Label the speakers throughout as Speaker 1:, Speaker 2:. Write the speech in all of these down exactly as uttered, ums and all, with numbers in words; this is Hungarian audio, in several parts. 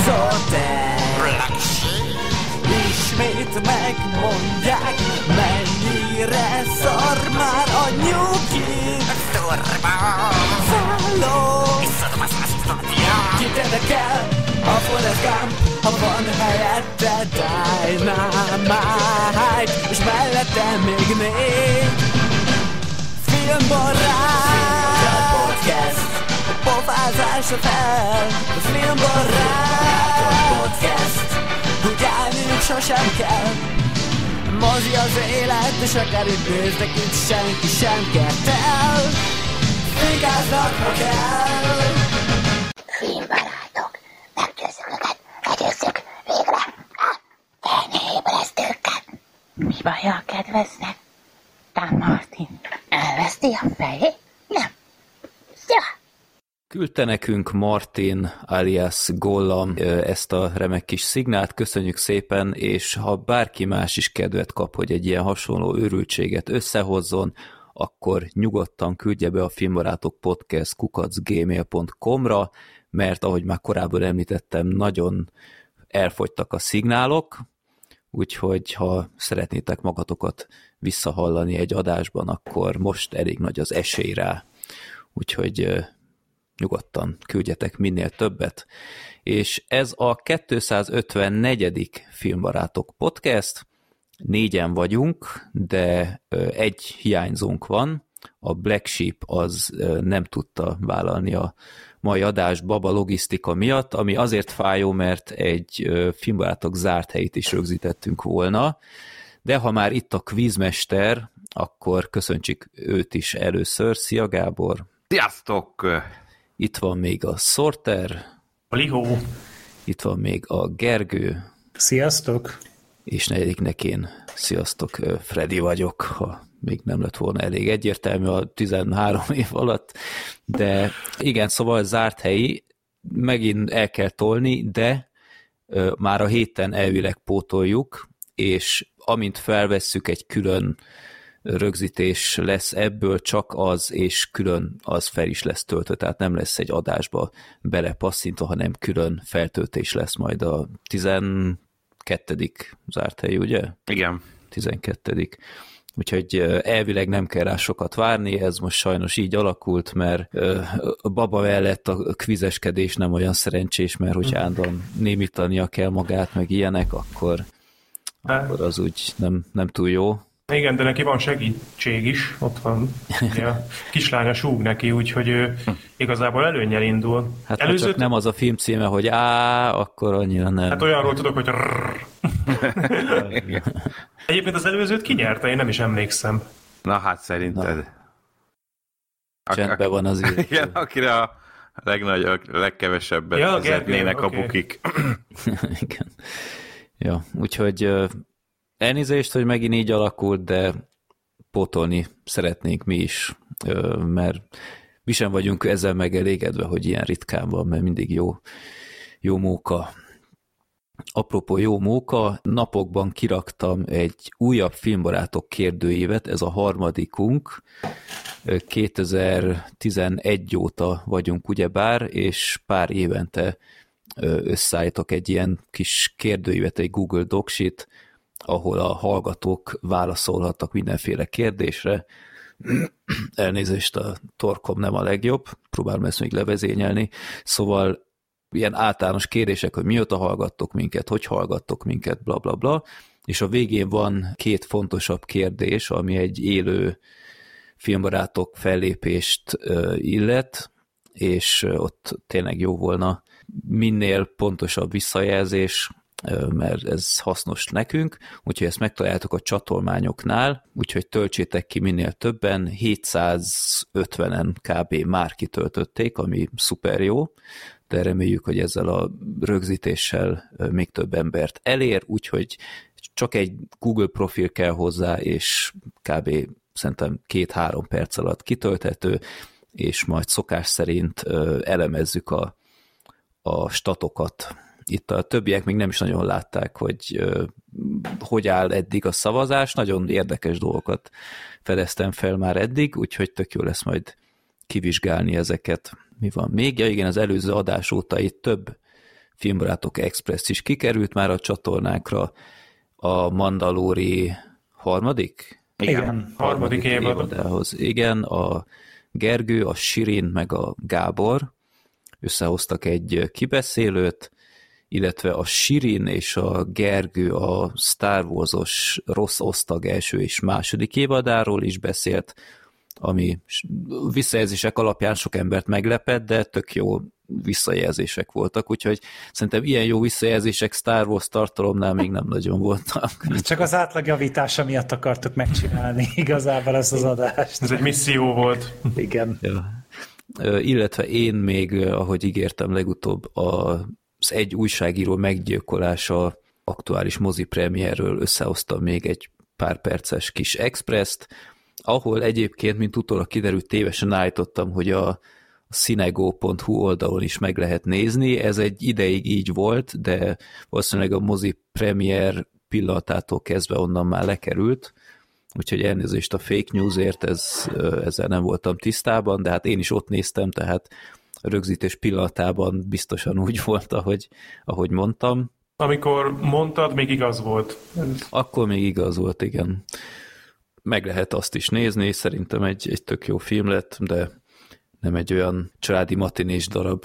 Speaker 1: Sorter. Ismét megmondják, mennyire szar már a nyugi. Szálló, kit érdekel a Forrest Gump, ha van helyette Dynamite, és mellette még négy filmbarát podcast, a pofázásra fel, a filmbarát podcast, úgy állniuk sosem kell. Mozi az élet, és akár itt néznek, itt senki sem kert el. Figáznak, ha kell.
Speaker 2: Filmbarátok, meggyőzzük őket, legyőzzük végre a fényébresztőket. Mi baj a kedveznek? Tán Martin elveszti a fejét? Nem. Szia!
Speaker 3: Küldte nekünk Martin alias Gollam ezt a remek kis szignált, köszönjük szépen, és ha bárki más is kedvet kap, hogy egy ilyen hasonló őrültséget összehozzon, akkor nyugodtan küldje be a Filmbarátok podcast kukac gmail pont com-ra, mert ahogy már korábban említettem, nagyon elfogytak a szignálok, úgyhogy ha szeretnétek magatokat visszahallani egy adásban, akkor most elég nagy az esély rá. Úgyhogy nyugodtan küldjetek minél többet. És ez a kétszázötvennegyedik Filmbarátok podcast, négyen vagyunk, de egy hiányzónk van, a Black Sheep az nem tudta vállalni a mai adást baba logisztika miatt, ami azért fájó, mert egy Filmbarátok zárt helyét is rögzítettünk volna, de ha már itt a kvízmester, akkor köszöntsük őt is először. Szia Gábor!
Speaker 4: Sziasztok!
Speaker 3: Itt van még a Sorter.
Speaker 5: Alihó!
Speaker 3: Itt van még a Gergő.
Speaker 6: Sziasztok!
Speaker 3: És negyediknek én, sziasztok, Freddy vagyok, ha még nem lett volna elég egyértelmű a tizenhárom év alatt, de igen, szóval zárt helyi, megint el kell tolni, de ö, már a héten elvileg pótoljuk, és amint felvesszük, egy külön rögzítés lesz ebből, csak az, és külön az fel is lesz töltve, tehát nem lesz egy adásba belepasszintva, hanem külön feltöltés lesz majd a tizenkettedik zárt hely, ugye?
Speaker 4: Igen.
Speaker 3: tizenkettedik Úgyhogy elvileg nem kell rá sokat várni, ez most sajnos így alakult, mert a baba mellett a kvizeskedés nem olyan szerencsés, mert hogy állandóan némítania kell magát, meg ilyenek, akkor, akkor az úgy nem, nem túl jó.
Speaker 5: Igen, de neki van segítség is, ott van. A kislánya súg neki, úgyhogy ő igazából előnnyel indul.
Speaker 3: Hát
Speaker 5: Előzőt...
Speaker 3: csak nem az a film címe, hogy á, akkor annyira nem.
Speaker 5: Hát olyanról tudok, hogy Egyébként az előzőt kinyerte, én nem is emlékszem.
Speaker 4: Na hát szerinted.
Speaker 3: Na. Csendben van az így.
Speaker 4: Igen, akire a legnagyobb, legkevesebbet
Speaker 5: ja,
Speaker 4: fizetnének
Speaker 5: okay.
Speaker 4: a bukik.
Speaker 3: Igen. Ja, úgyhogy elnézést, hogy megint így alakult, de pótolni szeretnénk mi is, mert mi sem vagyunk ezzel megelégedve, hogy ilyen ritkán van, mert mindig jó, jó móka. Apropó jó móka, napokban kiraktam egy újabb Filmbarátok kérdőívet, ez a harmadikunk, kétezer-tizenegy óta vagyunk ugyebár, és pár évente összeállítok egy ilyen kis kérdőívet, egy Google Docs-it, ahol a hallgatók válaszolhattak mindenféle kérdésre. Elnézést, a torkom nem a legjobb, próbálom ezt még levezényelni. Szóval ilyen általános kérdések, hogy mióta hallgattok minket, hogy hallgattok minket, bla bla bla, és a végén van két fontosabb kérdés, ami egy élő Filmbarátok fellépést illet, és ott tényleg jó volna minél pontosabb visszajelzés, mert ez hasznos nekünk, úgyhogy ezt megtaláljátok a csatolmányoknál, úgyhogy töltsétek ki minél többen, hétszázötvenen kb. Már kitöltötték, ami szuper jó, de reméljük, hogy ezzel a rögzítéssel még több embert elér, úgyhogy csak egy Google profil kell hozzá, és kb. Szerintem két-három perc alatt kitölthető, és majd szokás szerint elemezzük a, a statokat. Itt a többiek még nem is nagyon látták, hogy uh, hogy áll eddig a szavazás, nagyon érdekes dolgokat fedeztem fel már eddig, úgyhogy tök jó lesz majd kivizsgálni ezeket. Mi van még? Ja igen, az előző adás óta itt több Filmbarátok Express is kikerült már a csatornákra, a Mandalori harmadik?
Speaker 6: Igen,
Speaker 5: harmadik
Speaker 3: harmadik
Speaker 5: évad.
Speaker 3: évadához. Igen, a Gergő, a Sirin, meg a Gábor összehoztak egy kibeszélőt, illetve a Sirin és a Gergő a Star Wars-os Rossz Osztag első és második évadáról is beszélt, ami visszajelzések alapján sok embert meglepett, de tök jó visszajelzések voltak, úgyhogy szerintem ilyen jó visszajelzések Star Wars tartalomnál még nem nagyon voltak.
Speaker 6: Csak az átlagjavítása miatt akartuk megcsinálni igazából ezt az adást.
Speaker 5: Ez egy misszió volt.
Speaker 6: Igen.
Speaker 3: Ja. Illetve én még, ahogy ígértem legutóbb, az egy újságíró meggyilkolása aktuális mozi premierről összehoztam még egy pár perces kis expresszt, ahol egyébként, mint utólag kiderült, tévesen állítottam, hogy a cinego pont hu oldalon is meg lehet nézni. Ez egy ideig így volt, de valószínűleg a mozi premier pillanatától kezdve onnan már lekerült, úgyhogy elnézést a fake newsért, ez, ezzel nem voltam tisztában, de hát én is ott néztem, tehát a rögzítés pillanatában biztosan úgy volt, ahogy, ahogy mondtam.
Speaker 5: Amikor mondtad, még igaz volt.
Speaker 3: Akkor még igaz volt, igen. Meg lehet azt is nézni, szerintem egy, egy tök jó film lett, de nem egy olyan családi matinés darab.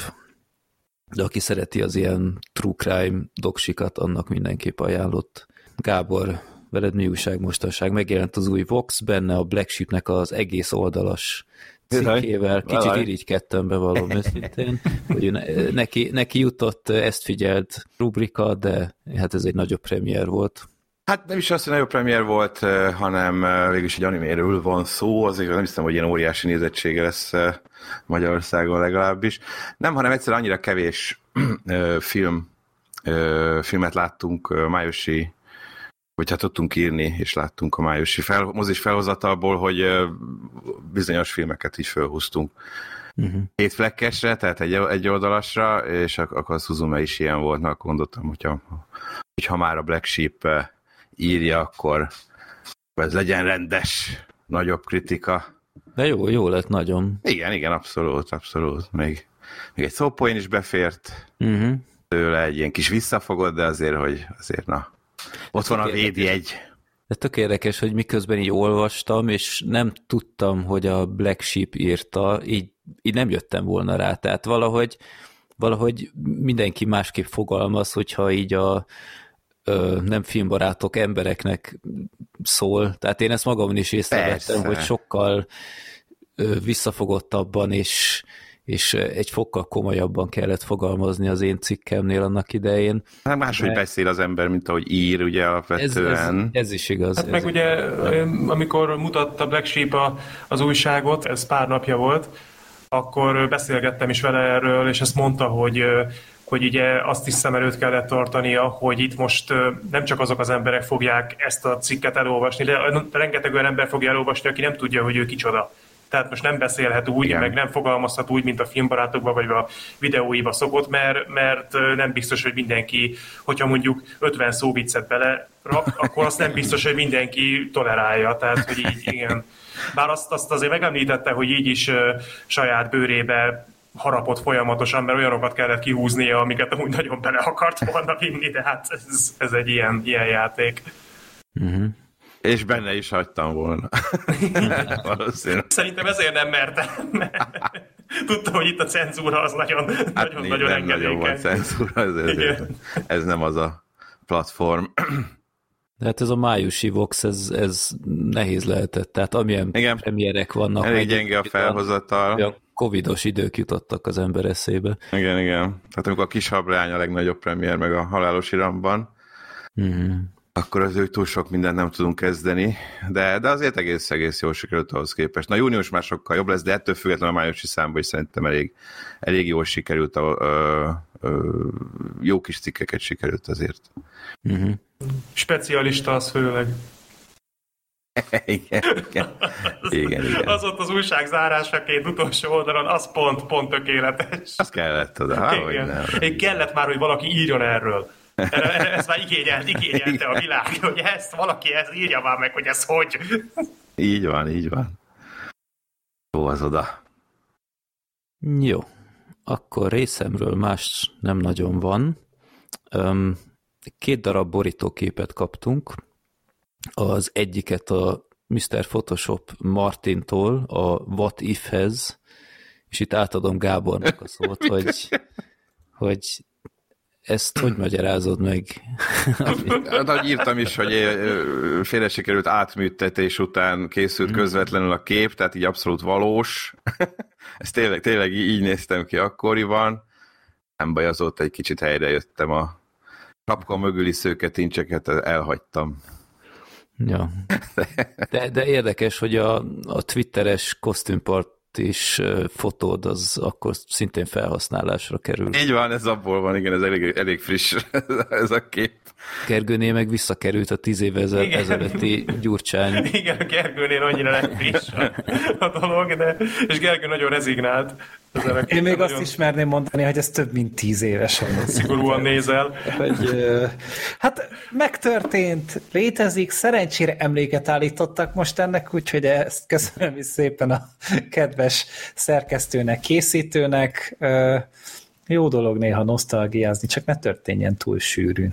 Speaker 3: De aki szereti az ilyen true crime doksikat, annak mindenképp ajánlott. Gábor, veled mi újság mostanság? Megjelent az új Vox, benne a Black Sheepnek az egész oldalas cikkével. Kicsit irigykedtem, bevallom őszintén, hogy neki, neki jutott ezt figyelt rubrika, de hát ez egy nagyobb premier volt.
Speaker 4: Hát nem is az, hogy nagyobb premier volt, hanem végülis egy animéről van szó, azért nem hiszem, hogy ilyen óriási nézettsége lesz Magyarországon legalábbis. Nem, hanem egyszerűen annyira kevés film, filmet láttunk májusi, vagy hát tudtunk írni, és láttunk a májusi fel, mozis felhozatalból, hogy bizonyos filmeket is felhúztunk. Uh-huh. Két flekkesre, tehát egy, egy oldalasra, és akkor a Suzume is ilyen volt, na, akkor gondoltam, hogyha, hogyha már a Black Sheep írja, akkor ez legyen rendes, nagyobb kritika.
Speaker 3: De jó, jó lett nagyon.
Speaker 4: Igen, igen, abszolút, abszolút. Még, még egy szópoén is befért uh-huh. tőle, egy ilyen kis visszafogott, de azért, hogy azért na, ott van a védjegy.
Speaker 3: De tök érdekes, hogy miközben így olvastam, és nem tudtam, hogy a Black Sheep írta, így, így nem jöttem volna rá. Tehát valahogy, valahogy mindenki másképp fogalmaz, hogyha így a ö, nem filmbarátok embereknek szól. Tehát én ezt magamon is észrevettem, hogy sokkal ö, visszafogottabban és és egy fokkal komolyabban kellett fogalmazni az én cikkemnél annak idején.
Speaker 4: Hát máshogy de... beszél az ember, mint ahogy ír, ugye alapvetően.
Speaker 3: Ez, ez, ez is igaz.
Speaker 5: Hát
Speaker 3: ez
Speaker 5: meg ugye, amikor mutatta Black Sheep a, az újságot, ez pár napja volt, akkor beszélgettem is vele erről, és ezt mondta, hogy hogy ugye azt is szem előtt kellett tartania, hogy itt most nem csak azok az emberek fogják ezt a cikket elolvasni, de rengeteg olyan ember fogja elolvasni, aki nem tudja, hogy ő kicsoda. Tehát most nem beszélhet úgy, igen. meg nem fogalmazhat úgy, mint a filmbarátokban vagy a videóiba szokott, mert, mert nem biztos, hogy mindenki, hogyha mondjuk ötven szóviccet bele rak, akkor azt nem biztos, hogy mindenki tolerálja. Tehát, hogy így, igen. Bár azt, azt azért megemlítette, hogy így is uh, saját bőrébe harapott folyamatosan, mert olyanokat kellett kihúznia, amiket amúgy nagyon bele akart volna vinni, de hát ez, ez egy ilyen, ilyen játék.
Speaker 3: Uh-huh.
Speaker 4: És benne is hagytam volna. Valószínűleg.
Speaker 5: Szerintem ezért nem mertem. Tudtam, hogy itt a cenzúra az nagyon, hát nagyon,
Speaker 4: négy,
Speaker 5: nagyon
Speaker 4: nem
Speaker 5: engedékeny.
Speaker 4: nagyon van cenzúra, ez, ez, ez nem az a platform.
Speaker 3: De hát ez a májusi Vox, ez, ez nehéz lehetett. Tehát amilyen igen. premierek vannak.
Speaker 4: Elég gyenge a felhozatal.
Speaker 3: A covidos idők jutottak az ember eszébe.
Speaker 4: Igen, igen. Tehát amikor a Kis hableány a legnagyobb premier, meg a Halálos iramban, mm. akkor azért túl sok mindent nem tudunk kezdeni, de, de azért egész, egész jól sikerült ahhoz képest. Na, június már sokkal jobb lesz, de ettől függetlenül a májusi számban is szerintem elég, elég jól sikerült, a, a, a, jó kis cikkeket sikerült azért.
Speaker 3: Uh-huh.
Speaker 5: Specialista az főleg.
Speaker 4: igen, igen. igen, igen.
Speaker 5: Az ott az újság zárásaként utolsó oldalon, az pont, pont tökéletes.
Speaker 4: Az kellett oda, hogy nem.
Speaker 5: Én kellett már, hogy valaki írjon erről. Ezt már igényelt, igényelte a világ, hogy ezt valaki ezt írja már meg, hogy ez hogy.
Speaker 4: Így van, így van. Jó az oda.
Speaker 3: Jó. Akkor részemről más nem nagyon van. Um, két darab borítóképet kaptunk, az egyiket a miszter Photoshop Martintól a What If-hez, és itt átadom Gábornak a szót, hogy, hogy ezt hogy magyarázod meg?
Speaker 4: Hát, írtam is, hogy félre sikerült átműtetés után készült közvetlenül a kép, tehát így abszolút valós. Ezt tényleg, tényleg így néztem ki akkoriban. Nem baj, azóta egy kicsit helyre jöttem, a kapka mögüli szőketincseket elhagytam.
Speaker 3: Ja. De, de érdekes, hogy a, a twitteres kosztümpart is fotód, az akkor szintén felhasználásra kerül.
Speaker 4: Így van, ez abból van, igen, ez elég, elég friss ez a kép.
Speaker 3: Gergőnél meg visszakerült a tíz éve ezelőtti Gyurcsány.
Speaker 5: Igen, a Gergőnél annyira nem friss a, a dolog, de és Gergő nagyon rezignált.
Speaker 6: Én még azt ismerném mondani, hogy ez több mint tíz éves.
Speaker 5: Szigorúan nézel.
Speaker 6: Hogy, hát megtörtént, létezik, szerencsére emléket állítottak most ennek, úgyhogy ezt köszönöm is szépen a kedves szerkesztőnek, készítőnek. Jó dolog néha nosztalgiázni, csak ne történjen túl sűrűn.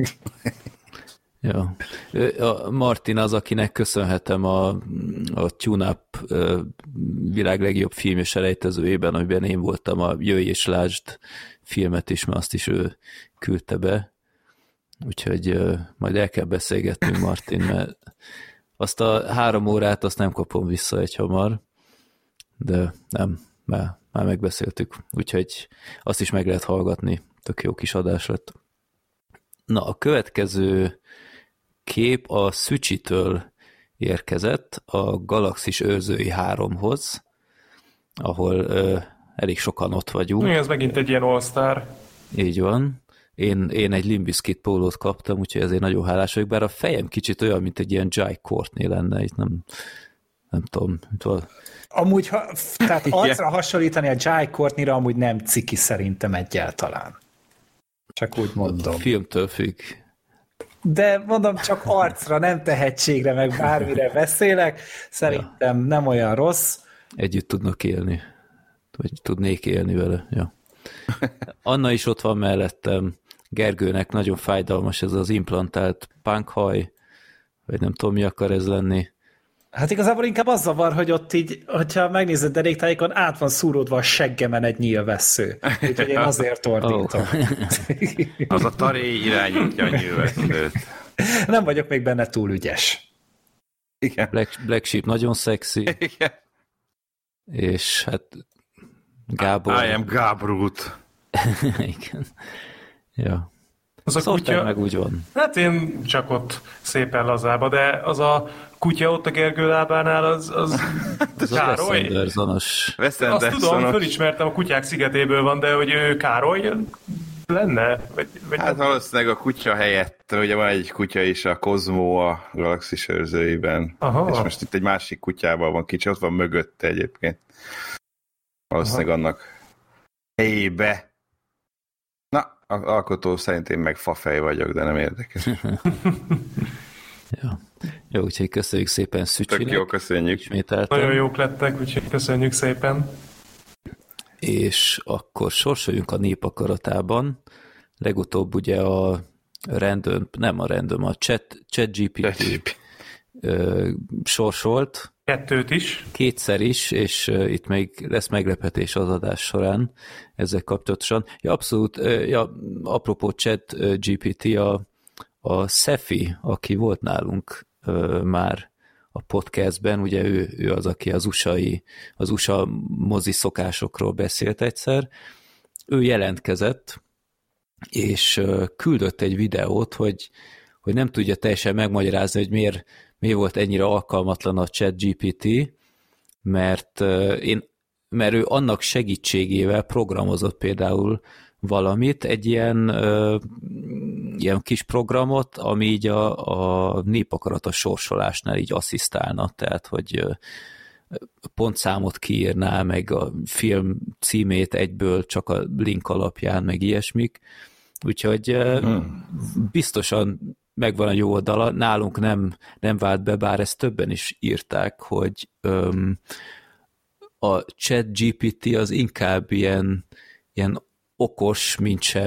Speaker 3: Ja. A Martin az, akinek köszönhetem a, a Tune-Up világ legjobb filmje selejtezőjében, amiben én voltam, a Jöjj és Lásd filmet is, mert azt is ő küldte be. Úgyhogy majd el kell beszélgetnünk, Martin, mert azt a három órát azt nem kapom vissza egy hamar, de nem, már, már megbeszéltük. Úgyhogy azt is meg lehet hallgatni. Tök jó kis adás lett. Na, a következő kép a Szücsitől érkezett a Galaxis őrzői háromhoz, ahol ö, elég sokan ott vagyunk.
Speaker 5: Mi, ez megint egy ilyen all-star.
Speaker 3: Így van. Én, én egy Limp Bizkit pólót kaptam, úgyhogy ezért nagyon hálás vagyok, bár a fejem kicsit olyan, mint egy ilyen Jai Courtney lenne, itt nem, nem tudom. Val...
Speaker 6: Amúgy, ha, tehát arcra hasonlítani a Jai Courtneyra amúgy nem ciki szerintem egyáltalán. Csak úgy mondom.
Speaker 3: A filmtől függ.
Speaker 6: De mondom, csak arcra, nem tehetségre, meg bármire beszélek. Szerintem nem olyan rossz.
Speaker 3: Együtt tudnak élni. Vagy tudnék élni vele. Ja. Anna is ott van mellettem. Gergőnek nagyon fájdalmas ez az implantált punkhaj, vagy nem tudom, mi akar ez lenni.
Speaker 6: Hát igazából inkább az zavar, hogy ott így, hogyha megnézed deréktájékon, át van szúródva a seggemen egy nyílvessző. Úgyhogy én azért ordítom.
Speaker 4: Oh. Az a tarély irányítja a nyílvesszőt.
Speaker 6: Nem vagyok még benne túl ügyes.
Speaker 4: Igen.
Speaker 3: Black, Black Sheep nagyon szexi.
Speaker 4: Igen.
Speaker 3: És hát Gábor...
Speaker 4: I am Gábrút.
Speaker 3: Igen. Ja.
Speaker 5: Az a
Speaker 3: Szóval
Speaker 5: kutya...
Speaker 3: meg úgy van.
Speaker 5: Hát én csak ott szépen lazába, de az a kutya ott a Gergő lábánál, az, az,
Speaker 3: az
Speaker 5: Károly.
Speaker 3: A Wes Anderson-os.
Speaker 4: Wes
Speaker 5: Azt tudom,
Speaker 4: Anderson-os.
Speaker 5: fölismertem, a kutyák szigetéből van, de hogy ő Károly lenne? Vagy, vagy
Speaker 4: Hát valószínűleg a kutya helyett, ugye van egy kutya is, a Kozmó a Galaxis őrzőiben.
Speaker 5: Aha.
Speaker 4: És most itt egy másik kutyával van kicsi, ott van mögötte egyébként. Valószínűleg Aha. annak helyébe. Na, az alkotó szerint én meg fafej vagyok, de nem érdekes.
Speaker 3: Ja. Jó, úgyhogy köszönjük szépen Szücsinek.
Speaker 4: Tök jó, köszönjük.
Speaker 3: Ismételtem.
Speaker 5: Nagyon jók lettek, úgyhogy köszönjük szépen.
Speaker 3: És akkor sorsoljunk a nép akaratában. Legutóbb ugye a random, nem a random, a chat, chat gé pé té ö, sorsolt.
Speaker 5: Kettőt is.
Speaker 3: Kétszer is, és uh, itt még lesz meglepetés az adás során ezzel kapcsolatosan. Ja, abszolút, uh, ja, apropó chat uh, gé pé té, a, a Szefi, aki volt nálunk uh, már a podcastben, ugye ő, ő az, aki az u es á-i, az u es á mozi szokásokról beszélt egyszer. Ő jelentkezett, és uh, küldött egy videót, hogy, hogy nem tudja teljesen megmagyarázni, hogy miért miért volt ennyire alkalmatlan a chat gé pé té, mert, uh, én, mert ő annak segítségével programozott például valamit, egy ilyen, uh, ilyen kis programot, ami így a, a népakaratos sorsolásnál így asszisztálna, tehát hogy uh, pontszámot kiírná, meg a film címét egyből csak a link alapján, meg ilyesmik. Úgyhogy uh, hmm. biztosan megvan a jó oldala, nálunk nem, nem vált be, bár ezt többen is írták, hogy öm, a chat gé pé té az inkább ilyen, ilyen okos, mint sem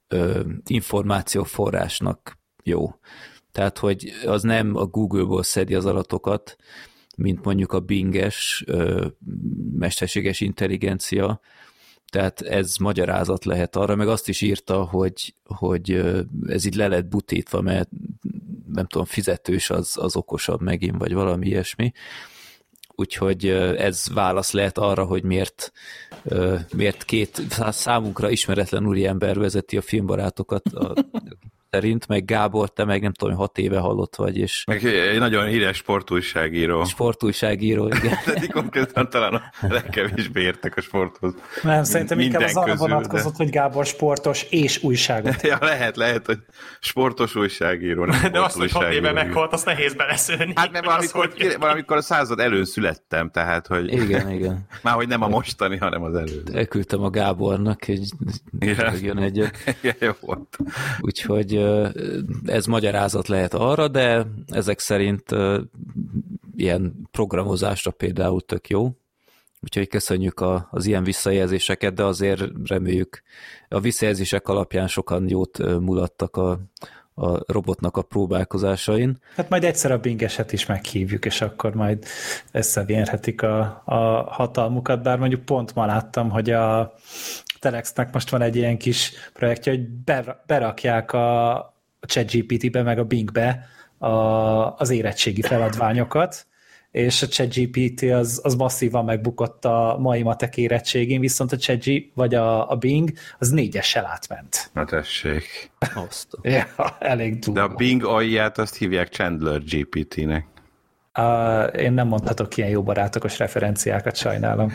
Speaker 3: ö, információforrásnak jó. Tehát, hogy az nem a Google-ból szedi az adatokat, mint mondjuk a Bing-es ö, mesterséges intelligencia, tehát ez magyarázat lehet arra, meg azt is írta, hogy, hogy ez így le lett butítva, mert nem tudom, fizetős az, az okosabb megint, vagy valami ilyesmi. Úgyhogy ez válasz lehet arra, hogy miért, miért két számunkra ismeretlen úriember vezeti a filmbarátokat a, szerint, meg Gábor, te meg nem tudom, hat éve hallott vagy, és...
Speaker 4: Meg egy nagyon híres sportújságíró.
Speaker 3: Sportújságíró, igen.
Speaker 4: Tehát így konkrétan talán a legkevésbé értek a sporthoz.
Speaker 6: Nem, szerintem inkább az arra vonatkozott,
Speaker 4: de...
Speaker 6: hogy Gábor sportos és újságot.
Speaker 4: Ja, lehet, lehet, hogy sportos újságíró. Nem
Speaker 5: de azt, hogy hat éve meghalt, azt nehéz beleszőni.
Speaker 4: Hát mert valamikor, az, valamikor a század előn születtem, tehát, hogy...
Speaker 3: Igen, igen.
Speaker 4: Már hogy nem a mostani, hanem az előző.
Speaker 3: Elküldtem a Gábornak, hogy jön egyet.
Speaker 4: Igen, jó volt.
Speaker 3: Úgyhogy ez magyarázat lehet arra, de ezek szerint ilyen programozásra például tök jó. Úgyhogy köszönjük a, az ilyen visszajelzéseket, de azért reméljük, a visszajelzések alapján sokan jót mulattak a, a robotnak a próbálkozásain.
Speaker 6: Hát majd egyszer a Bingeset is meghívjuk, és akkor majd összevérhetik a, a hatalmukat, bár mondjuk pont ma láttam, hogy a Telexnek most van egy ilyen kis projektje, hogy berakják a ChatGPT-be meg a Bingbe a, az érettségi feladványokat, és a ChatGPT az, az masszívan megbukott a mai matek érettségén, viszont a ChatGPT vagy a, a Bing az négyessel átment.
Speaker 4: Na tessék.
Speaker 3: Azt.
Speaker 6: Ja, elég durva.
Speaker 4: De a Bing alját azt hívják Chandler gé pé té-nek.
Speaker 6: Uh, én nem mondhatok ilyen jó barátokos referenciákat, sajnálom.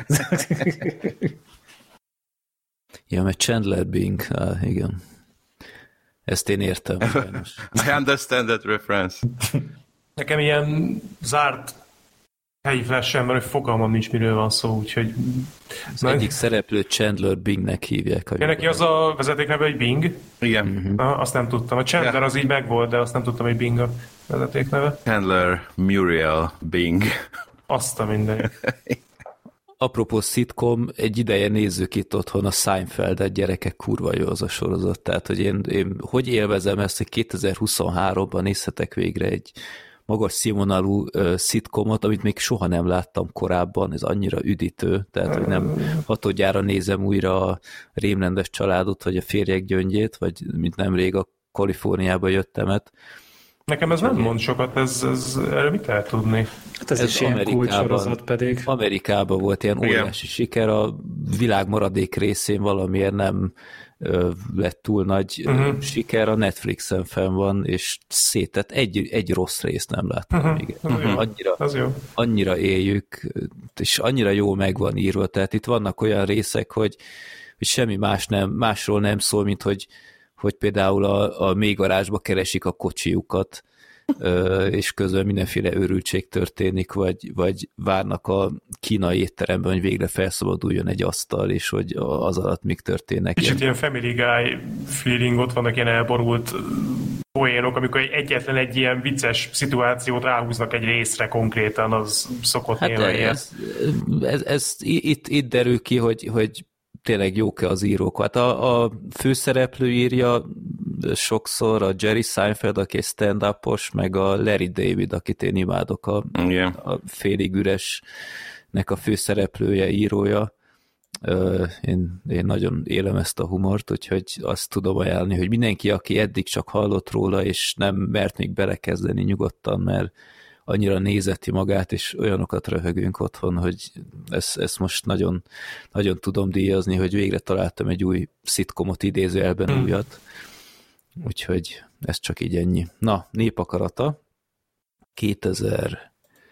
Speaker 3: Ja, mert Chandler Bing, ah, igen. Ezt én értem.
Speaker 4: I understand that reference.
Speaker 5: Nekem ilyen zárt helyi flash-en, mert fogalmam nincs, miről van szó, úgyhogy...
Speaker 3: Az Na, egyik szereplőt Chandler Bingnek hívják.
Speaker 5: Ja, neki az a vezetékneve, hogy Bing.
Speaker 4: Igen.
Speaker 3: Uh-huh.
Speaker 5: Na, azt nem tudtam. A Chandler yeah. az így megvolt, de azt nem tudtam, hogy Bing a vezetékneve.
Speaker 4: Chandler Muriel Bing.
Speaker 5: Azt a minden.
Speaker 3: Apropó szitkom, egy ideje nézzük itt otthon a Seinfeldet, gyerekek, kurva jó az a sorozat. Tehát, hogy én, én hogy élvezem ezt, hogy kétezer-huszonháromban nézhetek végre egy magas színvonalú uh, szitkomot, amit még soha nem láttam korábban, ez annyira üdítő, tehát, hogy nem hatodjára nézem újra a Rémrendes családot, vagy a Férjek gyöngyét, vagy mint nemrég a Kaliforniába jöttemet.
Speaker 5: Nekem ez nem mond sokat, ez, ez erre mit lehet tudni?
Speaker 6: Hát ez, ez is ilyen kulcsorozat pedig.
Speaker 3: Amerikában volt ilyen óriási siker, a világ maradék részén valamiért nem ö, lett túl nagy uh-huh. siker, a Netflixen fenn van, és szétett, egy, egy rossz részt nem láttam uh-huh. még. Uh-huh. Annyira, annyira éljük, és annyira jó meg van írva, tehát itt vannak olyan részek, hogy, hogy semmi más nem, másról nem szól, mint hogy hogy például a, a mélygarázsba keresik a kocsiukat, és közben mindenféle őrültség történik, vagy, vagy várnak a kínai étteremben, hogy végre felszabaduljon egy asztal, és hogy az alatt még történnek.
Speaker 5: Kicsit ilyen Family Guy feeling, ott vannak ilyen elborult poénok, amikor egyetlen egy ilyen vicces szituációt ráhúznak egy részre konkrétan, az szokott hát néha ilyen. Ez,
Speaker 3: ez, ez itt, itt derül ki, hogy, hogy tényleg jók-e az írók. Hát a, a főszereplő írja sokszor a Jerry Seinfeld, aki egy stand-upos, meg a Larry David, akit én imádok, a, yeah. a félig üresnek a főszereplője, írója. Én, én nagyon élem ezt a humort, úgyhogy azt tudom ajánlani, hogy mindenki, aki eddig csak hallott róla, és nem mert még belekezdeni nyugodtan, mert annyira nézeti magát, és olyanokat röhögünk otthon, hogy ezt, ezt most nagyon, nagyon tudom díjazni, hogy végre találtam egy új szitkomot, idézőjelben mm. újat. Úgyhogy ez csak így ennyi. Na, Népakarata. kétezer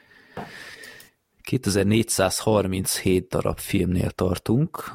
Speaker 3: kétezer-négyszázharminchét darab filmnél tartunk.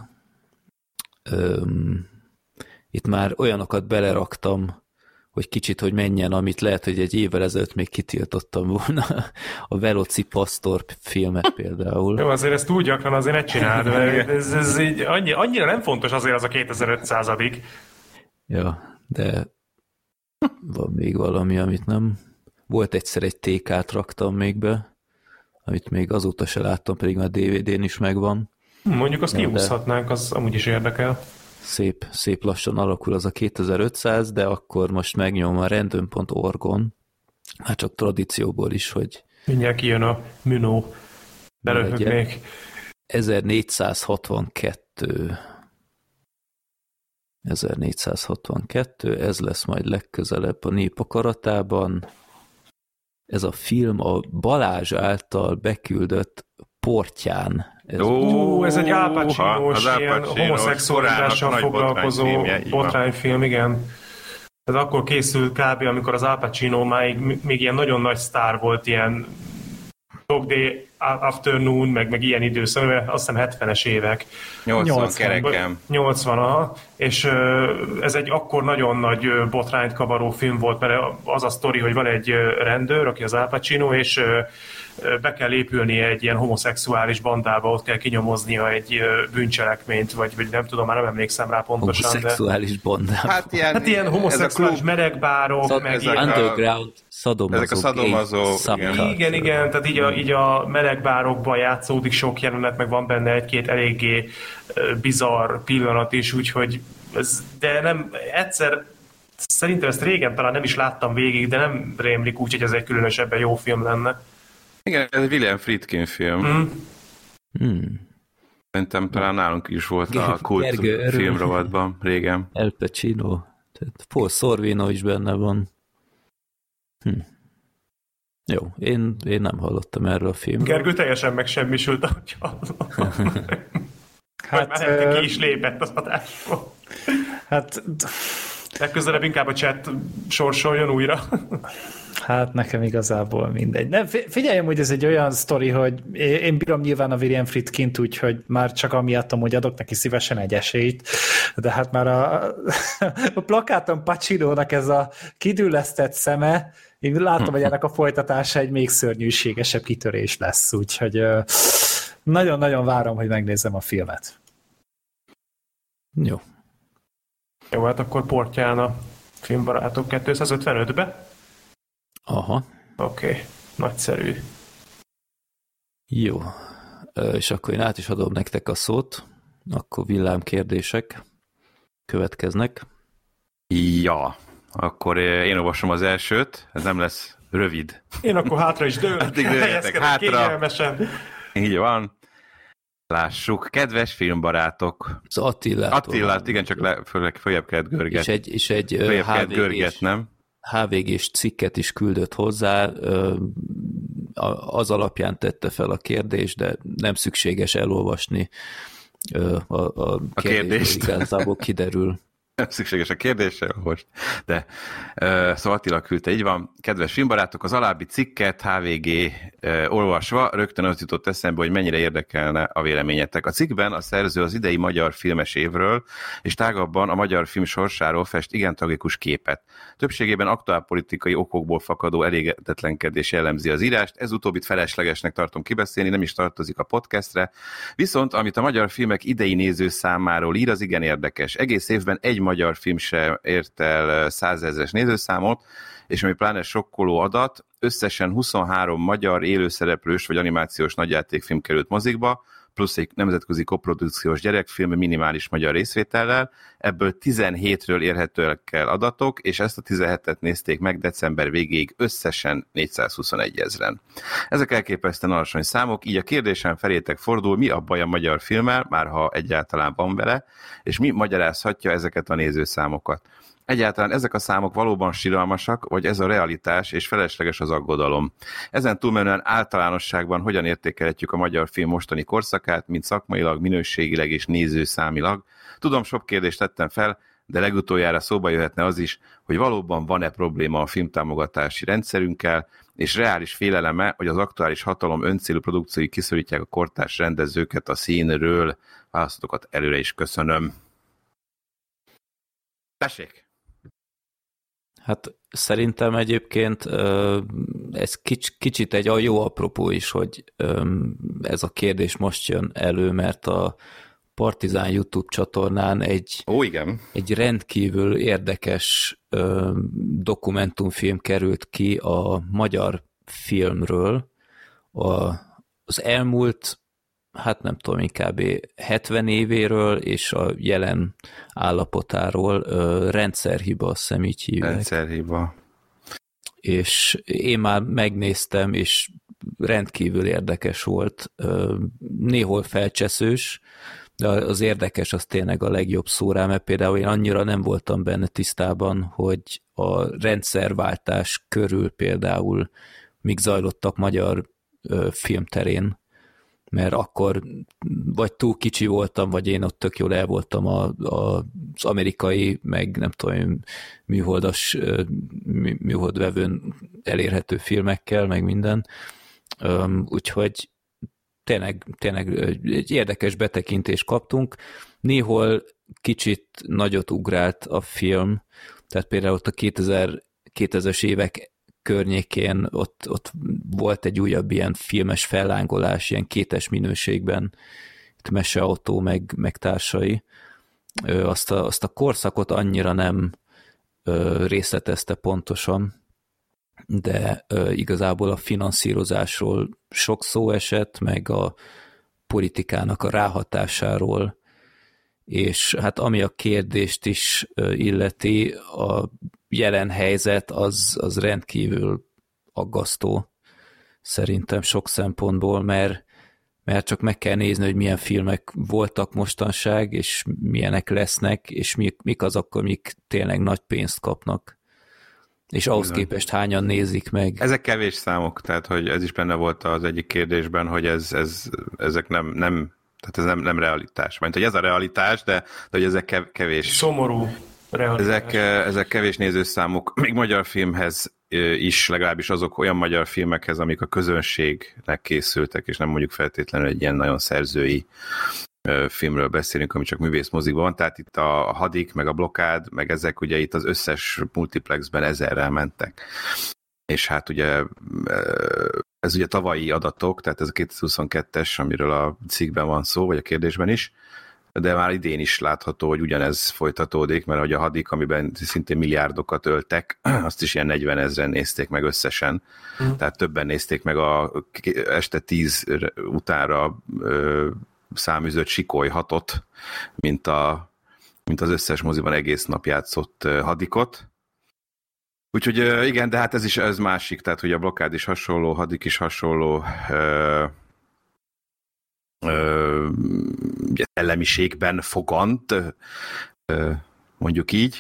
Speaker 3: Öm, itt már olyanokat beleraktam, hogy kicsit, hogy menjen, amit lehet, hogy egy évvel ezelőtt még kitiltottam volna. A Veloci Pastor filmet például.
Speaker 5: Jó, azért ezt túl gyakran azért ne csináld, mert ez, ez így annyira, annyira nem fontos azért az a kétezer-ötszázadik.
Speaker 3: Ja, de van még valami, amit nem. Volt egyszer egy té kát raktam még be, amit még azóta se láttam, pedig már dé vé dén is megvan.
Speaker 5: Mondjuk azt ja, kiúszhatnánk, az amúgy is érdekel.
Speaker 3: szép, szép lassan alakul az a kétezer-ötszáz, de akkor most megnyom a random pont org-on, már csak tradícióból is, hogy
Speaker 5: mindjárt kijön a Münó. Ne röhögnék.
Speaker 3: ezernégyszázhatvankettő. ezernégyszázhatvankettő, ez lesz majd legközelebb a Nép akaratában. Ez a film a Balázs által beküldött Portyán.
Speaker 5: Ez, Ó, ez egy Al Pacino-s, ilyen homoszexualitással foglalkozó botrányfilm, igen. Ez akkor készült kb. Amikor az Al Pacino még, még ilyen nagyon nagy sztár volt, ilyen Dog Day Afternoon, meg, meg ilyen időszak, azt hiszem hetvenes évek.
Speaker 4: nyolcvan kerekem.
Speaker 5: nyolcvan, aha. És ez egy akkor nagyon nagy botrányt kavaró film volt, mert az a sztori, hogy van egy rendőr, aki az Al Pacino, és be kell épülnie egy ilyen homoszexuális bandába, ott kell kinyomoznia egy bűncselekményt, vagy, vagy nem tudom, már nem emlékszem rá pontosan.
Speaker 3: Homoszexuális de... bandába.
Speaker 5: Hát ilyen, hát ilyen homoszexuális meregbárok,
Speaker 3: Szad,
Speaker 5: meg
Speaker 3: ilyen... Underground szadomazók.
Speaker 4: Ezek a szadomazók.
Speaker 5: Igen, igen, igen, tehát így a, így a melegbárokban játszódik sok jelenet, meg van benne egy-két eléggé bizarr pillanat is, úgyhogy ez, de nem, egyszer szerintem ezt régen talán nem is láttam végig, de nem rémlik úgy, hogy ez egy különösebben jó film lenne.
Speaker 4: Igen, ez egy William Friedkin film. Mm.
Speaker 3: Hmm.
Speaker 4: Szerintem talán nálunk is volt a kult filmrovatban régen.
Speaker 3: Al Pacino, tehát Paul Sorvino is benne van. Hm. Jó, én, én nem hallottam erről a filmről.
Speaker 5: Gergő teljesen megsemmisült, ahogy hallom. Hát, már ki is lépett az adásból.
Speaker 6: Hát...
Speaker 5: Legközelebb inkább a chat sorsoljon újra.
Speaker 6: Hát nekem igazából mindegy. Nem, figyeljem, hogy ez egy olyan sztori, hogy én bírom nyilván a William Friedkint, úgyhogy már csak amiatt amúgy adok neki szívesen egy esélyt, de hát már a, a plakáton Pacino-nak ez a kidüllesztett szeme, én látom, hogy ennek a folytatása egy még szörnyűségesebb kitörés lesz, úgyhogy nagyon-nagyon várom, hogy megnézzem a filmet.
Speaker 3: Jó.
Speaker 5: Jó, hát akkor Portyán a Filmbarátok kétszázötvenötbe.
Speaker 3: Aha.
Speaker 5: Oké, okay. Nagyszerű.
Speaker 3: Jó. És akkor én át is adom nektek a szót, akkor villámkérdések következnek.
Speaker 4: Ja, akkor én olvasom az elsőt, ez nem lesz rövid.
Speaker 5: Én akkor hátra is dőlök, helyezkedek hátra. Kényelmesen.
Speaker 4: Így van. Lássuk, kedves filmbarátok.
Speaker 3: Az Attilát.
Speaker 4: Attilát, igen, csak le, föl, följebb kellett görget.
Speaker 3: És egy, és egy há vé gés, há vé gés cikket is küldött hozzá, az alapján tette fel a kérdést, de nem szükséges elolvasni a, a,
Speaker 4: a kérdést.
Speaker 3: Igazából kiderül.
Speaker 4: Nem szükséges a kérdésre most, de uh, szóval Attila küldte, így van. Kedves filmbarátok, az alábbi cikket há vé gé uh, olvasva rögtön az jutott eszembe, hogy mennyire érdekelne a véleményetek. A cikkben a szerző az idei magyar filmes évről, és tágabban a magyar film sorsáról fest igen tragikus képet. Többségében aktuálpolitikai okokból fakadó elégedetlenkedés jellemzi az írást, ez utóbbit feleslegesnek tartom kibeszélni, nem is tartozik a podcastre. Viszont, amit a magyar filmek idei nézőszámáról ír, az igen érdekes. Egész évben egy magyar film se ért el százezres nézőszámot, és ami pláne sokkoló adat, összesen huszonhárom magyar élőszereplős vagy animációs nagyjátékfilm került mozikba, plusz egy nemzetközi koprodukciós gyerekfilm minimális magyar részvétellel, ebből tizenhétről érhetőek el adatok, és ezt a tizenhetet nézték meg december végéig összesen négyszázhuszonegy ezren. Ezek elképesztően alacsony számok, így a kérdésem felétek fordul, mi a baj a magyar filmmel, már ha egyáltalán van vele, és mi magyarázhatja ezeket a nézőszámokat. Egyáltalán ezek a számok valóban siralmasak, vagy ez a realitás, és felesleges az aggodalom. Ezen túlmenően általánosságban hogyan értékelhetjük a magyar film mostani korszakát, mint szakmailag, minőségileg és nézőszámilag. Tudom, sok kérdést tettem fel, de legutoljára szóba jöhetne az is, hogy valóban van-e probléma a filmtámogatási rendszerünkkel, és reális féleleme, hogy az aktuális hatalom öncélú produkciói kiszorítják a kortárs rendezőket a színről. Választokat előre is köszönöm. Tessék!
Speaker 3: Hát szerintem egyébként ez kicsit egy jó apropó is, hogy ez a kérdés most jön elő, mert a Partizán YouTube csatornán egy,
Speaker 4: Ó, igen.
Speaker 3: egy rendkívül érdekes dokumentumfilm került ki a magyar filmről. A, az elmúlt hát nem tudom, inkább hetven évéről és a jelen állapotáról rendszerhiba, azt hiszem így hívják.
Speaker 4: Rendszerhiba.
Speaker 3: És én már megnéztem, és rendkívül érdekes volt. Néhol felcseszős, de az érdekes az tényleg a legjobb szó rá, mert például én annyira nem voltam benne tisztában, hogy a rendszerváltás körül például mik zajlottak magyar filmterén, mert akkor vagy túl kicsi voltam, vagy én ott tök jól el voltam a, a, az amerikai, meg nem tudom, műholdas, mű, műholdvevőn elérhető filmekkel, meg minden. Úgyhogy tényleg, tényleg egy érdekes betekintést kaptunk. Néhol kicsit nagyot ugrált a film, tehát például ott a kétezres évek környékén ott, ott volt egy újabb ilyen filmes fellángolás, ilyen kétes minőségben, itt Meseautó meg, meg társai. Azt a, azt a korszakot annyira nem részletezte pontosan, de igazából a finanszírozásról sok szó esett, meg a politikának a ráhatásáról, és hát ami a kérdést is illeti, a jelen helyzet az, az rendkívül aggasztó szerintem sok szempontból, mert, mert csak meg kell nézni, hogy milyen filmek voltak mostanság, és milyenek lesznek, és mik, mik azok, amik tényleg nagy pénzt kapnak. És ahhoz képest hányan nézik meg.
Speaker 4: Ezek kevés számok, tehát hogy ez is benne volt az egyik kérdésben, hogy ez, ez, ezek nem, nem, tehát ez nem, nem realitás. Mert hogy ez a realitás, de, de hogy ezek kevés.
Speaker 5: Szomorú realitás.
Speaker 4: Ezek, ezek kevés nézőszámok, még magyar filmhez is, legalábbis azok olyan magyar filmekhez, amik a közönségnek készültek, és nem mondjuk feltétlenül egy ilyen nagyon szerzői filmről beszélünk, ami csak művészmozikban van, tehát itt a Hadik, meg a Blokkád, meg ezek ugye itt az összes multiplexben ezerrel mentek. És hát ugye ez ugye tavalyi adatok, tehát ez a kétezer-huszonkettes, amiről a cikkben van szó, vagy a kérdésben is, de már idén is látható, hogy ugyanez folytatódik, mert hogy a Hadik, amiben szintén milliárdokat öltek, azt is ilyen negyven ezren nézték meg összesen, mm. tehát többen nézték meg a este tíz utánra száműzött Sikoly hatot, mint, a, mint az összes moziban egész nap játszott Hadikot. Úgyhogy igen, de hát ez is ez másik, tehát hogy a Blokkád is hasonló, Hadik is hasonló ö, ö, szellemiségben fogant, ö, mondjuk így.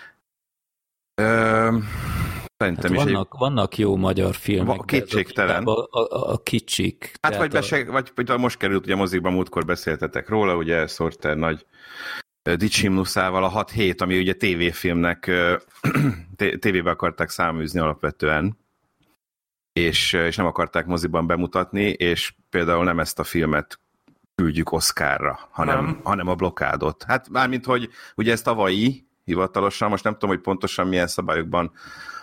Speaker 4: Ö,
Speaker 3: Hát vannak, egy... vannak jó magyar filmek.
Speaker 4: A kétségtelen.
Speaker 3: A, a, a kicsik.
Speaker 4: Hát vagy, bese, a... vagy most került, ugye a mozikban múltkor beszéltetek róla, ugye Sorter nagy dicsimnuszával a hat hét, ami ugye tévéfilmnek, tévébe akarták száműzni alapvetően, és, és nem akarták moziban bemutatni, és például nem ezt a filmet küldjük Oscarra, hanem, hanem a Blokkádot. Hát mármint, hogy ugye ez tavalyi hivatalosan, most nem tudom, hogy pontosan milyen szabályokban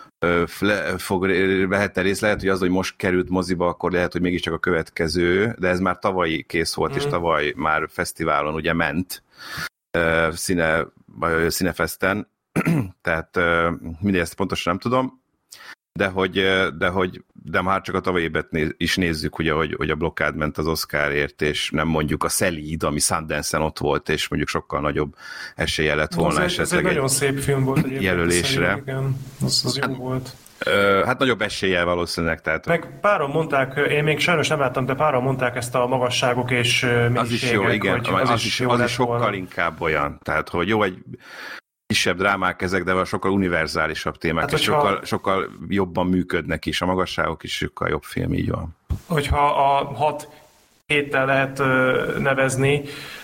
Speaker 4: fog vehetne részt, lehet, hogy az, hogy most került moziba, akkor lehet, hogy mégiscsak a következő, de ez már tavalyi kész volt, mm. és tavaly már fesztiválon ugye ment, színe, színefesten, tehát mindegy, ezt pontosan nem tudom, de hogy, de hogy de már csak a tavalyi évet néz, is nézzük, ugye, hogy, hogy a Blokkád ment az Oscarért, és nem mondjuk a Szelíd, ami Sundance-en ott volt, és mondjuk sokkal nagyobb esélye lett volna
Speaker 5: ez
Speaker 4: esetleg
Speaker 5: egy, ez egy nagyon szép film volt egy
Speaker 4: jelölésre.
Speaker 5: Szelíd, igen, az, az jó volt.
Speaker 4: Hát nagyobb eséllyel valószínűleg. Tehát...
Speaker 5: Meg páran mondták, én még sajnos nem láttam, de páran mondták ezt a magasságok és minőségek.
Speaker 4: Az is jó, igen, az, az is, is, jó az is sokkal volna. Inkább olyan. Tehát, hogy jó, egy kisebb drámák ezek, de sokkal univerzálisabb témák, hát, és hogyha... sokkal, sokkal jobban működnek is. A magasságok is sokkal jobb film, így van.
Speaker 5: Hogyha a hat héttel lehet nevezni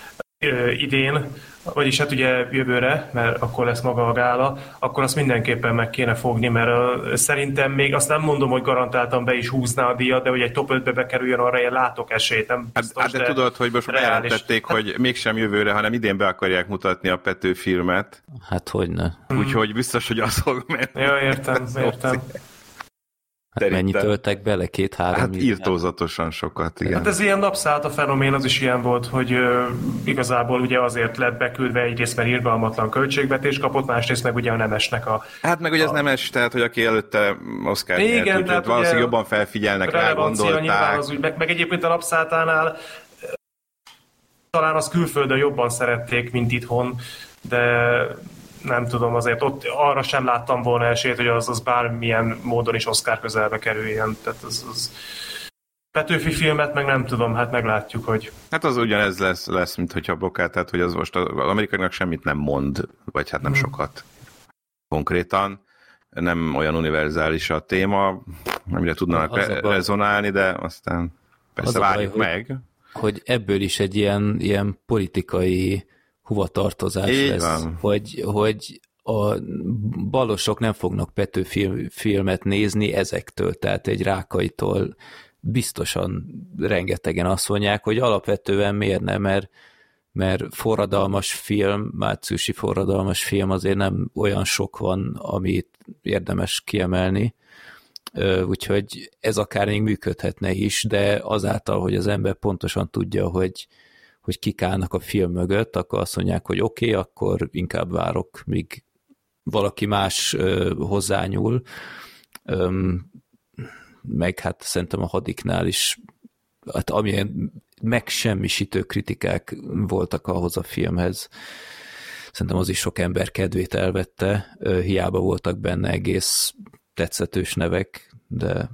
Speaker 5: idén, vagyis hát ugye jövőre, mert akkor lesz maga a gála, akkor azt mindenképpen meg kéne fogni, mert uh, szerintem még azt nem mondom, hogy garantáltan be is húzná a díjat, de hogy egy top ötbe bekerüljön, arra én látok esélyt. Nem biztos,
Speaker 4: hát, de, de tudod, hogy most bejelentették, hát, hogy mégsem jövőre, hanem idén be akarják mutatni a Pető filmet.
Speaker 3: Hát hogyne.
Speaker 4: Úgyhogy biztos, hogy az fog menni.
Speaker 5: Ja, értem, értem.
Speaker 3: Hát mennyit töltek bele? Két-három
Speaker 4: Hát írtózatosan sokat, igen.
Speaker 5: Hát ez ilyen napszállt a fenomén, az is ilyen volt, hogy uh, igazából ugye azért lett beküldve egyrészt, mert irgalmatlan költségvetés kapott, másrészt meg ugye a Nemesnek a...
Speaker 4: Hát meg ugye
Speaker 5: a...
Speaker 4: ez Nemes, tehát hogy aki előtte Oscar nyert,
Speaker 5: igen,
Speaker 4: úgyhogy valószínűleg jobban felfigyelnek rá, gondoltál.
Speaker 5: Az úgy, meg, meg egyébként a napszálltánál talán az külföldön jobban szerették, mint itthon, de nem tudom, azért ott arra sem láttam volna esélyt, hogy az, az bármilyen módon is Oscar közelbe kerüljen. Tehát az, az Petőfi filmet meg nem tudom, hát meglátjuk, hogy...
Speaker 4: Hát az ugyanez lesz, lesz mint hogyha blokkált, tehát hogy az most az amerikainak semmit nem mond, vagy hát nem hmm. sokat konkrétan. Nem olyan univerzális a téma, amire tudnának re- rezonálni, de aztán persze várjuk baj, meg.
Speaker 3: Hogy, hogy ebből is egy ilyen, ilyen politikai hovatartozás így lesz, van. Hogy, hogy a balosok nem fognak Petőfi filmet nézni ezektől, tehát egy Rákaitól biztosan rengetegen azt mondják, hogy alapvetően miért nem, mert, mert forradalmas film, márciusi forradalmas film azért nem olyan sok van, amit érdemes kiemelni, úgyhogy ez akár még működhetne is, de azáltal, hogy az ember pontosan tudja, hogy, hogy kik állnak a film mögött, akkor azt mondják, hogy oké, okay, akkor inkább várok, míg valaki más hozzányúl, meg hát szerintem a Hadiknál is, hát amilyen megsemmisítő kritikák voltak ahhoz a filmhez, szerintem az is sok ember kedvét elvette, hiába voltak benne egész tetszetős nevek, de...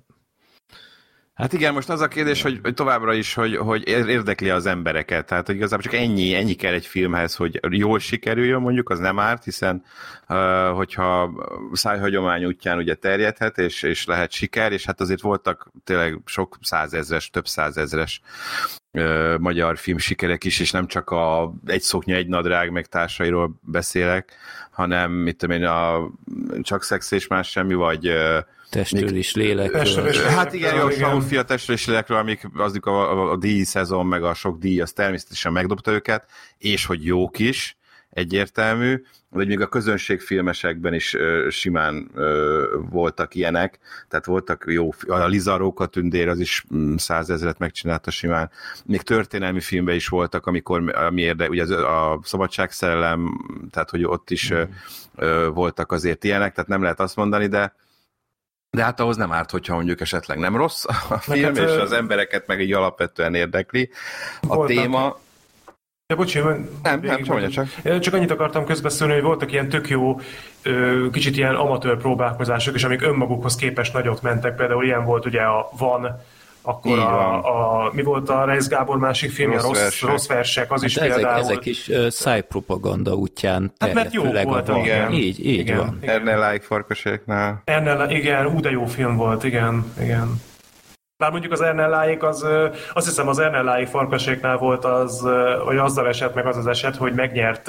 Speaker 4: Hát igen, most az a kérdés, hogy, hogy továbbra is, hogy, hogy érdekli az embereket, tehát hogy igazából csak ennyi, ennyi kell egy filmhez, hogy jól sikerüljön mondjuk, az nem árt, hiszen uh, hogyha szájhagyomány útján ugye terjedhet, és, és lehet siker, és hát azért voltak tényleg sok százezres, több százezres uh, magyar film sikerek is, és nem csak a Egy szoknya, egy nadrág meg társairól beszélek, hanem mit tudom én, a Csak szex és más semmi, vagy uh,
Speaker 3: Testről is lélekről.
Speaker 4: Hát igen, jó, Saul a Testről is lélekről, amik azok a, a, a díj szezon, meg a sok díj, az természetesen megdobta őket, és hogy jók is, egyértelmű, vagy még a közönségfilmesekben is ö, simán ö, voltak ilyenek, tehát voltak jó, a Liza Róka tündér, az is százezret megcsinálta simán, még történelmi filmben is voltak, amikor, ami érde, ugye a Szabadságszellem, tehát hogy ott is mm. ö, ö, voltak azért ilyenek, tehát nem lehet azt mondani, de De hát ahhoz nem árt, hogyha mondjuk esetleg nem rossz a film, hát, és az embereket meg így alapvetően érdekli. A voltak. téma...
Speaker 5: Ja, bocsi,
Speaker 4: nem, nem, csak,
Speaker 5: csak. Csak annyit akartam közbeszélni, hogy voltak ilyen tök jó, kicsit ilyen amatőr próbálkozások, és amik önmagukhoz képest nagyot mentek. Például ilyen volt ugye a Van, akkor a, a, mi volt a Reisz Gábor másik filmje, rossz, rossz, versek. rossz versek, az hát is
Speaker 3: ezek,
Speaker 5: például...
Speaker 3: Ezek is uh, szájpropaganda útján
Speaker 5: hát mert jó volt, igen.
Speaker 3: Így, így
Speaker 5: igen,
Speaker 3: van.
Speaker 4: Ernelláig Farkaséknál.
Speaker 5: Ernella, igen, ú, de jó film volt, igen, igen. Bár mondjuk az Ernelláig, az, azt hiszem az Ernelláig Farkaséknál volt az, vagy azzal esett meg az az eset, hogy megnyert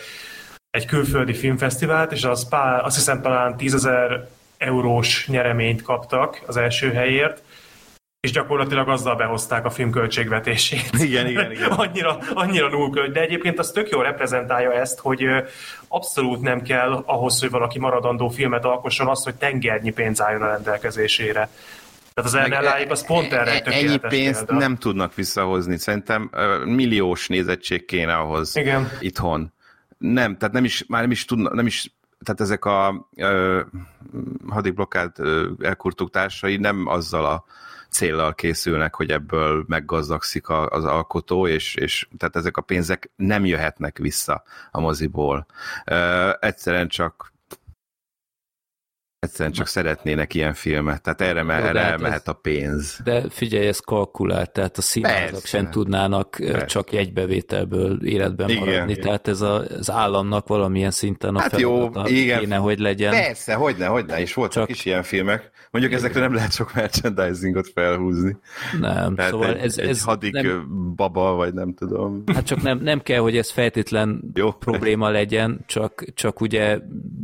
Speaker 5: egy külföldi filmfesztivált, és az pár, azt hiszem talán tízezer eurós nyereményt kaptak az első helyért, és gyakorlatilag azzal behozták a film költségvetését.
Speaker 4: Igen, igen, igen.
Speaker 5: annyira, annyira nullkölt. De egyébként az tök jól reprezentálja ezt, hogy abszolút nem kell ahhoz, hogy valaki maradandó filmet alkosson, az, hogy tengernyi pénz álljon a rendelkezésére. Tehát az Ernelláig az pont erre tökéletes
Speaker 4: ennyi pénzt
Speaker 5: példa.
Speaker 4: Nem tudnak visszahozni. Szerintem milliós nézettség kéne ahhoz
Speaker 5: igen.
Speaker 4: itthon. Nem, tehát nem is, már nem is tudnak, nem is, tehát ezek a uh, hadikblokkád uh, elkurtuk társai nem azzal a céllal készülnek, hogy ebből meggazdagszik az alkotó, és, és tehát ezek a pénzek nem jöhetnek vissza a moziból. Uh, egyszerűen csak egyszerűen csak szeretnének ilyen filmet, tehát erre, me, erre elmehet ez, a pénz.
Speaker 3: De figyelj, ez kalkulált, tehát a színházak sem tudnának Persze. csak jegybevételből életben igen, maradni, igen. Tehát ez a, az államnak valamilyen szinten a
Speaker 4: hát
Speaker 3: feladata
Speaker 4: jó, igen.
Speaker 3: kéne, hogy legyen.
Speaker 4: Persze, hogyne, hogyne, és voltak csak... is ilyen filmek. Mondjuk igen. ezekre nem lehet sok merchandisingot felhúzni.
Speaker 3: Nem,
Speaker 4: tehát
Speaker 3: szóval
Speaker 4: egy,
Speaker 3: ez...
Speaker 4: egy
Speaker 3: ez
Speaker 4: hadik nem... baba, vagy nem tudom.
Speaker 3: Hát csak nem, nem kell, hogy ez feltétlen jó. probléma legyen, csak, csak ugye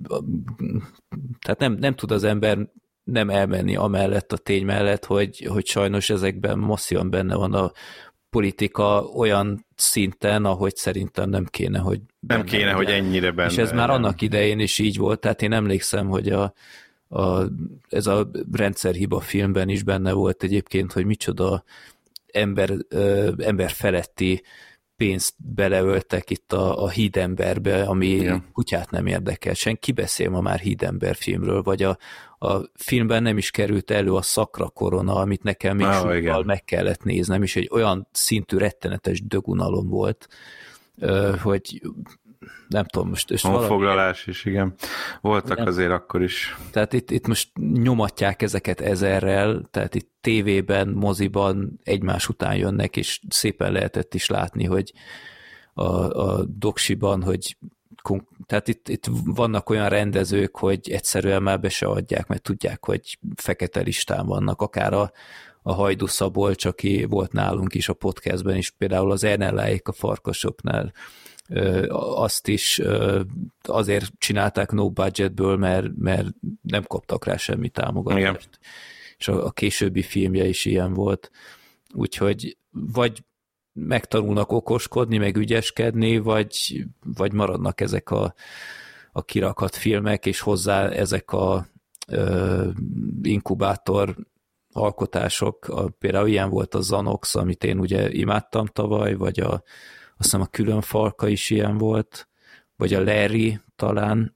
Speaker 3: tehát nem, nem tud az ember nem elmenni amellett a tény mellett, hogy, hogy sajnos ezekben masszívan benne van a politika olyan szinten, ahogy szerintem nem kéne, hogy
Speaker 4: nem kéne, legyen. Hogy ennyire benne.
Speaker 3: És ez nem. Már annak idején is így volt, tehát én emlékszem, hogy a, a, ez a rendszerhiba filmben is benne volt egyébként, hogy micsoda ember, ö, ember feletti pénzt beleöltek itt a, a Hídemberbe, ami
Speaker 4: Igen.
Speaker 3: kutyát nem érdekel. Senki beszél ma már Hídember filmről, vagy a, a filmben nem is került elő a Szakra Korona, amit nekem még
Speaker 4: Ah,
Speaker 3: sokkal
Speaker 4: igen.
Speaker 3: meg kellett néznem, és egy olyan szintű rettenetes dögunalom volt, hogy nem tudom, most... most
Speaker 4: honfoglalás is, igen. Voltak
Speaker 3: igen.
Speaker 4: azért akkor is.
Speaker 3: Tehát itt, itt most nyomatják ezeket ezerrel, tehát itt tévében, moziban egymás után jönnek, és szépen lehetett is látni, hogy a, a doksiban, hogy tehát itt, itt vannak olyan rendezők, hogy egyszerűen már be se adják, mert tudják, hogy fekete listán vannak, akár a, a Hajdú Szabolcs, aki volt nálunk is a podcastben is, például az Ernelláék a Farkasoknál, azt is azért csinálták no budgetből, mert, mert nem kaptak rá semmi támogatást. Igen. És a, a későbbi filmje is ilyen volt. Úgyhogy vagy megtanulnak okoskodni, meg ügyeskedni, vagy, vagy maradnak ezek a, a kirakat filmek, és hozzá ezek a ö, inkubátor alkotások. A, például ilyen volt a Zanox, amit én ugye imádtam tavaly, vagy a azt hiszem a Külön Falka is ilyen volt, vagy a Larry talán,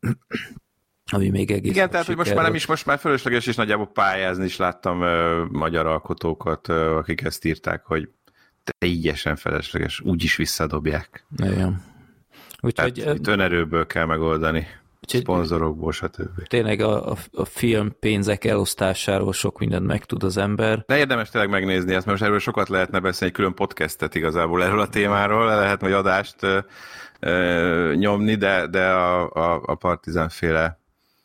Speaker 3: ami még egész...
Speaker 4: Igen, tehát hogy most már nem is, most már fölösleges, és nagyjából pályázni is láttam ö, magyar alkotókat, ö, akik ezt írták, hogy teljesen felesleges, úgyis visszadobják.
Speaker 3: Igen. Úgyhogy...
Speaker 4: Tehát itt önerőből kell megoldani, úgyhogy, szponzorokból, stb.
Speaker 3: Tényleg a, a, a film pénzek elosztásáról sok mindent megtud az ember.
Speaker 4: De érdemes tényleg megnézni ezt, mert most erről sokat lehetne beszélni, egy külön podcastet igazából erről a témáról, le lehet majd adást ö, ö, nyomni, de, de a, a, a Partizán féle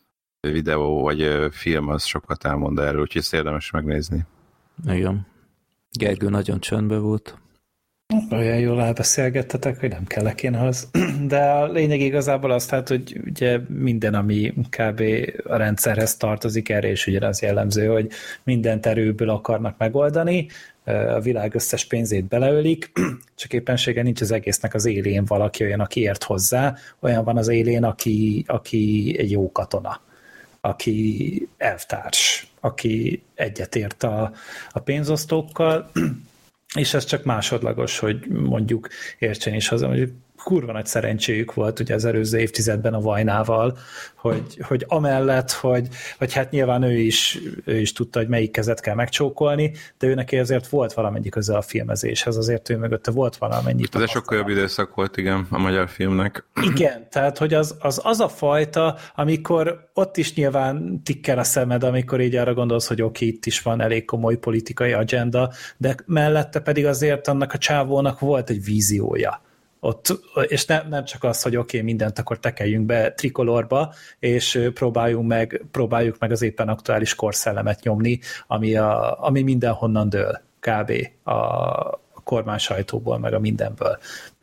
Speaker 4: videó vagy film az sokat elmond erről, úgyhogy ezt érdemes megnézni.
Speaker 3: Igen. Gergő nagyon csöndben volt.
Speaker 6: Olyan jól elbeszélgettetek, hogy nem kellek én az. De a lényeg igazából az, tehát, hogy ugye minden, ami kb. A rendszerhez tartozik, erre is ugyanaz jellemző, hogy mindent erőből akarnak megoldani, a világ összes pénzét beleölik, csak éppenséggel nincs az egésznek az élén valaki olyan, aki ért hozzá, olyan van az élén, aki, aki egy jó katona, aki elvtárs, aki egyetért a, a pénzosztókkal, és ez csak másodlagos, hogy mondjuk értsen is haza, hogy kurva nagy szerencséjük volt ugye az előző évtizedben a Vajnával, hogy, hogy amellett, hogy, hogy hát nyilván ő is, ő is tudta, hogy melyik kezet kell megcsókolni, de ő neki azért volt valamennyi köze a filmezéshez, azért ő mögötte volt valamennyi.
Speaker 4: Ez egy sokkal jobb időszak volt, igen, a magyar filmnek.
Speaker 6: Igen, tehát hogy az, az, az a fajta, amikor ott is nyilván tikkel a szemed, amikor így arra gondolsz, hogy oké, itt is van elég komoly politikai agenda, de mellette pedig azért annak a csávónak volt egy víziója. Ott, és ne, nem csak az, hogy oké, okay, mindent akkor tekeljünk be trikolorba, és próbáljunk meg, próbáljuk meg az éppen aktuális korszellemet nyomni, ami, a, ami mindenhonnan dől, kb. A kormány sajtóból, meg a mindenből.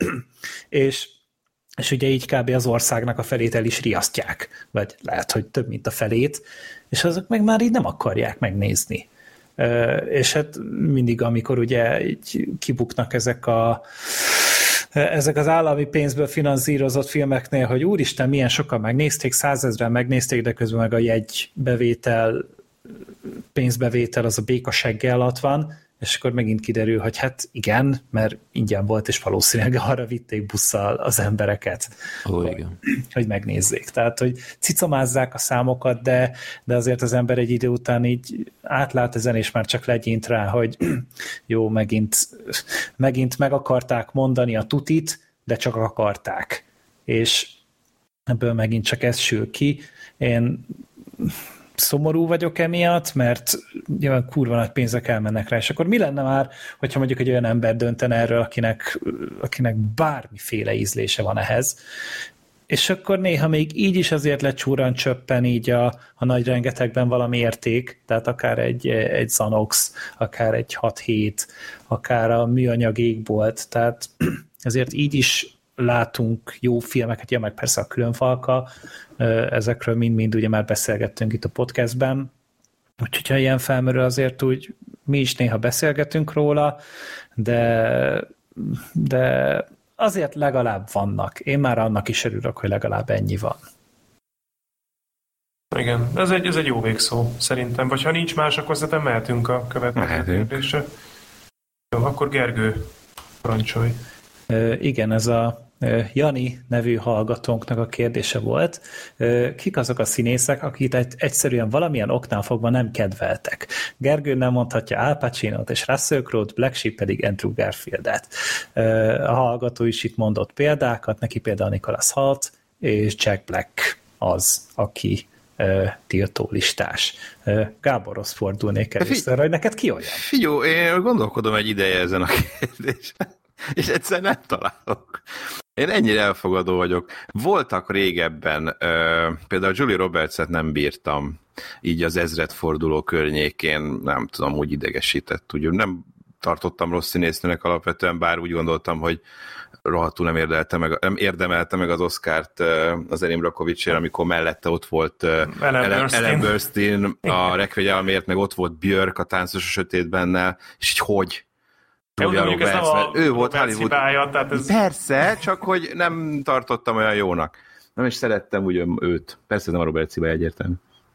Speaker 6: és, és ugye így kb. Az országnak a felét el is riasztják, vagy lehet, hogy több, mint a felét, és azok meg már így nem akarják megnézni. És hát mindig, amikor ugye így kibuknak ezek a ezek az állami pénzből finanszírozott filmeknél, hogy úristen, milyen sokan megnézték, százezren megnézték, de közben meg a jegybevétel, pénzbevétel az a békasegge alatt van, és akkor megint kiderül, hogy hát igen, mert ingyen volt, és valószínűleg arra vitték busszal az embereket,
Speaker 3: Ó,
Speaker 6: hogy,
Speaker 3: igen.
Speaker 6: hogy megnézzék. Tehát, hogy cicomázzák a számokat, de, de azért az ember egy idő után így átlát ezen, és már csak legyint rá, hogy jó, megint, megint meg akarták mondani a tutit, de csak akarták. És ebből megint csak ez sül ki. Én szomorú vagyok emiatt, mert nyilván kurva nagy pénzek elmennek rá, és akkor mi lenne már, hogyha mondjuk egy olyan ember döntene erről, akinek, akinek bármiféle ízlése van ehhez, és akkor néha még így is azért lecsúran csöppen így a, a nagy rengetegben valami érték, tehát akár egy, egy Zanox, akár egy hat hét, akár a műanyag égbolt, tehát ezért így is látunk jó filmeket, ja, meg persze a Különfalka, ezekről mind-mind ugye már beszélgettünk itt a podcastben, úgyhogy ha ilyen felmerül, azért úgy mi is néha beszélgetünk róla, de, de azért legalább vannak. Én már annak is örülök, hogy legalább ennyi van.
Speaker 5: Igen, ez egy, ez egy jó végszó, szerintem. Vagy ha nincs más, akkor szerintem mehetünk a következő kérdésre. Jó, akkor Gergő, parancsolj.
Speaker 6: Igen, ez a Jani nevű hallgatónknak a kérdése volt. Kik azok a színészek, akik egyszerűen valamilyen oknál fogva nem kedveltek? Gergő nem mondhatja Al Pacino-t és Russell Crowe-t, Black Sheep pedig Andrew Garfieldet. A hallgató is itt mondott példákat, neki például Nicholas Hoult és Jack Black az, aki tiltólistás. Gáborhoz fordulnék először, hogy neked ki olyan?
Speaker 4: Figyó, én gondolkodom egy ideje ezen a kérdésen, és egyszer nem találok. Én ennyire elfogadó vagyok. Voltak régebben, például Julie Robertset nem bírtam, így az ezredforduló környékén, nem tudom, úgy idegesített. Úgy nem tartottam rossz színésznőnek alapvetően, bár úgy gondoltam, hogy rohadtul nem érdemelte meg, nem érdemelte meg az Oscart az Erin Brockovich-ért, amikor mellette ott volt Ellen, Ellen Burstyn a Requiem-ért, meg ott volt Björk a Táncos a sötétbennel, és így hogy?
Speaker 5: Julia Roberts, a
Speaker 4: ő volt Hollywood.
Speaker 5: Hibája, tehát ez...
Speaker 4: Persze, csak hogy nem tartottam olyan jónak. Nem is szerettem úgy őt. Persze nem a Robert hibája egyértelmű.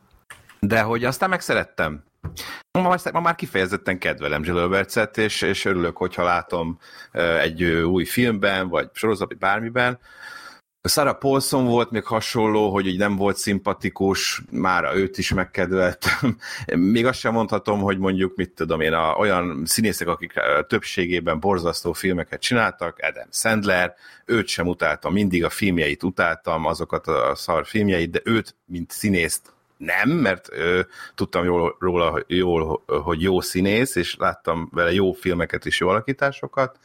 Speaker 4: De hogy aztán megszerettem. Ma, ma már kifejezetten kedvelem Julia Robertset, és, és örülök, hogyha látom egy új filmben, vagy sorozat, bármiben. Sarah Paulson volt még hasonló, hogy így nem volt szimpatikus, már őt is megkedveltem. Még azt sem mondhatom, hogy mondjuk, mit tudom én, a, olyan színészek, akik többségében borzasztó filmeket csináltak, Adam Sandler, őt sem utáltam, mindig a filmjeit utáltam, azokat a szar filmjeit, de őt, mint színészt nem, mert ö, tudtam jól, róla, jól, hogy jó színész, és láttam vele jó filmeket és jó alakításokat.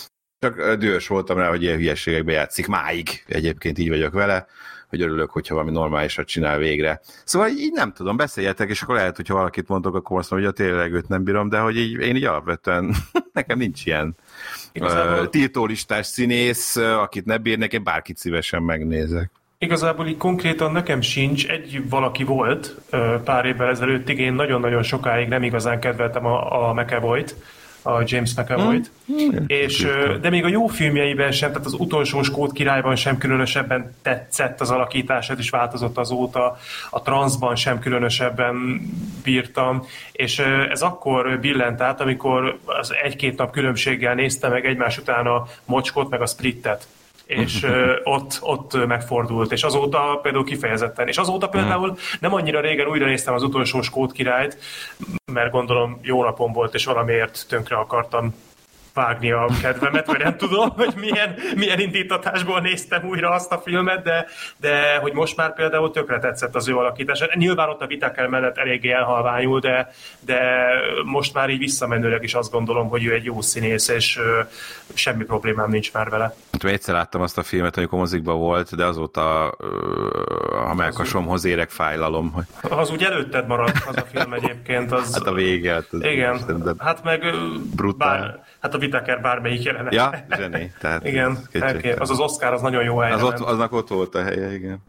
Speaker 4: Csak dühös voltam rá, hogy ilyen hülyeségekbe játszik máig. Egyébként így vagyok vele, hogy örülök, hogyha valami normálisat csinál végre. Szóval így nem tudom, beszéljetek, és akkor lehet, hogyha valakit mondok, akkor azt mondom, hogy a tényleg őt nem bírom, de hogy így, én így alapvetően nekem nincs ilyen Igazából... uh, tiltólistás színész, akit ne bírnek, én bárkit szívesen megnézek.
Speaker 5: Igazából így konkrétan nekem sincs, egy valaki volt pár évvel ezelőttig, én nagyon-nagyon sokáig nem igazán kedveltem a, a McAvoy-t, a James McAvoy-t, hmm. és, de még a jó filmjeiben sem, tehát az utolsó Skót királyban sem különösebben tetszett az alakítás, ez is változott azóta, a Transzban sem különösebben bírtam, és ez akkor billent át, amikor az egy-két nap különbséggel nézte meg egymás után a Mocskot, meg a Splittet. és ö, ott, ott megfordult, és azóta például kifejezetten, és azóta például nem annyira régen újra néztem az utolsó Skót királyt, mert gondolom jó napom volt, és valamiért tönkre akartam vágni a kedvemet, vagy nem tudom, hogy milyen, milyen indítatásból néztem újra azt a filmet, de, de hogy most már például tökre tetszett az ő alakítása. Nyilván ott a Whittaker mellett eléggé elhalványul, de, de most már így visszamenőleg is azt gondolom, hogy ő egy jó színész, és ö, semmi problémám nincs már vele. Hát
Speaker 4: egyszer láttam azt a filmet, amikor mozikban volt, de azóta ö, a melkasomhoz érek fájlalom. Hogy...
Speaker 5: Az úgy előtted maradt az a film egyébként. Az...
Speaker 4: Hát a vége. Hát az
Speaker 5: igen,
Speaker 4: Isten,
Speaker 5: hát meg...
Speaker 4: brutál.
Speaker 5: Bár, hát a Whittaker bármelyik jelenet.
Speaker 4: Ja, zseni. Tehát
Speaker 5: igen, az az Oscar, az nagyon jó helyre
Speaker 4: az ott, aznak ott volt a helye, igen.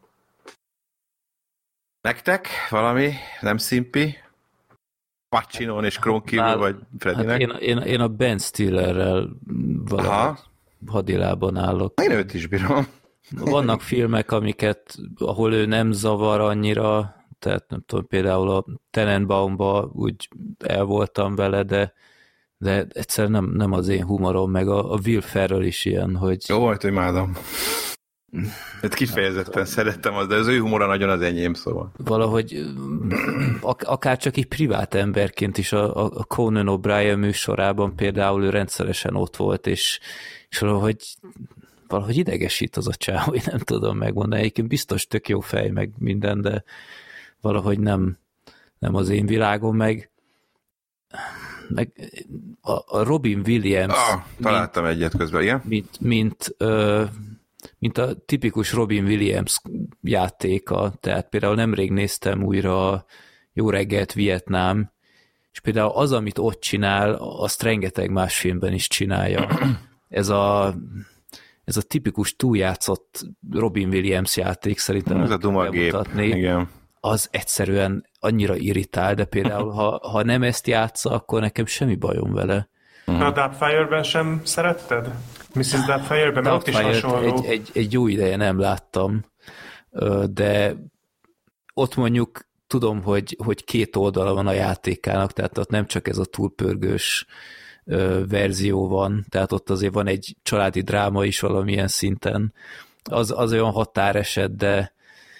Speaker 4: Nektek valami nem szimpi? Pacino és Kron kívül, vagy Freddynek?
Speaker 3: Hát én, én, én a Ben Stillerrel valahogy hadilában állok.
Speaker 4: Én őt is bírom.
Speaker 3: Vannak filmek, amiket, ahol ő nem zavar annyira, tehát nem tudom, például a Tenenbaumban úgy el voltam vele, de de egyszerűen nem, nem az én humorom, meg a, a Will Ferrell is ilyen, hogy...
Speaker 4: Jó, hogy imádom. Hát kifejezetten szerettem az, de az ő humora nagyon az enyém, szóval.
Speaker 3: Valahogy ak- akár csak így privát emberként is a, a Conan O'Brien műsorában például ő rendszeresen ott volt, és, és valahogy, valahogy idegesít az a csávó, én nem tudom megmondani. Egyébként biztos tök jó fej, meg minden, de valahogy nem, nem az én világom, meg meg a, a Robin Williams
Speaker 4: ah, találtam mint, egyet közben, igen?
Speaker 3: Mint, mint, ö, mint a tipikus Robin Williams játéka, tehát például nemrég néztem újra a Jó reggelt Vietnám, és például az, amit ott csinál, azt rengeteg más filmben is csinálja. Ez a, ez a tipikus túljátszott Robin Williams játék szerintem.
Speaker 4: Ez a duma gép, igen.
Speaker 3: Az egyszerűen annyira irritál, de például ha, ha nem ezt játsza, akkor nekem semmi bajom vele.
Speaker 5: Uh-huh. A Doubtfire-ben sem szeretted? missus Doubtfire-ben, mert ott is hasonló.
Speaker 3: Egy, egy, egy jó ideje nem láttam, de ott mondjuk tudom, hogy, hogy két oldala van a játékának, tehát ott nem csak ez a túlpörgős ö, verzió van, tehát ott azért van egy családi dráma is valamilyen szinten. Az, az olyan határeset, de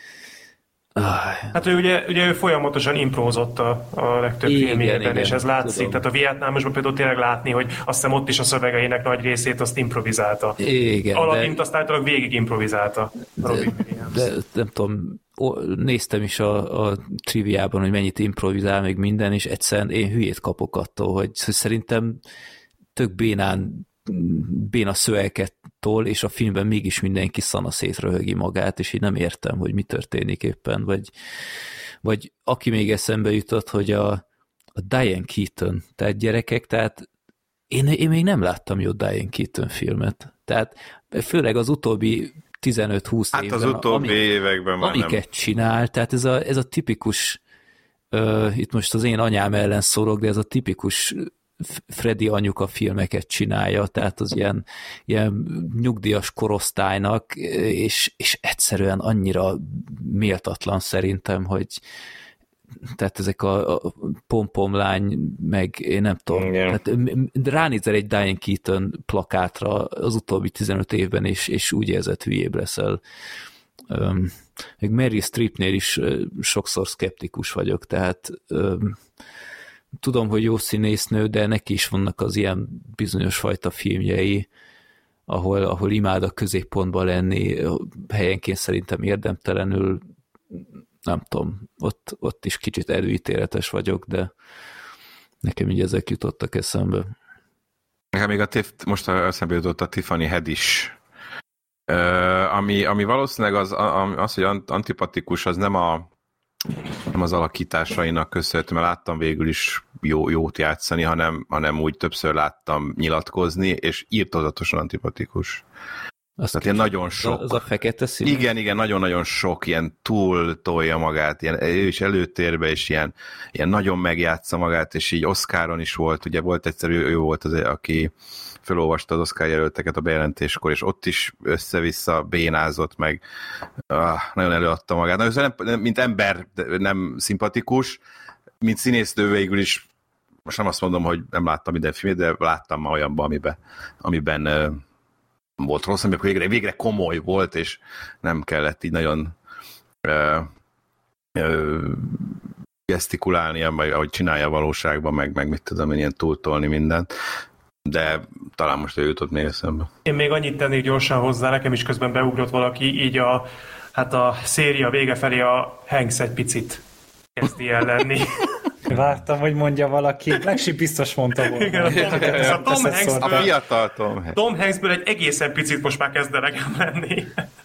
Speaker 5: hát ő ugye, ugye ő folyamatosan improvizott a, a legtöbb
Speaker 3: igen,
Speaker 5: filmjében,
Speaker 3: igen,
Speaker 5: és ez látszik.
Speaker 3: tudom.
Speaker 5: Tehát a Vietnámosban például tényleg látni, hogy azt hiszem ott is a szövegeinek nagy részét azt improvizálta.
Speaker 3: Igen,
Speaker 5: Aladdint
Speaker 3: de,
Speaker 5: azt általában végig improvizálta. Robin Williams.
Speaker 3: de nem tudom, néztem is a, a triviában, hogy mennyit improvizál még minden, és egyszerűen én hülyét kapok attól, hogy szerintem tök bénán béna szövegeket tol, és a filmben mégis mindenki szana szétröhögi magát, és így nem értem, hogy mi történik éppen, vagy, vagy aki még eszembe jutott, hogy a, a Diane Keaton, tehát gyerekek, tehát én, én még nem láttam jó Diane Keaton filmet, tehát főleg az utóbbi tizenöt-húsz
Speaker 4: hát
Speaker 3: évben,
Speaker 4: az utóbbi
Speaker 3: ami,
Speaker 4: években már
Speaker 3: amiket
Speaker 4: nem.
Speaker 3: csinál, tehát ez a, ez a tipikus, uh, itt most az én anyám ellen szorok, de ez a tipikus Freddy anyuka filmeket csinálja, tehát az ilyen, ilyen nyugdíjas korosztálynak, és, és egyszerűen annyira méltatlan szerintem, hogy tehát ezek a, a pompomlány, meg én nem tudom, tehát ránézel egy Diane Keaton plakátra az utóbbi tizenöt évben, és, és úgy érzed, hülyébb leszel. Um, meg Meryl Streepnél is uh, sokszor szkeptikus vagyok, tehát um, tudom, hogy jó színésznő, de neki is vannak az ilyen bizonyos fajta filmjei, ahol, ahol imád a középpontban lenni, helyenként szerintem érdemtelenül, nem tudom, ott, ott is kicsit előítéletes vagyok, de nekem így ezek jutottak eszembe.
Speaker 4: Nekem még a Tiff, most eszembe jutott a Tiffany Head is, uh, ami, ami valószínűleg az, az, hogy antipatikus, az nem a nem az alakításainak köszönhető, mert láttam végül is jó, jót játszani, hanem, hanem úgy többször láttam nyilatkozni, és írtózatosan antipatikus.
Speaker 3: Azt
Speaker 4: Tehát ilyen nagyon sok.
Speaker 3: Az a fekete szín?
Speaker 4: Igen, igen, nagyon-nagyon sok ilyen túl tolja magát, ilyen, ő is előtérbe, és ilyen, ilyen nagyon megjátsza magát, és így Oscaron is volt, ugye volt egyszer, ő, ő volt az, aki felolvasta az Oscar jelölteket a bejelentéskor, és ott is össze-vissza bénázott, meg ah, nagyon előadta magát. Na, nem, nem, mint ember nem szimpatikus, mint színésznő végül is, most nem azt mondom, hogy nem láttam minden filmét, de láttam már olyanban, amiben, amiben uh, volt rossz, amikor végre, végre komoly volt, és nem kellett így nagyon uh, uh, gesztikulálnia, vagy ahogy csinálja a valóságban, meg, meg mit tudom én, ilyen túltolni mindent. De talán most ő jutott még eszembe.
Speaker 5: Én még annyit tennék gyorsan hozzá, nekem is közben beugrott valaki, így a, hát a széria vége felé a Hanks egy picit kezdi el lenni.
Speaker 6: Vártam, hogy mondja valaki, Legsip biztos mondta volna.
Speaker 5: Igen, a Tom, ez a Tom Hanksből,
Speaker 4: A fiatal Tom Hanks.
Speaker 5: Tom Hanksből egy egészen picit most már kezd elegem lenni.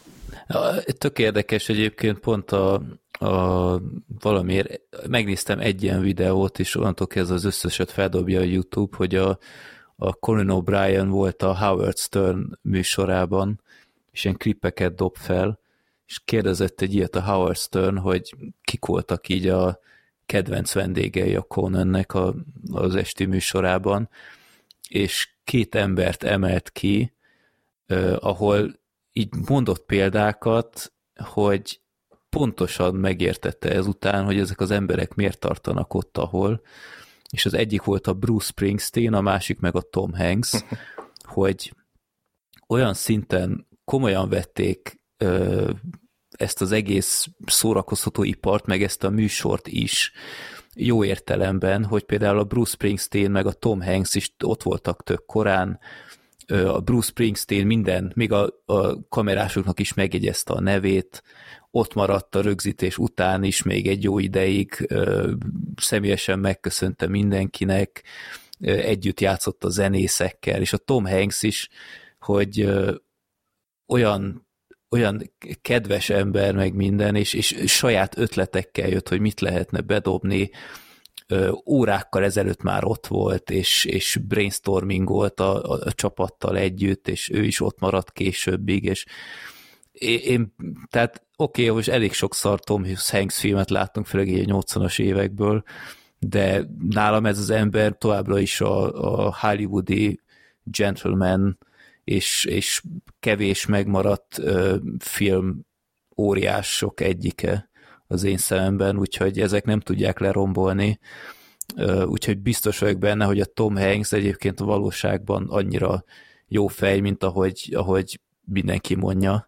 Speaker 3: Tök érdekes egyébként, pont a, a valamiért megnéztem egy ilyen videót, és onnantól kezdve az összeset feldobja a YouTube, hogy a a Conan O'Brien volt a Howard Stern műsorában, és ilyen klippeket dob fel, és kérdezett egy ilyet a Howard Stern, hogy kik voltak így a kedvenc vendégei a Conannek a, az esti műsorában, és két embert emelt ki, eh, ahol így mondott példákat, hogy pontosan megértette ezután, hogy ezek az emberek miért tartanak ott, ahol, és az egyik volt a Bruce Springsteen, a másik meg a Tom Hanks, hogy olyan szinten komolyan vették ö, ezt az egész szórakoztató ipart, meg ezt a műsort is, jó értelemben, hogy például a Bruce Springsteen meg a Tom Hanks is ott voltak tök korán, ö, a Bruce Springsteen minden, még a, a kamerásoknak is megjegyezte a nevét, ott maradt a rögzítés után is még egy jó ideig, ö, személyesen megköszönte mindenkinek, ö, együtt játszott a zenészekkel, és a Tom Hanks is, hogy ö, olyan, olyan kedves ember meg minden, és, és saját ötletekkel jött, hogy mit lehetne bedobni, ö, órákkal ezelőtt már ott volt, és, és brainstormingolt a, a, a csapattal együtt, és ő is ott maradt későbbig, és én, én tehát oké, okay, most elég sokszor Tom Hanks filmet láttunk, főleg így a nyolcvanas évekből, de nálam ez az ember továbbra is a, a hollywoodi gentleman, és, és kevés megmaradt uh, film óriások egyike az én szememben, úgyhogy ezek nem tudják lerombolni. úgyhogy biztos vagyok benne, hogy a Tom Hanks egyébként a valóságban annyira jó fej, mint ahogy, ahogy mindenki mondja.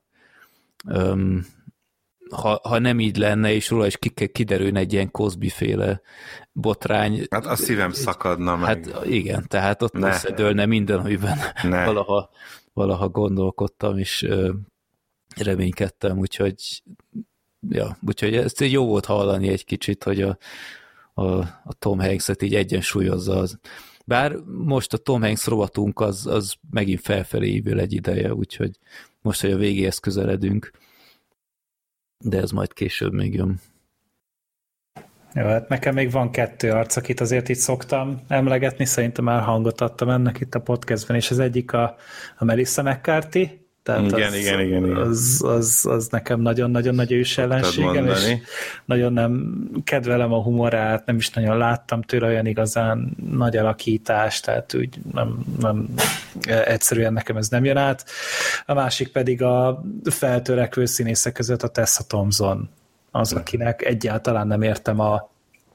Speaker 3: Ha, ha nem így lenne, és róla is kiderülne egy ilyen Cosby-féle botrány.
Speaker 4: Hát a szívem szakadna meg.
Speaker 3: Hát igen, tehát ott ne. Összedőlne minden, amiben valaha, valaha gondolkodtam, és reménykedtem, úgyhogy ja, úgyhogy ezt jó volt hallani egy kicsit, hogy a, a, a Tom Hanks-et így egyensúlyozza az. Bár most a Tom Hanks rovatunk az, az megint felfelé ívül egy ideje, úgyhogy most, hogy a végéhez közeledünk, de ez majd később még jön.
Speaker 6: Jó, hát nekem még van kettő arc, akit azért itt szoktam emlegetni, szerintem már hangot adtam ennek itt a podcastben, és az egyik a, a Melissa McCarthy, tehát
Speaker 4: igen,
Speaker 6: az,
Speaker 4: igen, igen, igen.
Speaker 6: Az, az, az nekem nagyon-nagyon nagy ős ellenségem, és nagyon nem kedvelem a humorát, nem is nagyon láttam tőle olyan igazán nagy alakítást, tehát úgy nem, nem egyszerűen nekem ez nem jön át. A másik pedig a feltörekvő színészek között a Tessa Thompson, az, akinek egyáltalán nem értem a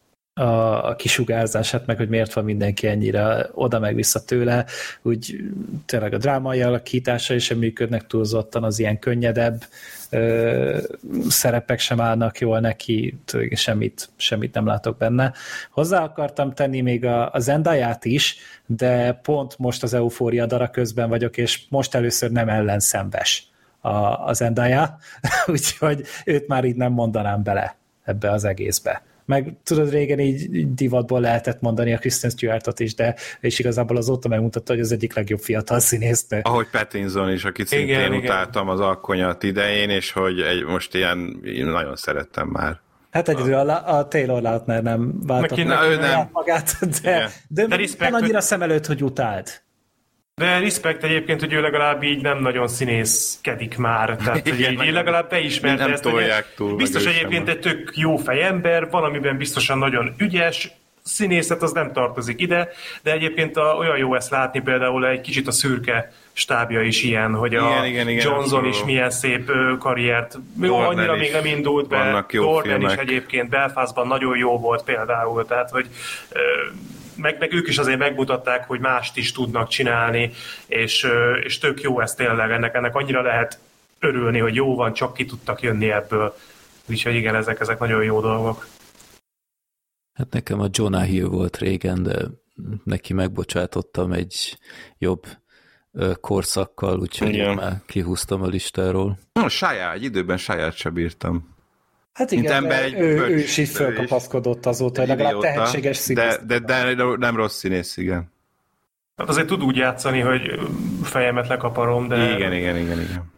Speaker 6: a, a kisugárzását, meg hogy miért van mindenki ennyire oda meg vissza tőle, úgy tényleg a drámai alakítása is sem működnek túlzottan, az ilyen könnyedebb ö, szerepek sem állnak jól neki, semmit, semmit nem látok benne. Hozzá akartam tenni még a, a Zendayát is, de pont most az Eufória dara közben vagyok, és most először nem ellenszenves a, a Zendaya, úgyhogy őt már így nem mondanám bele ebbe az egészbe. Meg tudod, régen így divatból lehetett mondani a Kristen Stewartot is, de és igazából azóta megmutatta, hogy az egyik legjobb fiatal színésznő.
Speaker 4: Ahogy Pattinson is, akit szintén igen, utáltam igen. az Alkonyat idején, és hogy egy, most ilyen nagyon szerettem már.
Speaker 6: Hát egyedül a, a Taylor Lautner nem váltott meg magát, de, de, de, de annyira hogy... szem előtt, hogy utált.
Speaker 5: De respekt egyébként, hogy ő legalább így nem nagyon színészkedik már, tehát igen, hogy így legalább beismerte ezt, hogy túl, biztos egyébként egy tök jó fejember, valamiben biztosan nagyon ügyes, színészet az nem tartozik ide, de egyébként a, olyan jó ezt látni, például egy kicsit a szürke stábja is ilyen, hogy igen, a igen, igen, Johnson is milyen szép ö, karriert, jó, annyira még nem indult be, Dornan is egyébként Belfastban nagyon jó volt például, tehát hogy ö, Meg, meg ők is azért megmutatták, hogy mást is tudnak csinálni, és, és tök jó ez tényleg, ennek, ennek annyira lehet örülni, hogy jó van, csak ki tudtak jönni ebből. Úgyhogy igen, ezek, ezek nagyon jó dolgok.
Speaker 3: Hát nekem a Jonah Hill volt régen, de neki megbocsátottam egy jobb korszakkal, úgyhogy igen. Már kihúztam a listáról.
Speaker 4: No, Saját, egy időben Saját sem bírtam.
Speaker 6: Hát igen, ember, egy ő, ő is így fölkapaszkodott azóta, hogy legalább tehetséges színész.
Speaker 4: De, de, de nem rossz színész, igen.
Speaker 5: Hát azért tud úgy játszani, hogy fejemet lekaparom, de...
Speaker 4: Igen, igen, igen, igen.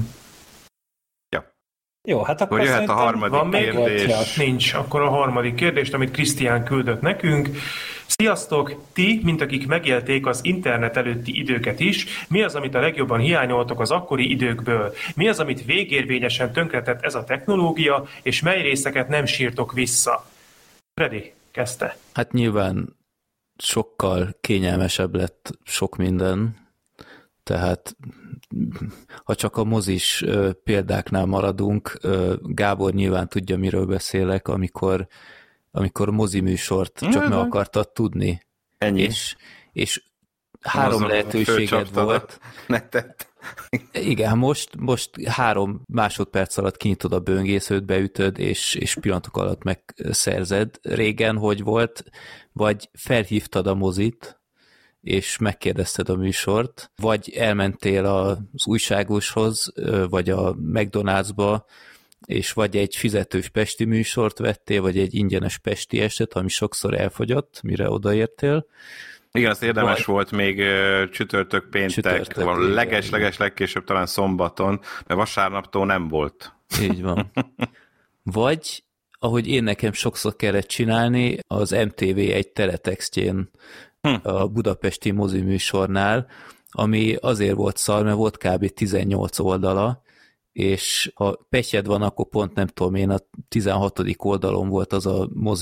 Speaker 4: Ja.
Speaker 6: Jó, hát akkor
Speaker 4: jöhet a harmadik
Speaker 5: van
Speaker 4: kérdés.
Speaker 5: Még? Nincs. Akkor a harmadik kérdést, amit Krisztián küldött nekünk. Sziasztok! Ti, mint akik megélték az internet előtti időket is, mi az, amit a legjobban hiányoltok az akkori időkből? Mi az, amit végérvényesen tönkretett ez a technológia, és mely részeket nem sírtok vissza? Freddy, kezdte.
Speaker 3: Hát nyilván sokkal kényelmesebb lett sok minden, tehát ha csak a mozis példáknál maradunk, Gábor nyilván tudja, miről beszélek, amikor amikor moziműsort csak meg akartad tudni.
Speaker 4: Ennyi.
Speaker 3: És, és három azon lehetőséged volt.
Speaker 4: Netet.
Speaker 3: Igen, most, most három másodperc alatt kinyitod a böngészőt, beütöd, és, és pillanatok alatt megszerzed. Régen hogy volt? Vagy felhívtad a mozit, és megkérdezted a műsort, vagy elmentél az újságoshoz, vagy a McDonald'sba, és vagy egy fizetős pesti műsort vettél, vagy egy ingyenes pesti eset, ami sokszor elfogyott, mire odaértél.
Speaker 4: Igen, az érdemes vagy... volt még uh, csütörtök, péntek, leges-leges legkésőbb talán szombaton, mert vasárnaptól nem volt.
Speaker 3: Így van. Vagy, ahogy én nekem sokszor kellett csinálni, az em té vé egy teletextjén hm. a budapesti moziműsornál, ami azért volt szar, mert volt kb. tizennyolc oldala, és ha petyed van, akkor pont nem tudom én, a tizenhatodik oldalon volt az a mozi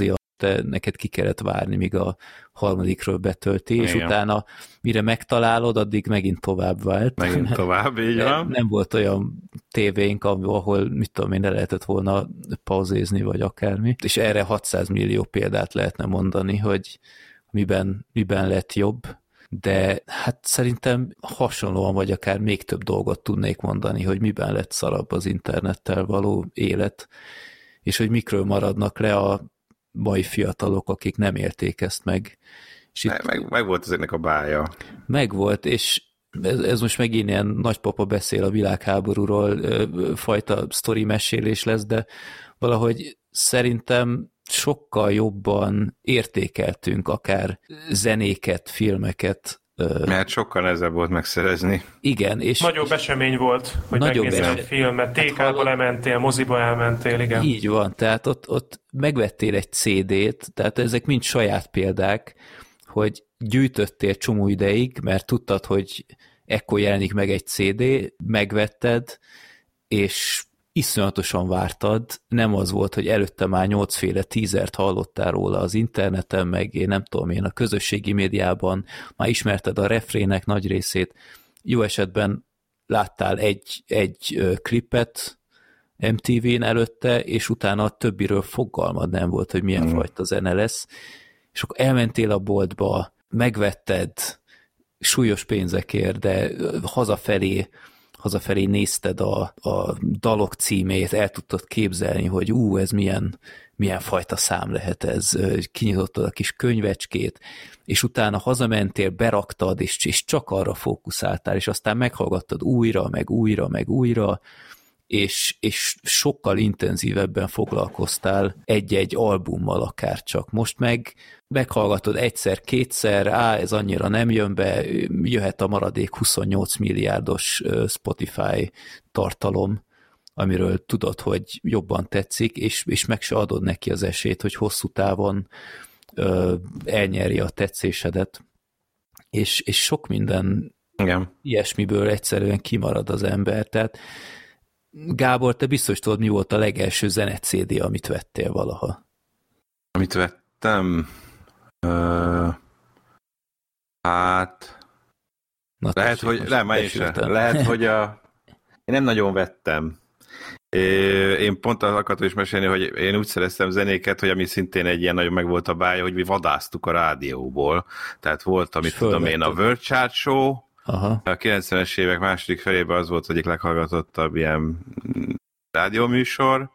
Speaker 3: te neked ki kellett várni, míg a harmadikről betölti, és
Speaker 4: Igen.
Speaker 3: utána mire megtalálod, addig megint tovább vált.
Speaker 4: Megint tovább, így van.
Speaker 3: Nem volt olyan tévénk, ahol, mit tudom én, ne lehetett volna pauzézni, vagy akármi. És erre hatszáz millió példát lehetne mondani, hogy miben, miben lett jobb, de hát szerintem hasonlóan, vagy akár még több dolgot tudnék mondani, hogy miben lett szarabb az internettel való élet, és hogy mikről maradnak le a mai fiatalok, akik nem élték ezt meg. És
Speaker 4: meg, meg, meg volt ezeknek a bája.
Speaker 3: Meg volt, és ez, ez most megint ilyen nagypapa beszél a világháborúról fajta sztori mesélés lesz, de valahogy szerintem sokkal jobban értékeltünk akár zenéket, filmeket.
Speaker 4: Mert sokkal nehezebb volt megszerezni.
Speaker 3: Igen. És
Speaker 5: nagyobb esemény volt, hogy megnézzél egy filmet. té ká-ból elmentél, moziba elmentél, igen.
Speaker 3: Így van, tehát ott, ott megvettél egy cé dét, tehát ezek mind saját példák, hogy gyűjtöttél csomó ideig, mert tudtad, hogy ekkor jelenik meg egy cé dé, megvetted, és iszonyatosan vártad, nem az volt, hogy előtte már nyolcféle tízert hallottál róla az interneten, meg én nem tudom én a közösségi médiában, már ismerted a refrének nagy részét, jó esetben láttál egy, egy klippet em té vén előtte, és utána a többiről fogalmad nem volt, hogy milyen mm. fajta zene lesz, és akkor elmentél a boltba, megvetted súlyos pénzekért, de hazafelé hazafelé nézted a, a dalok címét, el tudtad képzelni, hogy ú, ez milyen, milyen fajta szám lehet ez, kinyitottad a kis könyvecskét, és utána hazamentél, beraktad, és, és csak arra fókuszáltál, és aztán meghallgattad újra, meg újra, meg újra, és, és sokkal intenzívebben foglalkoztál egy-egy albummal akár csak. Most meg meghallgatod egyszer-kétszer, á, ez annyira nem jön be, jöhet a maradék huszonnyolc milliárdos Spotify tartalom, amiről tudod, hogy jobban tetszik, és, és meg se adod neki az esélyt, hogy hosszú távon ö, elnyeri a tetszésedet. És, és sok minden
Speaker 4: Igen.
Speaker 3: ilyesmiből egyszerűen kimarad az ember. Tehát Gábor, te biztos tudod, mi volt a legelső zene cé dé, amit vettél valaha?
Speaker 4: Amit vettem? Ö... Hát...
Speaker 3: Na,
Speaker 4: lehet,
Speaker 3: tessék,
Speaker 4: hogy... Nem, már is lehet, hogy a... Én nem nagyon vettem. Én pont azt akartam is mesélni, hogy én úgy szereztem zenéket, hogy ami szintén egy ilyen nagyon meg volt a bája, hogy mi vadásztuk a rádióból. Tehát volt, amit tudom én, a World Chart Show. Aha. A kilencvenes évek második felében az volt az egyik leghallgatottabb ilyen rádióműsor,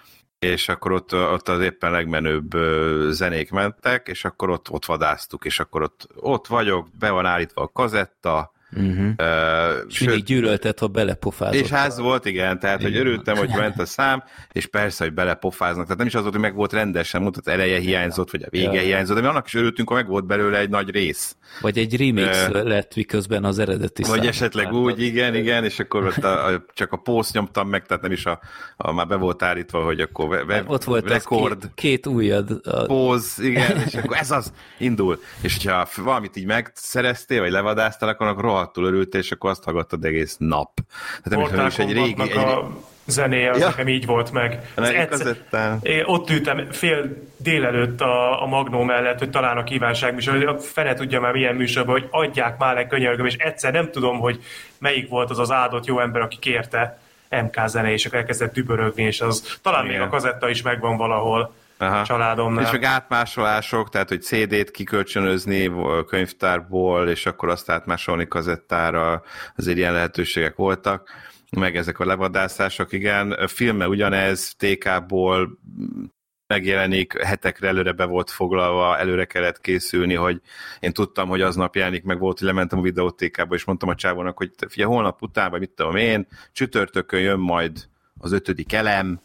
Speaker 4: és akkor ott, ott az éppen legmenőbb zenék mentek, és akkor ott, ott vadáztuk, és akkor ott, ott vagyok, be van állítva a kazetta,
Speaker 3: Uh-huh. Uh, és mindig gyűlölted, ha belepofázott.
Speaker 4: És ez volt, igen, tehát, igen. Hogy örültem, hogy ment a szám, és persze, hogy belepofáznak. Tehát nem is az volt, hogy meg volt rendesen, mutat eleje hiányzott, vagy a vége ja. hiányzott, de mi annak is örültünk, hogy meg volt belőle egy nagy rész.
Speaker 3: Vagy egy remix uh, lett, miközben az eredeti szám.
Speaker 4: Vagy esetleg látod. Úgy, igen, igen, és akkor ott a, a, csak a post nyomtam meg, tehát nem is a, a már be volt állítva, hogy akkor ve, ve,
Speaker 3: ott volt
Speaker 4: rekord.
Speaker 3: Két, két ujjad. A...
Speaker 4: Póz, igen, és akkor ez az, indul. És hogyha valamit így megszereztél, vagy levadáztál, akkor rohadtul örültél, és akkor azt hallgattad egész nap. Tehát nem is egy régi... Egy...
Speaker 5: a zenéje, az ja. nekem így volt meg.
Speaker 4: Egyszer...
Speaker 5: Én ott ültem fél délelőtt a, a Magnó mellett, hogy talán a kívánság műsor, hogy fene tudja már milyen műsorban, hogy adják már le, könyörgöm, és egyszer nem tudom, hogy melyik volt az az áldott jó ember, aki kérte em ká zene, és akkor elkezdett dübörögni, és az talán igen. még a kazetta is megvan valahol. Aha. Családomnál.
Speaker 4: És meg átmásolások, tehát hogy cé dét kikölcsönözni könyvtárból, és akkor azt átmásolni kazettára, azért ilyen lehetőségek voltak, meg ezek a levadászások, igen. A filmmel ugyanez, té ká-ból megjelenik, hetekre előre be volt foglalva, előre kellett készülni, hogy én tudtam, hogy aznap jelenik, meg volt, hogy lementem a videótékába, és mondtam a csávónak, hogy figyelj, holnap után, vagy mit tudom én, csütörtökön jön majd az ötödik elem,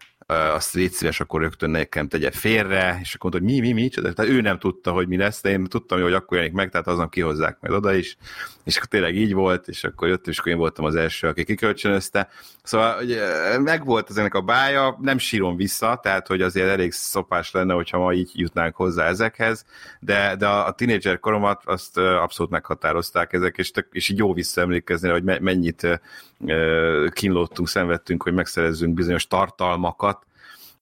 Speaker 4: azt légy szíves, akkor rögtön nekem tegye félre, és akkor mondta, hogy mi, mi, mi, tehát ő nem tudta, hogy mi lesz, de én tudtam, hogy akkor jelenik meg, tehát aznap kihozzák majd oda is, és akkor tényleg így volt, és akkor jött, és akkor én voltam az első, aki kikölcsönözte. Szóval meg volt ezeknek a bája, nem sírom vissza, tehát hogy azért elég szopás lenne, hogyha ma így jutnánk hozzá ezekhez, de, de a, a tínédzser koromat azt abszolút meghatározták ezek, és, és így jó visszaemlékezni, hogy mennyit kínlódtunk, szenvedtünk, hogy megszerezzünk bizonyos tartalmakat,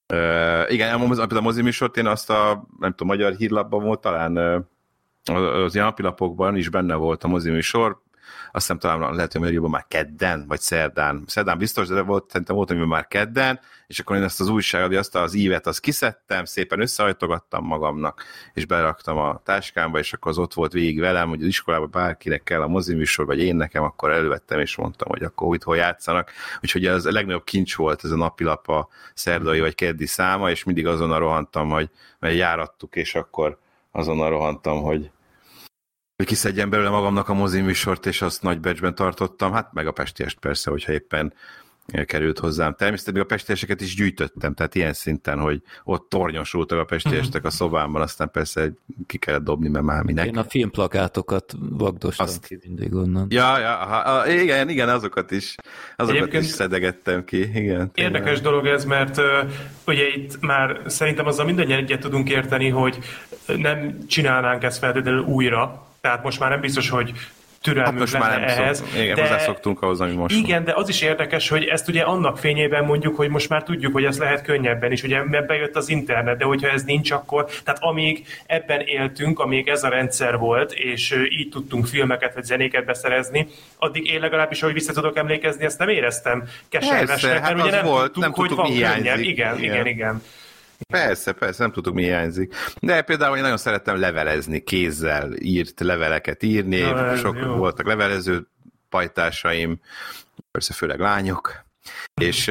Speaker 4: Uh, igen, a moziműsort én azt a, nem tudom, magyar hírlapban volt, talán uh, az ilyen napilapokban is benne volt a moziműsor, azt hiszem talán lehet, hogy jobban már kedden, vagy szerdán. Szerdán biztos, de volt, szerintem volt, hogy már kedden, és akkor én ezt az újságot, azt az ívet, azt kiszedtem, szépen összehajtogattam magamnak, és beraktam a táskámba, és akkor az ott volt végig velem, hogy az iskolában bárkinek kell a moziműsor, vagy én nekem, akkor elővettem, és mondtam, hogy akkor itt hol játszanak. Úgyhogy ez a legnagyobb kincs volt ez a napilap a szerdai vagy keddi száma, és mindig azonnal rohantam, hogy mert járattuk, és akkor azonnal rohantam, hogy hogy kiszedjem belőle magamnak a moziműsort, és azt nagy becsben tartottam, hát meg a Pestiest persze, hogyha éppen került hozzám. Természetesen a pestieseket is gyűjtöttem, tehát ilyen szinten, hogy ott tornyosultak a pestiestek a szobámban, aztán persze ki kellett dobni, mert már minek.
Speaker 3: Én a filmplakátokat vagdostam azt... ki mindig onnan.
Speaker 4: Ja, ja, aha, igen, igen, azokat is, azokat Egyébként is szedegettem ki. Igen,
Speaker 5: érdekes dolog ez, mert uh, ugye itt már szerintem azzal mindannyian egyet tudunk érteni, hogy nem csinálnánk ezt feltétlenül újra, tehát most már nem biztos, hogy türelmünk hát lenne ehhez.
Speaker 4: Szok, igen, de, hozzászoktunk ahhoz, ami most
Speaker 5: igen,
Speaker 4: van.
Speaker 5: De az is érdekes, hogy ezt ugye annak fényében mondjuk, hogy most már tudjuk, hogy ez lehet könnyebben is, ugye ebben jött az internet, de hogyha ez nincs, akkor, tehát amíg ebben éltünk, amíg ez a rendszer volt, és így tudtunk filmeket vagy zenéket beszerezni, addig én legalábbis, ahogy vissza tudok emlékezni, ezt nem éreztem keservesnek,
Speaker 4: hát
Speaker 5: mert ugye nem
Speaker 4: volt,
Speaker 5: tudtuk,
Speaker 4: nem
Speaker 5: hogy
Speaker 4: tudtuk,
Speaker 5: van könnyebb. Igen,
Speaker 4: igen,
Speaker 5: igen, igen.
Speaker 4: Persze, persze, nem tudtuk, mi hiányzik. De például én nagyon szerettem levelezni, kézzel írt leveleket írni, Na, sok jó. voltak levelező pajtásaim, persze főleg lányok, és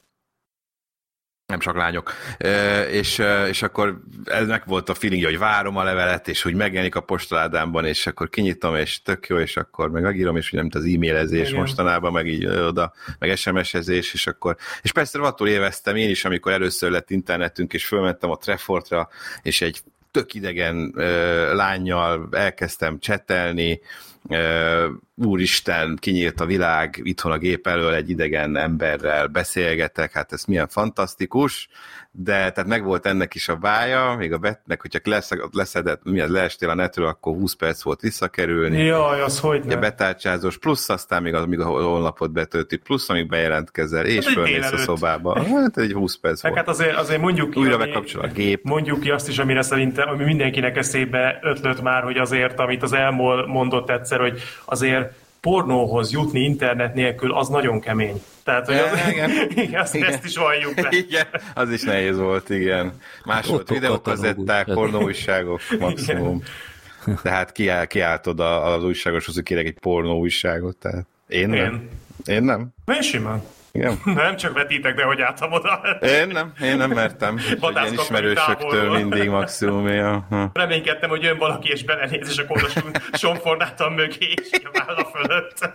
Speaker 4: nem csak lányok, és, és akkor ennek volt a feeling, hogy várom a levelet, és hogy megjelenik a postaládámban, és akkor kinyitom, és tök jó, és akkor meg megírom, és nem az e-mailezés Igen. mostanában, meg így oda, meg es em es-ezés, és akkor, és persze attól élveztem én is, amikor először lett internetünk, és fölmentem a Trefortra, és egy tök idegen uh, lánnyal elkezdtem csetelni, uh, úristen, kinyílt a világ, itthon a gép elől egy idegen emberrel beszélgetek, hát ez milyen fantasztikus, de tehát megvolt ennek is a bája, még a betnek, hogyha leszedett, milyen leestél a netről, akkor húsz perc volt visszakerülni.
Speaker 5: Jaj, az hogy nem.
Speaker 4: Betárcsázós, plusz aztán még, amíg a honlapot betölti, plusz amíg bejelentkezel, és hát fölmész a szobába. Hát egy húsz perc volt.
Speaker 5: Hát azért, azért mondjuk ki,
Speaker 4: újra bekapcsol a gép.
Speaker 5: Mondjuk ki azt is, amire szerintem, ami mindenkinek eszébe ötlött már, hogy azért, amit az Elmol mondott egyszer, hogy azért pornóhoz jutni internet nélkül, az nagyon kemény. Tehát, hogy az, igen, igen, azt, igen. ezt is valljuk be.
Speaker 4: Igen, az is nehéz volt, igen. Más volt videókazetták, pornóújságok maximum. Igen. Tehát kiáll, kiáltod az újságoshoz, hogy kérek egy pornóújságot. Tehát én nem. Én, én nem.
Speaker 5: Én simán.
Speaker 4: Igen.
Speaker 5: Nem csak vetítek, de hogy álltam oda.
Speaker 4: Én nem, én nem mertem. Ilyen ismerősöktől mindig maximum. Ja.
Speaker 5: Reménykedtem, hogy jön valaki és belenéz, és akkor somfornáltam mögé, és a válla fölött.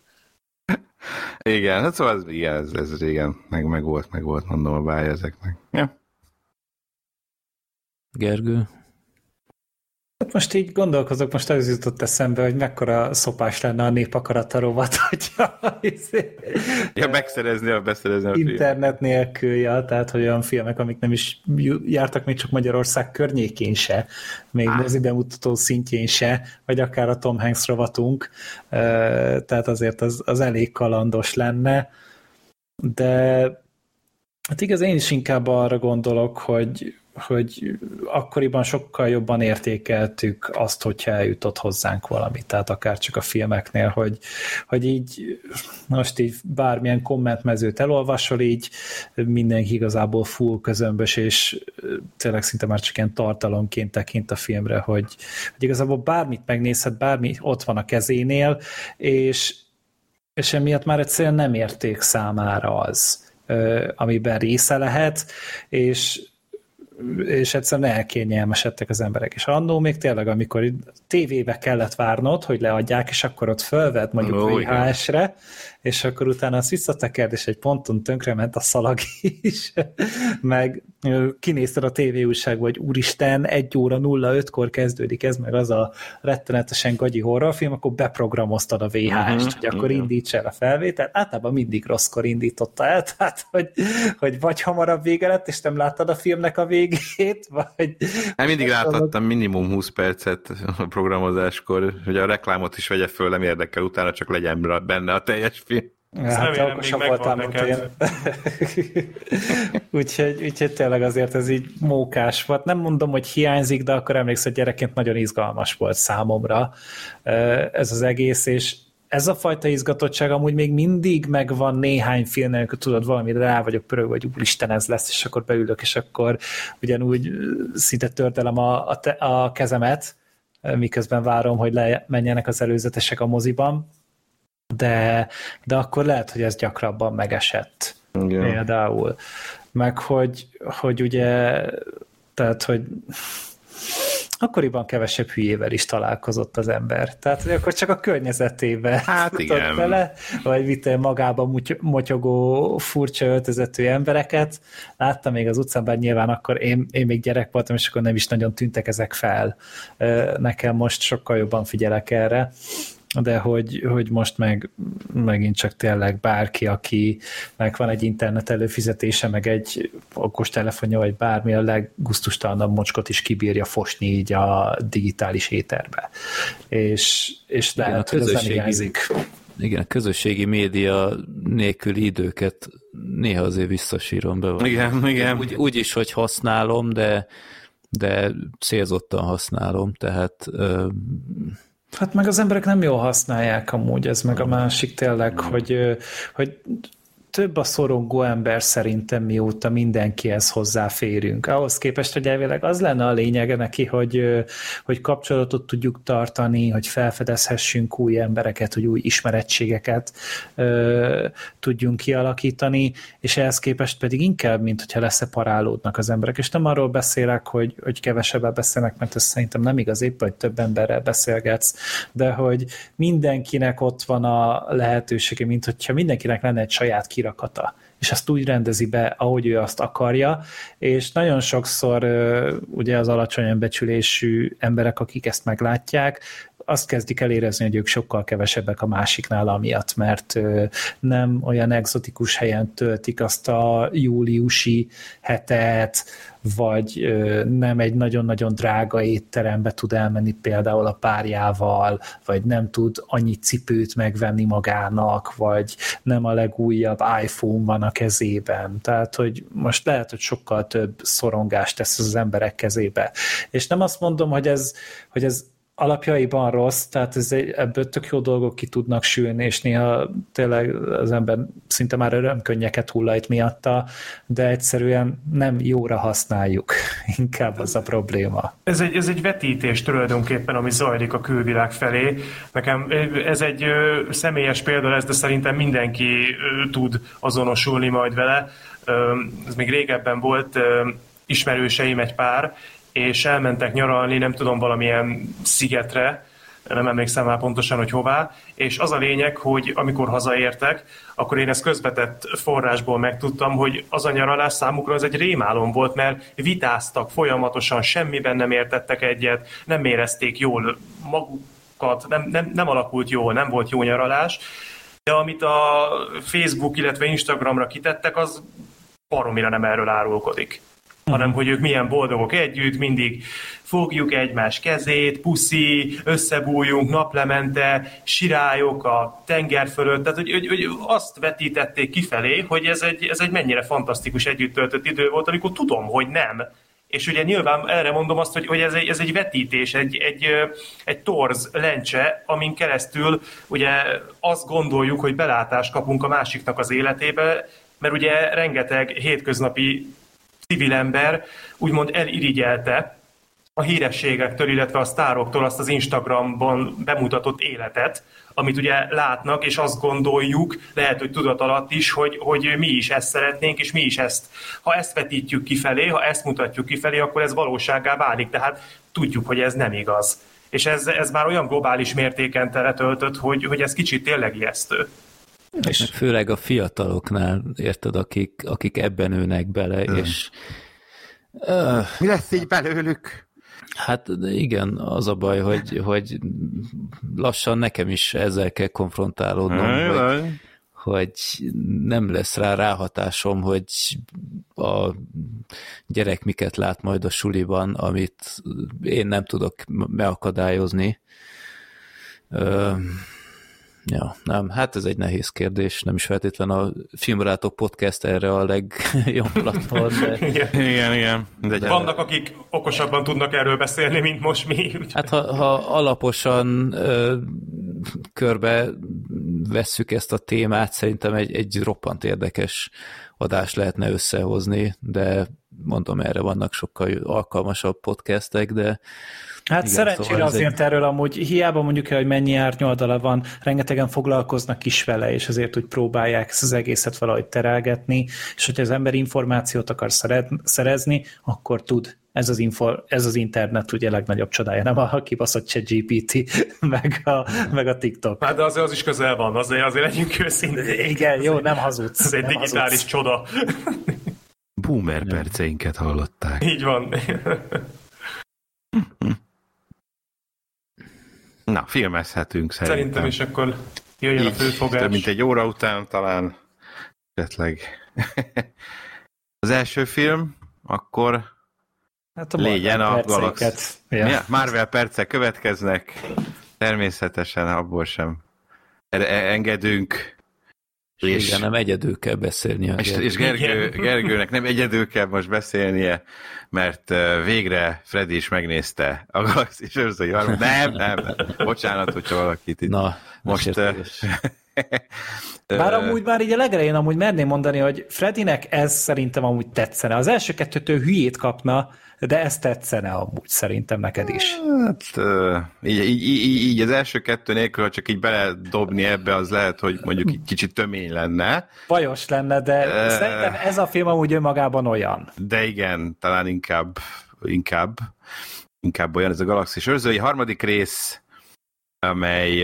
Speaker 4: Igen, hát szóval ez, igen, ez, ez régen meg, meg volt, meg volt, mondom a bája ezeknek. Ja.
Speaker 3: Gergő?
Speaker 6: Hát most így gondolkozok, most az jutott eszembe, hogy mekkora szopás lenne a Népakarata rovat, hogyha
Speaker 4: ja, megszerezni, a beszerezni a
Speaker 6: internet film. nélkül, ja, tehát hogy olyan filmek, amik nem is jártak még csak Magyarország környékén se, még mozi bemutató szintjén se, vagy akár a Tom Hanks rovatunk, tehát azért az, az elég kalandos lenne, de hát igaz, én is inkább arra gondolok, hogy hogy akkoriban sokkal jobban értékeltük azt, hogyha eljutott hozzánk valami, tehát akár csak a filmeknél, hogy, hogy így most így bármilyen kommentmezőt elolvasol, így mindenki igazából full közömbös, és tényleg szinte már csak ilyen tartalomként tekint a filmre, hogy, hogy igazából bármit megnézhet, bármi ott van a kezénél, és, és emiatt már egyszerűen nem érték számára az, amiben része lehet, és és egyszerűen elkényelmesedtek az emberek. És annó még tényleg, amikor tévébe kellett várnod, hogy leadják, és akkor ott fölved mondjuk oh, vé há es-re, és akkor utána azt visszatekerd, és egy ponton tönkrement a szalag is, meg kinézted a tévéújságba, hogy úristen, egy óra nulla ötkor kezdődik ez, meg az a rettenetesen gagyi horrorfilm, akkor beprogramoztad a vé há es-t, uh-huh, hogy akkor igen. indíts el a felvételt. Általában mindig rosszkor indította el, tehát, hogy, hogy vagy hamarabb vége lett, és nem láttad a filmnek a végét, vagy...
Speaker 4: Hát mindig láthattam minimum húsz percet a programozáskor, hogy a reklámot is vegye föl, nem érdekel, utána csak legyen benne a teljes film.
Speaker 6: Hát te okosabb voltál, mint én. úgyhogy, úgyhogy tényleg azért ez így mókás volt. Nem mondom, hogy hiányzik, de akkor emlékszem, hogy gyerekként nagyon izgalmas volt számomra ez az egész, és ez a fajta izgatottság amúgy még mindig megvan néhány filmnél, amikor tudod, valamire rá vagyok pörög, vagy úristen ez lesz, és akkor beülök, és akkor ugyanúgy szinte tördelem a, a, te, a kezemet, miközben várom, hogy lemenjenek az előzetesek a moziban, de, de akkor lehet, hogy ez gyakrabban megesett. Igen. Például. Meg hogy, hogy ugye, tehát, hogy akkoriban kevesebb hülyével is találkozott az ember. Tehát, hogy akkor csak a környezetébe
Speaker 4: hát igen.
Speaker 6: Bele, vagy vitte magába motyogó, furcsa öltözetű embereket. Láttam még az utcán, bár nyilván akkor én, én még gyerek voltam, és akkor nem is nagyon tűntek ezek fel. Nekem most sokkal jobban figyelek erre, de hogy, hogy most meg megint csak tényleg bárki, akinek van egy internet előfizetése, meg egy okostelefonja, vagy bármi, a leggusztustalanabb mocskot is kibírja fosni így a digitális éterbe. És, és
Speaker 3: igen,
Speaker 6: lehet, hogy ez nem hiányzik.
Speaker 3: Igen, a közösségi média nélküli időket néha azért visszasírom be.
Speaker 4: Igen, igen.
Speaker 3: Úgy, úgy is, hogy használom, de, de célzottan használom, tehát
Speaker 6: hát meg az emberek nem jól használják amúgy, ez meg a másik tényleg, hogy, hogy több a szorongó ember szerintem, mióta mindenkihez hozzáférünk. Ahhoz képest, hogy elvileg az lenne a lényege neki, hogy, hogy kapcsolatot tudjuk tartani, hogy felfedezhessünk új embereket, hogy új ismerettségeket ö, tudjunk kialakítani, és ehhez képest pedig inkább, mint hogyha leszeparálódnak az emberek. És nem arról beszélek, hogy, hogy kevesebbet beszélnek, mert ez szerintem nem igaz, épp, hogy több emberrel beszélgetsz, de hogy mindenkinek ott van a lehetősége, mint hogyha mindenkinek lenne egy saját kirakata, és azt úgy rendezi be, ahogy ő azt akarja, és nagyon sokszor ugye az alacsony becsülésű emberek, akik ezt meglátják, azt kezdik el érezni, hogy ők sokkal kevesebbek a másiknál amiatt, mert nem olyan egzotikus helyen töltik azt a júliusi hetet, vagy nem egy nagyon-nagyon drága étterembe tud elmenni például a párjával, vagy nem tud annyi cipőt megvenni magának, vagy nem a legújabb iPhone van a kezében. Tehát, hogy most lehet, hogy sokkal több szorongást tesz az emberek kezébe. És nem azt mondom, hogy ez, hogy ez alapjaiban rossz, tehát ez egy, ebből tök jó dolgok ki tudnak sülni, és néha tényleg az ember szinte már örömkönnyeket hullajt miatta, de egyszerűen nem jóra használjuk. Inkább az a probléma.
Speaker 5: Ez egy, ez egy vetítés tulajdonképpen, ami zajlik a külvilág felé. Nekem ez egy személyes példa lesz, de szerintem mindenki tud azonosulni majd vele. Ez még régebben volt, ismerőseim egy pár, és elmentek nyaralni, nem tudom, valamilyen szigetre, nem emlékszem már pontosan, hogy hová, és az a lényeg, hogy amikor hazaértek, akkor én ezt közvetett forrásból megtudtam, hogy az a nyaralás számukra az egy rémálom volt, mert vitáztak folyamatosan, semmiben nem értettek egyet, nem érezték jól magukat, nem, nem, nem alakult jól, nem volt jó nyaralás, de amit a Facebook, illetve Instagramra kitettek, az baromira nem erről árulkodik. hanem hogy ők milyen boldogok együtt, mindig fogjuk egymás kezét, puszi, összebújjunk naplemente, sirályok a tenger fölött, tehát hogy, hogy, hogy azt vetítették kifelé, hogy ez egy, ez egy mennyire fantasztikus együtt töltött idő volt, amikor tudom, hogy nem. És ugye nyilván erre mondom azt, hogy, hogy ez, egy, ez egy vetítés, egy, egy, egy torz lencse, amin keresztül ugye azt gondoljuk, hogy belátást kapunk a másiknak az életébe, mert ugye rengeteg hétköznapi civil ember úgymond elirigyelte a hírességektől, illetve a sztároktól azt az Instagramban bemutatott életet, amit ugye látnak, és azt gondoljuk, lehet, hogy tudat alatt is, hogy, hogy mi is ezt szeretnénk, és mi is ezt. Ha ezt vetítjük kifelé, ha ezt mutatjuk kifelé, akkor ez valósággá válik, tehát tudjuk, hogy ez nem igaz. És ez, ez már olyan globális mértéken teletöltött, hogy, hogy ez kicsit tényleg ijesztő.
Speaker 3: És főleg a fiataloknál, érted, akik, akik ebben nőnek bele, hmm. és... Uh,
Speaker 4: mi lesz így belőlük?
Speaker 3: Hát igen, az a baj, hogy, hogy lassan nekem is ezzel kell konfrontálódnom, hogy, hogy nem lesz rá ráhatásom, hogy a gyerek miket lát majd a suliban, amit én nem tudok megakadályozni. Ja, nem, hát ez egy nehéz kérdés, nem is feltétlen a Filmbarátok podcast erre a legjobb platform, de...
Speaker 5: Igen,
Speaker 4: igen. igen. De
Speaker 5: de... Vannak, akik okosabban tudnak erről beszélni, mint most mi. Úgy...
Speaker 3: Hát ha, ha alaposan ö, körbe vesszük ezt a témát, szerintem egy, egy roppant érdekes adást lehetne összehozni, de mondom, erre vannak sokkal alkalmasabb podcastek, de
Speaker 6: Hát
Speaker 3: igen,
Speaker 6: szerencsére
Speaker 3: szóval
Speaker 6: azért egy... erről amúgy hiába mondjuk el, hogy mennyi árnyoldala van, rengetegen foglalkoznak is vele, és azért úgy próbálják ezt az egészet valahogy terelgetni, és hogyha az ember információt akar szerezni, akkor tud. Ez az, info, ez az internet ugye legnagyobb csodája, nem a kibaszott ChatGPT, meg a, meg a TikTok.
Speaker 5: Hát de azért az is közel van, azért, azért legyünk őszintén.
Speaker 6: Igen, jó, nem hazudsz.
Speaker 5: Ez egy
Speaker 6: nem
Speaker 5: digitális
Speaker 6: hazudsz.
Speaker 5: csoda.
Speaker 4: Boomer perceinket hallották.
Speaker 5: Így van.
Speaker 4: Na, filmezhetünk szerintem.
Speaker 5: Szerintem is akkor jöjjön a főfogás.
Speaker 4: Több mint egy óra után talán esetleg az első film, akkor
Speaker 6: hát a
Speaker 4: légyen a
Speaker 6: Galaxy.
Speaker 4: Ja. Marvel percek következnek, természetesen abból sem engedünk.
Speaker 3: És, igen, nem egyedül kell beszélnie.
Speaker 4: És, és Gergő, Gergőnek nem egyedül kell most beszélnie, mert végre Freddy is megnézte a Galaxis őrzői harmadot. Nem, nem, nem. Bocsánat, hogyha valakit itt
Speaker 3: Na,
Speaker 4: most...
Speaker 6: Bár amúgy már így a legelején amúgy merném mondani, hogy Freddynek ez szerintem amúgy tetszene. Az első kettőtől hülyét kapna, de ez tetszene amúgy szerintem neked is.
Speaker 4: Hát így, így, így, így az első kettő nélkül, ha csak így beledobni ebbe, az lehet, hogy mondjuk egy kicsit tömény lenne.
Speaker 6: Bajos lenne, de uh, szerintem ez a film amúgy önmagában olyan.
Speaker 4: De igen, talán inkább inkább, inkább olyan ez a Galaxis őrzői harmadik rész, amely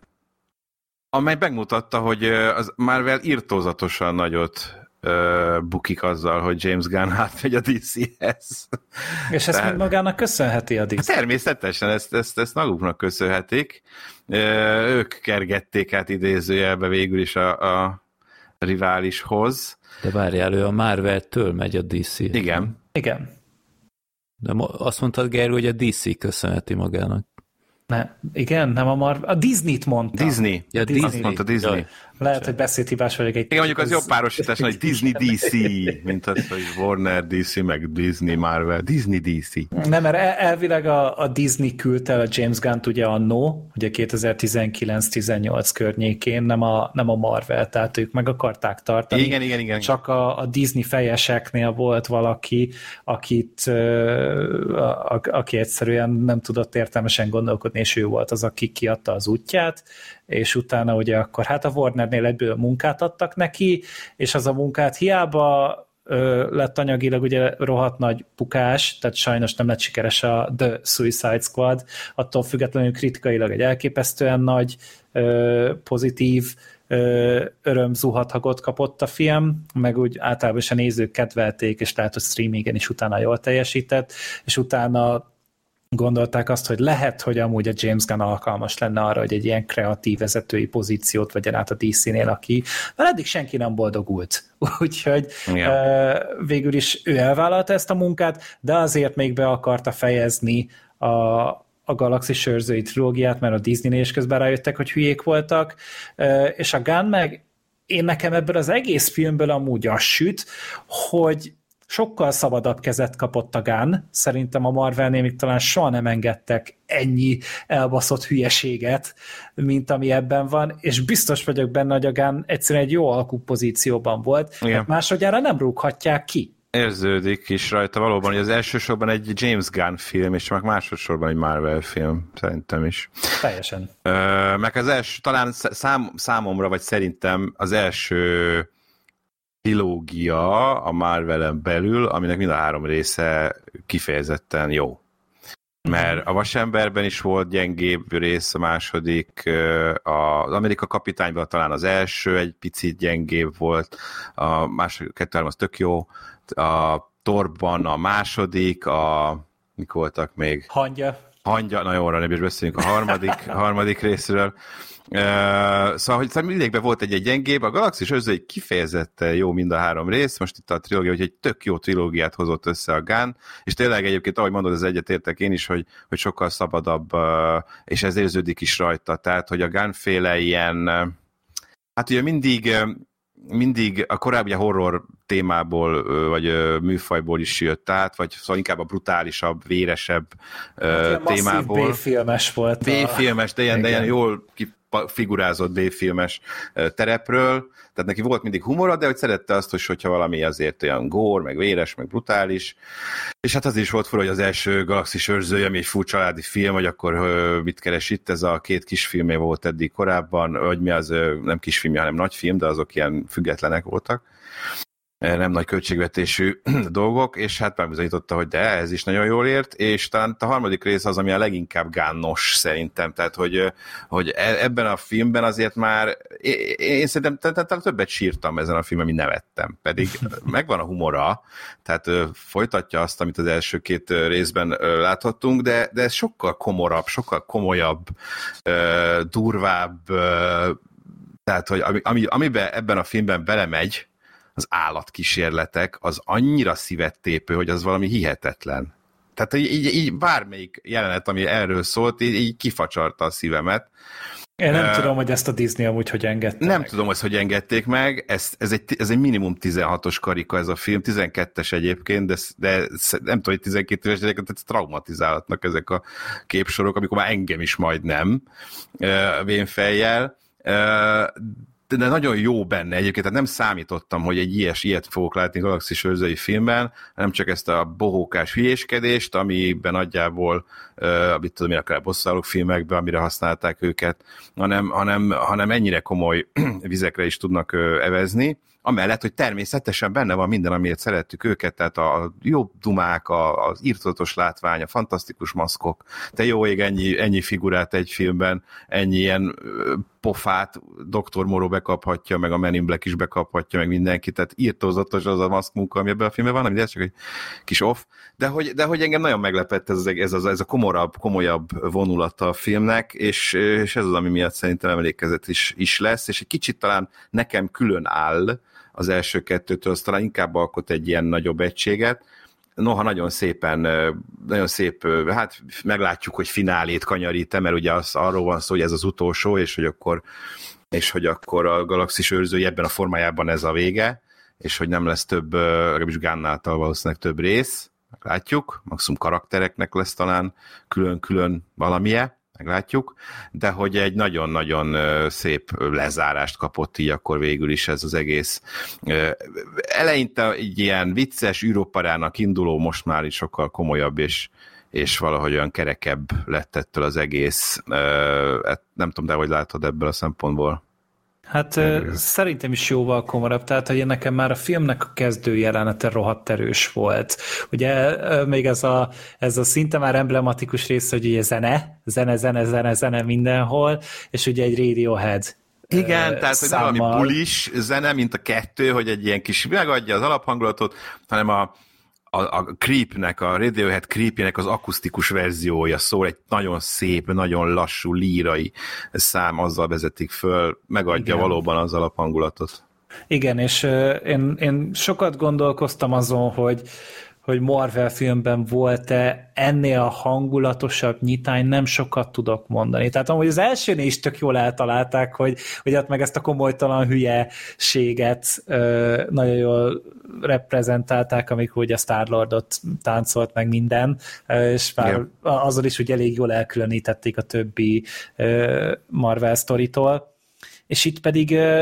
Speaker 4: amely megmutatta, hogy az Marvel irtózatosan nagyot uh, bukik azzal, hogy James Gunn átmegy a dé céhez.
Speaker 6: És ezt Tehát, magának köszönheti a dé cé?
Speaker 4: Természetesen, ezt, ezt, ezt maguknak köszönhetik. Uh, ők kergették át idézőjelbe végül is a, a riválishoz.
Speaker 3: De várjál, ő a Marvel-től megy a dé cé.
Speaker 4: Igen.
Speaker 6: Igen.
Speaker 3: De azt mondtad, Gerő, hogy a dé cé köszönheti magának.
Speaker 6: Ne, igen, nem a Marvel. A Disney-t mondta.
Speaker 4: Disney.
Speaker 3: Ja,
Speaker 4: Disney. Azt mondta Disney. Jaj.
Speaker 6: Lehet, hogy beszédhibás vagyok egy
Speaker 4: igen, mondjuk az jobb párosítás, hogy Disney dé cé, mint az, hogy Warner dé cé, meg Disney Marvel. Disney dé cé.
Speaker 6: Nem, mert elvileg a, a Disney küldte el a James Gunn-t ugye annó, ugye kétezer-tizenkilenc tizennyolc környékén, nem a, nem a Marvel, tehát ők meg akarták tartani.
Speaker 4: Igen, igen, igen.
Speaker 6: Csak a, a Disney fejeseknél volt valaki, akit, a, a, aki egyszerűen nem tudott értelmesen gondolkodni, és ő volt az, aki kiadta az útját, és utána ugye akkor hát a Warnernél egyből munkát adtak neki, és az a munkát hiába ö, lett anyagilag ugye rohadt nagy bukás, tehát sajnos nem lett sikeres a The Suicide Squad, attól függetlenül kritikailag egy elképesztően nagy ö, pozitív ö, örömzuhathagot kapott a film, meg úgy általában is a nézők kedvelték, és lehet, hogy streamingen is utána jól teljesített, és utána gondolták azt, hogy lehet, hogy amúgy a James Gunn alkalmas lenne arra, hogy egy ilyen kreatív vezetői pozíciót vegyen át a dé cénél, aki, mert eddig senki nem boldogult. Úgyhogy yeah. végül is ő elvállalta ezt a munkát, de azért még be akarta fejezni a, a Galaxis őrzői trilógiát, mert a Disneynél is közben rájöttek, hogy hülyék voltak, és a Gunn meg én nekem ebből az egész filmből amúgy az süt, hogy sokkal szabadabb kezet kapott a Gunn, szerintem a Marvelnél még talán soha nem engedtek ennyi elbaszott hülyeséget, mint ami ebben van, és biztos vagyok benne, hogy a Gunn egyszerűen egy jó alkupozícióban volt, hát másodjára nem rúghatják ki.
Speaker 4: Érződik is rajta valóban, hogy az elsősorban egy James Gunn film, és meg másodszorban egy Marvel film, szerintem is.
Speaker 6: Teljesen.
Speaker 4: Ö, meg az első, talán szám, számomra, vagy szerintem az első trilógia a Marvelen belül, aminek mind a három része kifejezetten jó. Mert a Vasemberben is volt gyengébb rész, a második, az Amerika Kapitányban talán az első egy picit gyengébb volt, a második, kettő-három az tök jó, a Thorban a második, a mik voltak még?
Speaker 6: Hangya.
Speaker 4: Hangya, na jó, arra nem is beszéljünk a harmadik, a harmadik részről. Uh, szóval, hogy mindegyikben volt egy-egy gyengébb, a Galaxis őrző egy kifejezetten jó mind a három rész, most itt a trilógia, hogy egy tök jó trilógiát hozott össze a Gunn, és tényleg egyébként, ahogy mondod, ez egyetértek én is, hogy, hogy sokkal szabadabb, uh, és ez érződik is rajta, tehát, hogy a Gunn-féle ilyen, uh, hát ugye mindig, uh, mindig a korábbi horror témából, vagy műfajból is jött át, vagy szóval inkább a brutálisabb, véresebb hát, témából.
Speaker 6: B-filmes volt.
Speaker 4: B-filmes, de ilyen, de ilyen jól figurázott B-filmes terepről, tehát neki volt mindig humora, de hogy szerette azt, hogy hogyha valami azért olyan gór, meg véres, meg brutális, és hát az is volt fura, hogy az első Galaxis őrzője, ami egy full családi film, hogy akkor mit keres itt, ez a két kisfilmé volt eddig korábban, vagy mi az, nem kisfilmje, hanem nagyfilm, de azok ilyen függetlenek voltak, nem nagy költségvetésű dolgok, és hát megbizonyította, hogy de, ez is nagyon jól ért, és talán a harmadik rész az, ami a leginkább Gunnos szerintem, tehát hogy, hogy ebben a filmben azért már én, én szerintem talán többet sírtam ezen a filmen, mint nevettem, pedig megvan a humora, tehát folytatja azt, amit az első két részben láthattunk, de, de ez sokkal komorabb, sokkal komolyabb, durvább, tehát hogy ami, amiben ebben a filmben belemegy, az állatkísérletek, az annyira szívet tépő, hogy az valami hihetetlen. Tehát így, így bármelyik jelenet, ami erről szólt, így, így kifacsarta a szívemet.
Speaker 6: Én nem uh, tudom, hogy ezt a Disney amúgy hogy engedte
Speaker 4: Nem
Speaker 6: meg.
Speaker 4: tudom, hogy hogy engedték meg. Ez, ez, egy, ez egy minimum tizenhatos karika ez a film, tizenkettes egyébként, de, de nem tudom, hogy tizenkét éves gyerekek, tehát traumatizálhatnak ezek a képsorok, amikor már engem is majd nem uh, vénfejjel. Uh, de nagyon jó benne egyébként, tehát nem számítottam, hogy egy ilyes, ilyet fogok látni Galaxis őrzői filmben, nem csak ezt a bohókás hülyéskedést, amiben nagyjából, uh, amit tudom én, akár bosszálók filmekben, amire használták őket, hanem, hanem, hanem ennyire komoly vizekre is tudnak uh, evezni, amellett, hogy természetesen benne van minden, amiért szerettük őket, tehát a jó dumák, a, az írtózatos látvány, a fantasztikus maszkok, te jó ég, ennyi, ennyi figurát egy filmben, ennyi ilyen pofát doktor Moreau bekaphatja, meg a Men in Black is bekaphatja, meg mindenki, tehát írtózatos az a maszk munka, ami ebben a filmben van, ami ez csak egy kis off, de hogy, de hogy engem nagyon meglepett ez, ez, ez, ez a komorabb, komolyabb vonulata a filmnek, és, és ez az, ami miatt szerintem emlékezet is, is lesz, és egy kicsit talán nekem külön áll az első kettőtől, az talán inkább alkot egy ilyen nagyobb egységet. Noha nagyon szépen, nagyon szép, hát meglátjuk, hogy finálét kanyarít, mert ugye az, arról van szó, hogy ez az utolsó, és hogy akkor, és hogy akkor a Galaxis őrzői ebben a formájában ez a vége, és hogy nem lesz több, legalábbis Gunn által valószínűleg több rész, meglátjuk, maximum karaktereknek lesz talán külön-külön valamije, meglátjuk, de hogy egy nagyon-nagyon szép lezárást kapott így akkor végül is ez az egész. Eleinte egy ilyen vicces űroperának induló, most már is sokkal komolyabb, és, és valahogy olyan kerekebb lett ettől az egész. Nem tudom, de hogy látod ebből a szempontból?
Speaker 6: Hát uh, szerintem is jóval komorabb, tehát hogy nekem már a filmnek a kezdő jelenete rohadt erős volt. Ugye uh, még ez a, ez a szinte már emblematikus rész, hogy ugye zene, zene, zene, zene, zene mindenhol, és ugye egy Radiohead.
Speaker 4: Igen,
Speaker 6: uh,
Speaker 4: tehát hogy nem valami bulis zene, mint a kettő, hogy egy ilyen kis megadja az alaphangulatot, hanem a A, a Creepnek, a Radiohead Creepjének az akusztikus verziója szól, egy nagyon szép, nagyon lassú, lírai szám, azzal vezetik föl, megadja Igen. valóban az alaphangulatot.
Speaker 6: Igen, és uh, én, én sokat gondolkoztam azon, hogy hogy Marvel filmben volt-e ennél a hangulatosabb nyitány, nem sokat tudok mondani. Tehát amúgy az elsőnél is tök jól eltalálták, hogy, hogy ott meg ezt a komolytalan hülyeséget ö, nagyon jól reprezentálták, amikor ugye a Star-Lordot táncolt meg minden, ö, és már azon is úgy elég jól elkülönítették a többi ö, Marvel sztoritól. És itt pedig ö,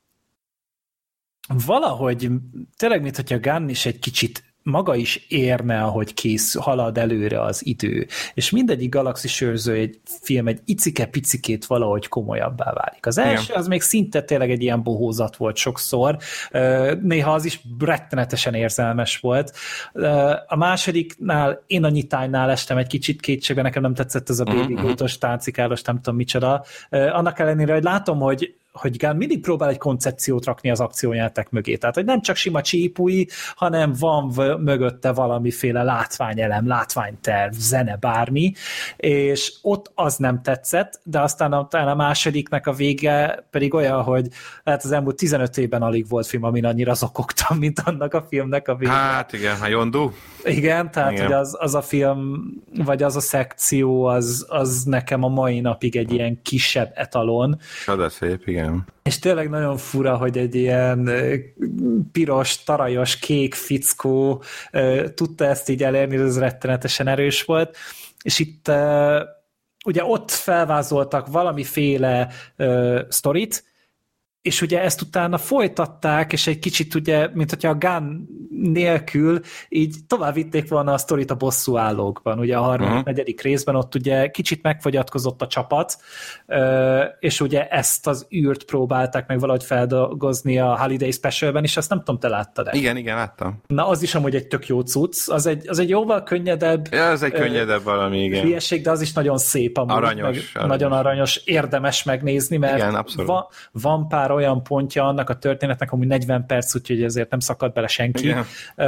Speaker 6: valahogy tényleg, mint hogyha Gunn is egy kicsit maga is érne, ahogy kész, halad előre az idő. És mindegyik Galaxis őrző egy film egy icike-picikét valahogy komolyabbá válik. Az első, Igen. az még szinte tényleg egy ilyen bohózat volt sokszor. Néha az is rettenetesen érzelmes volt. A másodiknál, én a nyitánynál estem egy kicsit kétségbe, nekem nem tetszett ez a Baby Groot-os táncikálós, nem tudom micsoda. Annak ellenére, hogy látom, hogy hogy Gunn mindig próbál egy koncepciót rakni az akciójáték mögé. Tehát, hogy nem csak sima csípui, hanem van v- mögötte valamiféle látványelem, látványterv, zene, bármi, és ott az nem tetszett, de aztán a, a másodiknak a vége pedig olyan, hogy hát az elmúlt tizenöt évben alig volt film, amin annyira zokogtam, mint annak a filmnek a vége.
Speaker 4: Hát igen, a Yondu.
Speaker 6: Igen, tehát igen. Hogy az, az a film, vagy az a szekció, az, az nekem a mai napig egy ilyen kisebb etalon.
Speaker 4: Csoda szép, igen.
Speaker 6: És tényleg nagyon fura, hogy egy ilyen piros, tarajos, kék fickó tudta ezt így elérni, ez rettenetesen erős volt. És itt ugye ott felvázoltak valamiféle sztorit, és ugye ezt utána folytatták, és egy kicsit ugye, mint hogyha a Gunn nélkül így tovább vitték volna a sztorit a bosszúállókban. Ugye a harmadik, uh-huh. negyedik részben ott ugye kicsit megfogyatkozott a csapat, és ugye ezt az űrt próbálták meg valahogy feldolgozni a Holiday Specialben, és azt nem tudom, te láttad-e?
Speaker 4: Igen, igen, láttam.
Speaker 6: Na, az is amúgy egy tök jó cucc, az egy, az egy jóval könnyedebb
Speaker 4: ja, az egy könnyedebb valami, igen.
Speaker 6: Hülyeség, de az is nagyon szép amúgy.
Speaker 4: Aranyos.
Speaker 6: Meg,
Speaker 4: aranyos. Nagyon
Speaker 6: aranyos, érdemes megnézni, mert
Speaker 4: igen,
Speaker 6: van, van pár olyan pontja annak a történetnek, amúgy negyven perc, úgyhogy ezért nem szakad bele senki, igen.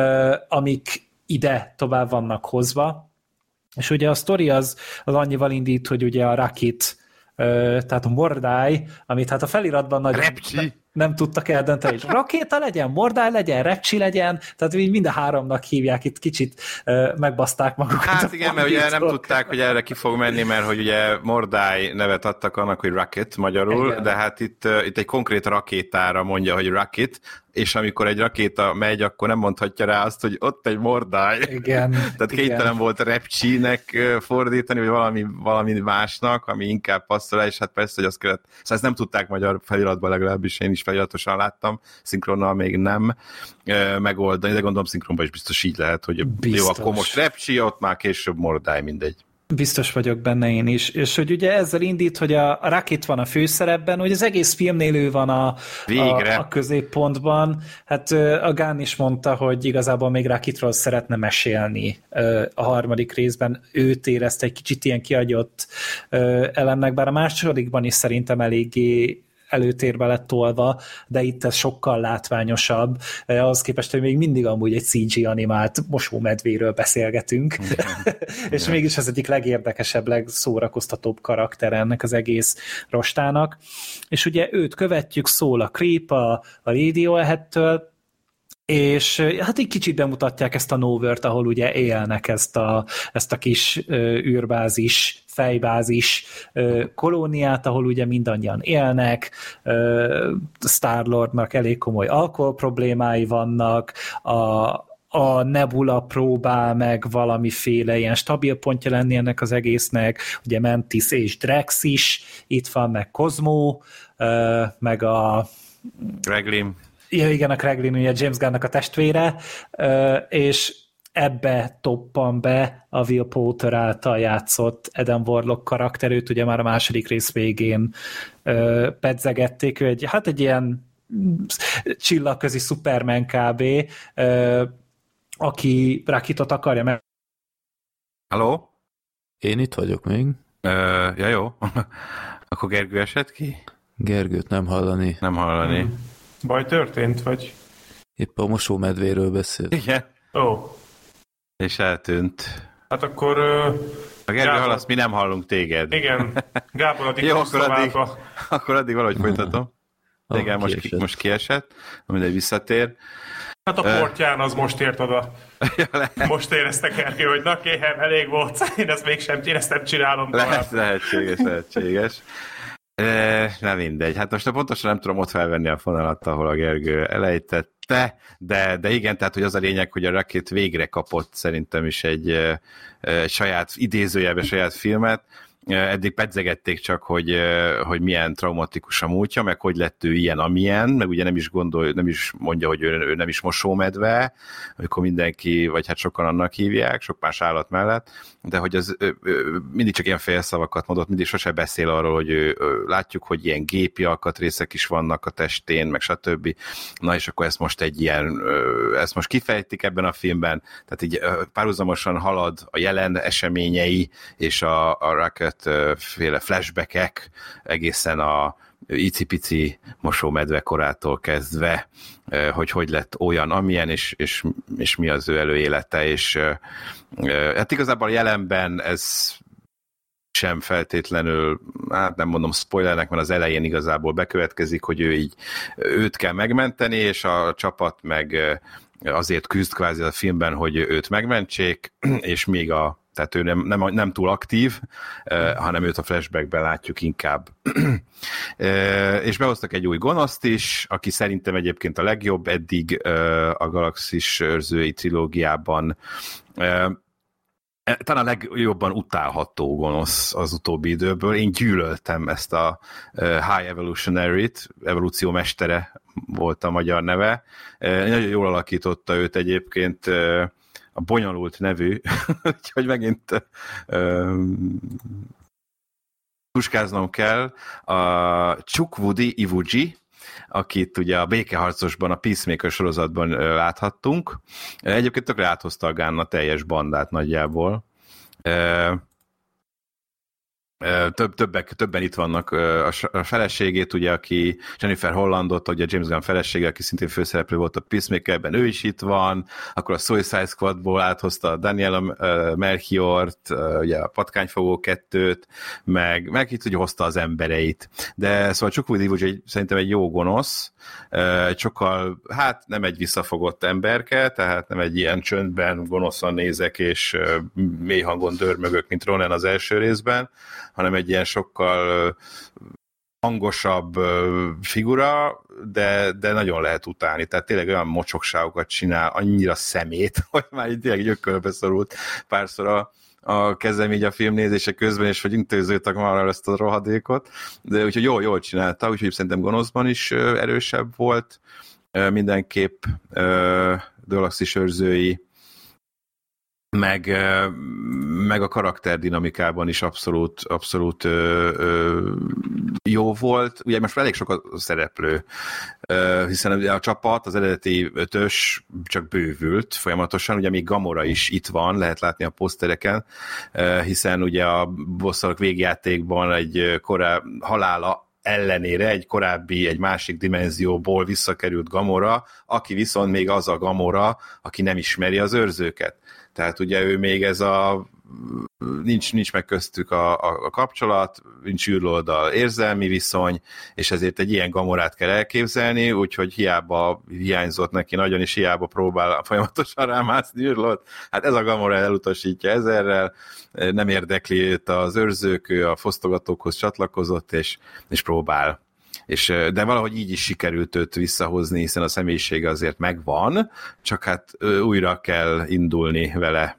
Speaker 6: amik ide tovább vannak hozva. És ugye a sztori az, az annyival indít, hogy ugye a Rakit, tehát a Mordai, amit hát a feliratban nagyon
Speaker 4: Repcsi.
Speaker 6: nem tudtak eldönteni, hogy rakéta legyen, Mordai legyen, Repcsi legyen, tehát így mind a háromnak hívják, itt kicsit megbaszták magukat.
Speaker 4: Hát igen, mert ugye nem tudták, hogy erre ki fog menni, mert hogy ugye Mordai nevet adtak annak, hogy Rocket magyarul, igen. De hát itt, itt egy konkrét rakétára mondja, hogy Rocket, és amikor egy rakéta megy, akkor nem mondhatja rá azt, hogy ott egy Mordai.
Speaker 6: Igen.
Speaker 4: Tehát kénytelen
Speaker 6: igen.
Speaker 4: volt Repcsinek fordítani, vagy valami, valami másnak, ami inkább passzol, és hát persze, hogy azt kellett, szóval ezt nem tudták magyar feliratban, legalábbis én is feliratosan láttam, szinkronnal még nem e, megoldani, de gondolom szinkronban is biztos így lehet, hogy biztos. Jó, akkor most Repcsi, ott már később Mordai, mindegy.
Speaker 6: Biztos vagyok benne én is, és hogy ugye ezzel indít, hogy a Rocket van a főszerepben, hogy az egész filmnél ő van a, a, a középpontban. Hát a Gunn is mondta, hogy igazából még Rocketról szeretne mesélni a harmadik részben. Őt érezte egy kicsit ilyen kiagyott elemnek, bár a másodikban is szerintem eléggé előtérbe lett tolva, de itt ez sokkal látványosabb, ahhoz képest, hogy még mindig amúgy egy cé gé animált mosómedvéről beszélgetünk, és mégis az egyik legérdekesebb, legszórakoztatóbb karakter ennek az egész rostának. És ugye őt követjük, szól a Creep, a, a Radiohead-től, és hát egy kicsit bemutatják ezt a Nowhere-t, ahol ugye élnek ezt a, ezt a kis ö, űrbázis, fejbázis ö, kolóniát, ahol ugye mindannyian élnek, ö, Star-Lordnak elég komoly alkohol problémái vannak, a, a Nebula próbál meg valamiféle ilyen stabil pontja lenni ennek az egésznek, ugye Mantis és Drax is, itt van meg Cosmo, ö, meg a
Speaker 4: Reglin.
Speaker 6: Ja, igen, a Craglin, ugye James Gunn-nak a testvére, és ebbe toppan be a Will Poulter által játszott Adam Warlock karakterőt, ugye már a második rész végén pedzegették, ő egy, hát egy ilyen csillagközi Superman kb., aki Rakitot akarja meg.
Speaker 4: Halló?
Speaker 3: Én itt vagyok még.
Speaker 4: Uh, ja, jó. Akkor Gergő esett ki?
Speaker 3: Gergőt nem hallani.
Speaker 4: Nem hallani. Hmm.
Speaker 5: Baj történt, vagy?
Speaker 3: Épp a mosómedvéről beszél.
Speaker 4: Igen.
Speaker 5: Ó. Oh.
Speaker 4: És eltűnt.
Speaker 5: Hát akkor... Uh,
Speaker 4: a Gergő hallasz, mi nem hallunk téged.
Speaker 5: Igen. Gábor addig
Speaker 4: jó, akkor addig, akkor addig valahogy folytatom.
Speaker 3: Ah,
Speaker 4: igen, most kiesett. most kiesett. Mindegy visszatér.
Speaker 5: Hát a portyán az most ért oda. Most éreztek el, hogy na kéhem, elég volt. Én ezt mégsem, én ezt nem csinálom tovább.
Speaker 4: Lehet, lehetséges, lehetséges. Nem mindegy. Hát most pontosan nem tudom ott felvenni a fonalat, ahol a Gergő elejtette, de, de igen, tehát hogy az a lényeg, hogy a Rocket végre kapott szerintem is egy, egy saját, idézőjelben saját filmet. Eddig pedzegették csak, hogy, hogy milyen traumatikus a múltja, meg hogy lett ő ilyen, amilyen, meg ugye nem is gondol, nem is mondja, hogy ő, ő nem is mosómedve, amikor mindenki, vagy hát sokan annak hívják, sok más állat mellett, de hogy az ő, ő, mindig csak ilyen félszavakat mondott, mindig sose beszél arról, hogy ő, ő, látjuk, hogy ilyen gépi alkatrészek is vannak a testén, meg stb. Na és akkor ezt most egy ilyen, ezt most kifejtik ebben a filmben, tehát így párhuzamosan halad a jelen eseményei, és a, a Rocket féle flashbackek egészen a icipici mosómedve korától kezdve, hogy hogy lett olyan, amilyen, és, és, és mi az ő előélete, és hát igazából a jelenben ez sem feltétlenül, hát nem mondom spoilernek, mert az elején igazából bekövetkezik, hogy ő így, őt kell megmenteni, és a csapat meg azért küzd kvázi a filmben, hogy őt megmentsék, és még a, tehát ő nem, nem, nem túl aktív, uh, hanem őt a flashbackben látjuk inkább. uh, és behoztak egy új gonoszt is, aki szerintem egyébként a legjobb eddig uh, a Galaxis őrzői trilógiában. Uh, talán a legjobban utálható gonosz az utóbbi időből. Én gyűlöltem ezt a High Evolutionary-t, evolúció mestere volt a magyar neve. Nagyon jól alakította őt egyébként, a bonyolult nevű, úgyhogy megint tuskáznom kell. A Chukwudi Iwuji, akit ugye a Békeharcosban, a Peacemaker sorozatban láthattunk. Egyébként tökre áthozta a Gunn a teljes bandát nagyjából. Több, többek, többen itt vannak, a feleségét, ugye, aki Jennifer Hollandot, ugye James Gunn felesége, aki szintén főszereplő volt a Peacemakerben, ő is itt van, akkor a Suicide Squadból áthozta Daniela Melchiort, ugye a Patkányfogó kettőt, meg, meg itt ugye hozta az embereit. De szóval Chukwudi Iwuji szerintem egy jó gonosz, egy sokkal, hát nem egy visszafogott emberke, tehát nem egy ilyen csöndben gonoszan nézek, és mély hangon dörmögök, mint Ronan az első részben, hanem egy ilyen sokkal hangosabb figura, de, de nagyon lehet utálni. Tehát tényleg olyan mocsokságokat csinál, annyira szemét, hogy már így tényleg gyökölbe szorult párszor a, a kezem így a filmnézése közben, és hogy intézőtak már ezt a rohadékot. De úgyhogy jól, jól csinálta, úgyhogy szerintem gonoszban is erősebb volt. Mindenképp Galaxis őrzői, meg, meg a karakterdinamikában is abszolút, abszolút ö, ö, jó volt. Ugye most elég sok a szereplő, ö, hiszen a csapat, az eredeti ötös csak bővült folyamatosan, ugye még Gamora is itt van, lehet látni a posztereken, ö, hiszen ugye a bosszalak végjátékban egy korábbi halála ellenére egy korábbi, egy másik dimenzióból visszakerült Gamora, aki viszont még az a Gamora, aki nem ismeri az őrzőket. Tehát ugye ő még ez a nincs, nincs meg köztük a, a, a kapcsolat, nincs űrloldal érzelmi viszony, és ezért egy ilyen Gamorát kell elképzelni, úgyhogy hiába hiányzott neki nagyon, és hiába próbál folyamatosan rámászni űrlold. Hát ez a Gamora elutasítja ezerrel, nem érdekli őt az őrzők, ő a fosztogatókhoz csatlakozott, és, és próbál. És, de valahogy így is sikerült őt visszahozni, hiszen a személyisége azért megvan, csak hát újra kell indulni vele.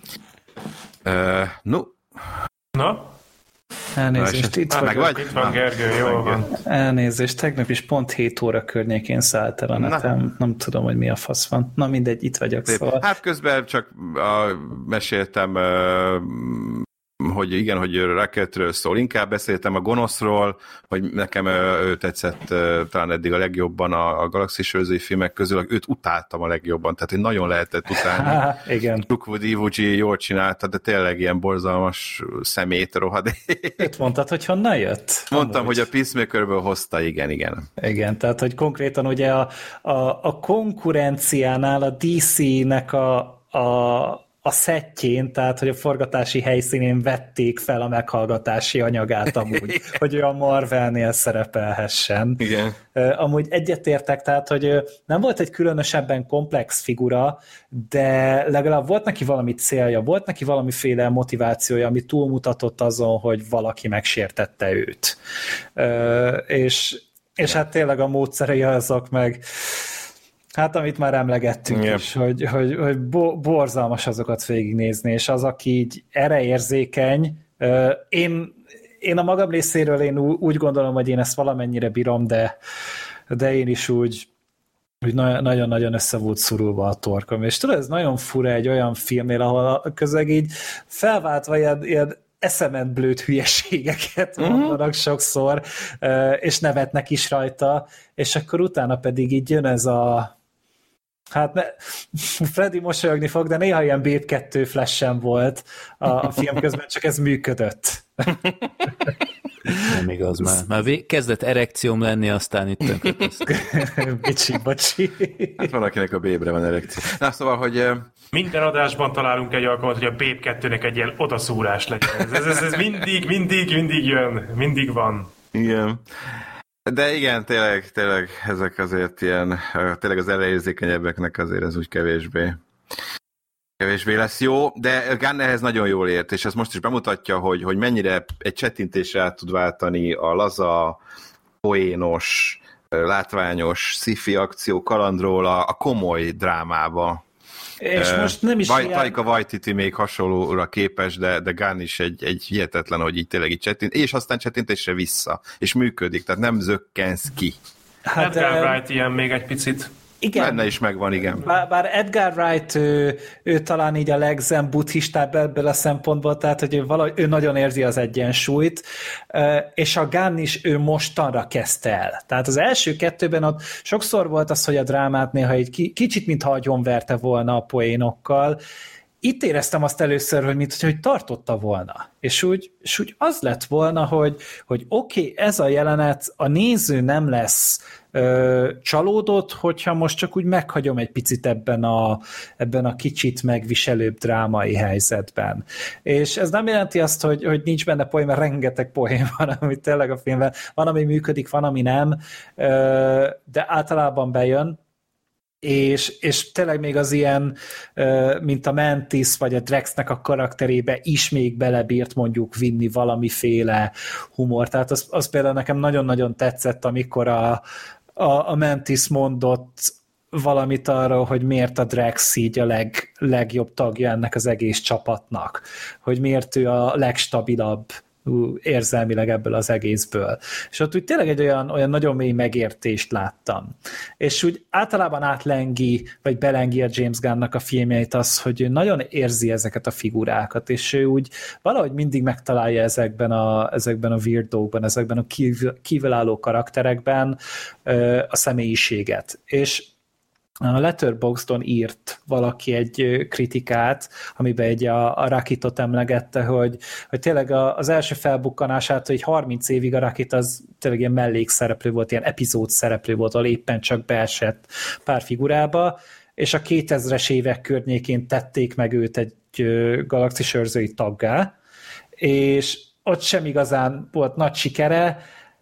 Speaker 4: Uh, no.
Speaker 5: Na?
Speaker 6: Elnézést, itt,
Speaker 5: ah,
Speaker 6: vagyok.
Speaker 5: Itt van Gergő, jól van.
Speaker 6: Elnézést, tegnap is pont hét óra környékén szállt el a netem. Nem tudom, hogy mi a fasz van. Na mindegy, itt vagyok. Szóval. Hát
Speaker 4: közben csak uh, meséltem, uh, hogy igen, hogy Rocketről szól. Inkább beszéltem a gonoszról, hogy nekem ő tetszett talán eddig a legjobban a, a Galaxis őrzői filmek közül, őt utáltam a legjobban, tehát hogy nagyon lehetett utálni.
Speaker 6: Há, igen.
Speaker 4: Chukwudi Iwuji jól csinálta, de tényleg ilyen borzalmas szemét rohadék.
Speaker 6: Őt mondtad, hogy honnan jött?
Speaker 4: Mondtam, amúgy. Hogy a Peacemakerből hozta, igen, igen.
Speaker 6: Igen, tehát hogy konkrétan ugye a, a, a konkurenciánál a dé cé-nek a, a a szettjén, tehát hogy a forgatási helyszínén vették fel a meghallgatási anyagát amúgy, hogy ő a Marvelnél szerepelhessen.
Speaker 4: Igen.
Speaker 6: Amúgy egyetértek, tehát hogy nem volt egy különösebben komplex figura, de legalább volt neki valami célja, volt neki valamiféle motivációja, ami túlmutatott azon, hogy valaki megsértette őt. És, és hát tényleg a módszerei azok meg hát, amit már emlegettünk yep. is, hogy, hogy, hogy borzalmas azokat végignézni, és az, aki így erre érzékeny, én, én a magam részéről én úgy gondolom, hogy én ezt valamennyire bírom, de, de én is úgy, úgy nagyon-nagyon össze volt szorulva a torkom. És tudod, ez nagyon fura egy olyan filmnél, ahol közleg így felváltva ilyen, ilyen eszemet blőtt hülyeségeket mondanak uh-huh. sokszor, és nevetnek is rajta, és akkor utána pedig így jön ez a hát ne, Freddy mosolyogni fog, de néha ilyen Babe kettő flash-em volt a, a film közben, csak ez működött.
Speaker 3: Nem igaz, már, már vé- kezdett erekcióm lenni, aztán itt tönkretesz.
Speaker 6: Bicsi, bocsi.
Speaker 4: Hát valakinek a bébre van erekció. Na, szóval, hogy...
Speaker 5: Minden adásban találunk egy alkalmat, hogy a bé kettőnek egy ilyen odaszúrás legyen. Ez, ez, ez, ez mindig, mindig, mindig jön. Mindig van.
Speaker 4: Igen. De igen, tényleg, tényleg ezek azért ilyen, tényleg az elejérzékenyebbeknek azért ez úgy kevésbé kevésbé lesz jó, de Gunn ehhez nagyon jól ért, és ez most is bemutatja, hogy, hogy mennyire egy csettintésre át tud váltani a laza, poénos, látványos sci-fi akció kalandról a, a komoly drámába.
Speaker 6: És uh, most nem is
Speaker 4: Vaj,
Speaker 6: ilyen...
Speaker 4: Taika Waititi még hasonlóra képes, de, de Gunn is egy, egy hihetetlen, hogy így tényleg így csettint, és aztán csettintésre vissza, és működik, tehát nem zökkensz ki.
Speaker 5: Hát Edgar Wright ilyen még egy picit.
Speaker 6: Igen.
Speaker 4: Benne is megvan, igen.
Speaker 6: Bár, bár Edgar Wright, ő, ő talán így a legzen buddhistább ebből a szempontból, tehát hogy ő, valahogy, ő nagyon érzi az egyensúlyt, és a Gunn is ő mostanra kezdte el. Tehát az első kettőben ott sokszor volt az, hogy a drámát néha egy kicsit, mintha agyonverte volna a poénokkal. Itt éreztem azt először, hogy mint hogy tartotta volna. És úgy, és úgy az lett volna, hogy, hogy oké, okay, ez a jelenet, a néző nem lesz ö, csalódott, hogyha most csak úgy meghagyom egy picit ebben a, ebben a kicsit megviselőbb drámai helyzetben. És ez nem jelenti azt, hogy, hogy nincs benne poén, mert rengeteg poén van, ami tényleg a filmben, van, ami működik, van, ami nem, ö, de általában bejön. És, és tényleg még az ilyen, mint a Mantis vagy a Drexnek a karakterébe is még belebírt mondjuk vinni valamiféle humor. Tehát az, az például nekem nagyon-nagyon tetszett, amikor a, a, a Mantis mondott valamit arról, hogy miért a Drex így a leg, legjobb tagja ennek az egész csapatnak. Hogy miért ő a legstabilabb érzelmileg ebből az egészből. És ott úgy tényleg egy olyan, olyan nagyon mély megértést láttam. És úgy általában átlengi, vagy belengi a James Gunnnak a filmjeit az, hogy ő nagyon érzi ezeket a figurákat, és ő úgy valahogy mindig megtalálja ezekben a, ezekben a weirdókban, ezekben a kívül, kívülálló karakterekben a személyiséget. És a Letterboxdon írt valaki egy kritikát, amiben egy a, a Rakitot emlegette, hogy, hogy tényleg az első felbukkanását, hogy harminc évig a Rakit az tényleg ilyen mellékszereplő volt, ilyen epizód szereplő volt, ahol éppen csak beesett pár figurába, és a kétezres évek környékén tették meg őt egy galaxis őrzői taggá, és ott sem igazán volt nagy sikere.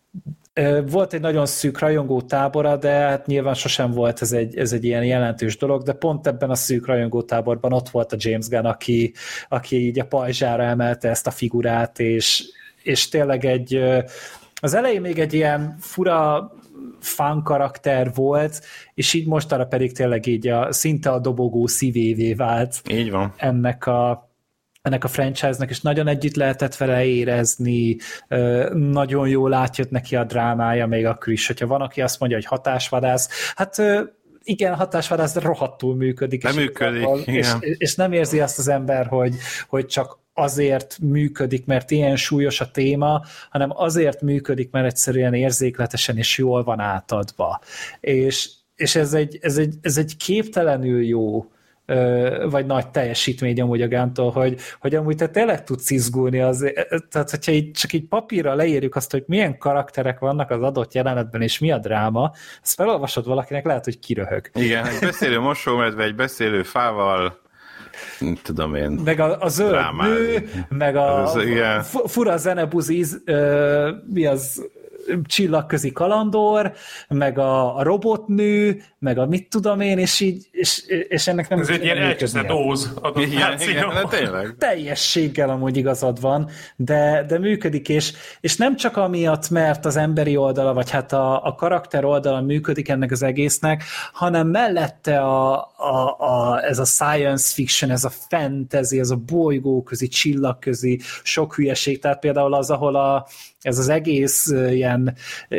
Speaker 6: Volt egy nagyon szűk rajongó tábora, de hát nyilván sosem volt ez egy, ez egy ilyen jelentős dolog, de pont ebben a szűk rajongó táborban ott volt a James Gunn, aki, aki így a pajzsára emelte ezt a figurát, és, és tényleg egy, az elején még egy ilyen fura fun karakter volt, és így mostanra pedig tényleg így a, szinte a dobogó szívévé vált.
Speaker 4: Így van.
Speaker 6: Ennek a ennek a franchise-nak, és nagyon együtt lehetett vele érezni, nagyon jól átjött neki a drámája, még akkor is, hogyha van, aki azt mondja, hogy hatásvadász, hát igen, hatásvadász, de rohadtul működik.
Speaker 4: Nem
Speaker 6: és
Speaker 4: működik,
Speaker 6: és, és, és nem érzi azt az ember, hogy, hogy csak azért működik, mert ilyen súlyos a téma, hanem azért működik, mert egyszerűen érzékletesen és jól van átadva. És, és ez, egy, ez, egy, ez egy képtelenül jó vagy nagy teljesítmény amúgy a Gunntól, hogy, hogy amúgy te tényleg tudsz izgulni, az, tehát hogyha így, csak így papírra leírjuk azt, hogy milyen karakterek vannak az adott jelenetben, és mi a dráma, ezt felolvasod valakinek, lehet, hogy kiröhög.
Speaker 4: Igen, egy beszélő mosómedve, egy beszélő fával, tudom én.
Speaker 6: Meg a, a zöld drámázni. Nő, meg a, az, a fura zenebuzi, mi az csillagközi kalandor, meg a, a robotnő, meg a mit tudom én, és így, és, és ennek nem...
Speaker 5: Ez egy ilyen elcseszett óz
Speaker 4: adaptáció. Tényleg.
Speaker 6: Teljességgel amúgy igazad van, de, de működik, és, és nem csak amiatt, mert az emberi oldala, vagy hát a, a karakter oldala működik ennek az egésznek, hanem mellette a, a, a, ez a science fiction, ez a fantasy, ez a bolygóközi, csillagközi, sok hülyeség, tehát például az, ahol a ez az egész ilyen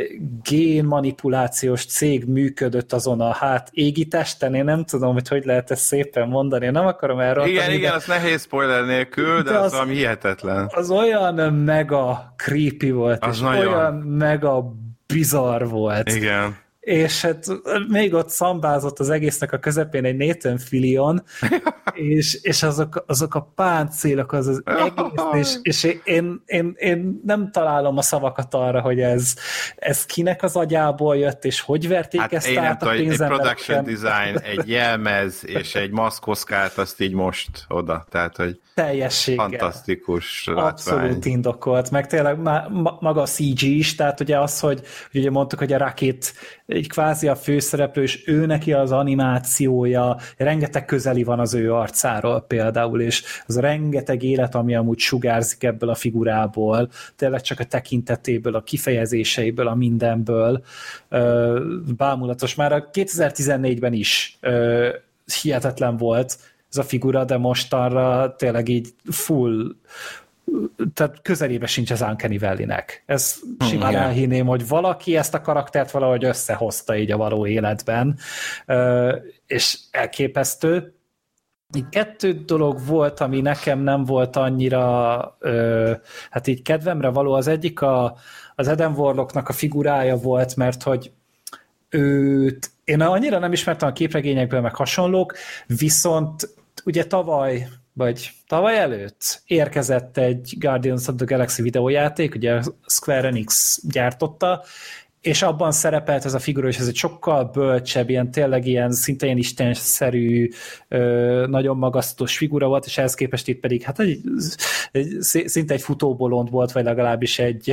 Speaker 6: génmanipulációs cég működött azon a hát égi testen, én nem tudom, hogy hogy lehet ezt szépen mondani, én nem akarom elrontani.
Speaker 4: Igen, igen, az nehéz spoiler nélkül, de, de az, az valami hihetetlen.
Speaker 6: Az olyan mega creepy volt,
Speaker 4: az
Speaker 6: és
Speaker 4: nagyon.
Speaker 6: olyan mega bizarr volt.
Speaker 4: Igen.
Speaker 6: és hát még ott szambázott az egésznek a közepén egy Nathan Fillion, és, és azok, azok a páncélok, az az egész, és, és én, én, én nem találom a szavakat arra, hogy ez, ez kinek az agyából jött, és hogy verték
Speaker 4: hát
Speaker 6: ezt át a
Speaker 4: pénzembereken. Egy production design, egy jelmez, és egy maszkoszkált, azt így most oda, tehát, hogy
Speaker 6: teljességgel.
Speaker 4: Fantasztikus látvány.
Speaker 6: Abszolút indokolt, meg tényleg maga a cé gé is, tehát ugye az, hogy, hogy ugye mondtuk, hogy a Rocket egy kvázi a főszereplő, és ő neki az animációja, rengeteg közeli van az ő arcáról például, és az a rengeteg élet, ami amúgy sugárzik ebből a figurából, tényleg csak a tekintetéből, a kifejezéseiből, a mindenből, bámulatos. Már a kétezer-tizennégyben is hihetetlen volt ez a figura, de mostanra tényleg így full, tehát közelébe sincs az Uncanny Valley-nek. Ez simán yeah. elhinném, hogy valaki ezt a karaktert valahogy összehozta így a való életben, és elképesztő. Kettő dolog volt, ami nekem nem volt annyira hát így kedvemre való. Az egyik a, az Adam Warlocknak a figurája volt, mert hogy őt én annyira nem ismertem a képregényekből, meg hasonlók, viszont ugye tavaly, vagy tavaly előtt érkezett egy Guardians of the Galaxy videójáték, ugye Square Enix gyártotta, és abban szerepelt ez a figura, és ez egy sokkal bölcsebb, ilyen tényleg ilyen szinte ilyen istenszerű, nagyon magasztos figura volt, és ehhez képest itt pedig hát egy, egy, szinte egy futóbolond volt, vagy legalábbis egy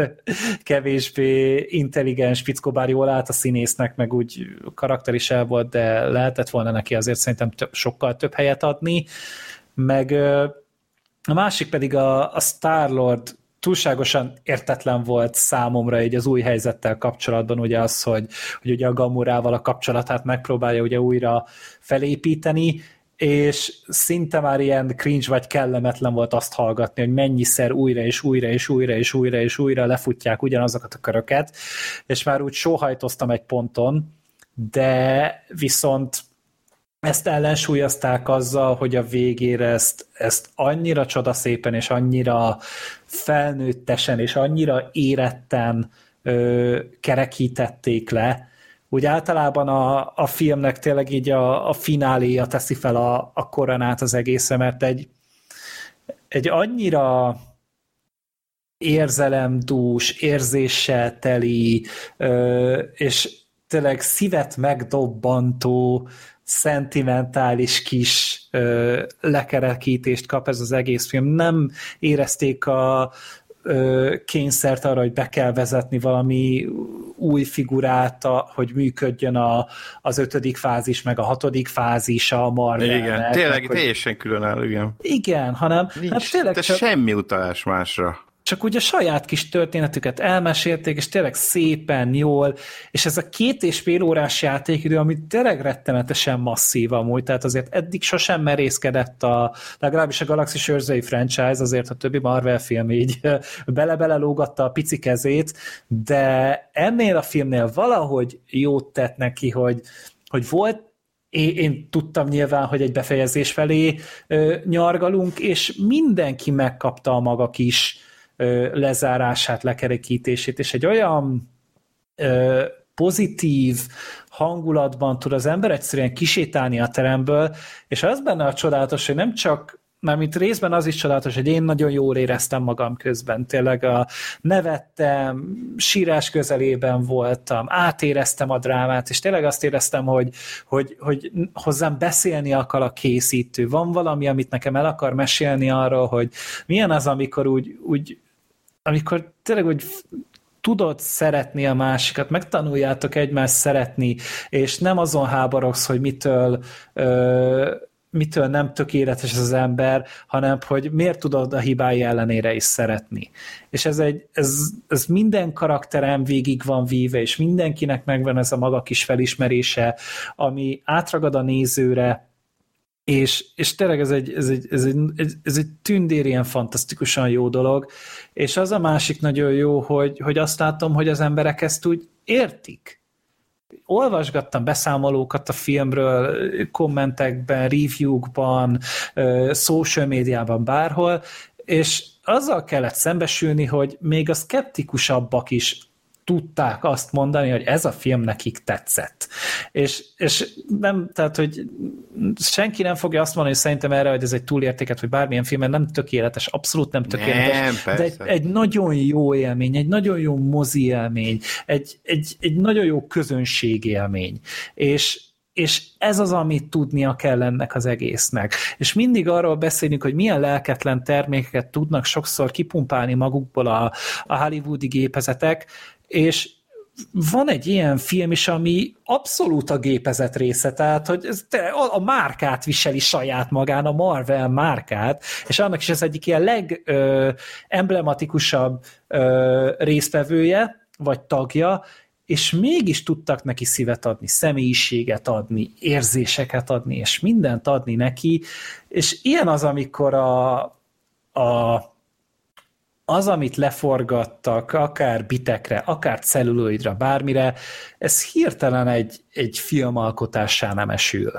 Speaker 6: kevésbé intelligens fickó, bár jól állt a színésznek, meg úgy karakter is el volt, de lehetett volna neki azért szerintem több, sokkal több helyet adni, meg a másik pedig a, a Star-Lord túlságosan értetlen volt számomra így az új helyzettel kapcsolatban, ugye az, hogy, hogy ugye a Gamorával a kapcsolatát megpróbálja ugye újra felépíteni, és szinte már ilyen cringe vagy kellemetlen volt azt hallgatni, hogy mennyiszer újra és újra és újra és újra és újra lefutják ugyanazokat a köröket, és már úgy sóhajtoztam egy ponton, de viszont ezt ellensúlyozták azzal, hogy a végére ezt, ezt annyira csodaszépen, és annyira felnőttesen, és annyira éretten ö, kerekítették le. Úgy általában a, a filmnek tényleg így a, a fináléja teszi fel a, a koronát az egészre, mert egy, egy annyira érzelemdús, érzéssel teli, ö, és tényleg szívet megdobbantó, szentimentális kis ö, lekerekítést kap ez az egész film. Nem érezték a ö, kényszert arra, hogy be kell vezetni valami új figurát, a, hogy működjön a, az ötödik fázis, meg a hatodik fázis a Marvelnek.
Speaker 4: Igen, tényleg meg, teljesen különálló, igen.
Speaker 6: Igen, hanem
Speaker 4: nincs,
Speaker 6: hát tényleg
Speaker 4: de
Speaker 6: csak,
Speaker 4: semmi utalás másra.
Speaker 6: Csak ugye a saját kis történetüket elmesélték, és tényleg szépen, jól, és ez a két és fél órás játékidő, ami tényleg rettenetesen masszív amúgy, tehát azért eddig sosem merészkedett a, legalábbis a Galaxis őrzői franchise, azért a többi Marvel film így bele-bele lógatta a pici kezét, de ennél a filmnél valahogy jót tett neki, hogy, hogy volt. Én, én tudtam nyilván, hogy egy befejezés felé ö, nyargalunk, és mindenki megkapta a maga kis lezárását, lekerekítését, és egy olyan ö, pozitív hangulatban tud az ember egyszerűen kisétálni a teremből, és az benne a csodálatos, hogy nem csak, mármint részben az is csodálatos, hogy én nagyon jól éreztem magam közben, tényleg a nevettem, sírás közelében voltam, átéreztem a drámát, és tényleg azt éreztem, hogy, hogy, hogy hozzám beszélni akar a készítő. Van valami, amit nekem el akar mesélni arról, hogy milyen az, amikor úgy, úgy amikor tényleg úgy tudod szeretni a másikat, megtanuljátok egymást szeretni, és nem azon háborogsz, hogy mitől, ö, mitől nem tökéletes az ember, hanem hogy miért tudod a hibái ellenére is szeretni. És ez, egy, ez, ez minden karakterem végig van víve, és mindenkinek megvan ez a maga kis felismerése, ami átragad a nézőre, És, és tényleg ez egy, ez, egy, ez, egy, ez egy tündér ilyen fantasztikusan jó dolog, és az a másik nagyon jó, hogy, hogy azt látom, hogy az emberek ezt úgy értik. Olvasgattam beszámolókat a filmről, kommentekben, reviewkban, social médiában, bárhol, és azzal kellett szembesülni, hogy még a szkeptikusabbak is tudták azt mondani, hogy ez a film nekik tetszett. És, és nem, tehát, hogy senki nem fogja azt mondani, hogy szerintem erre, hogy ez egy túlértéket, vagy bármilyen film, mert nem tökéletes, abszolút nem tökéletes, nem, de egy, egy nagyon jó élmény, egy nagyon jó mozi élmény, egy, egy, egy nagyon jó közönség élmény. És és ez az, amit tudnia kell ennek az egésznek. És mindig arról beszélünk, hogy milyen lelketlen termékeket tudnak sokszor kipumpálni magukból a, a hollywoodi gépezetek, és van egy ilyen film is, ami abszolút a gépezet része, tehát hogy ez a, a márkát viseli saját magán, a Marvel márkát, és annak is ez egyik ilyen legemblematikusabb résztvevője, vagy tagja, és mégis tudtak neki szívet adni, személyiséget adni, érzéseket adni, és mindent adni neki, és ilyen az, amikor a, a, az, amit leforgattak, akár bitekre, akár celluloidra, bármire, ez hirtelen egy, egy filmalkotássá nem esül.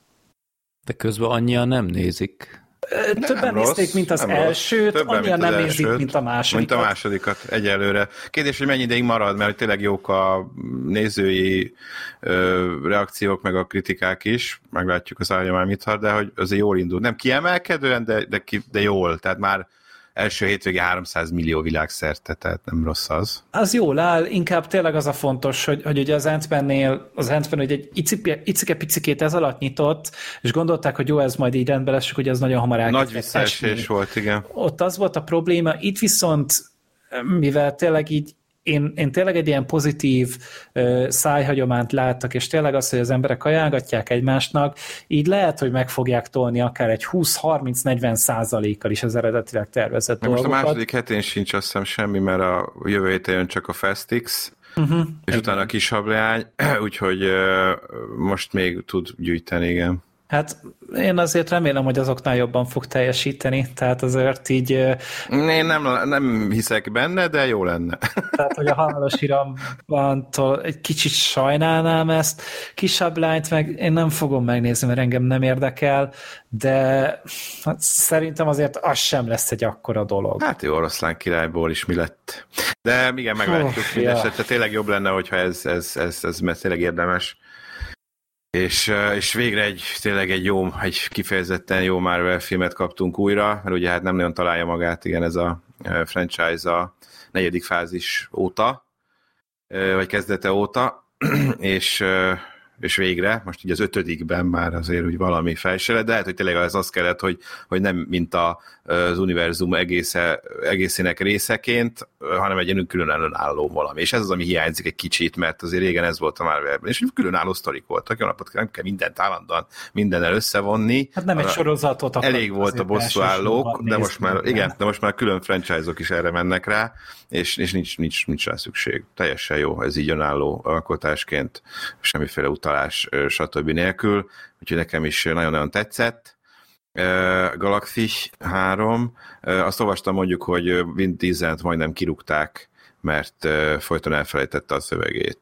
Speaker 3: De közben annyian nem nézik.
Speaker 6: Többen
Speaker 4: nem
Speaker 6: nézték,
Speaker 4: rossz,
Speaker 6: mint az
Speaker 4: nem
Speaker 6: elsőt,
Speaker 4: Többen,
Speaker 6: annyian
Speaker 4: mint
Speaker 6: nem
Speaker 4: az
Speaker 6: nézik,
Speaker 4: elsőt,
Speaker 6: mint a másodikat.
Speaker 4: Mint a másodikat egyelőre. Kérdés, hogy mennyi ideig marad, mert tényleg jók a nézői ö, reakciók, meg a kritikák is, meglátjuk az állja már mit har, de hogy azért jól indul. Nem kiemelkedően, de, de, de jól, tehát már első hétvégén háromszáz millió világszerte, tehát nem rossz az.
Speaker 6: Az jól áll, inkább tényleg az a fontos, hogy, hogy ugye az Ant-Man-nél, az Ant-Man hogy egy icike-picikét ez alatt nyitott, és gondolták, hogy jó, ez majd így rendben lesz, hogy ez nagyon hamar elkezdett.
Speaker 4: Nagy visszaesés volt, igen.
Speaker 6: Ott az volt a probléma, itt viszont, mivel tényleg így Én, én tényleg egy ilyen pozitív uh, szájhagyományt láttak, és tényleg az, hogy az emberek ajánlgatják egymásnak, így lehet, hogy meg fogják tolni akár egy húsz-harminc-negyven százalékkal is az eredetileg tervezett
Speaker 4: Most
Speaker 6: dolgokat.
Speaker 4: a második hetén sincs azt hiszem semmi, mert a jövő héten jön csak a Fast X, uh-huh. és igen. Utána a Kisableány, úgyhogy uh, most még tud gyűjteni, igen.
Speaker 6: Hát én azért remélem, hogy azoknál jobban fog teljesíteni, tehát azért így...
Speaker 4: Én nem, nem hiszek benne, de jó lenne.
Speaker 6: Tehát, hogy a halálos iramban egy kicsit sajnálnám ezt, kisebb lányt meg én nem fogom megnézni, mert engem nem érdekel, de hát szerintem azért az sem lesz egy akkora dolog.
Speaker 4: Hát jó, Oroszlán királyból is mi lett. De igen, meglátjuk oh, mindesetre. Ja. Tényleg jobb lenne, hogyha ez, ez, ez, ez, ez tényleg érdemes. És, és végre egy, tényleg egy jó, egy kifejezetten jó Marvel filmet kaptunk újra, mert ugye hát nem nagyon találja magát, igen, ez a franchise a negyedik fázis óta, vagy kezdete óta, és, és végre, most így az ötödikben már azért úgy valami felsered, de hát, hogy tényleg az az kellett, hogy, hogy nem mint a, az univerzum egésze, egészének részeként, hanem egy ilyen különálló valami. És ez az, ami hiányzik egy kicsit, mert azért régen ez volt a Marvelben, és különálló sztorik voltak. Jó napot, nem kell mindent állandóan mindennel összevonni.
Speaker 6: Hát nem egy sorozatot akar.
Speaker 4: Elég volt a bosszúállók, de most már, igen, de most már külön franchise-ok is erre mennek rá, és, és nincs, nincs, nincs rá szükség. Teljesen jó, ez így önálló alkotásként, semmiféle utalás, stb. Nélkül, úgyhogy nekem is nagyon-nagyon tetszett. Galaxis három. Azt olvastam mondjuk, hogy Vin Dieselt majdnem kirúgták, mert folyton elfelejtette a szövegét.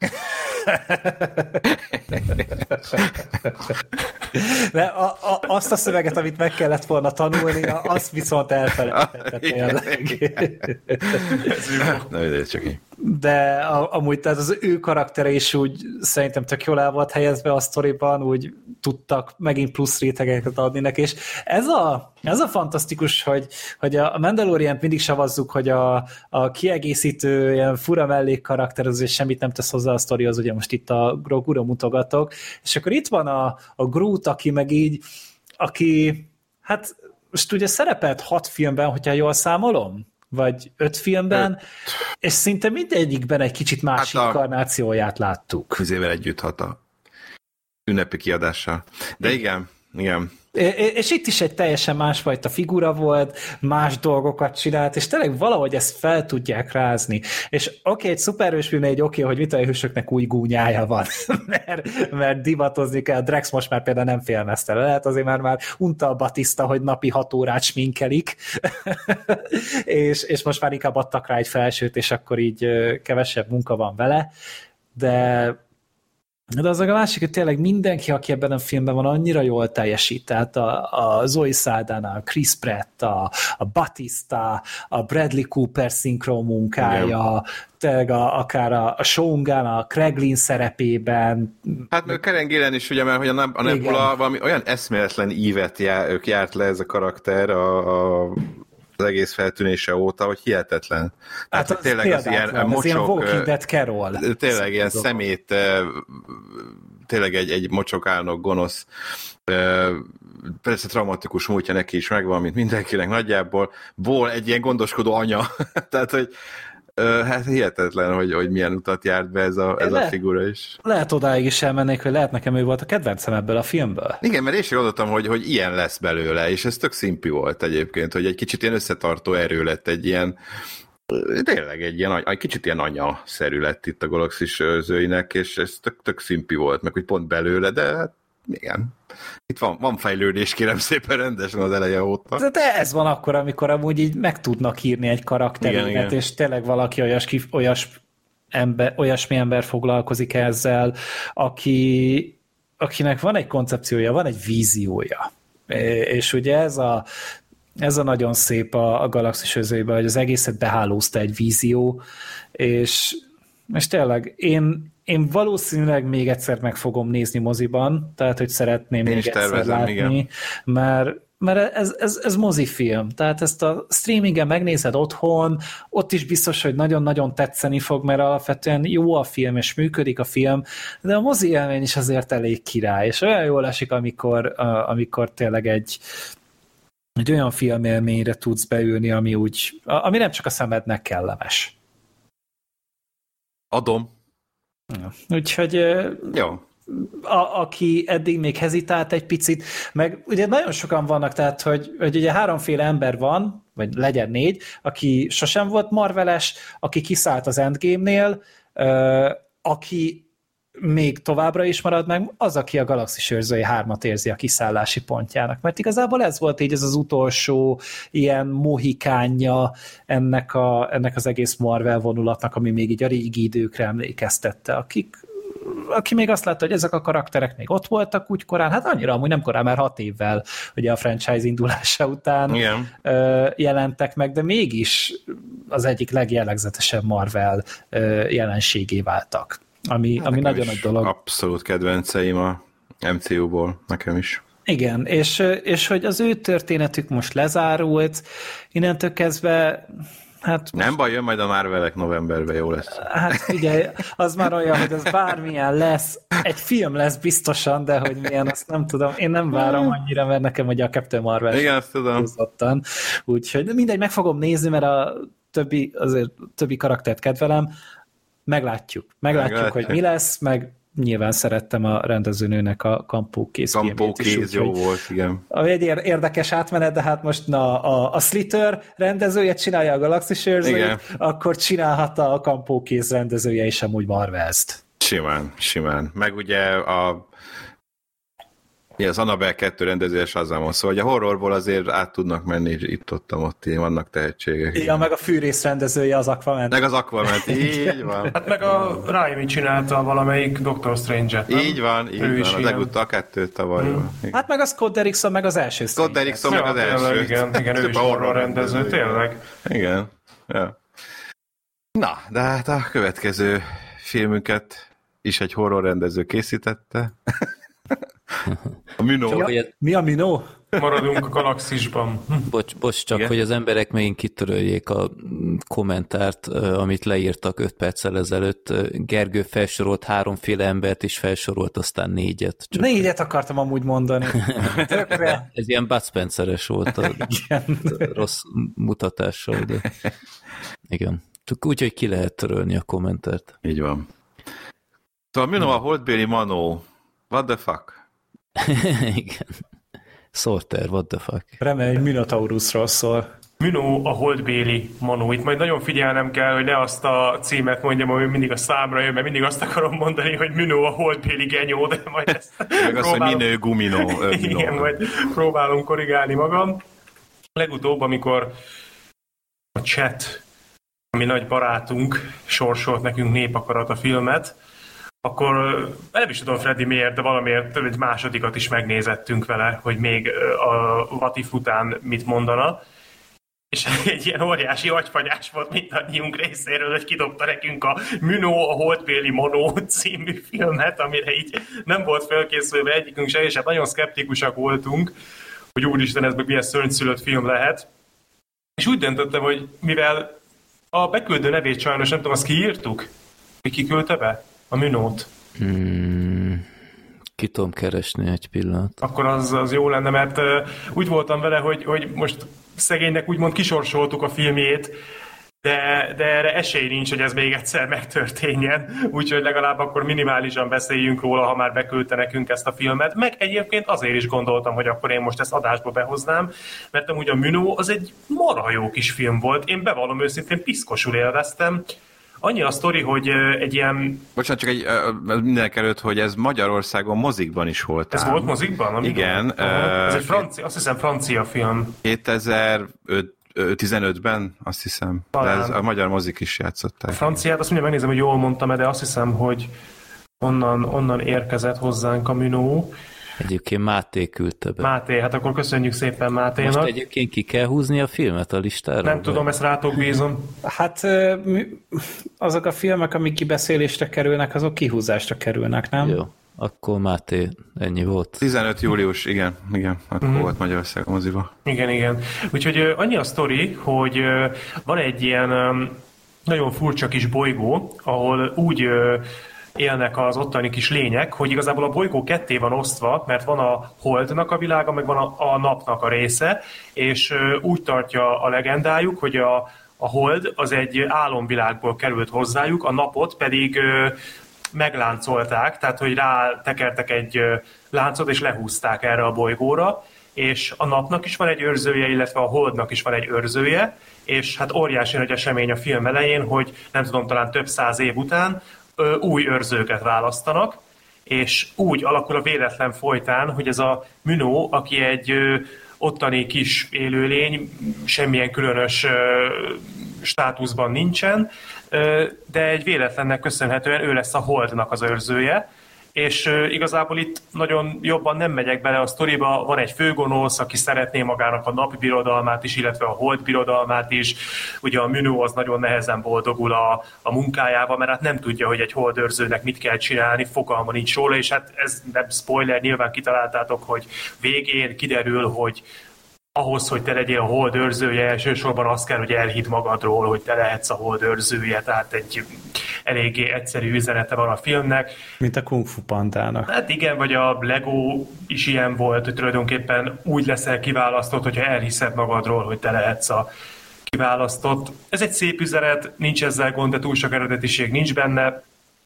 Speaker 6: De a, a, azt a szöveget, amit meg kellett volna tanulni, azt viszont elfelejtette tényleg.
Speaker 4: Na, ez csak így.
Speaker 6: De a, amúgy tehát az ő karaktere is úgy szerintem tök jól el volt helyezve a sztoriban, úgy tudtak megint plusz rétegeket adni neki, és ez a, ez a fantasztikus, hogy, hogy a Mandaloriant mindig savazzuk, hogy a, a kiegészítő ilyen fura mellék karakter, az semmit nem tesz hozzá a sztorihoz, ugye most itt a Grogu-ra mutogatok, és akkor itt van a, a Groot, aki meg így, aki hát most ugye szerepelt hat filmben, hogyha jól számolom, vagy öt filmben, öt. És szinte mindegyikben egy kicsit másik hát inkarnációját láttuk.
Speaker 4: Közével együtt hat a ünnepi kiadással. De igen, igen.
Speaker 6: És itt is egy teljesen másfajta figura volt, más dolgokat csinált, és tényleg valahogy ezt fel tudják rázni. És oké, okay, egy szuperhős filmnél egy oké, okay, hogy mit a hősöknek új gúnyája van, mert, mert divatozni kell. Drax most már például nem félmezte le, lehet azért már már unta a Batista, hogy napi hat órát sminkelik, és, és most már inkább adtak rá egy felsőt, és akkor így kevesebb munka van vele, de De az a másik, hogy tényleg mindenki, aki ebben a filmben van, annyira jól teljesít. Tehát a, a Zoe Saldana, a Chris Pratt, a, a Batista, a Bradley Cooper szinkron munkája, tényleg a, akár a, a Sean Gunn, a Craig szerepében.
Speaker 4: Hát meg Karen Gillan is, ugye, mert hogy a Nebula valami olyan eszméletlen ívet já, ők járt le ez a karakter a, a az egész feltűnése óta, hogy hihetetlen.
Speaker 6: Hát
Speaker 4: hát tényleg az ilyen mocsok,
Speaker 6: ez ilyen Walking Dead Carol.
Speaker 4: Tényleg ilyen szemét, tényleg egy, egy mocsok álnok gonosz, persze traumatikus múltja neki is megvan, mint mindenkinek nagyjából, ból egy ilyen gondoskodó anya. Tehát, hogy hát hihetetlen, hogy, hogy milyen utat járt be ez a, ez le, a figura is.
Speaker 6: Lehet odáig is elmennék, hogy lehet nekem ő volt a kedvencem ebből a filmből.
Speaker 4: Igen, mert én is gondoltam, hogy, hogy ilyen lesz belőle, és ez tök szimpi volt egyébként, hogy egy kicsit ilyen összetartó erő lett, egy ilyen tényleg egy ilyen, egy kicsit ilyen anya-szerű lett itt a Galaxis őrzőinek, és ez tök, tök szimpi volt, meg hogy pont belőle, de hát igen. Itt van, van fejlődés, kérem szépen, rendesen az eleje óta.
Speaker 6: De ez van akkor, amikor amúgy így meg tudnak írni egy karakteret, és tényleg valaki olyas, olyas ember, olyasmi ember foglalkozik ezzel, aki, akinek van egy koncepciója, van egy víziója. És ugye ez a, ez a nagyon szép a, a Galaxis őrzőiben, hogy az egészet behálózta egy vízió, és, és tényleg én Én valószínűleg még egyszer meg fogom nézni moziban, tehát, hogy szeretném
Speaker 4: Én
Speaker 6: még egyszer
Speaker 4: tervezem,
Speaker 6: látni, igen. mert, mert ez, ez, ez mozifilm, tehát ezt a streamingen megnézed otthon, ott is biztos, hogy nagyon-nagyon tetszeni fog, mert alapvetően jó a film, és működik a film, de a mozi élmény is azért elég király, és olyan jól esik, amikor, amikor tényleg egy, egy olyan filmélményre tudsz beülni, ami úgy, ami nem csak a szemednek kellemes.
Speaker 4: Adom.
Speaker 6: Ja. Úgyhogy
Speaker 4: jó.
Speaker 6: A, aki eddig még hezitált egy picit, meg ugye nagyon sokan vannak, tehát hogy, hogy ugye háromféle ember van, vagy legyen négy, aki sosem volt Marveles, aki kiszállt az Endgame-nél, uh, aki még továbbra is marad meg, az, aki a Galaxis őrzői hármat érzi a kiszállási pontjának. Mert igazából ez volt így ez az utolsó ilyen mohikánja ennek, a, ennek az egész Marvel vonulatnak, ami még így a régi időkre emlékeztette. Akik, aki még azt látta, hogy ezek a karakterek még ott voltak úgy korán, hát annyira amúgy nem korán, már hat évvel ugye a franchise indulása után
Speaker 4: igen.
Speaker 6: jelentek meg, de mégis az egyik legjellegzetesebb Marvel jelenségé váltak. Ami, ami nagyon nagy dolog.
Speaker 4: Abszolút kedvenceim a em cé u-ból, nekem is.
Speaker 6: Igen, és, és hogy az ő történetük most lezárult, innentől kezdve hát...
Speaker 4: Nem baj, jön majd a Marvelek novemberben, jó lesz.
Speaker 6: Hát figyelj, az már olyan, hogy ez bármilyen lesz, egy film lesz biztosan, de hogy milyen, azt nem tudom, én nem várom annyira, mert nekem ugye a Captain Marvel
Speaker 4: igen, azt tudom.
Speaker 6: Úgyhogy mindegy, meg fogom nézni, mert a többi, azért többi karaktert kedvelem. Meglátjuk. Meglátjuk, Meglátjuk, hogy mi lesz, meg nyilván szerettem a rendezőnőnek a Kampókéz filmét is.
Speaker 4: Kampókéz jó volt, igen.
Speaker 6: Egy érdekes átmenet, de hát most na, a, a Slither rendezője csinálja a Galaxis őrzőjét, akkor csinálhatta a Kampókéz rendezője is amúgy Marvels-t.
Speaker 4: Simán, simán. Meg ugye a ja, az Annabelle kettő rendezés azzal van szó, hogy a horrorból azért át tudnak menni, itt-ottam ott így vannak tehetségek.
Speaker 6: Igen, meg a Fűrész rendezője az Aquaman.
Speaker 4: Meg az Aquaman, így van.
Speaker 5: Hát meg a Raimi csinálta valamelyik Doctor Strange-et, nem?
Speaker 4: Így van, így ő van, az legutóbb a kettőt tavaly. Hmm.
Speaker 6: Hát meg a Scott Derrickson, meg az első
Speaker 4: Scott Derrickson, meg az első.
Speaker 5: Igen, igen, ő is horror rendező, tényleg.
Speaker 4: Igen, ja. Na, de hát a következő filmünket is egy horror rendező készítette. A Minó.
Speaker 6: Ja, mi a Minó?
Speaker 5: Maradunk a Galaxisban.
Speaker 3: Bocs, bocs csak,
Speaker 4: igen?
Speaker 3: hogy az emberek megint kitöröljék a kommentárt, amit leírtak öt perccel ezelőtt. Gergő felsorolt háromféle embert, és felsorolt aztán négyet. Csak
Speaker 6: négyet akartam amúgy mondani.
Speaker 3: Ez ilyen Bud Spencer-es volt a rossz mutatással, de igen. Csak úgy, hogy ki lehet törölni a kommentert.
Speaker 4: Így van. Szóval Minó a holdbéli manó. What the fuck?
Speaker 3: Igen. Sorter, what the fuck?
Speaker 6: Remélem, hogy Minotaurusról szól.
Speaker 5: Minó a holdbéli manó. Itt majd nagyon figyelnem kell, hogy ne azt a címet mondjam, hogy mindig a számra jön, mert mindig azt akarom mondani, hogy Minó a holdbéli genyó, de majd ezt
Speaker 4: meg azt, hogy minő guminó.
Speaker 5: Igen, majd próbálom korrigálni magam. Legutóbb, amikor a chat, ami nagy barátunk, sorsolt nekünk Népakarat a filmet, akkor nem is tudom Freddy miért, de valamiért egy másodikat is megnézettünk vele, hogy még a What If után mit mondana. És egy ilyen óriási agyfagyás volt mindannyiunk részéről, hogy kidobta nekünk a Münó, a Holdbéli Monó című filmet, amire így nem volt felkészülve egyikünk se, és hát nagyon szkeptikusak voltunk, hogy úristen, ez meg milyen szörnyszülött film lehet. És úgy döntöttem, hogy mivel a beküldő nevét sajnos nem tudom, azt kiírtuk? Hogy ki küldte be? A Münót.
Speaker 3: Hmm, ki tudom keresni egy pillanat.
Speaker 5: Akkor az, az jó lenne, mert uh, úgy voltam vele, hogy, hogy most szegénynek úgymond kisorsoltuk a filmjét, de, de erre esély nincs, hogy ez még egyszer megtörténjen, úgyhogy legalább akkor minimálisan beszéljünk róla, ha már beküldte nekünk ezt a filmet. Meg egyébként azért is gondoltam, hogy akkor én most ezt adásba behoznám, mert amúgy a Münó az egy marha jó kis film volt. Én bevallom őszintén, piszkosul élveztem. Annyi a sztori, hogy egy ilyen...
Speaker 4: Bocsánat, csak egy mindenek előtt, hogy ez Magyarországon mozikban is volt.
Speaker 5: Ez
Speaker 4: ám.
Speaker 5: volt mozikban? Amiben?
Speaker 4: Igen.
Speaker 5: Uh, ez egy francia, azt hiszem francia film.
Speaker 4: kétezer-tizenötben, azt hiszem. De ez a magyar mozik is játszották.
Speaker 5: A franciát, azt mondja, megnézem, hogy jól mondtam, de azt hiszem, hogy onnan, onnan érkezett hozzánk a Münó.
Speaker 3: Egyébként Máté küldte be.
Speaker 5: Máté, hát akkor köszönjük szépen Máténak.
Speaker 3: Most egyébként ki kell húzni a filmet a listára?
Speaker 5: Nem tudom, ezt rátok bízom.
Speaker 6: Hát azok a filmek, amik kibeszélésre kerülnek, azok kihúzásra kerülnek, nem?
Speaker 3: Jó, akkor Máté, ennyi volt.
Speaker 4: tizenöt július, igen, igen, akkor mm. volt Magyarország moziba.
Speaker 5: Igen, igen. Úgyhogy annyi a sztori, hogy van egy ilyen nagyon furcsa kis bolygó, ahol úgy élnek az ottani kis lények, hogy igazából a bolygó ketté van osztva, mert van a Holdnak a világa, meg van a, a napnak a része, és úgy tartja a legendájuk, hogy a, a Hold az egy álomvilágból került hozzájuk, a napot pedig ö, megláncolták, tehát hogy rá tekertek egy ö, láncot, és lehúzták erre a bolygóra, és a napnak is van egy őrzője, illetve a Holdnak is van egy őrzője, és hát óriási nagy esemény a film elején, hogy nem tudom, talán több száz év után új őrzőket választanak, és úgy alakul a véletlen folytán, hogy ez a Münó, aki egy ottani kis élőlény, semmilyen különös státuszban nincsen, de egy véletlennek köszönhetően ő lesz a Holdnak az őrzője, és igazából itt nagyon jobban nem megyek bele a sztoriba, van egy főgonosz, aki szeretné magának a napbirodalmát is, illetve a holdbirodalmát is. Ugye a Münó az nagyon nehezen boldogul a, a munkájával, mert hát nem tudja, hogy egy holdőrzőnek mit kell csinálni, fogalma nincs róla, és hát ez nem spoiler, nyilván kitaláltátok, hogy végén kiderül, hogy ahhoz, hogy te legyél a hold őrzője, elsősorban azt kell, hogy elhidd magadról, hogy te lehetsz a hold őrzője, tehát egy eléggé egyszerű üzenete van a filmnek.
Speaker 6: Mint a Kung Fu Pandának.
Speaker 5: Hát igen, vagy a Lego is ilyen volt, hogy tulajdonképpen úgy leszel kiválasztott, hogyha elhiszed magadról, hogy te lehetsz a kiválasztott. Ez egy szép üzenet, nincs ezzel gond, de túl sok eredetiség nincs benne.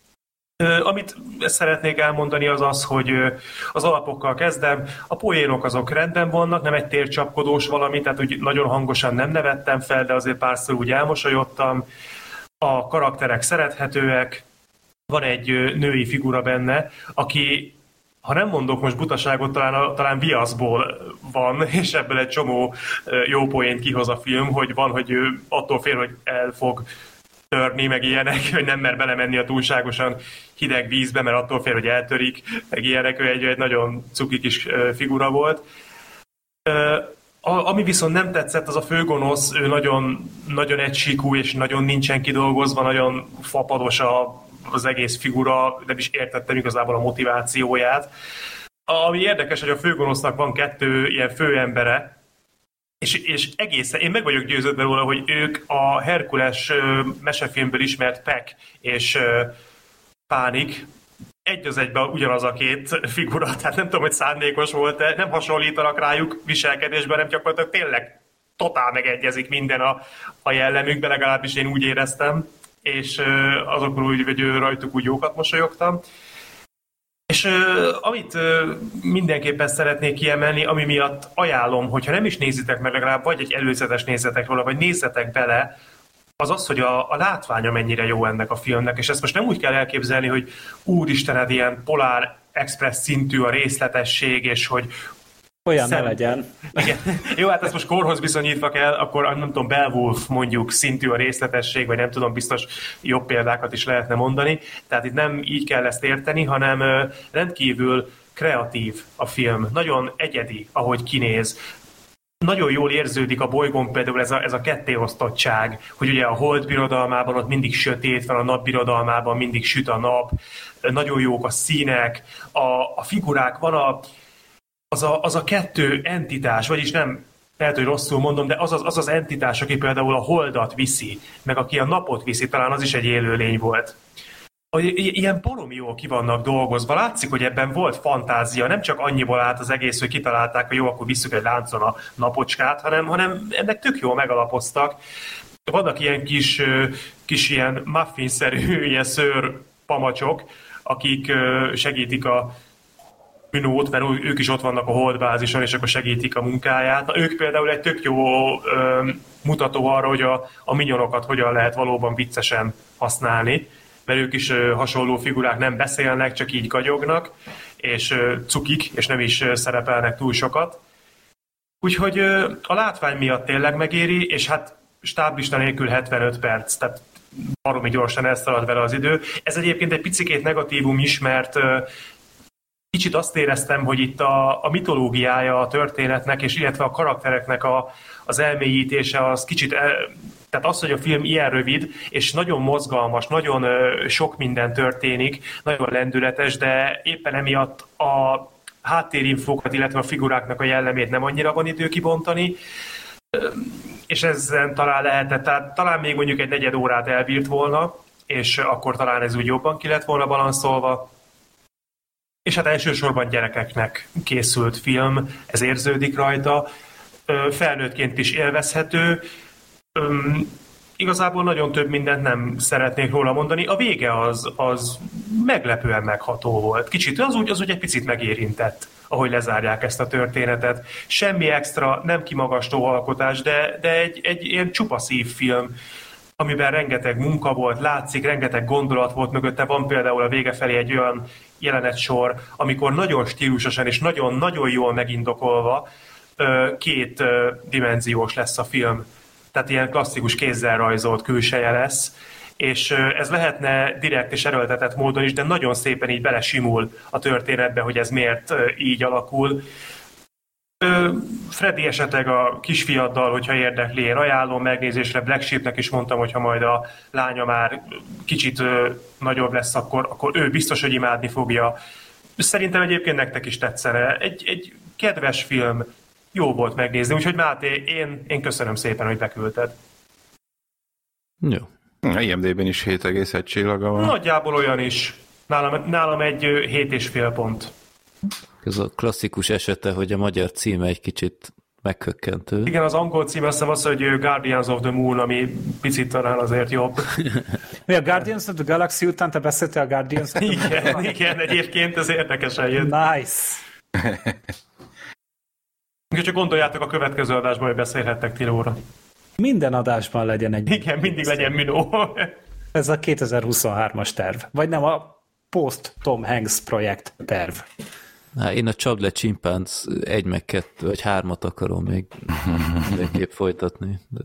Speaker 5: Amit szeretnék elmondani az az, hogy az alapokkal kezdem, a poénok azok rendben vannak, nem egy tércsapkodós valami, tehát úgy nagyon hangosan nem nevettem fel, de azért párszor úgy elmosolyodtam. A karakterek szerethetőek, van egy női figura benne, aki, ha nem mondok most butaságot, talán, talán viaszból van, és ebből egy csomó jó poént kihoz a film, hogy van, hogy ő attól fél, hogy el fog törni, meg ilyenek, hogy nem mer belemenni a túlságosan hideg vízbe, mert attól fél, hogy eltörik, meg ilyenek, ő egy, egy nagyon cuki kis figura volt. A, ami viszont nem tetszett, az a főgonosz, ő nagyon, nagyon egysíkú, és nagyon nincsen kidolgozva, nagyon fapados a, az egész figura, nem is értettem igazából a motivációját. Ami érdekes, hogy a főgonosznak van kettő ilyen főembere, És, és egészen, én meg vagyok győződve róla, hogy ők a Herkules mesefilmből ismert Peck és Pánik egy az egyben ugyanaz a két figura, tehát nem tudom, hogy szándékos volt-e, nem hasonlítanak rájuk viselkedésben, nem gyakorlatilag tényleg totál megegyezik minden a, a jellemükben, legalábbis én úgy éreztem, és azokon úgy, hogy rajtuk úgy jókat mosolyogtam. És uh, amit uh, mindenképpen szeretnék kiemelni, ami miatt ajánlom, hogyha nem is nézitek meg legalább, vagy egy előzetes nézzetek róla, vagy nézzetek bele, az az, hogy a, a látványa mennyire jó ennek a filmnek, és ezt most nem úgy kell elképzelni, hogy úristen, ilyen Polar Express szintű a részletesség, és hogy
Speaker 6: Olyan
Speaker 5: Szem...
Speaker 6: ne legyen.
Speaker 5: Igen. Jó, hát ezt most korhoz viszonyítva kell, akkor nem tudom, Beowulf mondjuk szintű a részletesség, vagy nem tudom, biztos jobb példákat is lehetne mondani. Tehát itt nem így kell ezt érteni, hanem rendkívül kreatív a film. Nagyon egyedi, ahogy kinéz. Nagyon jól érződik a bolygón például ez a, ez a kettéosztottság, hogy ugye a hold birodalmában ott mindig sötét van, a nap birodalmában mindig süt a nap, nagyon jók a színek, a, a figurák, van a, az, a, az a kettő entitás, vagyis nem, lehet, hogy rosszul mondom, de az az, az az entitás, aki például a holdat viszi, meg aki a napot viszi, talán az is egy élőlény volt. Ilyen baromi jól ki vannak dolgozva. Látszik, hogy ebben volt fantázia, nem csak annyiból állt az egész, hogy kitalálták, hogy jó, akkor visszük egy láncon a napocskát, hanem, hanem ennek tök jól megalapoztak. Vannak ilyen kis, kis ilyen muffin-szerű, ilyen szőr pamacsok, akik segítik a Minót, mert ők is ott vannak a holdbázison, és akkor segítik a munkáját. Na, ők például egy tök jó ö, mutató arra, hogy a, a minyonokat hogyan lehet valóban viccesen használni, mert ők is ö, hasonló figurák, nem beszélnek, csak így gagyognak, és ö, cukik, és nem is ö, szerepelnek túl sokat. Úgyhogy ö, a látvány miatt tényleg megéri, és hát stáblista nélkül hetvenöt perc, tehát baromi gyorsan elszalad vele az idő. Ez egyébként egy picikét negatívum is, mert ö, kicsit azt éreztem, hogy itt a, a mitológiája a történetnek, és illetve a karaktereknek a, az elmélyítése az kicsit, el, tehát az, hogy a film ilyen rövid, és nagyon mozgalmas, nagyon ö, sok minden történik, nagyon lendületes, de éppen emiatt a háttérinfókat, illetve a figuráknak a jellemét nem annyira van idő kibontani, és ezzel talán lehetett, tehát talán még mondjuk egy negyed órát elbírt volna, és akkor talán ez úgy jobban ki lett volna balanszolva. És hát elsősorban gyerekeknek készült film, ez érződik rajta, felnőttként is élvezhető. Igazából nagyon több mindent nem szeretnék róla mondani. A vége az, az meglepően megható volt. Kicsit az úgy, az úgy egy picit megérintett, ahogy lezárják ezt a történetet. Semmi extra, nem kimagasztó alkotás, de, de egy, egy ilyen csupaszív film, amiben rengeteg munka volt, látszik, rengeteg gondolat volt mögötte. Van például a vége felé egy olyan jelenetsor, amikor nagyon stílusosan és nagyon-nagyon jól megindokolva két dimenziós lesz a film. Tehát ilyen klasszikus kézzel rajzolt külseje lesz, és ez lehetne direkt és erőltetett módon is, de nagyon szépen így belesimul a történetbe, hogy ez miért így alakul. Freddy esetleg a kisfiaddal, hogyha érdekli, én ajánlom megnézésre. Black Sheepnek is mondtam, hogyha majd a lánya már kicsit nagyobb lesz, akkor, akkor ő biztos, hogy imádni fogja. Szerintem egyébként nektek is tetszene. Egy, egy kedves film, jó volt megnézni, úgyhogy Máté, én, én köszönöm szépen, hogy beküldted.
Speaker 3: Jó.
Speaker 4: A I M D B-n is hét egész egy csillaga van.
Speaker 5: Nagyjából olyan is. Nálam, nálam egy hét és fél pont.
Speaker 3: Ez a klasszikus esete, hogy a magyar címe egy kicsit meghökkentő.
Speaker 5: Igen, az angol címe azt hiszem az, hogy Guardians of the Moon, ami picit talán azért jobb.
Speaker 6: Mi a Guardians of the Galaxy után te beszéltél a Guardians of the
Speaker 5: Igen, igen, egyébként ez érdekesen jött.
Speaker 6: Nice.
Speaker 5: Csak gondoljátok, a következő adásban, hogy beszélhettek Tilóra.
Speaker 6: Minden adásban legyen egy...
Speaker 5: Igen, mindig legyen Minó.
Speaker 6: Ez a kétezer-huszonhármas terv. Vagy nem, a post Tom Hanks projekt terv.
Speaker 3: Hát én a Csapd le csimpánc egy meg kettő, vagy hármat akarom még mindenképp folytatni. De...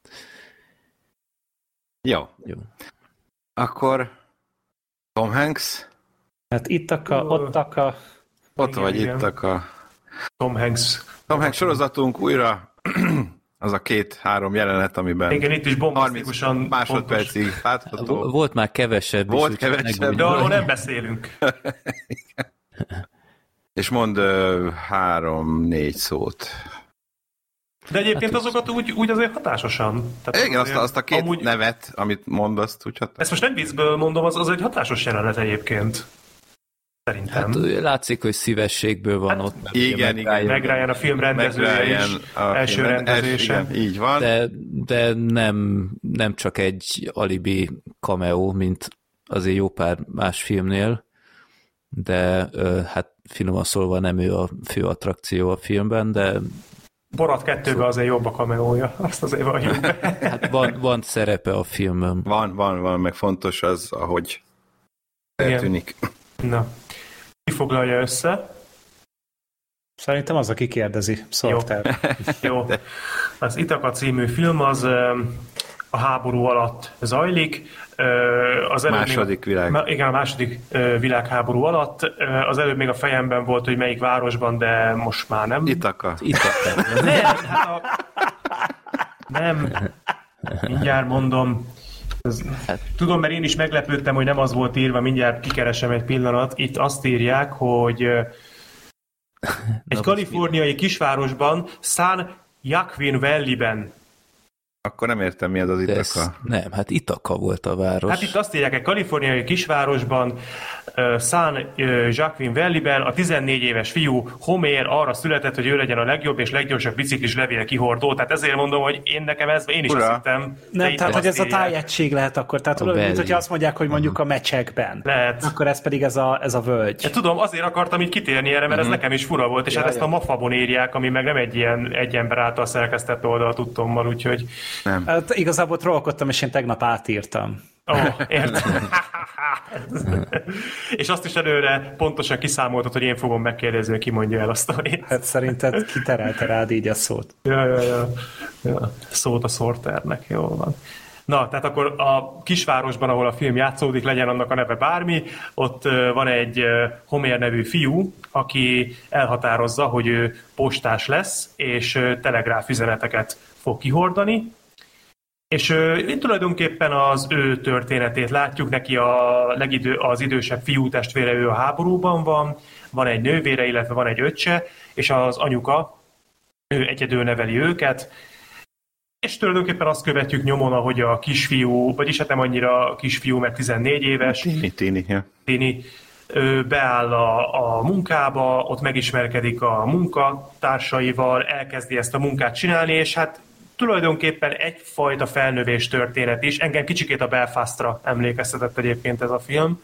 Speaker 4: Jó.
Speaker 3: Jó.
Speaker 4: Akkor Tom Hanks.
Speaker 6: Hát itt a, ott a...
Speaker 4: Ott
Speaker 5: igen,
Speaker 4: vagy
Speaker 5: igen.
Speaker 4: itt a...
Speaker 5: Tom Hanks.
Speaker 4: Tom Hanks sorozatunk újra az a két-három jelenet, amiben
Speaker 5: igen, itt is bombasztikusan
Speaker 4: másodpercig látható.
Speaker 3: Volt már kevesebb.
Speaker 4: Volt
Speaker 3: is,
Speaker 4: kevesebb.
Speaker 5: De arról nem beszélünk.
Speaker 4: És mond uh, három-négy szót.
Speaker 5: De egyébként
Speaker 3: Hát,
Speaker 5: azokat úgy, úgy azért hatásosan. Tehát
Speaker 4: Igen,
Speaker 5: azért,
Speaker 4: azt, azt a két
Speaker 5: amúgy,
Speaker 4: nevet, amit mondasz, úgy hatásos.
Speaker 5: ezt most nem viccből mondom, az, az egy hatásos jelenet egyébként. Szerintem.
Speaker 3: Hát látszik, hogy szívességből van
Speaker 5: Hát,
Speaker 3: ott. Mert
Speaker 4: igen,
Speaker 3: ugye
Speaker 4: igen.
Speaker 5: Meg Ryan a film rendezője is, első
Speaker 4: film,
Speaker 5: rendezése.
Speaker 4: Igen, így van.
Speaker 3: De, de nem, nem csak egy alibi cameo, mint azért jó pár más filmnél, de hát finoman szólva nem ő a fő attrakció a filmben, de...
Speaker 5: Borat kettőben azért jobb a kameója, azt azért valljuk be.
Speaker 3: Hát van, van szerepe a filmben.
Speaker 4: Van, van, van, meg fontos az, ahogy eltűnik.
Speaker 5: Na, ki foglalja össze?
Speaker 6: Szerintem az, aki kérdezi. Sorter.
Speaker 5: Jó. Jó. Az Ithaca című film az a háború alatt zajlik. Az előbb
Speaker 4: második
Speaker 5: még,
Speaker 4: világ.
Speaker 5: Igen, a második világháború alatt. Az előbb még a fejemben volt, hogy melyik városban, de most már nem.
Speaker 4: Ithaca.
Speaker 3: Ithaca.
Speaker 5: Nem, hát a... nem. Mindjárt mondom. Ez... Tudom, mert én is meglepődtem, hogy nem az volt írva, mindjárt kikeresem egy pillanat. Itt azt írják, hogy egy kaliforniai kisvárosban, San Joaquin Valley-ben.
Speaker 4: Akkor nem értem, mi az az Ithaca.
Speaker 3: Nem, hát Ithaca volt a város.
Speaker 5: Hát itt azt írják, egy kaliforniai kisvárosban, uh, San Joaquin Valley-ben a tizennégy éves fiú Homer arra született, hogy ő legyen a legjobb és leggyorsabb biciklis levél kihordó. Tehát ezért mondom, hogy én nekem ez, én is
Speaker 4: Ura.
Speaker 5: azt hittem.
Speaker 6: Nem, tehát hogy ez írják. A tájegység lehet akkor. Tehát tudod, mint hogyha azt mondják, hogy mondjuk a meccsekben.
Speaker 5: Lehet.
Speaker 6: Akkor ez pedig ez a, ez a völgy.
Speaker 5: Ja, tudom, azért akartam így kitérni erre, mert uh-huh. ez nekem is fura volt, és ja, hát ezt ja. a Mafabon írják, ami meg nem egy ilyen egy ember által szerkesztett oldal tudtommal, úgyhogy...
Speaker 4: Nem.
Speaker 6: Hát igazából trollkodtam, és én tegnap átírtam.
Speaker 5: Ó, oh, értem. És azt is előre pontosan kiszámoltad, hogy én fogom megkérdezni, hogy ki mondja el a sztorit.
Speaker 6: Hát szerinted kiterelte rád így a szót.
Speaker 5: Ja, ja, ja. ja. Szót a Sorternek, jól van. Na, tehát akkor a kisvárosban, ahol a film játszódik, legyen annak a neve bármi, ott van egy Homer nevű fiú, aki elhatározza, hogy ő postás lesz, és telegráfüzeneteket fog kihordani, és uh, tulajdonképpen az ő történetét látjuk, neki a legidő, az idősebb fiú testvére, ő a háborúban van, van egy nővére, illetve van egy öccse, és az anyuka, ő egyedül neveli őket, és tulajdonképpen azt követjük nyomon, ahogy a kisfiú, vagyis hát nem annyira kisfiú, mert tizennégy éves,
Speaker 4: Tini, tini, ja.
Speaker 5: tini ő beáll a, a munkába, ott megismerkedik a munkatársaival, elkezdi ezt a munkát csinálni, és hát tulajdonképpen egyfajta felnövés történet is. Engem kicsikét a Belfastra emlékeztetett egyébként ez a film.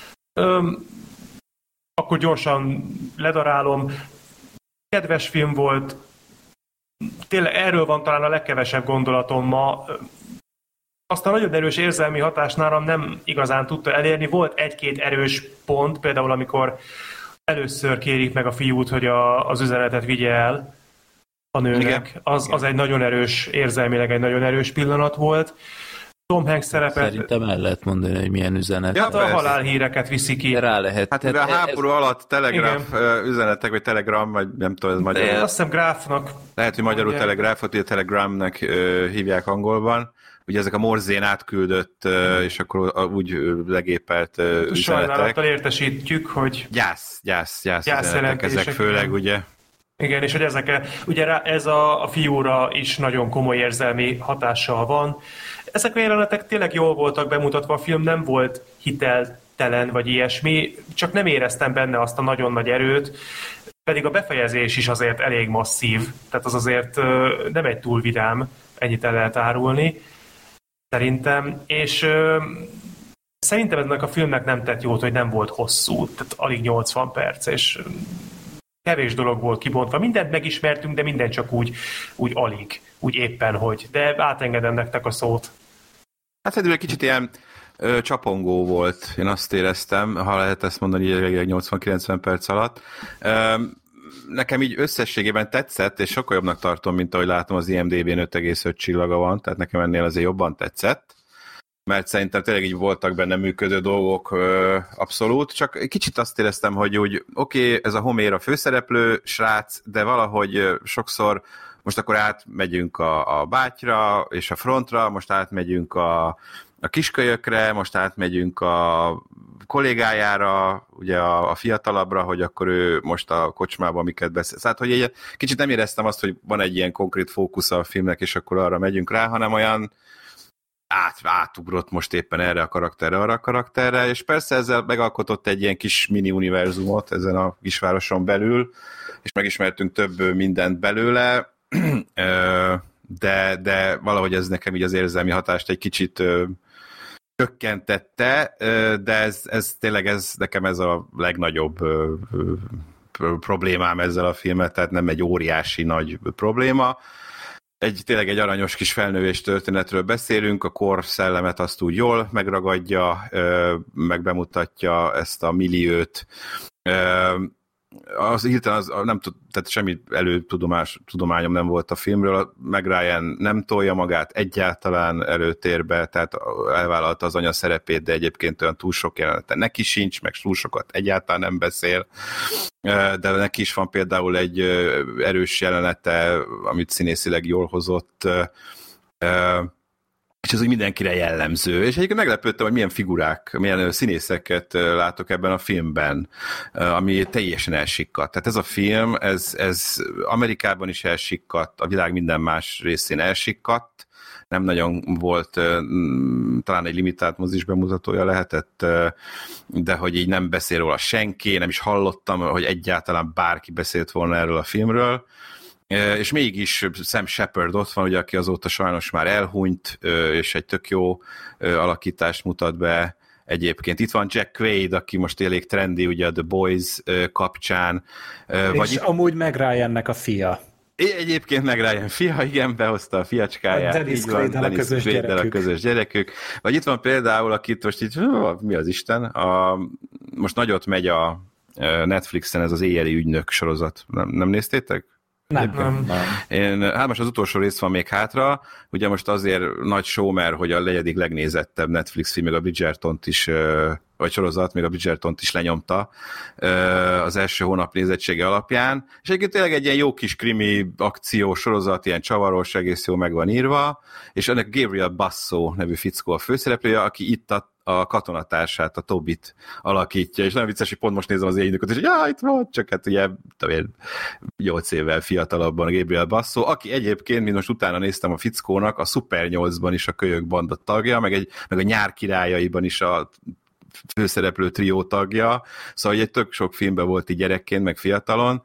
Speaker 5: Öm, akkor gyorsan ledarálom. Kedves film volt. Tényleg erről van talán a legkevesebb gondolatom ma. Azt a nagyon erős érzelmi hatást nálam nem igazán tudta elérni. Volt egy-két erős pont, például amikor először kérik meg a fiút, hogy a, az üzenetet vigye el a nőnek. Igen. Az, az egy nagyon erős, érzelmileg egy nagyon erős pillanat volt. Tom Hanks szerepet...
Speaker 3: Szerintem el lehet mondani, hogy milyen üzenet.
Speaker 5: Ja, hát a halálhíreket viszi ki.
Speaker 3: Rá lehet.
Speaker 4: Hát a háború ez... alatt telegráf igen. üzenetek, vagy telegram, vagy nem tudom, ez magyarul.
Speaker 5: De azt hiszem gráfnak.
Speaker 4: Lehet, hogy magyarul igen. telegráfot, ugye telegramnek uh, hívják angolban. Ugye ezek a morzén átküldött, uh, és akkor úgy legépelt uh, üzenetek.
Speaker 5: Sajnálattal értesítjük, hogy...
Speaker 4: Gyász, gyász, gyász, gyász
Speaker 5: üzenetek,
Speaker 4: ezek főleg, ugye.
Speaker 5: Igen, és hogy ezek, ugye ez a, a fiúra is nagyon komoly érzelmi hatással van. Ezek a jelenetek tényleg jól voltak bemutatva, a film nem volt hiteltelen, vagy ilyesmi, csak nem éreztem benne azt a nagyon nagy erőt, pedig a befejezés is azért elég masszív, tehát az azért nem egy túl vidám, ennyit el lehet árulni, szerintem, és szerintem ennek a filmnek nem tett jót, hogy nem volt hosszú, tehát alig nyolcvan perc, és kevés dolog volt kibontva. Mindent megismertünk, de minden csak úgy, úgy alig, úgy éppen hogy. De átengedem nektek a szót.
Speaker 4: Hát szerintem egy kicsit ilyen ö, csapongó volt, én azt éreztem, ha lehet ezt mondani, nyolcvan-kilencven perc alatt. Ö, nekem így összességében tetszett, és sokkal jobbnak tartom, mint ahogy látom, az I M D B-n öt egész öt csillaga van, tehát nekem ennél azért jobban tetszett, mert szerintem tényleg így voltak benne működő dolgok ö, abszolút, csak kicsit azt éreztem, hogy úgy oké, okay, ez a Homer a főszereplő srác, de valahogy ö, sokszor most akkor átmegyünk a, a bátyra és a frontra, most átmegyünk a, a kiskölyökre, most átmegyünk a kollégájára, ugye a, a fiatalabbra, hogy akkor ő most a kocsmában miket beszél. Tehát, hogy egy, kicsit nem éreztem azt, hogy van egy ilyen konkrét fókusza a filmnek, és akkor arra megyünk rá, hanem olyan át, átugrott most éppen erre a karakterre, arra a karakterre, és persze ezzel megalkotott egy ilyen kis mini-univerzumot ezen a kisvároson belül, és megismertünk több mindent belőle, de, de valahogy ez nekem így az érzelmi hatást egy kicsit csökkentette, de ez, ez tényleg ez, nekem ez a legnagyobb problémám ezzel a filmet, tehát nem egy óriási nagy probléma. Egy, tényleg egy aranyos kis felnővés történetről beszélünk, a kor szellemet azt úgy jól megragadja, meg bemutatja ezt a milliót, az hirtelen az, nem tud, tehát semmi előtudomás, tudományom nem volt a filmről, meg Ryan nem tolja magát egyáltalán előtérbe, tehát elvállalta az anya szerepét, de egyébként olyan túl sok jelenete neki sincs, meg túl sokat egyáltalán nem beszél, de neki is van például egy erős jelenete, amit színészileg jól hozott, és ez úgy mindenkire jellemző. És egyébként meglepődtem, hogy milyen figurák, milyen színészeket látok ebben a filmben, ami teljesen elsikkadt. Tehát ez a film, ez, ez Amerikában is elsikkadt, a világ minden más részén elsikkadt, nem nagyon volt, talán egy limitált mozis bemutatója lehetett, de hogy így nem beszél róla senki, nem is hallottam, hogy egyáltalán bárki beszélt volna erről a filmről. És mégis Sam Shepard ott van, ugye, aki azóta sajnos már elhunyt, és egy tök jó alakítást mutat be. Egyébként itt van Jack Quaid, aki most elég trendi, ugye a The Boys kapcsán.
Speaker 6: És
Speaker 4: vagy
Speaker 6: amúgy meg Ryannek a fia.
Speaker 4: Egyébként meg Ryan fia, igen, behozta a fiacskáját.
Speaker 6: A Dennis Quaid-el a közös gyerekük. a közös
Speaker 4: gyerekük. Vagy itt van például, akit most itt, mi az Isten, a, most nagyot megy a Netflixen ez az éjjeli ügynök sorozat. Nem, nem néztétek?
Speaker 6: Nem, nem. nem.
Speaker 4: Én, hát most az utolsó rész van még hátra, ugye most azért nagy show, mert hogy a negyedik legnézettebb Netflix film, még a Bridgertont is, vagy sorozat, még a Bridgertont is lenyomta az első hónap nézettsége alapján, és egyébként tényleg egy ilyen jó kis krimi akció sorozat, ilyen csavaros, egész jó meg van írva, és ennek Gabriel Basso nevű fickó a főszereplője, aki itt a a katonatársát, a Tobit alakítja, és nagyon vicces, hogy pont most nézem az éjnököt, és hogy já, itt van, csak hát ugye nyolc évvel fiatalabban a Gabriel Basso, aki egyébként, mint most utána néztem a fickónak, a Super nyolcban is a Kölyök Banda tagja, meg, egy, meg a Nyár királyaiban is a főszereplő trió tagja, szóval egy tök sok filmben volt így gyerekként, meg fiatalon,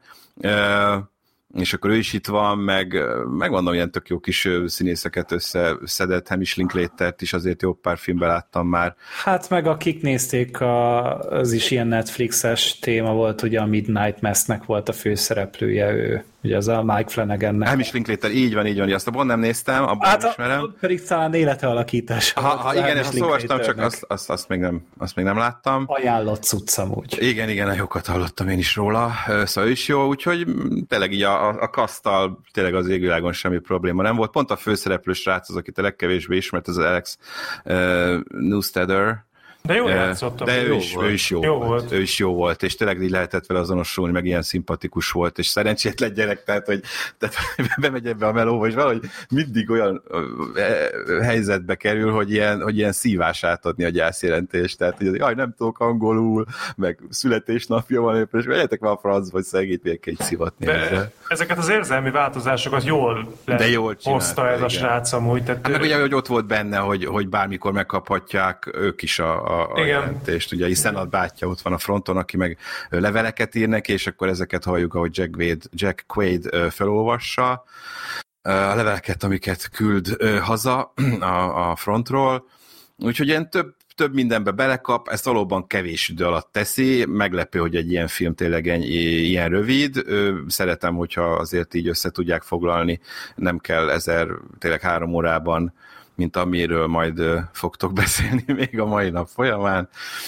Speaker 4: és akkor ő is itt van, meg, meg mondom, ilyen tök jó kis színészeket összeszedett, Hamish Linklatert is azért jó pár filmben láttam már.
Speaker 6: Hát meg akik nézték, a, az is ilyen Netflixes téma volt, ugye a Midnight Mass-nek volt a főszereplője ő, ugye az a Mike Flanagannek.
Speaker 4: Hamish Linklater, így van, így van, azt a Bond nem néztem, abban
Speaker 6: hát
Speaker 4: ismerem.
Speaker 6: Pedig talán élete-alakítás.
Speaker 4: Ha, ha igen, ha olvastam, csak azt, azt, azt, még nem, azt még nem láttam.
Speaker 6: Ajánlott cucc amúgy.
Speaker 4: Igen, igen, jókat hallottam én is róla, szóval ő is jó, úgyhogy tényleg így a, a kaszttal tényleg az égvilágon semmi probléma nem volt. Pont a főszereplő srác az, akit a legkevésbé ismert, az Alex uh, Newsteader.
Speaker 5: De jó játszottam.
Speaker 4: De ő, jó is, ő is jó, jó volt. volt. Ő is jó volt, és tényleg így lehetett vele azonosulni, meg ilyen szimpatikus volt, és szerencsétlen gyerek, tehát, hogy tehát bemegy ebbe a melóba, és valahogy mindig olyan helyzetbe kerül, hogy ilyen, hogy ilyen szívás átadni a gyászjelentést, tehát, hogy jaj, nem tudok angolul, meg születésnapja van, és menjetek már a francba, hogy szegít még egy szivatni.
Speaker 5: De ezeket az érzelmi változásokat jól,
Speaker 4: de jól
Speaker 5: hozta ez
Speaker 4: igen.
Speaker 5: a srác amúgy. Tehát
Speaker 4: hát meg ugye, hogy ott volt benne, hogy, hogy bármikor megkaphatják ők is a a, a jelentést, ugye, hiszen a bátyja ott van a fronton, aki meg leveleket ír neki, és akkor ezeket halljuk, ahogy Jack Quaid, Jack Quaid felolvassa a leveleket, amiket küld haza a, a frontról. Úgyhogy ilyen több, több mindenbe belekap, ezt valóban kevés idő alatt teszi, meglepő, hogy egy ilyen film tényleg ilyen rövid, szeretem, hogyha azért így össze tudják foglalni, nem kell ezer, tényleg három órában, mint amiről majd fogtok beszélni még a mai nap folyamán,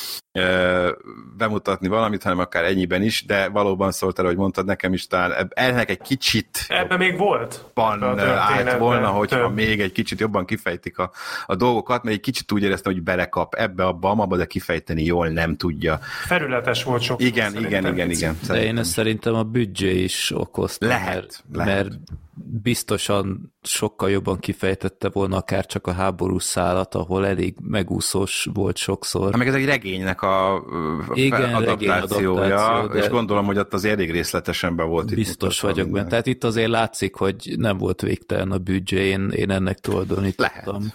Speaker 4: bemutatni valamit, hanem akár ennyiben is, de valóban szólt el, hogy mondtad nekem is, talán ennek egy kicsit
Speaker 5: ebben még volt
Speaker 4: állt volna, hogyha több. Még egy kicsit jobban kifejtik a, a dolgokat, mert egy kicsit úgy éreztem, hogy belekap ebbe, abba, abba, de kifejteni jól nem tudja.
Speaker 5: Felületes volt sok.
Speaker 4: Igen, igen, igen, igen.
Speaker 3: De én ezt szerintem a büdzsé is okozta.
Speaker 4: Lehet,
Speaker 3: mert,
Speaker 4: lehet.
Speaker 3: mert biztosan sokkal jobban kifejtette volna akár csak a háborús szálat, ahol elég megúszós volt sokszor.
Speaker 4: Ha meg ez egy regénynek a
Speaker 3: igen,
Speaker 4: adaptációja,
Speaker 3: adaptáció,
Speaker 4: és gondolom, hogy ott az elég részletesen be volt.
Speaker 3: Biztos vagyok benne. Tehát itt azért látszik, hogy nem volt végtelen a büdzsé, én, én ennek tulajdonítottam.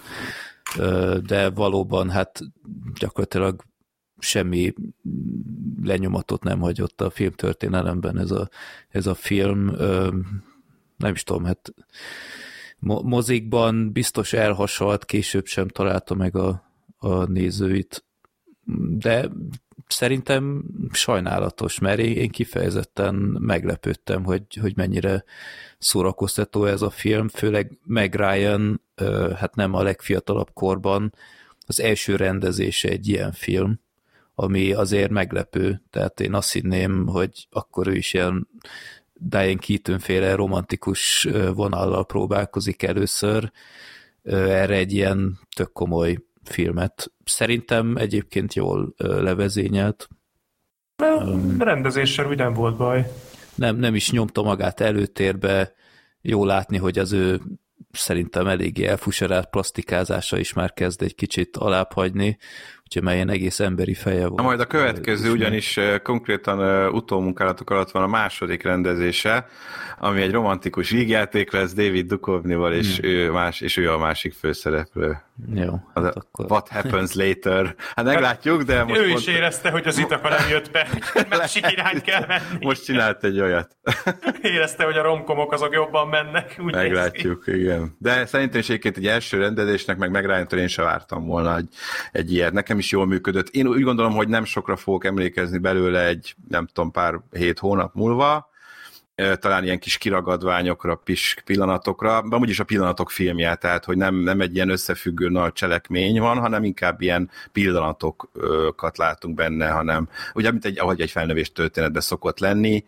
Speaker 3: De valóban hát gyakorlatilag semmi lenyomatot nem hagyott a filmtörténelemben ez a, ez a film. Nem is tudom, hát mozikban biztos elhasalt, később sem találta meg a, a nézőit, de szerintem sajnálatos, mert én kifejezetten meglepődtem, hogy, hogy mennyire szórakoztató ez a film, főleg Meg Ryan, hát nem a legfiatalabb korban, az első rendezése egy ilyen film, ami azért meglepő. Tehát én azt hinném, hogy akkor ő is ilyen Diane Keaton-féle romantikus vonallal próbálkozik először. Erre egy ilyen tök komoly filmet. Szerintem egyébként jól levezényelt.
Speaker 5: A rendezéssel úgy nem volt baj.
Speaker 3: Nem, nem is nyomta magát előtérbe, jó látni, hogy az ő szerintem eléggé elfuserált plastikázása is már kezd egy kicsit alábbhagyni, úgyhogy melyen egész emberi feje volt.
Speaker 4: Na majd a következő ugyanis konkrétan utómunkálatok alatt van a második rendezése, ami egy romantikus vígjáték lesz David Duchovnyval, és, hmm. ő, más, és ő a másik főszereplő.
Speaker 3: Jó.
Speaker 4: Hát a, akkor... What happens later? Hát meglátjuk, de most...
Speaker 5: Ő
Speaker 4: pont...
Speaker 5: is érezte, hogy az Itaka nem jött be, másik irányt kell menni.
Speaker 4: Most csinált egy olyat.
Speaker 5: Érezte, hogy a romkomok azok jobban mennek. Úgy
Speaker 4: meglátjuk, igen. De szerintem is egyébként egy első rendezésnek, meg meg Ryan-től én sem vártam volna egy, egy ilyet. Nekem is jól működött. Én úgy gondolom, hogy nem sokra fogok emlékezni belőle egy, nem tudom, pár hét hónap múlva, talán ilyen kis kiragadványokra, pis pillanatokra, de amúgy is a pillanatok filmje, tehát hogy nem, nem egy ilyen összefüggő nagy cselekmény van, hanem inkább ilyen pillanatokat látunk benne, hanem ugye, mint egy, ahogy egy felnövés történetben szokott lenni.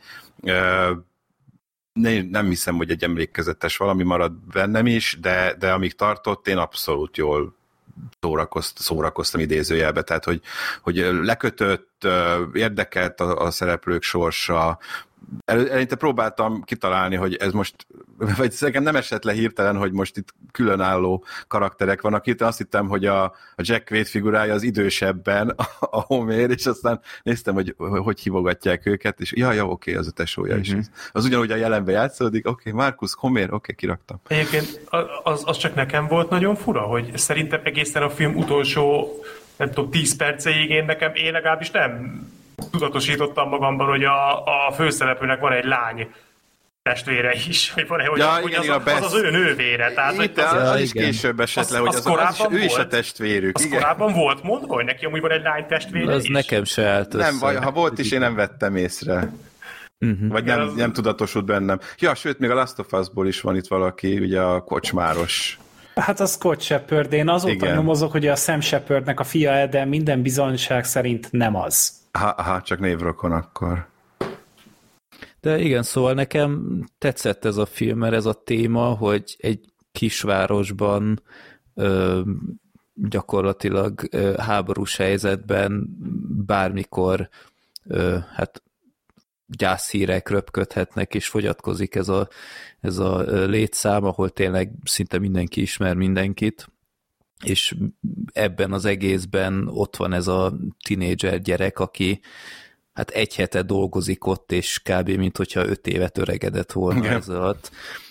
Speaker 4: Nem hiszem, hogy egy emlékezetes valami marad bennem is, de, de amíg tartott, én abszolút jól szórakozt, szórakoztam idézőjelbe, tehát hogy, hogy lekötött, érdekelt a, a szereplők sorsa. Eleinte próbáltam kitalálni, hogy ez most, vagy szerintem nem esett le hirtelen, hogy most itt különálló karakterek vannak. Itt azt hittem, hogy a, a Jack Quaid figurája az idősebben a, a Homer, és aztán néztem, hogy hogy hívogatják őket, és ja, ja, oké, az a tesója is. Mm-hmm. Az ugyanúgy a jelenben játszódik, oké, Marcus, Homer, oké, kiraktam.
Speaker 5: Egyébként az, az csak nekem volt nagyon fura, hogy szerintem egészen a film utolsó, nem tudom, tíz perceig én nekem, én legalábbis nem tudatosítottam magamban, hogy a, a főszereplőnek van egy lány testvére is, hogy van-e, hogy, ja, hogy igen, az, a, best... az az ő nővére. Tehát,
Speaker 4: itt az, az, az is később esett le, hogy az, az, az, az ő is a testvérük.
Speaker 5: Az igen. Korábban volt mondva, hogy neki amúgy van egy lány testvére
Speaker 3: az
Speaker 5: is?
Speaker 3: Nekem se állt össze.
Speaker 4: Nem, vagy, ha volt is, én nem vettem észre. Uh-huh. Vagy nem, az... nem tudatosult bennem. Ja, sőt, még a Last of Us-ból is van itt valaki, ugye a kocsmáros.
Speaker 6: Hát a Scott Shepard, én azóta igen. nyomozok, hogy a Sam Shepardnek a fia, de minden bizonyság szerint nem az.
Speaker 4: Aha, aha, csak névrokon akkor.
Speaker 3: De igen, szóval nekem tetszett ez a film, mert ez a téma, hogy egy kisvárosban ö, gyakorlatilag ö, háborús helyzetben bármikor ö, hát gyászhírek röpködhetnek, és fogyatkozik ez a, ez a létszám, ahol tényleg szinte mindenki ismer mindenkit, és ebben az egészben ott van ez a tinédzser gyerek, aki hát egy hete dolgozik ott, és kb. Mint hogyha öt évet öregedett volna ez alatt.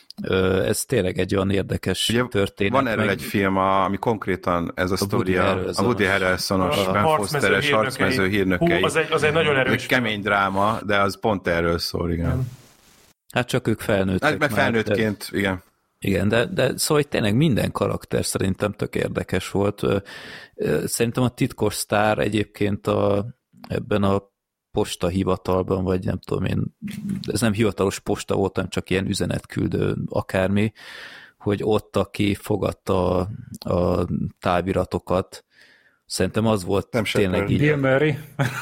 Speaker 3: Ez tényleg egy olyan érdekes ugye történet.
Speaker 4: Van erről meg... egy film, ami konkrétan ez a, a sztoria, a Woody Harrelson-os, Ben Foster-es harcmező hírnökei.
Speaker 5: Hú, az, egy, az egy nagyon erős.
Speaker 4: Kemény dráma, de az pont erről szól, igen.
Speaker 3: Hát csak ők felnőttek.
Speaker 4: Hát, mert felnőttként, de... igen.
Speaker 3: Igen, de, de szóval tényleg minden karakter szerintem tök érdekes volt. Szerintem a titkos sztár egyébként a, ebben a postahivatalban, vagy nem tudom én, ez nem hivatalos posta volt, hanem csak ilyen üzenetküldő akármi, hogy ott, aki fogadta a, a táviratokat, szerintem az volt nem tényleg így.
Speaker 6: Bill Murray.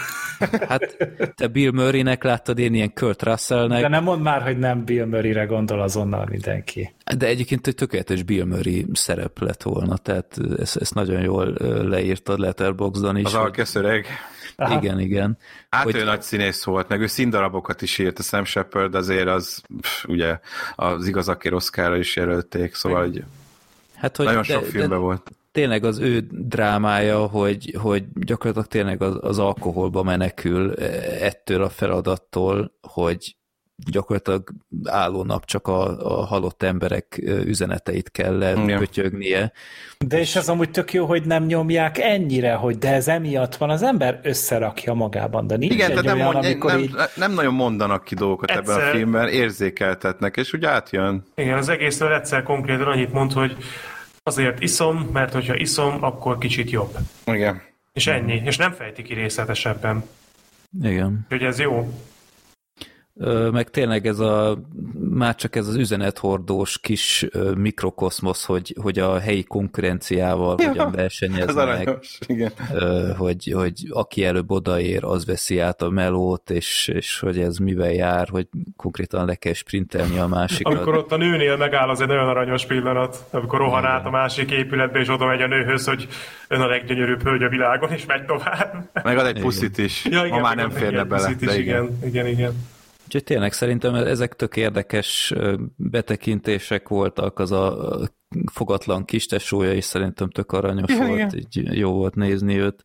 Speaker 3: Hát te Bill Murraynek láttad, én ilyen Kurt Russellnek.
Speaker 6: De nem mondd már, hogy nem Bill Murrayre gondol azonnal mindenki.
Speaker 3: De egyébként egy tökéletes Bill Murray szerep lett volna, tehát ezt, ezt nagyon jól leírtad Letterboxdon is.
Speaker 4: Az alkeszöreg.
Speaker 3: Aha. Igen, igen.
Speaker 4: Hát hogy... ő nagy színész volt, meg ő színdarabokat is írt, a Sam Shepard azért az, pff, ugye, az igazakért Oscarra is jelölték, szóval hogy hát, hogy nagyon de, sok filmben de... volt.
Speaker 3: Tényleg az ő drámája, hogy, hogy gyakorlatilag tényleg az, az alkoholba menekül ettől a feladattól, hogy gyakorlatilag álló nap csak a, a halott emberek üzeneteit kell elkötyögnie.
Speaker 6: De és ez amúgy tök jó, hogy nem nyomják ennyire, hogy de ez emiatt van, az ember összerakja magában, de nincs
Speaker 4: igen,
Speaker 6: egy
Speaker 4: nem,
Speaker 6: olyan,
Speaker 4: mond,
Speaker 6: amikor
Speaker 4: nem,
Speaker 6: így...
Speaker 4: nem nagyon mondanak ki dolgokat egyszer... ebben a filmben, érzékeltetnek, és úgy átjön.
Speaker 5: Igen, az egészről egyszer konkrétan annyit mond, hogy azért iszom, mert hogyha iszom, akkor kicsit jobb.
Speaker 4: Igen.
Speaker 5: És ennyi, és nem fejti ki részletesebben.
Speaker 3: Igen.
Speaker 5: Úgyhogy ez jó.
Speaker 3: meg tényleg ez a, már csak ez az üzenethordós kis mikrokoszmosz, hogy, hogy a helyi konkurenciával ja, hogyan versenyeznek,
Speaker 4: igen.
Speaker 3: Hogy, hogy aki előbb odaér, az veszi át a melót, és, és hogy ez mivel jár, hogy konkrétan le kell sprintelni a másikat.
Speaker 5: Amikor ott a nőnél megáll, az egy nagyon aranyos pillanat, amikor rohan át a másik épületbe, és oda megy a nőhöz, hogy ön a leggyönyörűbb hölgy a világon, és megy tovább.
Speaker 4: Meg ad egy puszit is, ja, igen, ma már nem férne bele.
Speaker 5: Is, igen, igen, igen. igen.
Speaker 3: Úgyhogy tényleg szerintem ezek tök érdekes betekintések voltak, az a fogatlan kistesója is szerintem tök aranyos ja, volt, így jó volt nézni őt.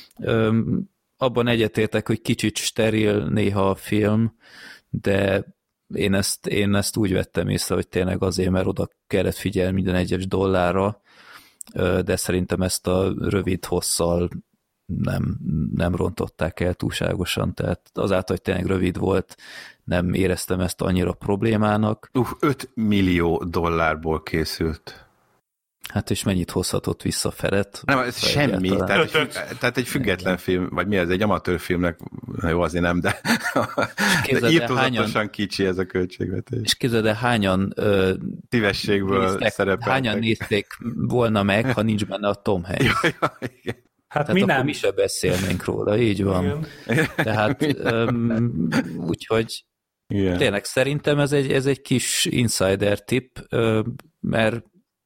Speaker 3: Abban egyetértek, hogy kicsit steril néha a film, de én ezt, én ezt úgy vettem észre, hogy tényleg azért, mert oda kellett figyelni minden egyes dollárra, de szerintem ezt a rövid hosszal nem, nem rontották el túlságosan, tehát azáltal, hogy tényleg rövid volt, nem éreztem ezt annyira problémának.
Speaker 4: Uh, öt millió dollárból készült.
Speaker 3: Hát és mennyit hozhatott vissza Feret?
Speaker 4: Nem, ez semmi, tehát egy, függ, tehát egy független nem. film, vagy mi ez, egy amatőr filmnek, jó, azért nem, de, de írtózatosan kicsi ez a költségvetés.
Speaker 3: És képzeld el, hányan uh,
Speaker 4: szívességből szerepeltek.
Speaker 3: Hányan nézték volna meg, ha nincs benne a Tom Hanks?
Speaker 4: Ja, ja, igen.
Speaker 6: Hát
Speaker 3: tehát
Speaker 6: mi
Speaker 3: akkor
Speaker 6: nem.
Speaker 3: mi se beszélnénk róla, így van. Igen. Tehát um, úgyhogy igen. Tényleg szerintem ez egy, ez egy kis insider tip, mert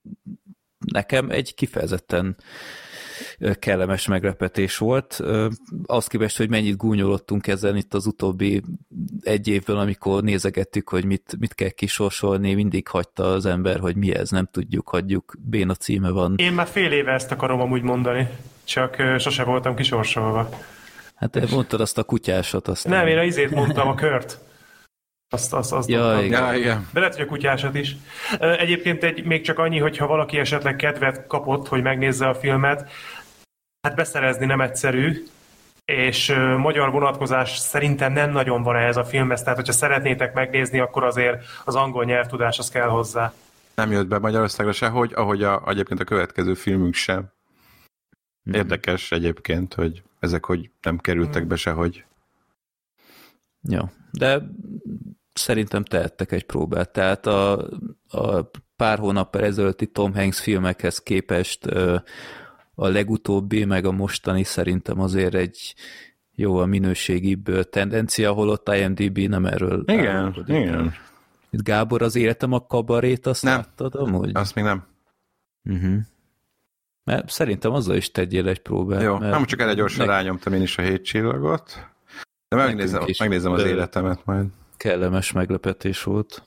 Speaker 3: nekem egy kifejezetten kellemes meglepetés volt. Azt képest, hogy mennyit gúnyolottunk ezen itt az utóbbi egy évben, amikor nézegettük, hogy mit, mit kell kisorsolni, mindig hagyta az ember, hogy mi ez, nem tudjuk, hagyjuk, béna címe van.
Speaker 5: Én már fél éve ezt akarom amúgy mondani, csak sose voltam kisorsolva.
Speaker 3: Hát mondtad azt a kutyásot. Aztán...
Speaker 5: Nem, én a izét mondtam, a kört. Azt, azt, azt
Speaker 3: ja, igen.
Speaker 4: Ja, igen.
Speaker 5: De lehet, hogy a kutyásat is. Egyébként egy, még csak annyi, hogyha valaki esetleg kedvet kapott, hogy megnézze a filmet, hát beszerezni nem egyszerű, és magyar vonatkozás szerintem nem nagyon van ehhez a filmhez, tehát hogyha szeretnétek megnézni, akkor azért az angol nyelvtudás az kell hozzá.
Speaker 4: Nem jött be Magyarországra sehogy, ahogy a, egyébként a következő filmünk sem. Érdekes egyébként, hogy ezek hogy nem kerültek be sehogy.
Speaker 3: Jó, de szerintem tehettek egy próbát. Tehát a, a pár hónappal ezelőtti Tom Hanks filmekhez képest a legutóbbi, meg a mostani szerintem azért egy jóval minőségibb tendencia, holott IMDb nem erről.
Speaker 4: Igen, állapod, igen.
Speaker 3: Itt Gábor, az Életem a kabarét, azt
Speaker 4: nem.
Speaker 3: láttad amúgy?
Speaker 4: Azt még nem.
Speaker 3: Uh-huh. Mert szerintem azzal is tegyél egy próbát.
Speaker 4: Jó, nem csak erre gyorsan meg... rányomtam én is a hét csillagot, de megnézem, megnézem az életemet majd.
Speaker 3: Kellemes meglepetés volt.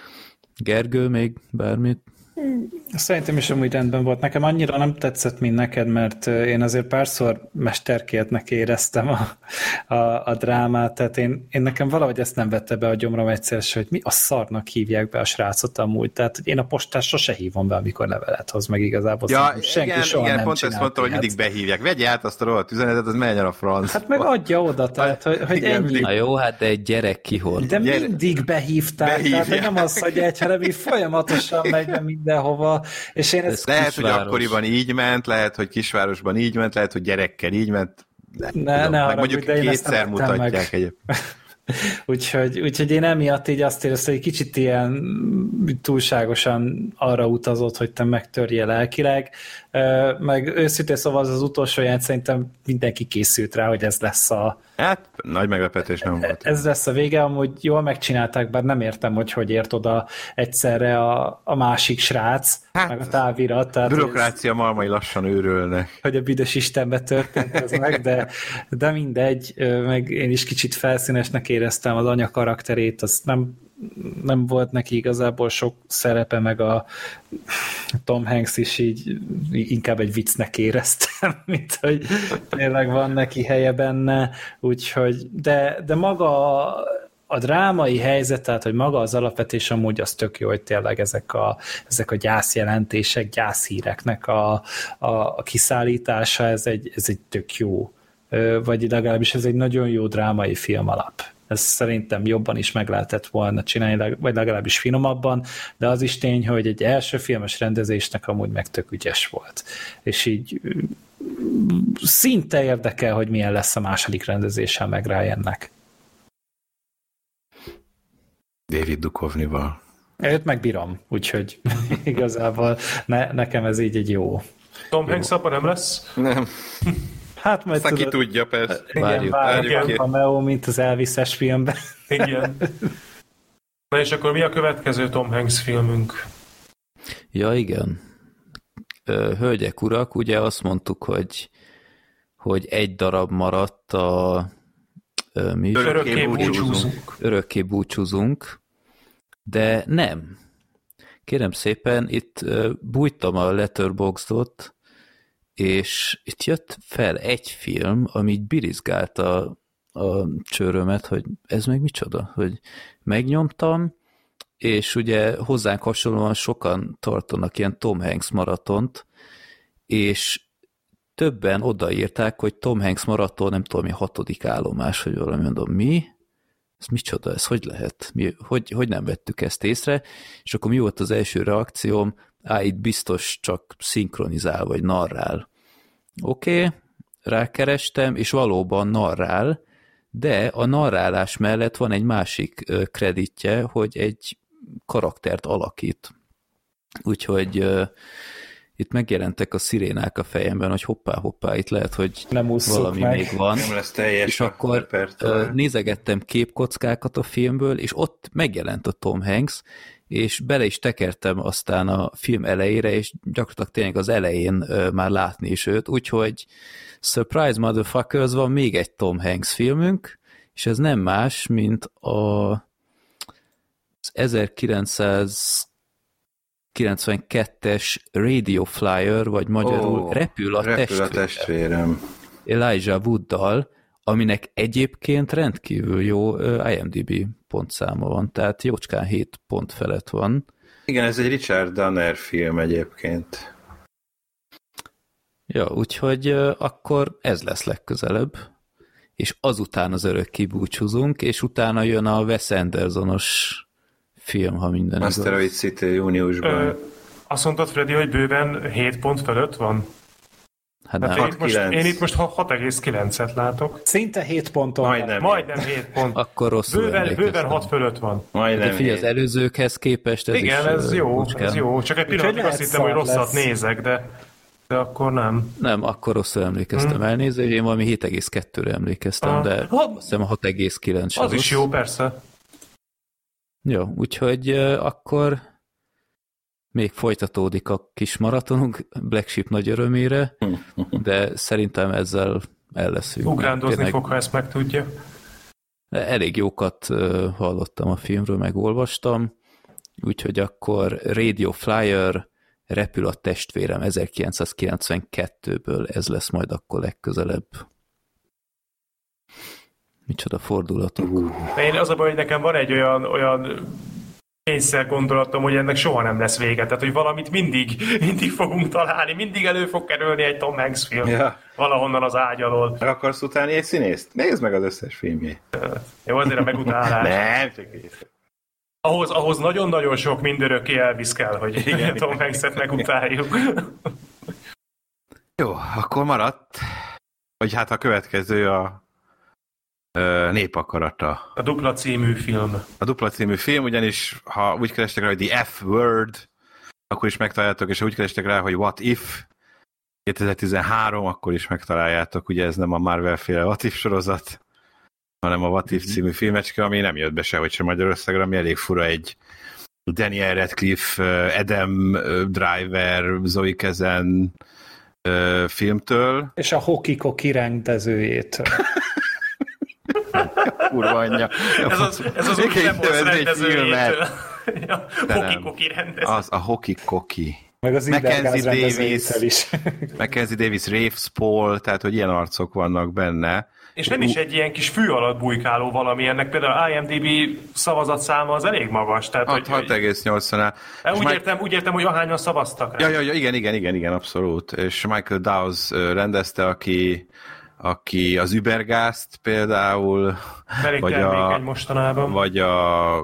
Speaker 3: Gergő, még bármit?
Speaker 6: Szerintem is amúgy rendben volt. Nekem annyira nem tetszett, mint neked, mert én azért párszor mesterkéltnek éreztem a, a, a drámát, tehát én, én nekem valahogy ezt nem vette be a gyomrom egyszer se, hogy mi a szarnak hívják be a srácot amúgy. Tehát én a postás sose hívom be, amikor levelet hoz, meg igazából
Speaker 4: ja,
Speaker 6: senki
Speaker 4: igen,
Speaker 6: soha
Speaker 4: igen,
Speaker 6: nem
Speaker 4: pont ezt mondta, hogy mindig behívják. Vegye át azt a rohadt üzenetet, az menjen a franc.
Speaker 6: Hát meg adja oda, tehát hogy, hogy
Speaker 4: igen,
Speaker 6: ennyi.
Speaker 3: Na jó, hát de egy gyerek kihord.
Speaker 6: De
Speaker 4: Gyere.
Speaker 6: mindig behívták,
Speaker 4: Behívják.
Speaker 6: tehát nem az, hogy egy, hanem így folyamatosan megy be mindenhova, és én ezt...
Speaker 4: Lehet, hogy akkoriban így ment, lehet, hogy kisvárosban így ment, lehet, hogy gyerekkel így ment.
Speaker 6: Ne,
Speaker 4: tudom,
Speaker 6: ne
Speaker 4: meg
Speaker 6: haragudj,
Speaker 4: mondjuk
Speaker 6: de én
Speaker 4: kétszer mutatják egyébként.
Speaker 6: úgyhogy, úgyhogy én emiatt így azt éreztem, hogy kicsit ilyen túlságosan arra utazott, hogy te megtörjél lelkileg, meg őszintén szóval az az utolsó jelent szerintem mindenki készült rá, hogy ez lesz a
Speaker 4: Hát, nagy meglepetés nem volt.
Speaker 6: Ez lesz a vége, amúgy jól megcsinálták, bár nem értem, hogy hogy ért oda egyszerre a, a másik srác, hát, meg a távirat. Tehát
Speaker 4: bürokrácia ez, malmai lassan őrölnek.
Speaker 6: Hogy a büdös Istenbe történt ez meg, de, de mindegy, meg én is kicsit felszínesnek éreztem az anya karakterét, az nem, nem volt neki igazából sok szerepe, meg a Tom Hanks is így inkább egy viccnek éreztem, mint hogy tényleg van neki helye benne, úgyhogy, de, de maga a, a drámai helyzet, tehát hogy maga az alapvetés amúgy az tök jó, hogy tényleg ezek a, ezek a gyászjelentések, gyászhíreknek a, a, a kiszállítása, ez egy, ez egy tök jó, vagy legalábbis ez egy nagyon jó drámai film alap. Ezt szerintem jobban is meg lehetett volna csinálni, vagy legalábbis finomabban, de az is tény, hogy egy első filmes rendezésnek amúgy meg tök ügyes volt. És így szinte érdekel, hogy milyen lesz a második rendezéssel meg Ryannek.
Speaker 4: David Duchovnyval.
Speaker 6: Őt megbírom, úgyhogy igazából ne, nekem ez így egy jó.
Speaker 5: Tom Hanks apa nem lesz?
Speaker 4: Nem.
Speaker 6: Hát majd
Speaker 4: Szaki
Speaker 6: tudod,
Speaker 4: tudja, persze.
Speaker 6: igen,
Speaker 3: Várjuk,
Speaker 6: várjuk,
Speaker 4: várjuk
Speaker 6: a Neo, mint az Elvis-es filmben.
Speaker 5: Igen. Na és akkor mi a következő Tom Hanks filmünk?
Speaker 3: Ja, igen. Hölgyek, urak, ugye azt mondtuk, hogy, hogy egy darab maradt a mi?
Speaker 5: Örökké búcsúzunk.
Speaker 3: Örökké búcsúzunk, de nem. Kérem szépen, itt bújtam a Letterboxdot, és itt jött fel egy film, ami így birizgált a, a csőrömet, hogy ez meg micsoda, hogy megnyomtam, és ugye hozzánk hasonlóan sokan tartanak ilyen Tom Hanks maratont, és többen odaírták, hogy Tom Hanks maraton, nem tudom, mi hatodik állomás, hogy valami mondom, mi? Ez micsoda, ez hogy lehet? Mi, hogy, hogy nem vettük ezt észre? És akkor mi volt az első reakcióm? Á, itt biztos csak szinkronizál, vagy narrál. Oké, okay, rákerestem, és valóban narrál, de a narrálás mellett van egy másik kreditje, hogy egy karaktert alakít. Úgyhogy uh, itt megjelentek a szirénák a fejemben, hogy hoppá-hoppá, itt lehet, hogy
Speaker 6: nem
Speaker 3: valami
Speaker 6: meg.
Speaker 3: még van.
Speaker 4: Nem lesz teljes.
Speaker 3: És akkor uh, nézegettem képkockákat a filmből, és ott megjelent a Tom Hanks, és bele is tekertem aztán a film elejére, és gyakorlatilag tényleg az elején uh, már látni is őt, úgyhogy surprise motherfuckers, van még egy Tom Hanks filmünk, és ez nem más, mint a az ezerkilencszázkilencvenkettes Radio Flyer, vagy magyarul
Speaker 4: oh,
Speaker 3: Repül a
Speaker 4: repül
Speaker 3: testvérem.
Speaker 4: a testvérem.
Speaker 3: Elijah Wooddal, aminek egyébként rendkívül jó IMDb pontszáma van, tehát jócskán hét pont felett van.
Speaker 4: Igen, ez egy Richard Donner film egyébként.
Speaker 3: Ja, úgyhogy akkor ez lesz legközelebb, és azután az örökké búcsúzunk, és utána jön a Wes Andersonos film, ha minden
Speaker 4: Asteroid City júniusban. Ö,
Speaker 5: azt mondtad, Freddy, hogy bőven hét pont fölött van?
Speaker 3: Hát
Speaker 5: hát
Speaker 3: nem.
Speaker 5: Én, itt most, én itt most hat egész kilencet látok.
Speaker 6: Szinte hét ponton.
Speaker 4: Majdnem.
Speaker 5: Majdnem hét pont.
Speaker 3: Akkor rosszul
Speaker 5: bőven, bőven hat fölött van.
Speaker 3: Majdnem. De figyelj, az előzőkhez képest ez
Speaker 5: igen,
Speaker 3: is
Speaker 5: ez jó,
Speaker 3: bucskán.
Speaker 5: ez jó. Csak egy pillanatig azt hittem, hogy rosszat lesz. nézek, de, de akkor nem.
Speaker 3: Nem, akkor rosszul emlékeztem hmm. elnézést, én valami hét egész kettőre emlékeztem, ah. de ha, azt hiszem a hat egész kilenc
Speaker 5: Az is jó, persze.
Speaker 3: Jó, úgyhogy uh, akkor még folytatódik a kis maratonunk Black Sheep nagy örömére, de szerintem ezzel el leszünk.
Speaker 5: Ugrándozni Tényleg... fog, ha ezt megtudja.
Speaker 3: Elég jókat uh, hallottam a filmről, megolvastam, úgyhogy akkor Radio Flyer, Repül a testvérem ezerkilencszázkilencvenkettőből, ez lesz majd akkor legközelebb. Micsoda fordulatok. Uh.
Speaker 5: Én az a baj, hogy nekem van egy olyan, olyan kényszer gondolatom, hogy ennek soha nem lesz vége. Tehát, hogy valamit mindig, mindig fogunk találni, mindig elő fog kerülni egy Tom Hanks film. Ja. Valahonnan az ágy alól.
Speaker 4: Meg akarsz utáni egy színészt? Nézd meg az összes filmjét.
Speaker 5: Jó, azért a megutálás.
Speaker 4: Nem, csak észre.
Speaker 5: Ahhoz, ahhoz nagyon-nagyon sok mindörökké Elvis kell, hogy igen, Tom Hanks-et megutáljuk.
Speaker 4: Jó, akkor maradt, hogy hát a következő a Népakarata.
Speaker 5: A Dupla című film.
Speaker 4: A Dupla című film, ugyanis ha úgy kerestek rá, hogy The F-Word, akkor is megtaláljátok, és ha úgy kerestek rá, hogy What If kétezer-tizenhárom, akkor is megtaláljátok, ugye ez nem a Marvel-féle What If sorozat, hanem a What If című filmecske, ami nem jött be sehogy sem Magyarországra, ami elég fura egy Daniel Radcliffe, Adam Driver, Zoe Kazan filmtől.
Speaker 6: És a Hoki Koki rendezőjétől.
Speaker 4: Kurva anyja.
Speaker 5: Ez az, ez az úgy Lemons rendezőjétől. Ja, Hoki-koki rendező.
Speaker 4: Az a Hoki-koki.
Speaker 6: Meg az
Speaker 4: Mackenzie Davis, is. Mackenzie Davis, Rafe Spall, tehát hogy ilyen arcok vannak benne.
Speaker 5: És nem is egy ilyen kis fű alatt bujkáló valami, ennek például IMDb szavazatszáma az elég magas.
Speaker 4: hat egész nyolcvan.
Speaker 5: Úgy, értem, úgy értem, hogy ahányan szavaztak rá.
Speaker 4: Ja, ja, ja, igen, igen, igen, igen, abszolút. És Michael Dawes rendezte, aki aki az Übergázt például,
Speaker 5: Elég
Speaker 4: vagy a,
Speaker 5: mostanában.
Speaker 4: vagy a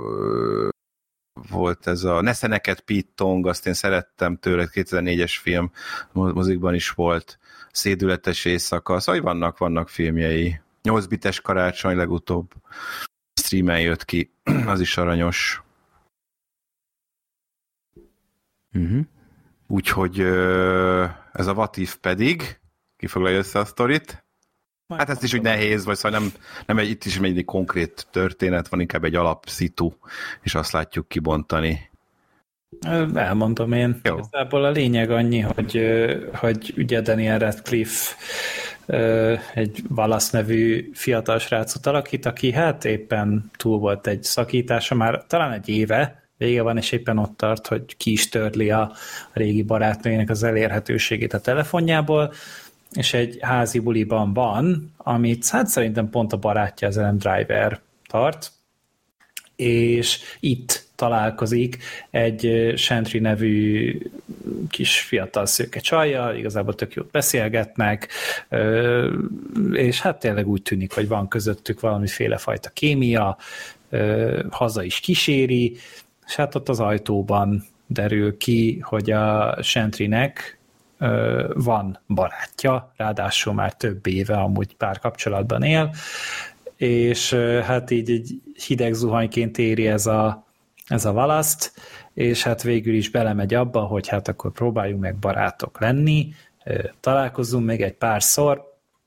Speaker 4: volt ez a Nesze neked Pete Tong, azt én szerettem tőle, kétezer-négyes film, mozikban is volt, Szédületes éjszaka, szóval vannak, vannak filmjei. nyolc bites karácsony legutóbb. streamen jött ki, az is aranyos.
Speaker 3: Uh-huh.
Speaker 4: Úgyhogy ez a What If pedig kifoglalja össze a sztorit. Hát ez is úgy nehéz, vagy szóval nem, nem egy, itt is egy konkrét történet, van inkább egy alapszitu, és azt látjuk kibontani.
Speaker 6: Elmondom én.
Speaker 4: Jó.
Speaker 6: Igazából a lényeg annyi, hogy, hogy ugye Daniel Radcliffe egy Wallace nevű fiatal srácot alakít, aki hát éppen túl volt egy szakítása, már talán egy éve, vége van, és éppen ott tart, hogy ki is törli a régi barátnőjének az elérhetőségét a telefonjából, és egy házi buliban van, amit hát szerintem pont a barátja, az Adam Driver tart, és itt találkozik egy Chantry nevű kis fiatal szőke csajjal, igazából tök jót beszélgetnek, és hát tényleg úgy tűnik, hogy van közöttük valamiféle fajta kémia, haza is kíséri, és hát ott az ajtóban derül ki, hogy a Chantrynek van barátja, ráadásul már több éve amúgy párkapcsolatban él, és hát így egy hideg zuhanyként éri ez a, ez a Wallace-t, és hát végül is belemegy abba, hogy hát akkor próbáljunk meg barátok lenni, találkozzunk még egy párszor,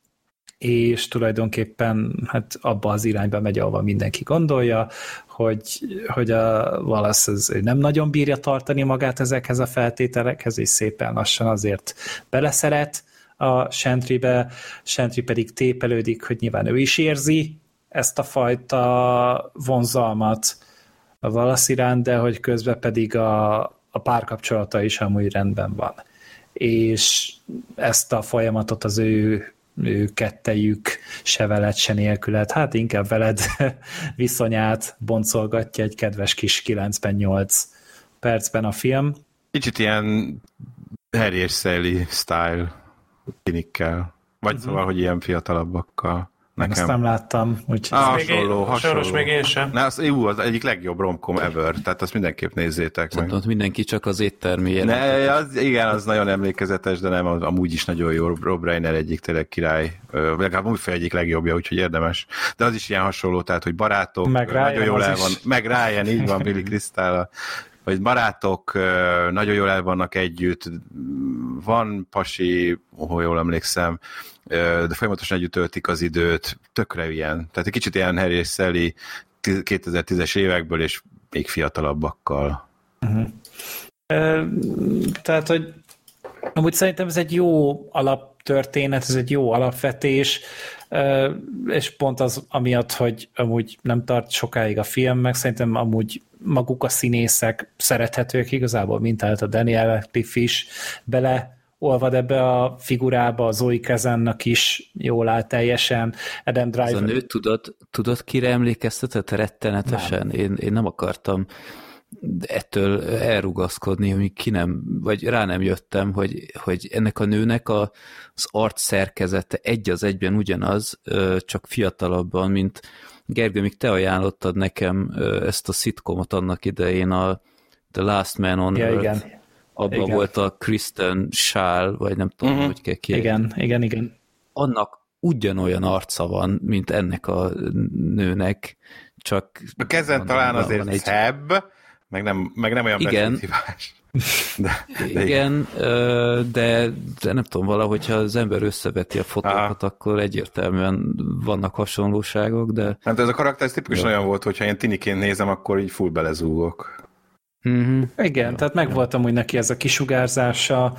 Speaker 6: és tulajdonképpen hát abba az irányba megy, ahova mindenki gondolja, hogy, hogy a Wallace az, nem nagyon bírja tartani magát ezekhez a feltételekhez, és szépen lassan azért beleszeret a Chantrybe, Chantry pedig tépelődik, hogy nyilván ő is érzi ezt a fajta vonzalmat a Wallace iránt, de hogy közben pedig a, a párkapcsolata is amúgy rendben van. És ezt a folyamatot az ő ő kettejük se veled, se nélkület, hát inkább veled viszonyát boncolgatja egy kedves kis kilencven nyolc percben a film.
Speaker 4: Kicsit ilyen Harry és Sally style kinikkel, vagy uh-huh. szóval, hogy ilyen fiatalabbakkal. Nekem.
Speaker 6: Ezt nem láttam. Úgyhogy...
Speaker 4: Ah, hasonló,
Speaker 5: én,
Speaker 4: hasonló.
Speaker 5: Sajnos még én sem.
Speaker 4: Na, az, jó, az egyik legjobb romcom ever, tehát azt mindenképp nézzétek meg.
Speaker 3: Ott mindenki csak az éttermi
Speaker 4: ne, az, igen, az nagyon emlékezetes, de nem, amúgy is nagyon jó. Rob Reiner egyik tényleg király, legalább úgy fel egyik legjobbja, úgyhogy érdemes. De az is ilyen hasonló, tehát, hogy barátok,
Speaker 6: meg
Speaker 4: nagyon jól el
Speaker 6: is.
Speaker 4: van, meg Ryan, így van, Billy Crystal, hogy barátok nagyon jól el vannak együtt, van pasi, ha jól emlékszem, de folyamatosan együtt töltik az időt, tökre ilyen. Tehát egy kicsit ilyen Harry és Sally kétezer-tízes évekből, és még fiatalabbakkal.
Speaker 6: Uh-huh. Tehát, hogy amúgy szerintem ez egy jó alaptörténet, ez egy jó alapvetés, és pont az amiatt, hogy amúgy nem tart sokáig a film, meg szerintem amúgy maguk a színészek szerethetők igazából, mint állt a Daniel Radcliffe is bele olvad ebbe a figurába, a Zoe Kazannak is jól áll teljesen, Adam Driver.
Speaker 3: Ez a nő, tudod, tudod kire emlékeztetett rettenetesen? Nem. Én, én nem akartam ettől elrugaszkodni, hogy ki nem, vagy rá nem jöttem, hogy, hogy ennek a nőnek a, az arc szerkezete egy az egyben ugyanaz, csak fiatalabban, mint Gergő, még te ajánlottad nekem ezt a szitkomot annak idején, a The Last Man on
Speaker 6: ja,
Speaker 3: Earth.
Speaker 6: Igen.
Speaker 3: Abban
Speaker 6: igen.
Speaker 3: volt a Kristen Schaal, vagy nem tudom, uh-huh. hogy kell kérni.
Speaker 6: Igen, igen, igen.
Speaker 3: Annak ugyanolyan arca van, mint ennek a nőnek, csak...
Speaker 4: A kezen talán azért egy... szebb, meg nem, meg nem olyan beszélszívás.
Speaker 3: De, de igen, igen. De, de nem tudom, valahogy ha az ember összeveti a fotókat, Aha. akkor egyértelműen vannak hasonlóságok, de...
Speaker 4: Nem, de ez a karakter ez tipikusan olyan volt, hogyha én tiniként nézem, akkor így full belezúgok.
Speaker 6: Mm-hmm. Igen, ja, tehát megvolt amúgy neki ez a kisugárzása,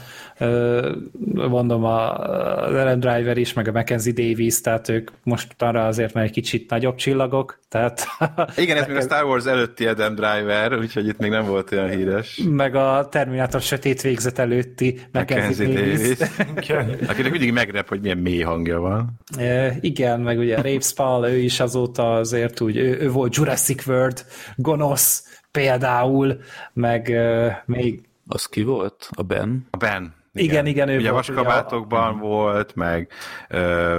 Speaker 6: mondom a Ellen Driver is, meg a Mackenzie Davis, tehát ők most arra azért már egy kicsit nagyobb csillagok, tehát...
Speaker 4: Igen, ez még a Star Wars előtti Adam Driver, úgyhogy itt még nem volt olyan híres.
Speaker 6: Meg a Terminátor sötét végzet előtti Mackenzie, Mackenzie Davis.
Speaker 4: Davis. Akinek mindig megrep, hogy milyen mély hangja van.
Speaker 6: Igen, meg ugye Rafe Spall, ő is azóta azért úgy, ő, ő volt Jurassic World, gonosz, például, meg uh, még...
Speaker 3: Az ki volt? A Ben?
Speaker 4: A Ben.
Speaker 6: Igen, igen, igen ő
Speaker 4: ugye
Speaker 6: volt.
Speaker 4: Ugye a vaskabátokban ugye a... volt, meg uh,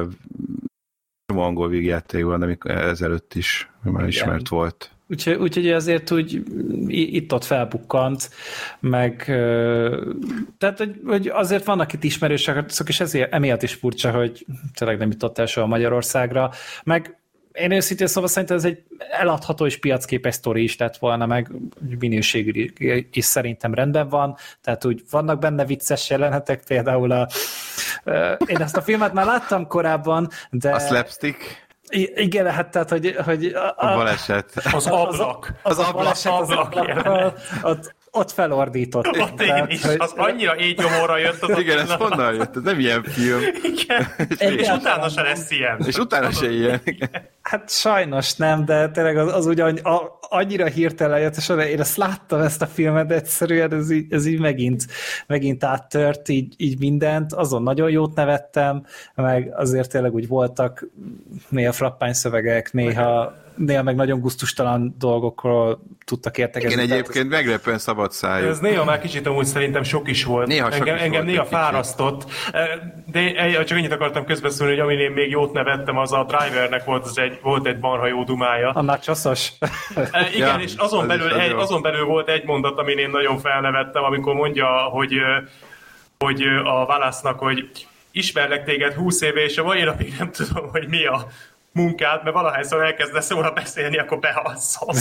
Speaker 4: angol vígjátékban, de ezelőtt is már ismert volt.
Speaker 6: Úgyhogy, úgyhogy azért úgy itt-ott felbukkant, meg tehát, hogy, hogy azért vannak itt ismerősök, és ezért emiatt is furcsa, hogy tényleg nem jutott el soha Magyarországra, meg én őszintén szóval szerintem ez egy eladható és piacképes sztori is lett volna, meg minőségű is szerintem rendben van, tehát úgy vannak benne vicces jelenetek, például a, én ezt a filmet már láttam korábban, de...
Speaker 4: A slapstick?
Speaker 6: Igen, hát tehát, hogy... hogy
Speaker 4: a, a baleset.
Speaker 5: Az ablak.
Speaker 6: Az, az, az ablak, az ablak, ablak ott, ott felordított.
Speaker 5: Ott én is, hogy... az annyira égyomorra jött az.
Speaker 4: Igen, ez honnan jött? Ez nem ilyen film.
Speaker 5: Igen, és, és utána se lesz ilyen.
Speaker 4: És utána se ilyen.
Speaker 6: Hát sajnos nem, de tényleg az, az ugyan a, annyira hirtelen jött, és én ezt láttam, ezt a filmet, de egyszerűen ez így, ez így megint, megint áttört így, így mindent, azon nagyon jót nevettem, meg azért tényleg úgy voltak néha frappány szövegek, néha, néha meg nagyon gusztustalan dolgokról tudtak értekezni.
Speaker 4: Igen, egyébként meglepően szabad szájú.
Speaker 5: Ez néha már kicsit amúgy szerintem sok is volt.
Speaker 4: Néha sok
Speaker 5: engem
Speaker 4: is
Speaker 5: engem
Speaker 4: volt
Speaker 5: néha fárasztott. De csak ennyit akartam közbeszólni, hogy amin én még jót nevettem, az a Drivernek volt, az egy, volt egy marha jó dumája.
Speaker 6: A nachos.
Speaker 5: Igen,
Speaker 4: ja,
Speaker 5: és azon
Speaker 4: az
Speaker 5: belül, egy, azon belül volt egy mondat, amin én nagyon felnevettem, amikor mondja, hogy, hogy a Wallace-nak, hogy ismerlek téged húsz éve, és a mai napig nem tudom, hogy mi a munkát, mert valahányszor elkezdesz róla beszélni, akkor behalszol.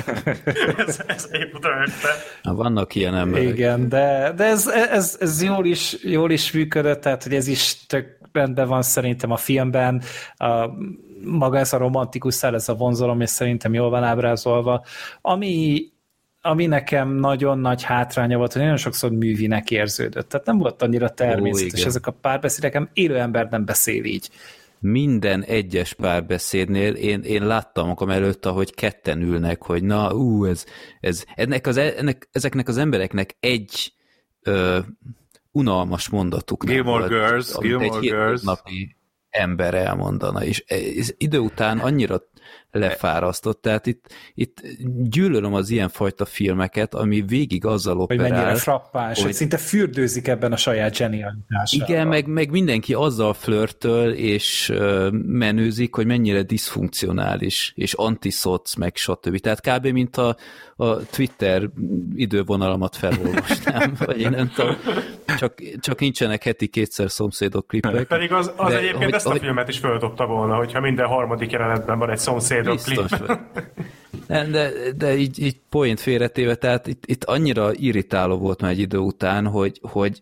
Speaker 5: ez, ez egy rögte.
Speaker 3: Vannak ilyen emberek.
Speaker 6: Igen, de, de ez, ez, ez jól, is, jól is működött, tehát hogy ez is tök rendben van szerintem a filmben. A, maga ez a romantikus szál, ez a vonzalom, és szerintem jól van ábrázolva. Ami, ami nekem nagyon nagy hátránya volt, hogy nagyon sokszor művinek érződött. Tehát nem volt annyira természetes. Ó, ezek a párbeszédek, élő ember nem beszél így.
Speaker 3: Minden egyes párbeszédnél én, én láttam magam előtt, ahogy ketten ülnek, hogy na, ú, ez, ez ennek az, ennek, ezeknek az embereknek egy ö, unalmas mondatuk.
Speaker 4: Gilmore Girls, Gilmore Girls.
Speaker 3: Napi ember elmondana, és ez idő után annyira lefárasztott, tehát itt, itt gyűlölöm az ilyenfajta filmeket, ami végig azzal operál.
Speaker 6: Hogy mennyire frappáns, hogy, hogy szinte fürdőzik ebben a saját zsenialitásával.
Speaker 3: Igen, meg, meg mindenki azzal flörtöl, és uh, menőzik, hogy mennyire diszfunkcionális, és antiszoc, meg stb. Tehát kb. Mint a, a Twitter idővonalamat felolvasnám, vagy én nem tudom, csak, csak nincsenek heti kétszer szomszédok klippek.
Speaker 5: Pedig az, az
Speaker 3: de,
Speaker 5: egyébként
Speaker 3: hogy,
Speaker 5: ezt a
Speaker 3: hogy,
Speaker 5: filmet is földobta volna, hogyha minden harmadik jelenetben van egy szomszédok
Speaker 3: biztos
Speaker 5: klip.
Speaker 3: De, de, de így, így point félretéve, tehát itt, itt annyira irritáló volt már egy idő után, hogy, hogy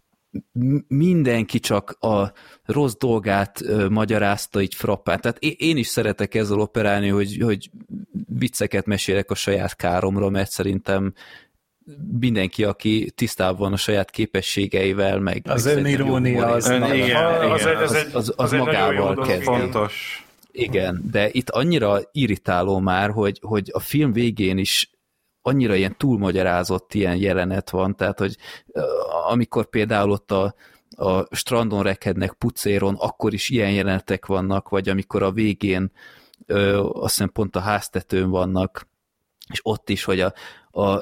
Speaker 3: mindenki csak a rossz dolgát uh, magyarázta így frappán. Tehát én, én is szeretek ezzel operálni, hogy, hogy vicceket mesélek a saját káromra, mert szerintem mindenki, aki tisztában van a saját képességeivel, meg...
Speaker 6: Az önirónia, az,
Speaker 4: ön, igen, igen,
Speaker 5: az,
Speaker 4: az,
Speaker 5: az,
Speaker 3: az, az,
Speaker 5: az
Speaker 3: magával kezdi.
Speaker 4: Fontos.
Speaker 3: Igen, de itt annyira irritáló már, hogy, hogy a film végén is annyira ilyen túlmagyarázott ilyen jelenet van, tehát, hogy amikor például ott a, a strandon rekednek pucéron, akkor is ilyen jelenetek vannak, vagy amikor a végén ö, azt hiszem pont a háztetőn vannak, és ott is, hogy a, a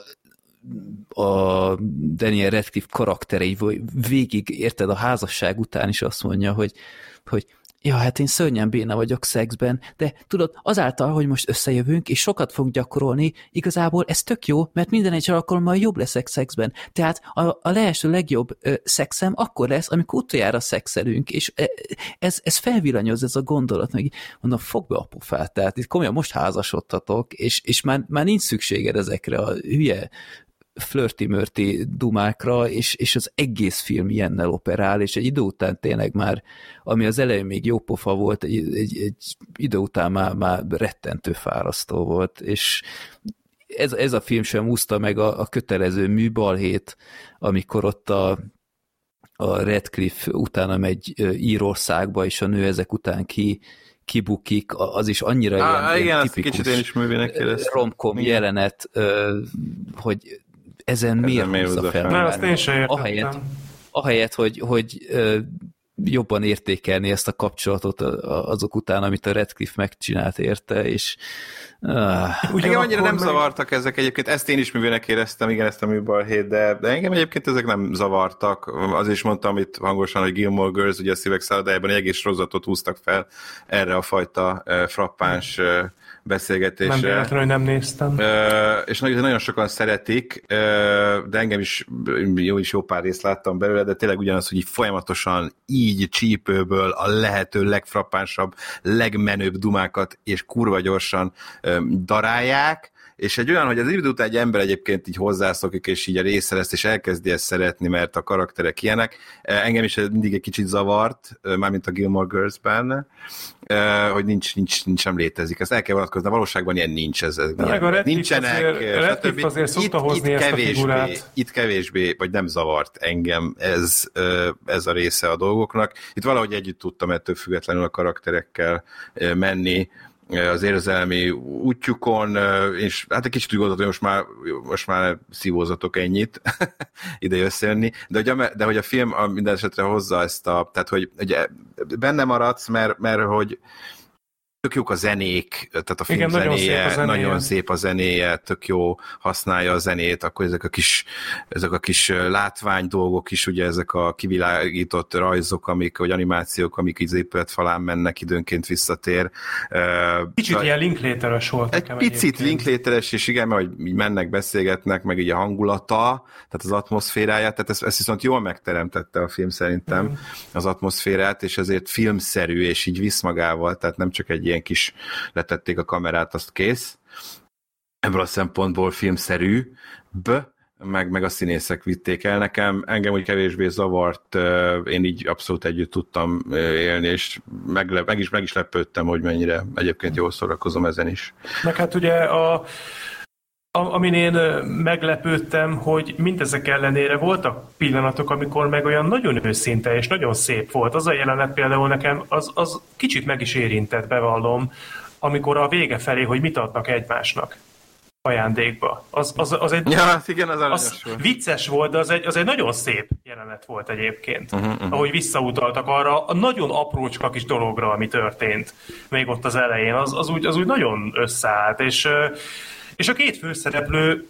Speaker 3: a Daniel Radcliffe karakterei végig, érted, a házasság után is azt mondja, hogy, hogy ja, hát én szörnyen béna vagyok szexben, de tudod, azáltal, hogy most összejövünk, és sokat fogunk gyakorolni, igazából ez tök jó, mert minden egy alkalommal jobb leszek szexben. Tehát a, a lehető legjobb ö, szexem akkor lesz, amikor utoljára szexelünk, és ez, ez felvillanyoz ez a gondolat, meg mondom, fogd be a pofát, tehát itt komolyan most házasodtatok, és, és már, már nincs szükséged ezekre a hülye flirty-mörti dumákra, és, és az egész film ilyennel operál, és egy idő után tényleg már, ami az elején még jó pofa volt, egy, egy, egy idő után már, már rettentő fárasztó volt, és ez, ez a film sem úszta meg a, a kötelező műbalhét, amikor ott a, a Radcliffe utána megy Írországba, és a nő ezek után ki kibukik, az is annyira
Speaker 4: Á,
Speaker 3: ilyen,
Speaker 4: igen,
Speaker 3: ilyen tipikus rom-com jelenet, hogy ezen miért húzza fel?
Speaker 5: Mert azt én sem értettem.
Speaker 3: Ahelyett, ahelyett hogy, hogy jobban értékelni ezt a kapcsolatot azok után, amit a Radcliffe megcsinált érte, és
Speaker 4: Uh, engem annyira nem meg... zavartak ezek egyébként, ezt én is művének éreztem, igen, ezt a műbalhét, de, de engem egyébként ezek nem zavartak. Az is mondtam itt hangosan, hogy Gilmore Girls, ugye a Szívek szállodájában egy egész sorozatot húztak fel erre a fajta uh, frappáns uh, beszélgetésre.
Speaker 5: Nem véletlenül, hogy nem néztem.
Speaker 4: Uh, és nagyon, nagyon sokan szeretik, uh, de engem is jó, is jó pár részt láttam belőle, de tényleg ugyanaz, hogy így folyamatosan így csípőből a lehető legfrappánsabb, legmenőbb dumákat, és kurva gyorsan öm, darálják, és egy olyan, hogy az idő után egy ember egyébként így hozzászokik, és így a részereszt, és elkezdi ezt szeretni, mert a karakterek ilyenek. Engem is mindig egy kicsit zavart, mármint a Gilmore Girls-ben, hogy nincs, nincs, nincs sem létezik. Ezt el kell vonatkozni, a valóságban ilyen nincs. Ez, ez
Speaker 5: nem, nincsenek, azért, stb. Azért szokta hozni itt, ezt kevésbé, a figurát.
Speaker 4: Itt kevésbé, vagy nem zavart engem ez, ez a része a dolgoknak. Itt valahogy együtt tudtam ettől függetlenül a karakterekkel menni, az érzelmi útjukon, és hát egy kicsit úgy gondoltam, hogy most már, most már szívózatok ennyit ide összejönni, de hogy, a, de hogy a film a minden esetre hozza ezt a, tehát hogy ugye benne maradsz, mert, mert hogy tök jók a zenék, tehát a film Igen, zenéje, nagyon szép, nagyon szép a zenéje, tök jó, használja a zenét, akkor ezek a kis, ezek a kis látvány dolgok is, ugye ezek a kivilágított rajzok, amik, vagy animációk, amik így az épület falán mennek, időnként visszatér.
Speaker 5: Kicsit uh, ilyen Linklater-ös volt.
Speaker 4: Egy picit Linklater-es, és igen, mert hogy így mennek, beszélgetnek, meg így a hangulata, tehát az atmoszféráját, tehát ezt, ezt viszont jól megteremtette a film szerintem, mm. az atmoszférát, és ezért filmszerű, és így visz magával, tehát nem csak egy ilyen kis letették a kamerát, azt kész. Ebből a szempontból filmszerű, b, meg, meg a színészek vitték el nekem. Engem úgy kevésbé zavart, én így abszolút együtt tudtam élni, és meg, meg, is, meg is lepődtem, hogy mennyire egyébként jól szórakozom ezen is.
Speaker 5: Meg hát ugye a amin én meglepődtem, hogy mindezek ellenére voltak pillanatok, amikor meg olyan nagyon őszinte és nagyon szép volt. Az a jelenet például nekem, az, az kicsit meg is érintett, bevallom, amikor a vége felé, hogy mit adnak egymásnak ajándékba. Az, az, az egy
Speaker 4: ja, igen, az,
Speaker 5: az vicces volt, de az egy, az egy nagyon szép jelenet volt egyébként. Uh-huh, uh-huh. Ahogy visszautaltak arra a nagyon aprócska kis dologra, ami történt még ott az elején. Az, az, úgy, az úgy nagyon összeállt, és És a két főszereplő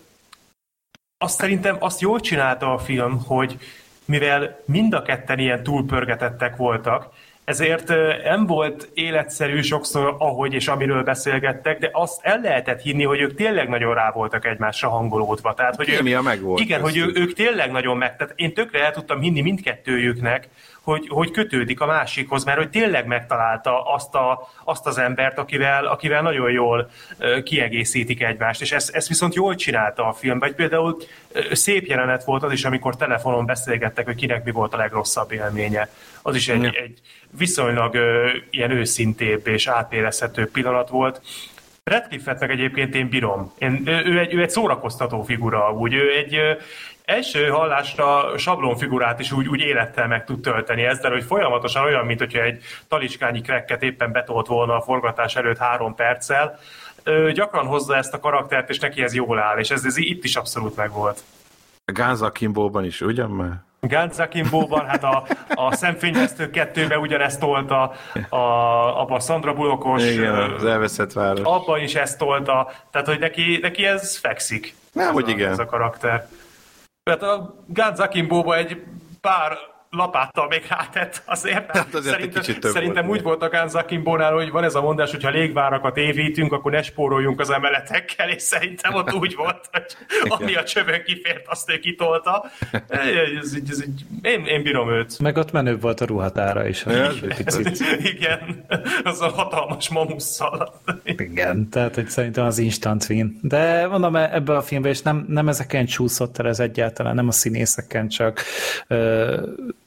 Speaker 5: azt szerintem azt jól csinálta a film, hogy mivel mind a ketten ilyen túlpörgetettek voltak, ezért nem volt életszerű sokszor, ahogy és amiről beszélgettek, de azt el lehetett hinni, hogy ők tényleg nagyon rá voltak egymásra hangolódva. Tehát, hogy ők,
Speaker 4: meg volt
Speaker 5: igen, hogy ő, ők tényleg nagyon meg... Tehát én tökre el tudtam hinni mindkettőjüknek, hogy, hogy kötődik a másikhoz, mert hogy tényleg megtalálta azt, a, azt az embert, akivel, akivel nagyon jól uh, kiegészítik egymást, és ezt, ezt viszont jól csinálta a film. Vagy például uh, szép jelenet volt az is, amikor telefonon beszélgettek, hogy kinek mi volt a legrosszabb élménye. Az is egy, egy viszonylag uh, ilyen őszintébb és átérezhető pillanat volt. Radcliffe-et meg egyébként én bírom. Én, ő, ő, egy, ő egy szórakoztató figura, úgy ő egy uh, első hallásra sablonfigurát is úgy, úgy élettel meg tud tölteni ezzel, hogy folyamatosan olyan, mint hogyha egy talicskányi krekket éppen betolt volna a forgatás előtt három perccel. Ö, gyakran hozza ezt a karaktert, és neki ez jól áll, és ez, ez itt is abszolút megvolt.
Speaker 4: A Guns Akimbo-ban is, ugyan már?
Speaker 5: Guns Akimbo-ban, hát a, a Szemfényvesztő kettőben ugyanezt tolta, a, abban a Sandra Bullockos...
Speaker 4: Igen, az elveszett város.
Speaker 5: Abban is ezt tolta, tehát hogy neki, neki ez fekszik.
Speaker 4: Nem, hogy
Speaker 5: a,
Speaker 4: igen.
Speaker 5: Ez a karakter. Tehát a Guns Akimbo-ba egy pár lapáttal még rátett azért.
Speaker 4: Hát azért
Speaker 5: szerintem szerintem volt, úgy volt a Guns Akimbo-nál, hogy van ez a mondás, hogy ha légvárakat évítünk, akkor ne spóroljunk az emeletekkel, és szerintem ott úgy volt, hogy ami a csövön kifért, azt ő kitolta. Ez, ez, ez, én, én bírom őt.
Speaker 6: Meg ott menőbb volt a ruhatára is.
Speaker 5: Igen, igen, az a hatalmas mamusszal.
Speaker 6: Igen, tehát hogy szerintem az instant win. De mondom, ebben a filmben is nem, nem ezeken csúszott el ez egyáltalán, nem a színészeken, csak uh,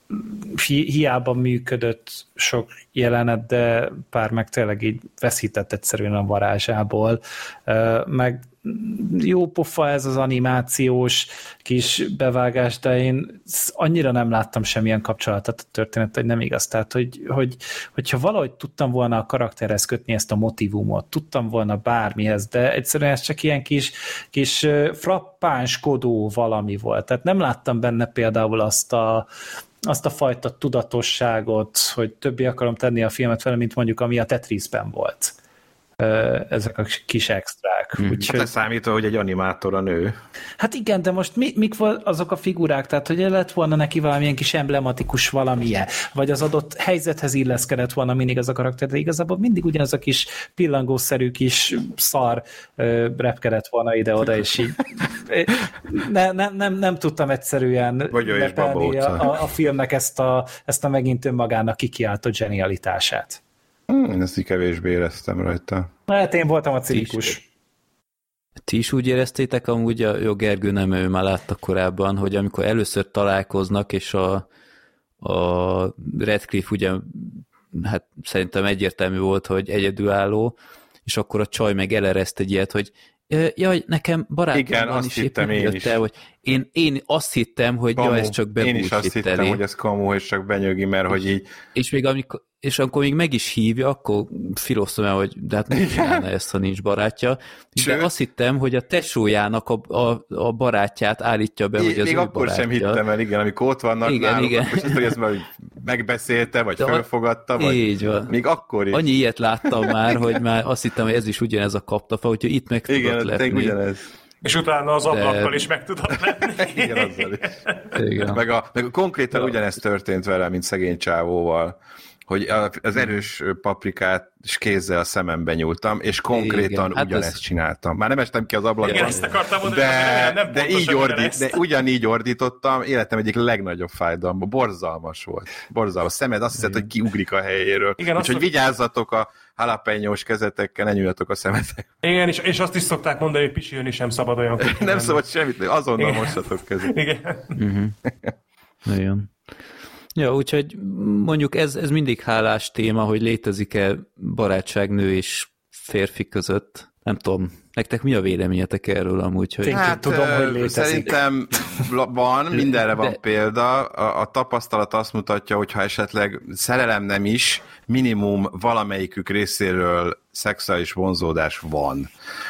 Speaker 6: hi- hiába működött sok jelenet, de pár meg tényleg így veszített egyszerűen a varázsából. Uh, meg jó pofa ez az animációs kis bevágás, de én annyira nem láttam semmilyen kapcsolatot a történet, hogy nem igaz. Tehát, hogy, hogy, hogyha valahogy tudtam volna a karakterhez kötni ezt a motivumot, tudtam volna bármihez, de egyszerűen ez csak ilyen kis, kis frappánskodó valami volt. Tehát nem láttam benne például azt a azt a fajta tudatosságot, hogy többé akarom tenni a filmet vele, mint mondjuk ami a Tetrisben volt. ezek a kis extrák.
Speaker 4: Hmm.
Speaker 6: Úgyhogy...
Speaker 4: Hát leszámítva, hogy egy animátor a nő.
Speaker 6: Hát igen, de most mi, mik volt azok a figurák? Tehát, hogy lett volna neki valamilyen kis emblematikus valamilyen, vagy az adott helyzethez illeszkedett volna mindig az a karakter, de igazából mindig ugyanaz a kis pillangószerű kis szar ö, repkedett volna ide-oda, és így ne, ne, nem, nem tudtam egyszerűen lepelni a, a filmnek ezt a, ezt a megint önmagának kikiáltott zsenialitását.
Speaker 4: Hmm, én ezt így kevésbé éreztem rajta.
Speaker 6: Hát én voltam a cinikus.
Speaker 3: Ti is úgy éreztétek, amúgy a jó Gergő nem ő már látta korábban, hogy amikor először találkoznak, és a, a Radcliffe ugye, hát szerintem egyértelmű volt, hogy egyedülálló, és akkor a csaj meg elereszt egy ilyet, hogy jaj, nekem barátomban is éppen jött el, hogy én, én azt hittem, hogy
Speaker 4: kamu.
Speaker 3: Ja, ez csak bebújt.
Speaker 4: Én is azt hittem,
Speaker 3: elé.
Speaker 4: hogy ez kamu, és csak benyögi, mert hogy így...
Speaker 3: És még amikor, és akkor még meg is hívja, akkor filoszom el, hogy de hát mit csinálna ezt, ha nincs barátja. De Sőt, azt hittem, hogy a tesójának a, a, a barátját állítja be, hogy az
Speaker 4: még
Speaker 3: ő
Speaker 4: akkor
Speaker 3: barátja.
Speaker 4: sem hittem el, igen, amikor ott vannak
Speaker 3: igen,
Speaker 4: náluk,
Speaker 3: igen.
Speaker 4: akkor is azt, hogy ezt már megbeszélte, vagy de fölfogadta, vagy
Speaker 3: így van.
Speaker 4: Még akkor is.
Speaker 3: Annyi ilyet láttam már, hogy már azt hittem, hogy ez is ugyanez a kaptafa, hogyha itt meg
Speaker 4: igen,
Speaker 3: tudott lepni.
Speaker 4: Igen, ugyanez.
Speaker 5: És utána az ablakkal de... is meg tudott lenni.
Speaker 4: Igen, azzal is.
Speaker 3: Igen.
Speaker 4: Meg, a, meg a konkrétan ugyanez történt vele, mint szegény csávóval, hogy az erős paprikát és kézzel a szemembe nyúltam, és konkrétan hát ugyanezt ez... csináltam. Már nem estem ki az ablakon.
Speaker 5: Igen, ezt akartam mondani,
Speaker 4: de,
Speaker 5: nem
Speaker 4: de, így ordít, de ugyanígy ordítottam, életem egyik legnagyobb fájdalma. Borzalmas volt. Borzalmas. A szemed azt hiszed, hogy kiugrik a helyéről. Úgyhogy a... vigyázzatok a jalapenyós kezetekkel, ne nyúljatok a szemetek.
Speaker 5: Igen, és, és azt is szokták mondani, hogy pisilni sem szabad olyan.
Speaker 4: Nem menni. Szabad semmit, azonnal mossatok kezet.
Speaker 5: Igen.
Speaker 3: Uh-huh. Igen. Ja, úgyhogy mondjuk ez, ez mindig hálás téma, hogy létezik-e barátság nő és férfi között. Nem tudom, nektek mi a véleményetek erről amúgy? Hogy...
Speaker 4: Hát tudom, hogy létezik. Szerintem van, mindenre van De... példa. A, a tapasztalat azt mutatja, hogy ha esetleg szerelem nem is, minimum valamelyikük részéről szexuális vonzódás van.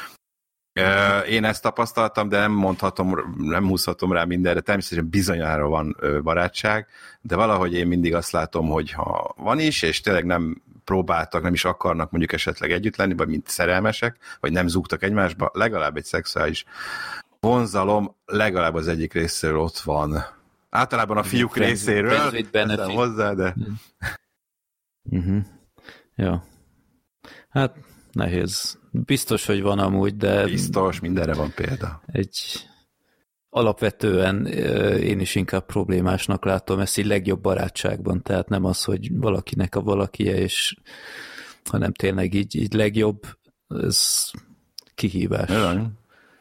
Speaker 4: Én ezt tapasztaltam, de nem mondhatom, nem húzhatom rá mindenre, természetesen bizonyára van barátság, de valahogy én mindig azt látom, hogy ha van is, és tényleg nem próbáltak, nem is akarnak mondjuk esetleg együtt lenni, vagy mint szerelmesek, vagy nem zúgtak egymásba, legalább egy szexuális vonzalom legalább az egyik részéről ott van. Általában a fiúk Friends, részéről, nem hozzá, de...
Speaker 3: Uh-huh. Ja. Hát nehéz. Biztos, hogy van amúgy, de...
Speaker 4: Biztos, mindenre van példa.
Speaker 3: Egy alapvetően én is inkább problémásnak látom ezt így legjobb barátságban, tehát nem az, hogy valakinek a valakie, és hanem tényleg így, így legjobb, ez kihívás.
Speaker 4: Jön.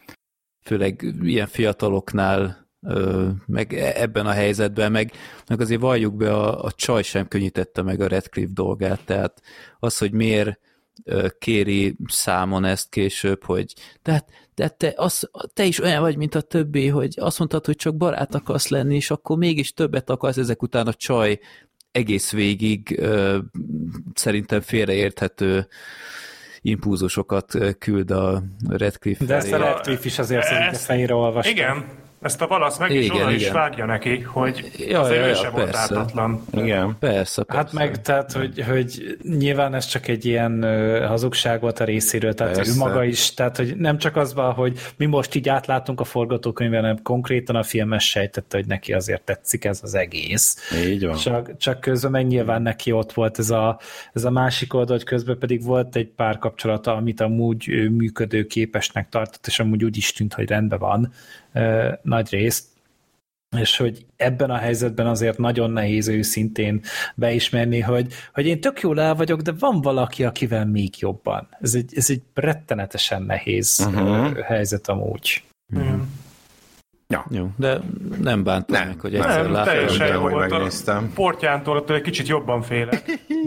Speaker 3: Főleg ilyen fiataloknál, meg ebben a helyzetben, meg, meg azért valljuk be, a, a csaj sem könnyítette meg a Radcliffe dolgát, tehát az, hogy miért kéri számon ezt később, hogy de, de te, az, te is olyan vagy, mint a többi, hogy azt mondtad, hogy csak barát akarsz lenni, és akkor mégis többet akarsz, ezek után a csaj egész végig ö, szerintem félreérthető impulzusokat küld a Radcliffe
Speaker 6: De ezt a Radcliffe is azért szerintem fejére olvasta.
Speaker 5: Igen, ezt a valasz meg is
Speaker 3: igen,
Speaker 5: oda
Speaker 3: igen.
Speaker 5: is vágja neki, hogy
Speaker 3: ja,
Speaker 5: azért
Speaker 3: ja,
Speaker 5: ő
Speaker 3: ja,
Speaker 5: sem volt ártatlan.
Speaker 4: Igen.
Speaker 3: Persze, persze.
Speaker 6: Hát meg, tehát, hogy, hogy nyilván ez csak egy ilyen uh, hazugság volt a részéről, tehát persze. Ő maga is, tehát, hogy nem csak az van, hogy mi most így átlátunk a forgatókönyvben, hanem konkrétan a filmes sejtette, hogy neki azért tetszik ez az egész.
Speaker 4: Így van.
Speaker 6: Csak, csak közben meg nyilván neki ott volt ez a, ez a másik oldal, hogy közben pedig volt egy pár kapcsolata, amit amúgy működőképesnek tartott, és amúgy úgy is tűnt, hogy rendben van uh, nagy részt. És hogy ebben a helyzetben azért nagyon nehéz őszintén beismerni, hogy, hogy én tök jól el vagyok, de van valaki, akivel még jobban. Ez egy, ez egy rettenetesen nehéz uh-huh. helyzet amúgy.
Speaker 3: Uh-huh. Ja. Jó, de nem bántam nem, meg, hogy egyszer
Speaker 5: nem,
Speaker 3: láttam.
Speaker 5: Teljesen hogy megnéztem. Portyántól attól egy kicsit jobban félek.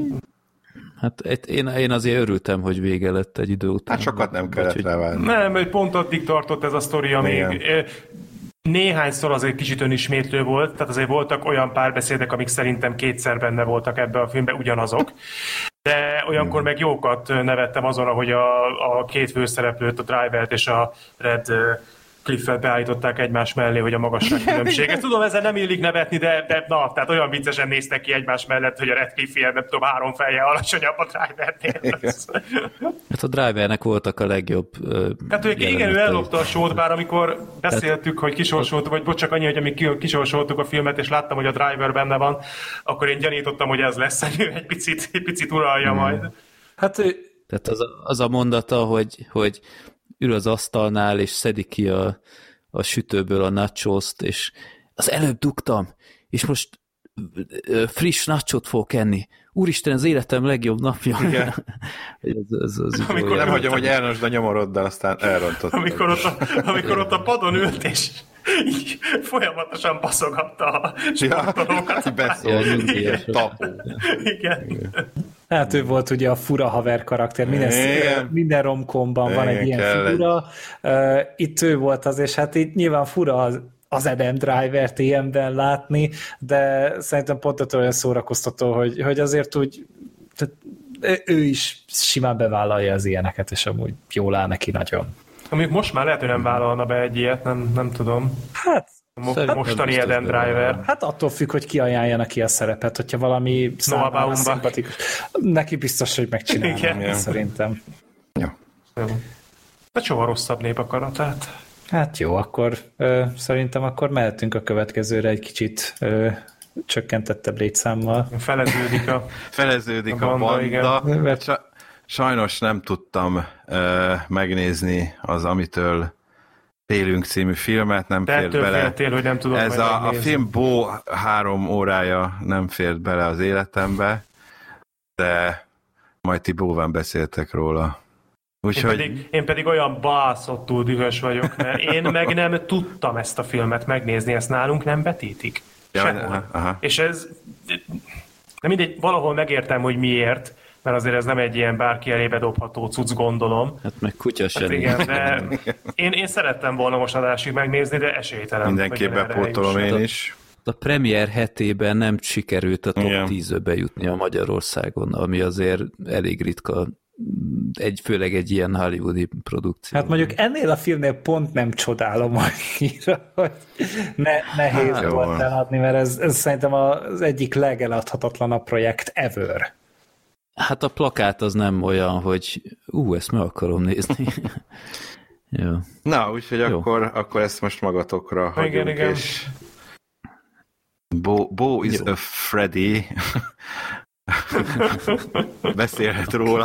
Speaker 3: Hát én, én azért örültem, hogy vége lett egy idő után.
Speaker 4: Hát sokat nem kellett rá várni.
Speaker 5: Nem, egy pont addig tartott ez a sztori, amíg... Néhányszor azért kicsit önismétlő volt, tehát azért voltak olyan párbeszédek, amik szerintem kétszer benne voltak ebbe a filmben, ugyanazok. De olyankor hmm. meg jókat nevettem azon, ahogy a, a két főszereplőt, a Drivert és a Red Cliffet beállították egymás mellé, hogy a magasság különbséget. Tudom, ezzel nem illik nevetni, de, de na, tehát olyan viccesen néztek ki egymás mellett, hogy a Radcliffe ilyen, nem tudom, három fejjel alacsonyabb a Drivernél.
Speaker 3: Hát a Drivernek voltak a legjobb
Speaker 5: Tehát ők igen, ő ellopta a sót, bár amikor beszéltük, hogy kisorsoltuk, vagy bocs, csak annyi, hogy amíg kisorsoltuk a filmet, és láttam, hogy a Driver benne van, akkor én gyanítottam, hogy ez lesz, hogy ő egy picit, egy picit uralja hmm. majd.
Speaker 6: Hát ő...
Speaker 3: Tehát az a, az a mondata, hogy, hogy ül az asztalnál, és szedi ki a, a sütőből a nachoszt, és az előbb dugtam, és most friss nachot fogok enni. Úristen, az életem legjobb napja.
Speaker 4: Igen.
Speaker 3: ez, ez, ez
Speaker 4: amikor nem hagyom, hogy elnosd a nyomoroddal, aztán elrontott.
Speaker 5: Amikor ott a, amikor ott a padon ült, és így folyamatosan baszogatta a sportolókat.
Speaker 4: Ja, beszél,
Speaker 3: ja,
Speaker 4: tapó.
Speaker 5: Igen. Igen.
Speaker 6: Hát ő volt ugye a fura haver karakter, minden, minden romkomban van egy ilyen kell figura. Uh, itt ő volt az, és hát itt nyilván fura az, az Adam Driver-t ilyenben látni, de szerintem pont olyan szórakoztató, hogy, hogy azért úgy tehát ő is simán bevállalja az ilyeneket, és amúgy jól áll neki nagyon.
Speaker 5: Amíg most már lehet, hogy nem vállalna be egy ilyet, nem, nem tudom.
Speaker 6: Hát
Speaker 5: Mo- mostani Adam Driver.
Speaker 6: Hát attól függ, hogy ki ajánlja neki a szerepet, hogyha valami számára szimpatikus. Neki biztos, hogy megcsinálja, szerintem.
Speaker 4: Ja.
Speaker 5: De soha rosszabb népakaratát.
Speaker 6: Hát jó, akkor ö, szerintem akkor mehetünk a következőre egy kicsit ö, csökkentettebb létszámmal.
Speaker 5: Feleződik a,
Speaker 4: Feleződik a banda. A banda. Mert... Sajnos nem tudtam ö, megnézni az, amitől Félünk című filmet, nem
Speaker 5: Te
Speaker 4: fért bele.
Speaker 5: Féltél, hogy nem tudom
Speaker 4: Ez a, a film Bó három órája nem fért bele az életembe, de majd ti bóván beszéltek róla.
Speaker 5: Úgyhogy... Én, pedig, én pedig olyan baszottul dühös vagyok, mert én meg nem tudtam ezt a filmet megnézni, ezt nálunk nem vetítik.
Speaker 4: Ja, aha, aha.
Speaker 5: És ez... Nem mindegy, valahol megértem, hogy miért, mert azért ez nem egy ilyen bárki elébe dobható cucc, gondolom.
Speaker 3: Hát meg kutya sem. Hát
Speaker 5: igen, de én, én szerettem volna most adásig megnézni, de esélytelen.
Speaker 4: Mindenképp bepótolom én is.
Speaker 3: A, a premier hetében nem sikerült a top tízbe bejutni a Magyarországon, ami azért elég ritka, egy, főleg egy ilyen hollywoodi produkció.
Speaker 6: Hát mondjuk ennél a filmnél pont nem csodálom annyira, hogy ne, nehéz hát, volt eladni, mert ez, ez szerintem az egyik legelathatatlanabb projekt ever.
Speaker 3: Hát a plakát az nem olyan, hogy ú, ezt meg akarom nézni. Jó.
Speaker 4: Na, úgyhogy akkor, akkor ezt most magatokra hagyjuk, igen, igen. És Bo, Bo is Jó. a Freddy. Beszélhet róla.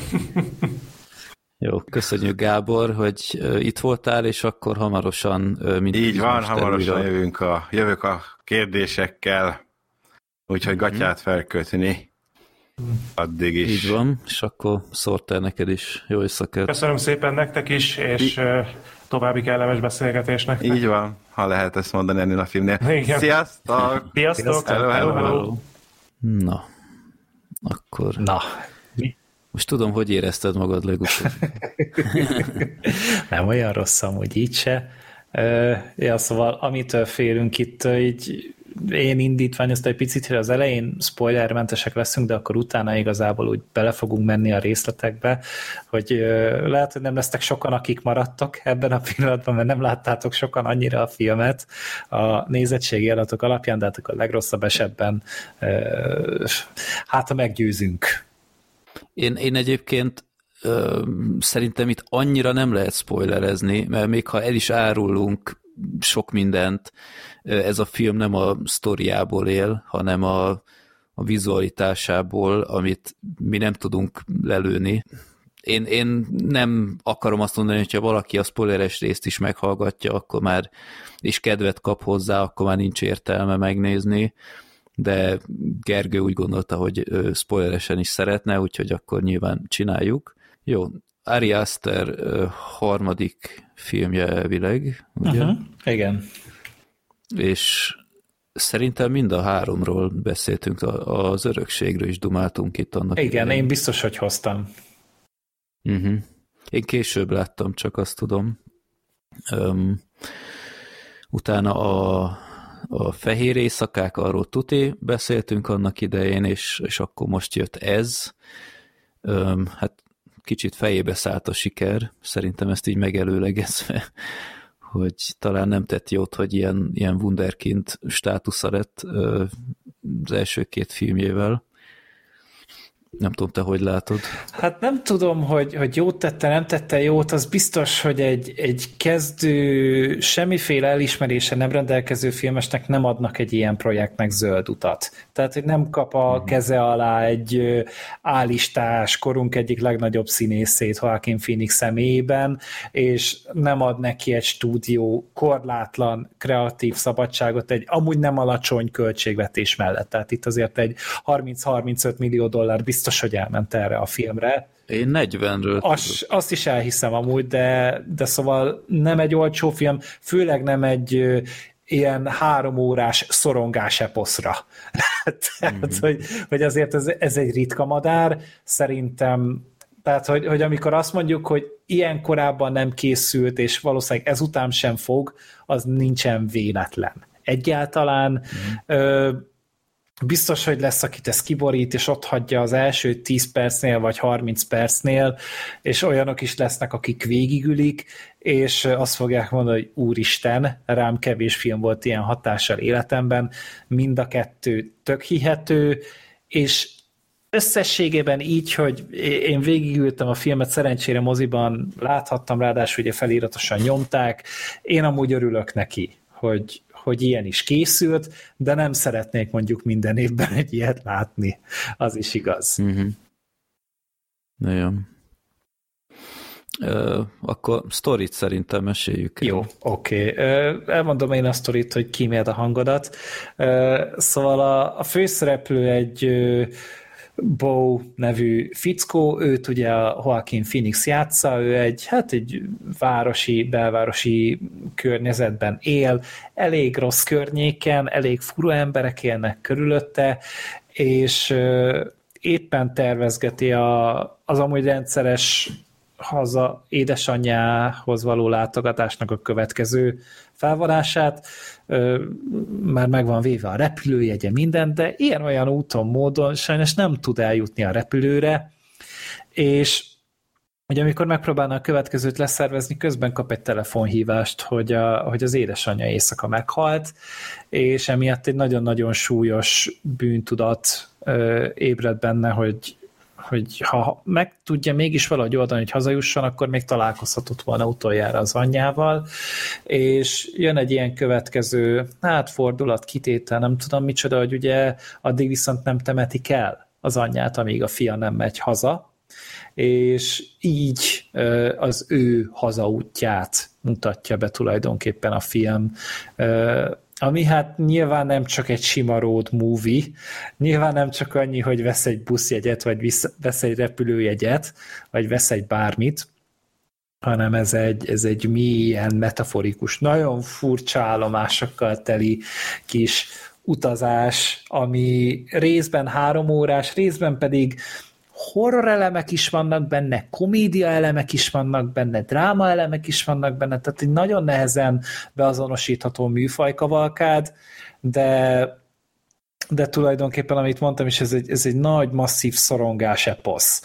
Speaker 3: Jó, köszönjük Gábor, hogy itt voltál, és akkor hamarosan mindig.
Speaker 4: Így van, hamarosan jövünk a, jövök a kérdésekkel, úgyhogy mm-hmm. gatyát felkötni. Addig is.
Speaker 3: Így van, és akkor Sorter neked is jó éjszakát.
Speaker 5: Köszönöm szépen nektek is, és I... további kellemes beszélgetésnek.
Speaker 4: Így van, ha lehet ezt mondani ennél a filmnél.
Speaker 5: Igen.
Speaker 4: Sziasztok!
Speaker 5: Sziasztok!
Speaker 4: Hello, hello, hello.
Speaker 3: Na, akkor...
Speaker 6: Na.
Speaker 3: Most tudom, hogy érezted magad legutóbb.
Speaker 6: Nem olyan rossz amúgy így se. Uh, ja, szóval amitől félünk itt, így én indítványoztam egy picit, hogy az elején spoilermentesek leszünk, de akkor utána igazából úgy bele fogunk menni a részletekbe, hogy uh, lehet, hogy nem lesznek sokan, akik maradtak ebben a pillanatban, mert nem láttátok sokan annyira a filmet a nézettségi adatok alapján, de hát akkor a legrosszabb esetben uh, hát ha meggyőzünk.
Speaker 3: Én, én egyébként ö, szerintem itt annyira nem lehet spoilerezni, mert még ha el is árulunk sok mindent, ez a film nem a sztoriából él, hanem a, a vizualitásából, amit mi nem tudunk lelőni. Én, én nem akarom azt mondani, hogyha valaki a spoileres részt is meghallgatja, akkor már és kedvet kap hozzá, akkor már nincs értelme megnézni, de Gergő úgy gondolta, hogy spoileresen is szeretne, úgyhogy akkor nyilván csináljuk. Jó, Ari Aster harmadik filmje elvileg, ugye?
Speaker 6: Uh-huh. Igen.
Speaker 3: És szerintem mind a háromról beszéltünk, az örökségről is dumáltunk itt annak.
Speaker 6: Igen, idején. Én biztos, hogy hoztam.
Speaker 3: Uh-huh. Én később láttam, csak azt tudom. Um, utána a A fehér éjszakák, arról tuti beszéltünk annak idején, és, és akkor most jött ez. Öm, hát kicsit fejébe szállt a siker, szerintem ezt így megelőlegezve, hogy talán nem tett jót, hogy ilyen, ilyen wunderkind státusza lett az első két filmjével. Nem tudom, te hogy látod?
Speaker 6: Hát nem tudom, hogy, hogy jót tette, nem tette jót, az biztos, hogy egy, egy kezdő, semmiféle elismerése nem rendelkező filmesnek nem adnak egy ilyen projektnek zöld utat. Tehát, hogy nem kap a keze alá egy álistás, korunk egyik legnagyobb színészét Joaquin Phoenix személyében, és nem ad neki egy stúdió korlátlan kreatív szabadságot egy amúgy nem alacsony költségvetés mellett. Tehát itt azért egy harminc-harmincöt millió dollár biztos biztos, hogy elment erre a filmre.
Speaker 3: Én negyvenről.
Speaker 6: Azt, azt is elhiszem amúgy, de, de szóval nem egy olcsó film, főleg nem egy ö, ilyen három órás szorongás eposzra. Tehát, mm-hmm. hogy, hogy azért ez, ez egy ritka madár, szerintem, tehát, hogy, hogy amikor azt mondjuk, hogy ilyen korábban nem készült, és valószínűleg ezután sem fog, az nincsen véletlen. Egyáltalán mm-hmm. ö, biztos, hogy lesz, akit ez kiborít, és ott hagyja az első tíz percnél, vagy harminc percnél, és olyanok is lesznek, akik végigülik, és azt fogják mondani, hogy úristen, rám kevés film volt ilyen hatással életemben, mind a kettő tök hihető, és összességében így, hogy én végigültem a filmet, szerencsére moziban láthattam, ráadásul ugye feliratosan nyomták, én amúgy örülök neki, hogy hogy ilyen is készült, de nem szeretnék mondjuk minden évben egy ilyet látni. Az is igaz.
Speaker 3: Mm-hmm. Na jó. Uh, akkor sztorit szerintem meséljük.
Speaker 6: Jó, oké. Okay. Uh, elmondom én a sztorit, hogy kíméld a hangodat. Uh, szóval a, a főszereplő egy uh, Bo nevű fickó, őt ugye a Joaquin Phoenix játsza, ő egy, hát egy városi, belvárosi környezetben él, elég rossz környéken, elég fura emberek élnek körülötte, és uh, éppen tervezgeti a, az amúgy rendszeres haza édesanyjához való látogatásnak a következő felvonását, már meg van véve a repülőjegye, minden, de ilyen-olyan úton, módon sajnos nem tud eljutni a repülőre, és ugye amikor megpróbálna a következőt leszervezni, közben kap egy telefonhívást, hogy, a, hogy az édesanyja éjszaka meghalt, és emiatt egy nagyon-nagyon súlyos bűntudat ébred benne, hogy hogy ha meg tudja mégis valahogy oldani, hogy hazajusson, akkor még találkozhatott volna utoljára az anyjával, és jön egy ilyen következő, hát fordulat, kitétel, nem tudom micsoda, hogy ugye addig viszont nem temetik el az anyját, amíg a fia nem megy haza, és így az ő hazaútját mutatja be tulajdonképpen a film, ami hát nyilván nem csak egy sima road movie, nyilván nem csak annyi, hogy vesz egy buszjegyet, vagy vesz egy repülőjegyet, vagy vesz egy bármit, hanem ez egy, ez egy mélyen metaforikus, nagyon furcsa állomásokkal teli kis utazás, ami részben három órás, részben pedig horror elemek is vannak benne, komédia elemek is vannak benne, dráma elemek is vannak benne, tehát egy nagyon nehezen beazonosítható műfajkavalkád, de, de tulajdonképpen, amit mondtam is, ez egy, ez egy nagy, masszív szorongás eposz,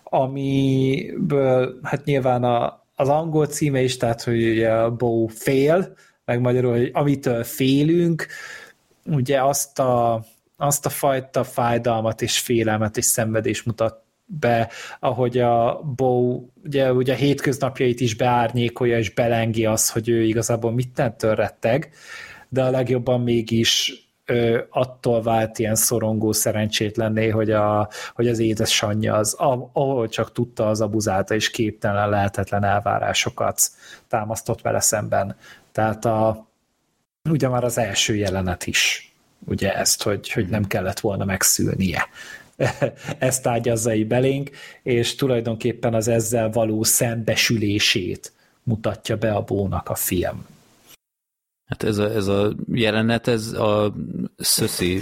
Speaker 6: amiből hát nyilván a, az angol címe is, tehát hogy ugye a Bo fél, meg magyarul, hogy amitől félünk, ugye azt a azt a fajta fájdalmat és félelmet és szenvedést mutat be, ahogy a Bo ugye, ugye a hétköznapjait is beárnyékolja és belengi az, hogy ő igazából mittentől retteg, de a legjobban mégis ö, attól vált ilyen szorongó szerencsétlenné, hogy, a, hogy az édesanyja az, ahol csak tudta, az abuzálta és képtelen, lehetetlen elvárásokat támasztott vele szemben. Tehát a, ugye már az első jelenet is ugye ezt, hogy, hogy nem kellett volna megszülnie. Ezt ágyazza így belénk, és tulajdonképpen az ezzel való szembesülését mutatja be a Bónak a film.
Speaker 3: Hát ez a, ez a jelenet, ez a Szöszi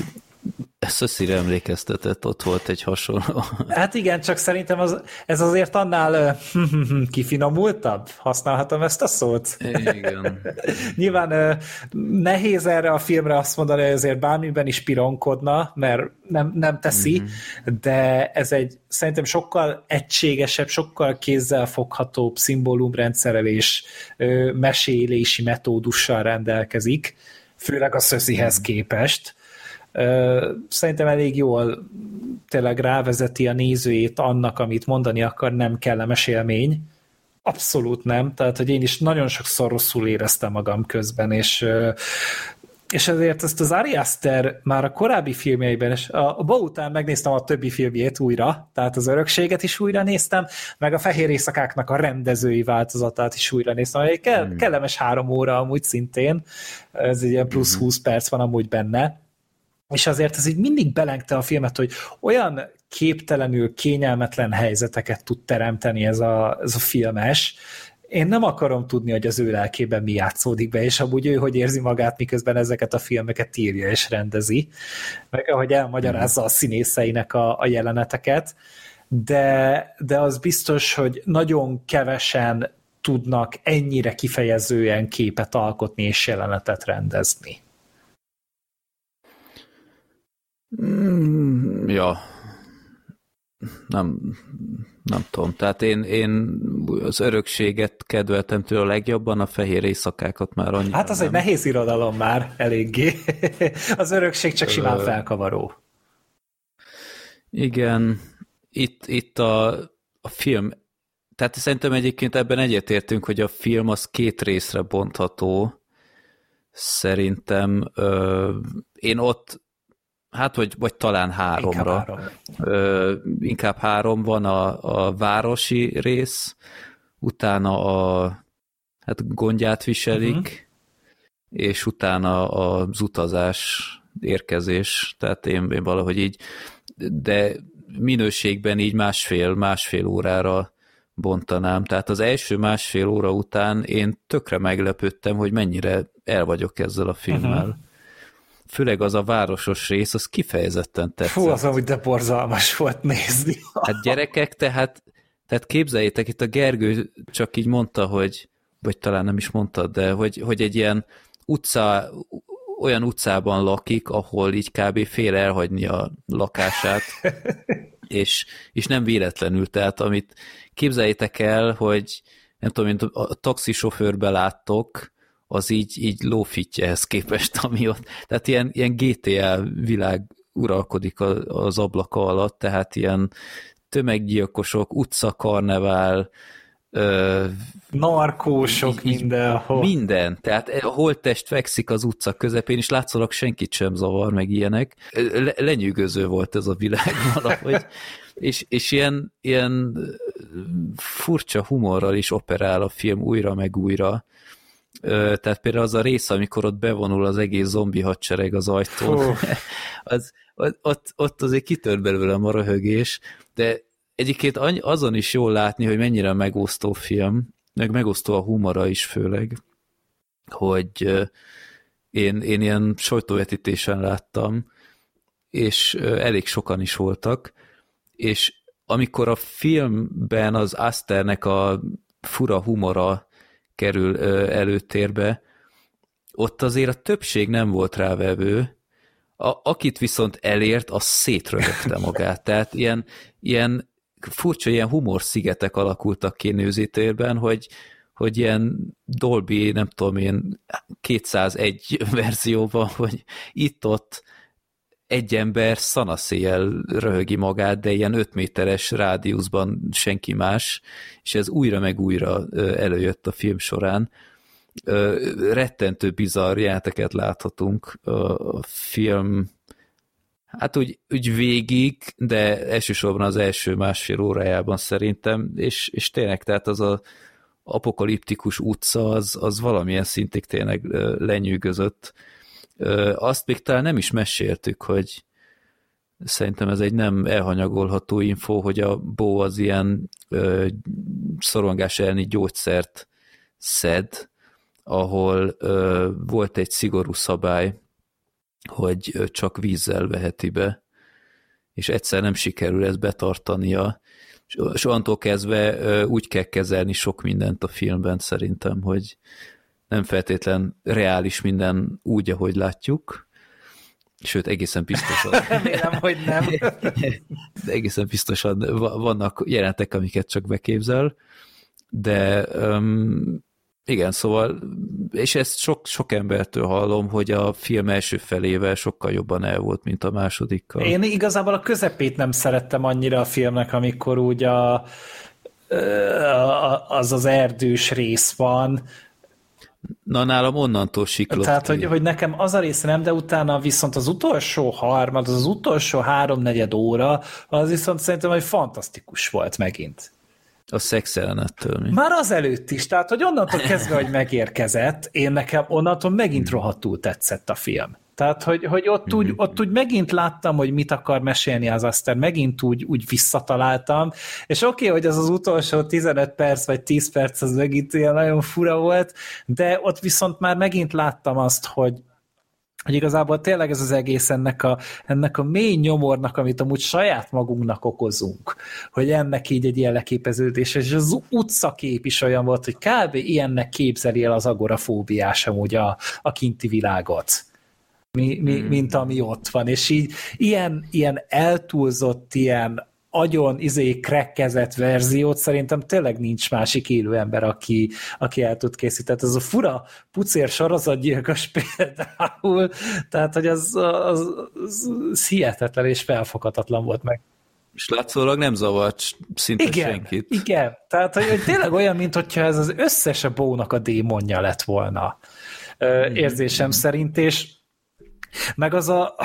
Speaker 3: Szöszire emlékeztetett, ott volt egy hasonló.
Speaker 6: Hát igen, csak szerintem az, ez azért annál uh, kifinomultabb, használhatom ezt a szót?
Speaker 3: Igen.
Speaker 6: Nyilván uh, nehéz erre a filmre azt mondani, hogy azért bármiben is pironkodna, mert nem, nem teszi, mm-hmm. de ez egy szerintem sokkal egységesebb, sokkal kézzelfoghatóbb szimbólumrendszerrel és uh, mesélési metódussal rendelkezik, főleg a Szöszihez képest. Szerintem elég jól tényleg rávezeti a nézőjét annak, amit mondani akar, nem kellemes élmény. Abszolút nem, tehát hogy én is nagyon sokszor rosszul éreztem magam közben, és, és ezért ezt az Ari Aster már a korábbi filmjeiben, és a, a Bo után megnéztem a többi filmjét újra, tehát az Örökséget is újra néztem, meg a Fehér éjszakáknak a rendezői változatát is újra néztem, egy ke- hmm. kellemes három óra amúgy szintén, ez egy ilyen plusz hmm. húsz perc van amúgy benne, és azért ez így mindig belengte a filmet, hogy olyan képtelenül kényelmetlen helyzeteket tud teremteni ez a, ez a filmes. Én nem akarom tudni, hogy az ő lelkében mi játszódik be, és amúgy ő hogy érzi magát, miközben ezeket a filmeket írja és rendezi, meg ahogy elmagyarázza a színészeinek a, a jeleneteket, de, de az biztos, hogy nagyon kevesen tudnak ennyire kifejezően képet alkotni és jelenetet rendezni.
Speaker 3: Mm, ja, nem, nem tudom. Tehát én, én az Örökséget kedveltem tőle a legjobban, a Fehér éjszakákat már annyira.
Speaker 6: Hát az nem. Egy nehéz irodalom már eléggé. Az Örökség csak simán felkavaró.
Speaker 3: Igen, itt, itt a, a film, tehát szerintem egyébként ebben egyetértünk, hogy a film az két részre bontható. Szerintem ö, én ott hát, vagy, vagy talán háromra. Inkább három. Ö, inkább három van a, a városi rész, utána a hát gondját viselik, uh-huh. és utána az utazás, érkezés, tehát én, én valahogy így, de minőségben így másfél, másfél órára bontanám. Tehát az első másfél óra után én tökre meglepődtem, hogy mennyire el vagyok ezzel a filmmel. Uh-huh. Főleg az a városos rész, az kifejezetten tetszett.
Speaker 6: Fú, az amúgy de borzalmas volt nézni.
Speaker 3: Hát gyerekek, tehát, tehát képzeljétek, itt a Gergő csak így mondta, hogy, vagy talán nem is mondta, de hogy, hogy egy ilyen utca, olyan utcában lakik, ahol így kb. Fél elhagyni a lakását, és, és nem véletlenül, tehát amit képzeljétek el, hogy nem tudom, mint a taxisofőrbe láttok, az így, így lófitjehez képest, ami ott, tehát ilyen, ilyen gé té á világ uralkodik az ablaka alatt, tehát ilyen tömeggyilkosok, utcakarnevál, ö,
Speaker 6: narkósok így, mindenhol.
Speaker 3: Minden, tehát a holttest fekszik az utca közepén, és látszólag senkit sem zavar, meg ilyenek. Le, lenyűgöző volt ez a világ valahogy, és, és ilyen, ilyen furcsa humorral is operál a film újra meg újra. Tehát például az a rész, amikor ott bevonul az egész zombi hadsereg az ajtón, az, ott, ott azért kitört belőlem a röhögés, de egyébként azon is jól látni, hogy mennyire megosztó film, meg megosztó a humora is főleg, hogy én, én ilyen sajtóvetítésen láttam, és elég sokan is voltak, és amikor a filmben az Asternek a fura humora kerül előtérbe, ott azért a többség nem volt rávevő, a, akit viszont elért, az szétröhögte magát. Tehát ilyen, ilyen furcsa, ilyen humorszigetek alakultak ki nézőtérben, hogy, hogy ilyen Dolby, nem tudom én, kétszázegy verzióban, hogy itt-ott egy ember szanaszéjjel röhögi magát, de ilyen öt méteres rádiuszban senki más, és ez újra meg újra előjött a film során. Rettentő bizarr jeleneteket láthatunk a film, hát úgy, úgy végig, de elsősorban az első másfél órájában szerintem, és, és tényleg, tehát az a apokaliptikus utca, az, az valamilyen szintig tényleg lenyűgözött. Azt még talán nem is meséltük, hogy szerintem ez egy nem elhanyagolható info, hogy a Bo az ilyen ö, szorongás elleni gyógyszert szed, ahol ö, volt egy szigorú szabály, hogy csak vízzel veheti be, és egyszer nem sikerül ezt betartania, és onnantól kezdve úgy kell kezelni sok mindent a filmben szerintem, hogy nem feltétlen reális minden úgy, ahogy látjuk, sőt, egészen biztosan.
Speaker 6: Remélem, hogy nem.
Speaker 3: De egészen biztosan vannak jelenetek, amiket csak beképzel, de um, igen, szóval, és ezt sok, sok embertől hallom, hogy a film első felével sokkal jobban el volt, mint a másodikkal.
Speaker 6: Én igazából a közepét nem szerettem annyira a filmnek, amikor úgy a, az az erdős rész van.
Speaker 3: Na, nálam onnantól siklott.
Speaker 6: Tehát, hogy, hogy nekem az a része nem, de utána viszont az utolsó harmad, az, az utolsó háromnegyed óra, az viszont szerintem, hogy fantasztikus volt megint.
Speaker 3: A szexjelenettől mi?
Speaker 6: Már az előtt is, tehát, hogy onnantól kezdve, hogy megérkezett, én nekem onnantól megint rohadtul tetszett a film. Tehát, hogy, hogy ott, úgy, ott úgy megint láttam, hogy mit akar mesélni az Aster, megint úgy, úgy visszataláltam, és oké, okay, hogy az az utolsó tizenöt perc, vagy tíz perc, az megint ilyen nagyon fura volt, de ott viszont már megint láttam azt, hogy hogy igazából tényleg ez az egész ennek a, ennek a mély nyomornak, amit amúgy saját magunknak okozunk, hogy ennek így egy ilyen leképeződés, és az utcakép is olyan volt, hogy kb. Ilyennek képzeli el az agorafóbiás amúgy a, a kinti világot, mi, mi, mm. mint ami ott van, és így ilyen, ilyen eltúlzott, ilyen agyon izé krekkezett verziót szerintem tényleg nincs másik élő ember, aki, aki el tud készíteni. Ez a fura pucér sorozatgyilkos például, tehát hogy az, az, az, az hihetetlen és felfoghatatlan volt meg.
Speaker 3: És látszólag nem zavart szinte
Speaker 6: igen,
Speaker 3: senkit. Igen,
Speaker 6: tehát hogy, hogy tényleg olyan, mint hogyha ez az összes a bónak a démonja lett volna érzésem szerint, és meg az a...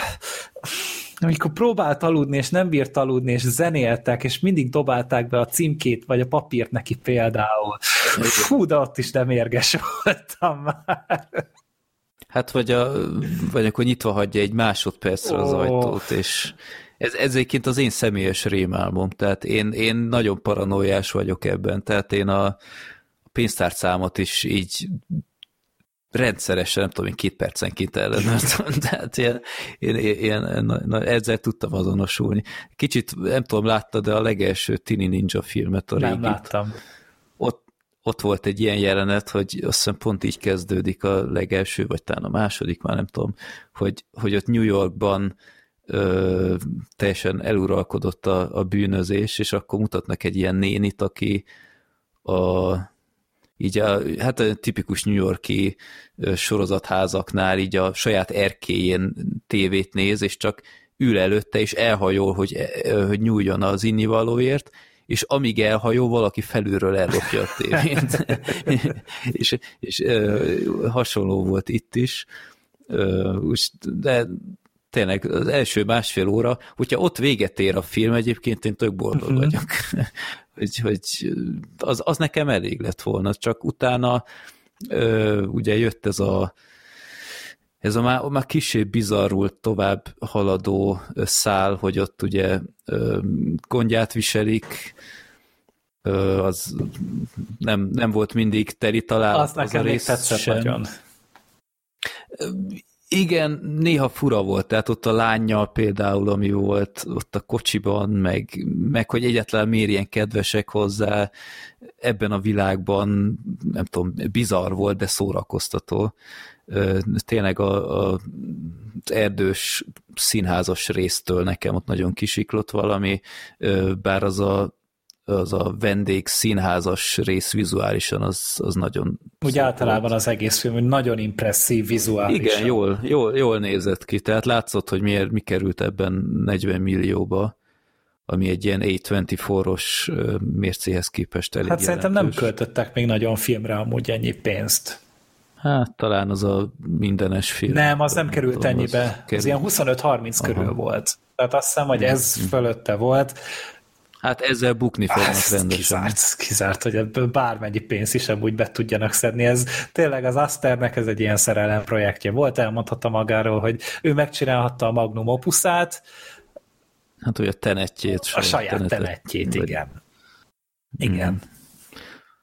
Speaker 6: amikor próbált aludni, és nem bírt aludni, és zenéltek, és mindig dobálták be a címkét, vagy a papírt neki például. Fú, de ott is nem érges voltam már.
Speaker 3: Hát vagy, a, vagy akkor nyitva hagyja egy másodpercre az oh. ajtót, és ez, ez egyébként az én személyes rémálmom, tehát én, én nagyon paranoiás vagyok ebben, tehát én a pénztárcámat is így rendszeresen, nem tudom, én két percenként ellenőrztem, tehát ilyen, én, én, na, ezzel tudtam azonosulni. Kicsit, nem tudom, láttad, de a legelső Tini Ninja filmet, a
Speaker 6: nem
Speaker 3: régit.
Speaker 6: láttam.
Speaker 3: Ott, ott volt egy ilyen jelenet, hogy azt hiszem pont így kezdődik a legelső, vagy talán a második, már nem tudom, hogy, hogy ott New Yorkban ö, teljesen eluralkodott a, a bűnözés, és akkor mutatnak egy ilyen nénit, aki a így a, hát a tipikus New York-i sorozatházaknál így a saját erkélyén tévét néz, és csak ül előtte, és elhajol, hogy, hogy nyúljon az innivalóért, és amíg elhajol, valaki felülről ellopja a tévét. és és hasonló volt itt is. De tényleg az első másfél óra, hogyha ott véget ér a film, egyébként én tök boldog uh-huh. vagyok. hogy, hogy az, az nekem elég lett volna, csak utána ö, ugye jött ez a ez a már, már kissé bizarrult tovább haladó szál, hogy ott ugye ö, gondját viselik, ö, az nem, nem volt mindig teli találat.
Speaker 6: Azt nekem még tetszett nagyon.
Speaker 3: Igen, néha fura volt, tehát ott a lánnyal például, ami volt ott a kocsiban, meg, meg hogy egyáltalán miért ilyen kedvesek hozzá, ebben a világban, nem tudom, bizarr volt, de szórakoztató. Tényleg a, a, az erdős színházas résztől nekem ott nagyon kisiklott valami, bár az a az a vendég színházas rész vizuálisan az, az nagyon...
Speaker 6: Úgy általában volt. Az egész film nagyon impresszív vizuálisan.
Speaker 3: Igen, jól, jól, jól nézett ki, tehát látszott, hogy miért, mi került ebben negyven millióba, ami egy ilyen á huszonnégy-os mércéhez képest elég
Speaker 6: Hát
Speaker 3: jelentős.
Speaker 6: Szerintem nem költöttek még nagyon filmre amúgy ennyi pénzt.
Speaker 3: Hát talán az a mindenes film.
Speaker 6: Nem, az nem került tudom, ennyibe. Az, az ilyen huszonöt-harminc körül volt. Tehát azt hiszem, hogy ez mm. fölötte volt.
Speaker 3: Hát ezzel bukni fognak
Speaker 6: Ezt
Speaker 3: rendesen.
Speaker 6: Kizárt, kizárt, hogy ebből bármennyi pénzt is amúgy be tudjanak szedni. Ez tényleg az Asternek ez egy ilyen szerelem projektje volt, elmondhatta magáról, hogy ő megcsinálhatta a Magnum Opusát.
Speaker 3: Hát, hogy a tenetjét.
Speaker 6: A saját tenetet, tenetjét, vagy... igen. Igen. Hmm.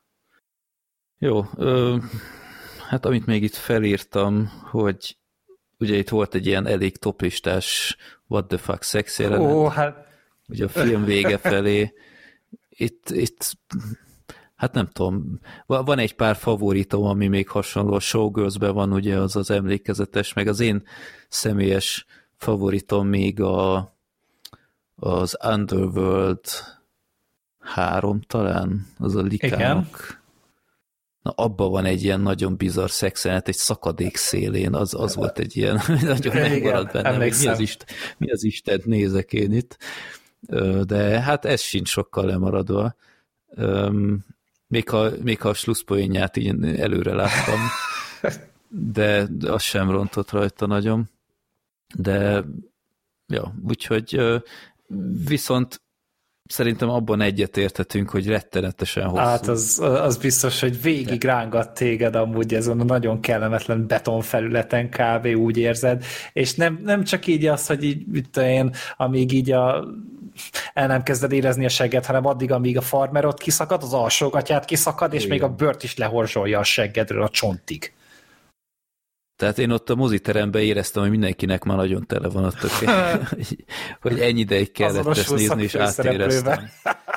Speaker 3: Jó, ö, hát amit még itt felírtam, hogy ugye itt volt egy ilyen elég toplistás what the fuck szex jelenet.
Speaker 6: Ó, hát...
Speaker 3: Ugye a film vége felé. Itt, itt hát nem tudom, van egy pár favoritom, ami még hasonló, a Showgirls-ben van ugye az az emlékezetes, meg az én személyes favoritom még a, az Underworld három talán, az a Likának. Na, abban van egy ilyen nagyon bizarr szexenet, egy szakadék szélén, az, az volt egy ilyen, nagyon megmaradt bennem, hogy mi az, Isten, mi az Istent nézek én itt. De hát ez sincs sokkal lemaradva. Még ha, még ha a slusszpoénját így előre láttam, de az sem rontott rajta nagyon. De ja, úgyhogy viszont szerintem abban egyetérthetünk, hogy rettenetesen hosszú.
Speaker 6: Hát az, az biztos, hogy végig rángat téged amúgy ezen a nagyon kellemetlen betonfelületen kb. Úgy érzed, és nem, nem csak így az, hogy így, mit én, amíg így a el nem kezded érezni a segget, hanem addig, amíg a farmerot kiszakad, az alsógatyát kiszakad, és igen, még a bőrt is lehorzsolja a seggedről a csontig.
Speaker 3: Tehát én ott a moziteremben éreztem, hogy mindenkinek már nagyon tele van a töke, hogy ennyi ideig kellett ezt nézni, és átéreztem.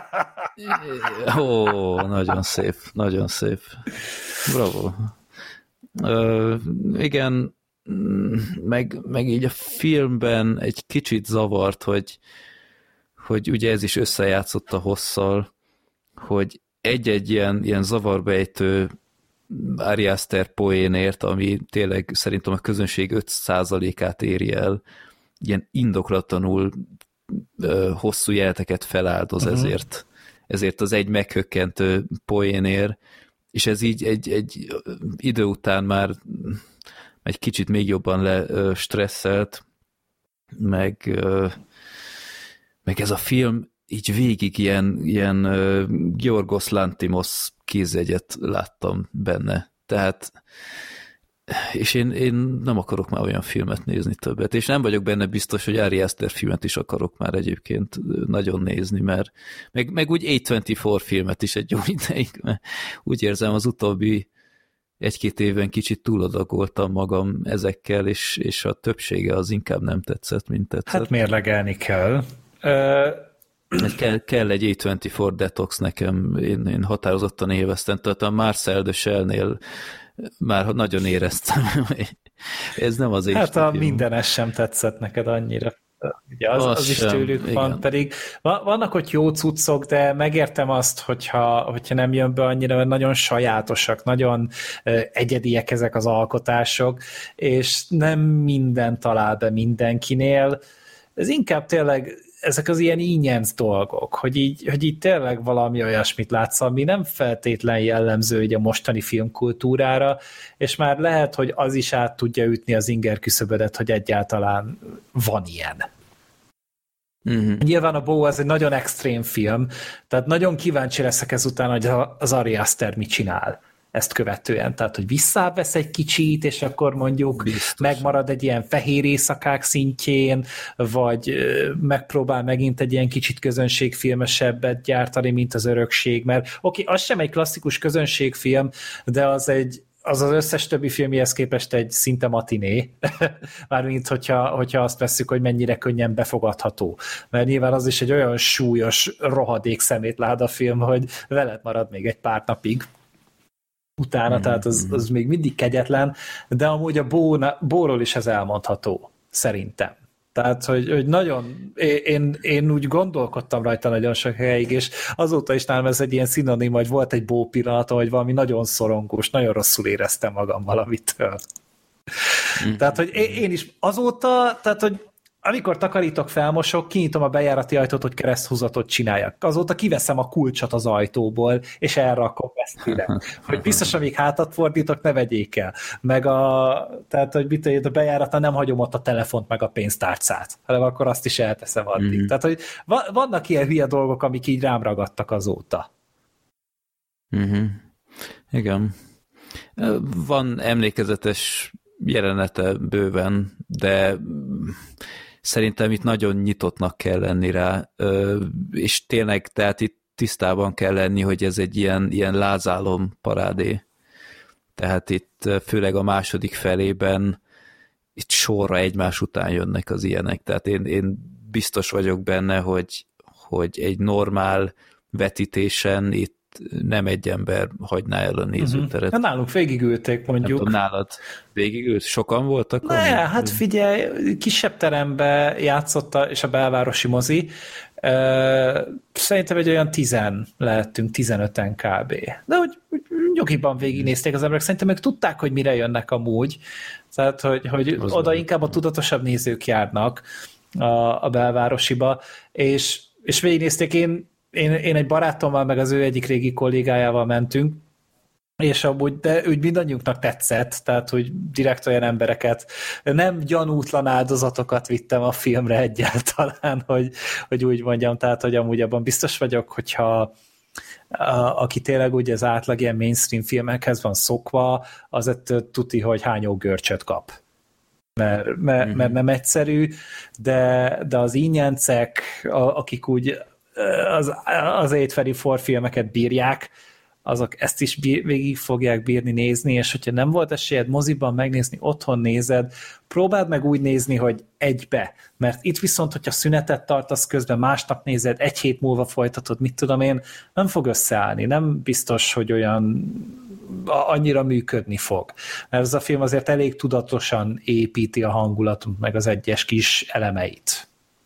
Speaker 3: Ó, nagyon szép, nagyon szép. Bravo. Uh, igen, meg, meg így a filmben egy kicsit zavart, hogy, hogy ugye ez is összejátszott a hosszal, hogy egy-egy ilyen, ilyen zavarbejtő Ari Aster poénért, ami tényleg szerintem a közönség öt százalékát éri el, ilyen indoklatlanul uh, hosszú jeleneteket feláldoz uh-huh. ezért. Ezért az egy meghökkentő poénért, és ez így egy, egy idő után már egy kicsit még jobban le stresszelt, meg, uh, meg ez a film így végig ilyen, ilyen uh, Giorgos Lanthimos kézjegyet láttam benne. Tehát, és én, én nem akarok már olyan filmet nézni többet, és nem vagyok benne biztos, hogy Ari Aster filmet is akarok már egyébként nagyon nézni, mert meg, meg úgy á huszonnégy filmet is egy jó ideig, mert úgy érzem, az utóbbi egy-két évben kicsit túladagoltam magam ezekkel, és, és a többsége az inkább nem tetszett, mint tetszett.
Speaker 6: Hát mérlegelni kell. Uh...
Speaker 3: Kell, kell egy á huszonnégy detox nekem, én, én határozottan élveztem, tehát a Marcel de Shell-nél már nagyon éreztem, ez nem az
Speaker 6: hát a film. Mindenes sem tetszett neked annyira. Ugye az, az, az is tőlük igen. Van, pedig vannak ott jó cuccok, de megértem azt, hogyha, hogyha nem jön be annyira, mert nagyon sajátosak, nagyon egyediek ezek az alkotások, és nem minden talál be mindenkinél. Ez inkább tényleg ezek az ilyen ínyenc dolgok, hogy így, hogy így tényleg valami olyasmit látsz, ami nem feltétlen jellemző így a mostani filmkultúrára, és már lehet, hogy az is át tudja ütni az inger küszöbödet, hogy egyáltalán van ilyen. Uh-huh. Nyilván a Beau az egy nagyon extrém film, tehát nagyon kíváncsi leszek ezután, hogy az Ari Aster mit csinál ezt követően, tehát, hogy visszavesz egy kicsit, és akkor mondjuk biztos megmarad egy ilyen fehér éjszakák szintjén, vagy megpróbál megint egy ilyen kicsit közönségfilmesebbet gyártani, mint az Örökség, mert oké, okay, az sem egy klasszikus közönségfilm, de az egy az az összes többi filmjehez képest egy szinte matiné, mármint hogyha, hogyha azt vesszük, hogy mennyire könnyen befogadható. Mert nyilván az is egy olyan súlyos rohadék szemétláda film, hogy veled marad még egy pár napig utána, mm-hmm. tehát az, az még mindig kegyetlen, de amúgy a Beau-ról is ez elmondható, szerintem. Tehát, hogy, hogy nagyon, én, én úgy gondolkodtam rajta nagyon sok helyig, és azóta is nálam ez egy ilyen szinonim, hogy volt egy Beau pillanata, hogy valami nagyon szorongós, nagyon rosszul éreztem magam valamitől. Mm-hmm. Tehát, hogy én, én is azóta, tehát, hogy amikor takarítok, felmosok, kinyitom a bejárati ajtót, hogy kereszthúzatot csináljak. Azóta kiveszem a kulcsot az ajtóból, és elrakom ezt ide. Hogy biztos, amíg hátat fordítok, ne vegyék el. Meg a, tehát, hogy mit a bejárata, nem hagyom ott a telefont, meg a pénztárcát, hanem akkor azt is elteszem addig. Mm-hmm. Tehát, hogy vannak ilyen hülye dolgok, amik így rám ragadtak azóta.
Speaker 3: Mm-hmm. Igen. Van emlékezetes jelenete bőven, de szerintem itt nagyon nyitottnak kell lenni rá, és tényleg, tehát itt tisztában kell lenni, hogy ez egy ilyen, ilyen lázálom parádé. Tehát itt főleg a második felében itt sorra egymás után jönnek az ilyenek, tehát én, én biztos vagyok benne, hogy, hogy egy normál vetítésen itt nem egy ember hagyná el a nézőteret.
Speaker 6: Uh-huh. Nálunk végigülték, mondjuk.
Speaker 3: Nem tudom, nálad végigült? Sokan voltak?
Speaker 6: Ne, hát figyelj, kisebb terembe játszotta, és a belvárosi mozi. Szerintem egy olyan tizen lehettünk, tizenöten kb. De hogy nyugiban végignézték az emberek, szerintem ők tudták, hogy mire jönnek amúgy. Tehát, hogy, hogy oda inkább a tudatosabb nézők járnak a, a belvárosiba, és, és végignézték. Én Én, én egy barátommal, meg az ő egyik régi kollégájával mentünk, és amúgy, de úgy mindannyiunknak tetszett, tehát, hogy direkt olyan embereket, nem gyanútlan áldozatokat vittem a filmre egyáltalán, hogy, hogy úgy mondjam, tehát, hogy amúgy abban biztos vagyok, hogyha a, aki tényleg ugye az átlag ilyen mainstream filmekhez van szokva, az ettől tuti, hogy hányó görcsöt kap. Mert, mert, mm-hmm. mert nem egyszerű, de, de az ingyencek, akik úgy az, az hatvannégy filmeket bírják, azok ezt is bír, végig fogják bírni nézni, és hogyha nem volt esélyed moziban megnézni, otthon nézed, próbáld meg úgy nézni, hogy egybe, mert itt viszont, hogyha szünetet tartasz közben, másnap nézed, egy hét múlva folytatod, mit tudom én, nem fog összeállni, nem biztos, hogy olyan annyira működni fog. Mert ez a film azért elég tudatosan építi a hangulatot, meg az egyes kis elemeit.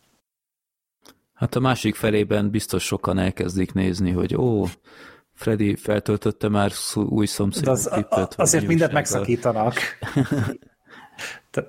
Speaker 3: Hát a másik felében biztos sokan elkezdik nézni, hogy ó, Freddy feltöltötte már új szomszéd
Speaker 6: az,
Speaker 3: klippet.
Speaker 6: Azért mindent megszakítanak.
Speaker 3: Te...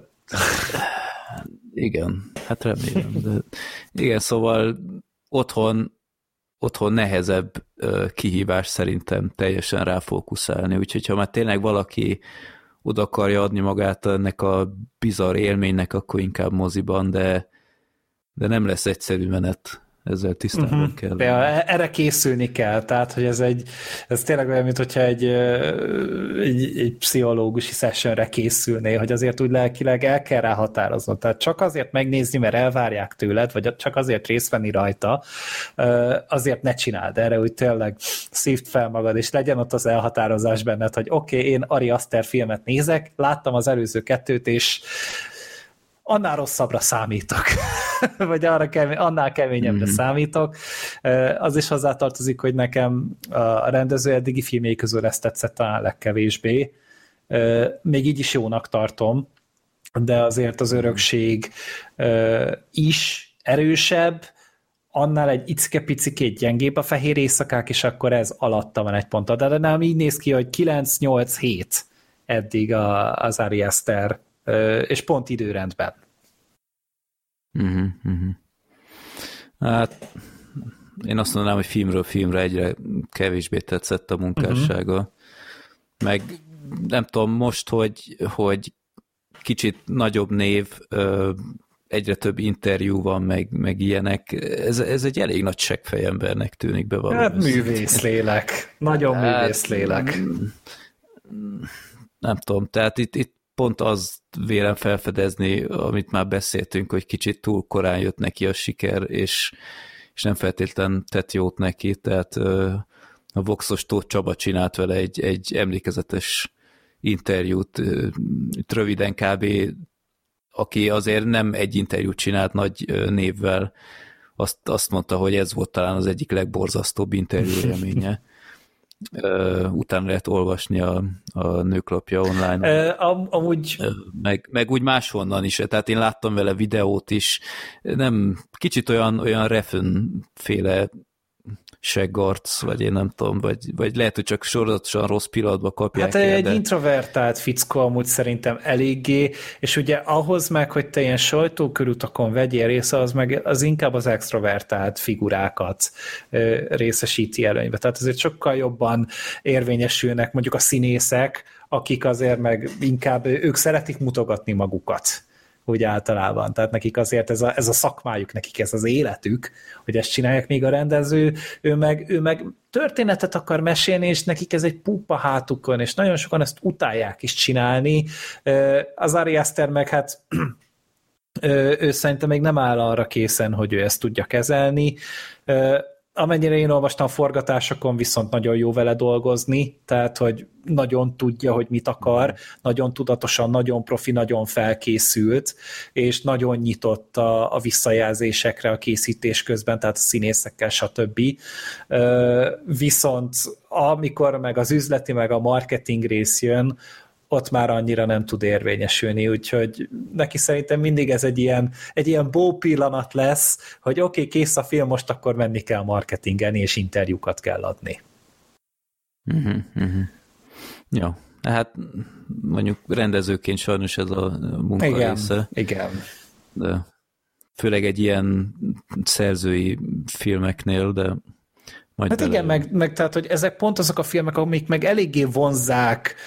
Speaker 3: Igen, hát remélem. De... Igen, szóval otthon, otthon nehezebb kihívás szerintem teljesen ráfókuszálni, úgyhogy ha már tényleg valaki oda akarja adni magát ennek a bizarr élménynek, akkor inkább moziban, de de nem lesz egyszerű menet, ezzel tisztában uh-huh. kell.
Speaker 6: Ja, erre készülni kell, tehát, hogy ez egy, ez tényleg olyan, mint hogyha egy, egy, egy pszichológusi sessionre készülné, hogy azért úgy lelkileg el kell rá határoznod. Tehát csak azért megnézni, mert elvárják tőled, vagy csak azért részt venni rajta, azért ne csináld. Erre úgy tényleg szívd fel magad, és legyen ott az elhatározás benned, hogy oké, okay, én Ari Aster filmet nézek, láttam az előző kettőt, és annál rosszabbra számítok, vagy arra kemény, annál keményebbre mm-hmm. számítok. Az is hozzátartozik, hogy nekem a rendező eddigi filmjei közül ezt tetszett talán legkevésbé. Még így is jónak tartom, de azért az Örökség is erősebb, annál egy icke-picikét gyengébb a Fehér éjszakák, és akkor ez alatta van egy pont. De nem így néz ki, hogy kilenc nyolc hét eddig az Ari Aster, és pont időrendben.
Speaker 3: Uh-huh, uh-huh. Hát én azt mondanám, hogy filmről filmre egyre kevésbé tetszett a munkássága. Uh-huh. Meg nem tudom, most, hogy, hogy kicsit nagyobb név, egyre több interjú van, meg, meg ilyenek, ez, ez egy elég nagy seggfejembernek tűnik be valami.
Speaker 6: Hát művészlélek. Nagyon hát, művészlélek.
Speaker 3: Nem, nem tudom, tehát itt, itt pont az vélem felfedezni, amit már beszéltünk, hogy kicsit túl korán jött neki a siker, és, és nem feltétlen tett jót neki, tehát a Voxos Tóth Csaba csinált vele egy, egy emlékezetes interjút, röviden kb. Aki azért nem egy interjút csinált nagy névvel, azt, azt mondta, hogy ez volt talán az egyik legborzasztóbb interjú élménye. Uh, utána lehet olvasni a, a Nőklapja online.
Speaker 6: Uh, am, amúgy...
Speaker 3: Uh, meg, meg úgy máshonnan is, tehát én láttam vele videót is, nem, kicsit olyan, olyan Refn-féle seggarc, vagy én nem tudom, vagy, vagy lehet, hogy csak sorozatosan rossz pillanatban kapják
Speaker 6: Hát
Speaker 3: el,
Speaker 6: egy
Speaker 3: de...
Speaker 6: introvertált fickó amúgy szerintem eléggé, és ugye ahhoz meg, hogy te ilyen sajtókörutakon vegyél része, az meg az inkább az extrovertált figurákat részesíti előnybe. Tehát azért sokkal jobban érvényesülnek mondjuk a színészek, akik azért meg inkább, ők szeretik mutogatni magukat. Úgy általában. Tehát nekik azért ez a, ez a szakmájuk, nekik ez az életük, hogy ezt csinálják, még a rendező, ő meg, ő meg történetet akar mesélni, és nekik ez egy pupa hátukon, és nagyon sokan ezt utálják is csinálni. Az Ari Aster meg hát ő szerintem még nem áll arra készen, hogy ő ezt tudja kezelni. amennyire én olvastam forgatásokon, viszont nagyon jó vele dolgozni, tehát, hogy nagyon tudja, hogy mit akar, nagyon tudatosan, nagyon profi, nagyon felkészült, és nagyon nyitott a, a visszajelzésekre a készítés közben, tehát a színészekkel, stb. Viszont amikor meg az üzleti, meg a marketing rész jön, ott már annyira nem tud érvényesülni, úgyhogy neki szerintem mindig ez egy ilyen, egy ilyen bó pillanat lesz, hogy oké, okay, kész a film, most akkor menni kell marketingelni, és interjúkat kell adni.
Speaker 3: Uh-huh, uh-huh. Jó, hát mondjuk rendezőként sajnos ez a munka
Speaker 6: igen,
Speaker 3: része.
Speaker 6: Igen,
Speaker 3: de főleg egy ilyen szerzői filmeknél, de majd
Speaker 6: hát
Speaker 3: bele...
Speaker 6: igen, meg, meg tehát, hogy ezek pont azok a filmek, amik meg eléggé vonzzák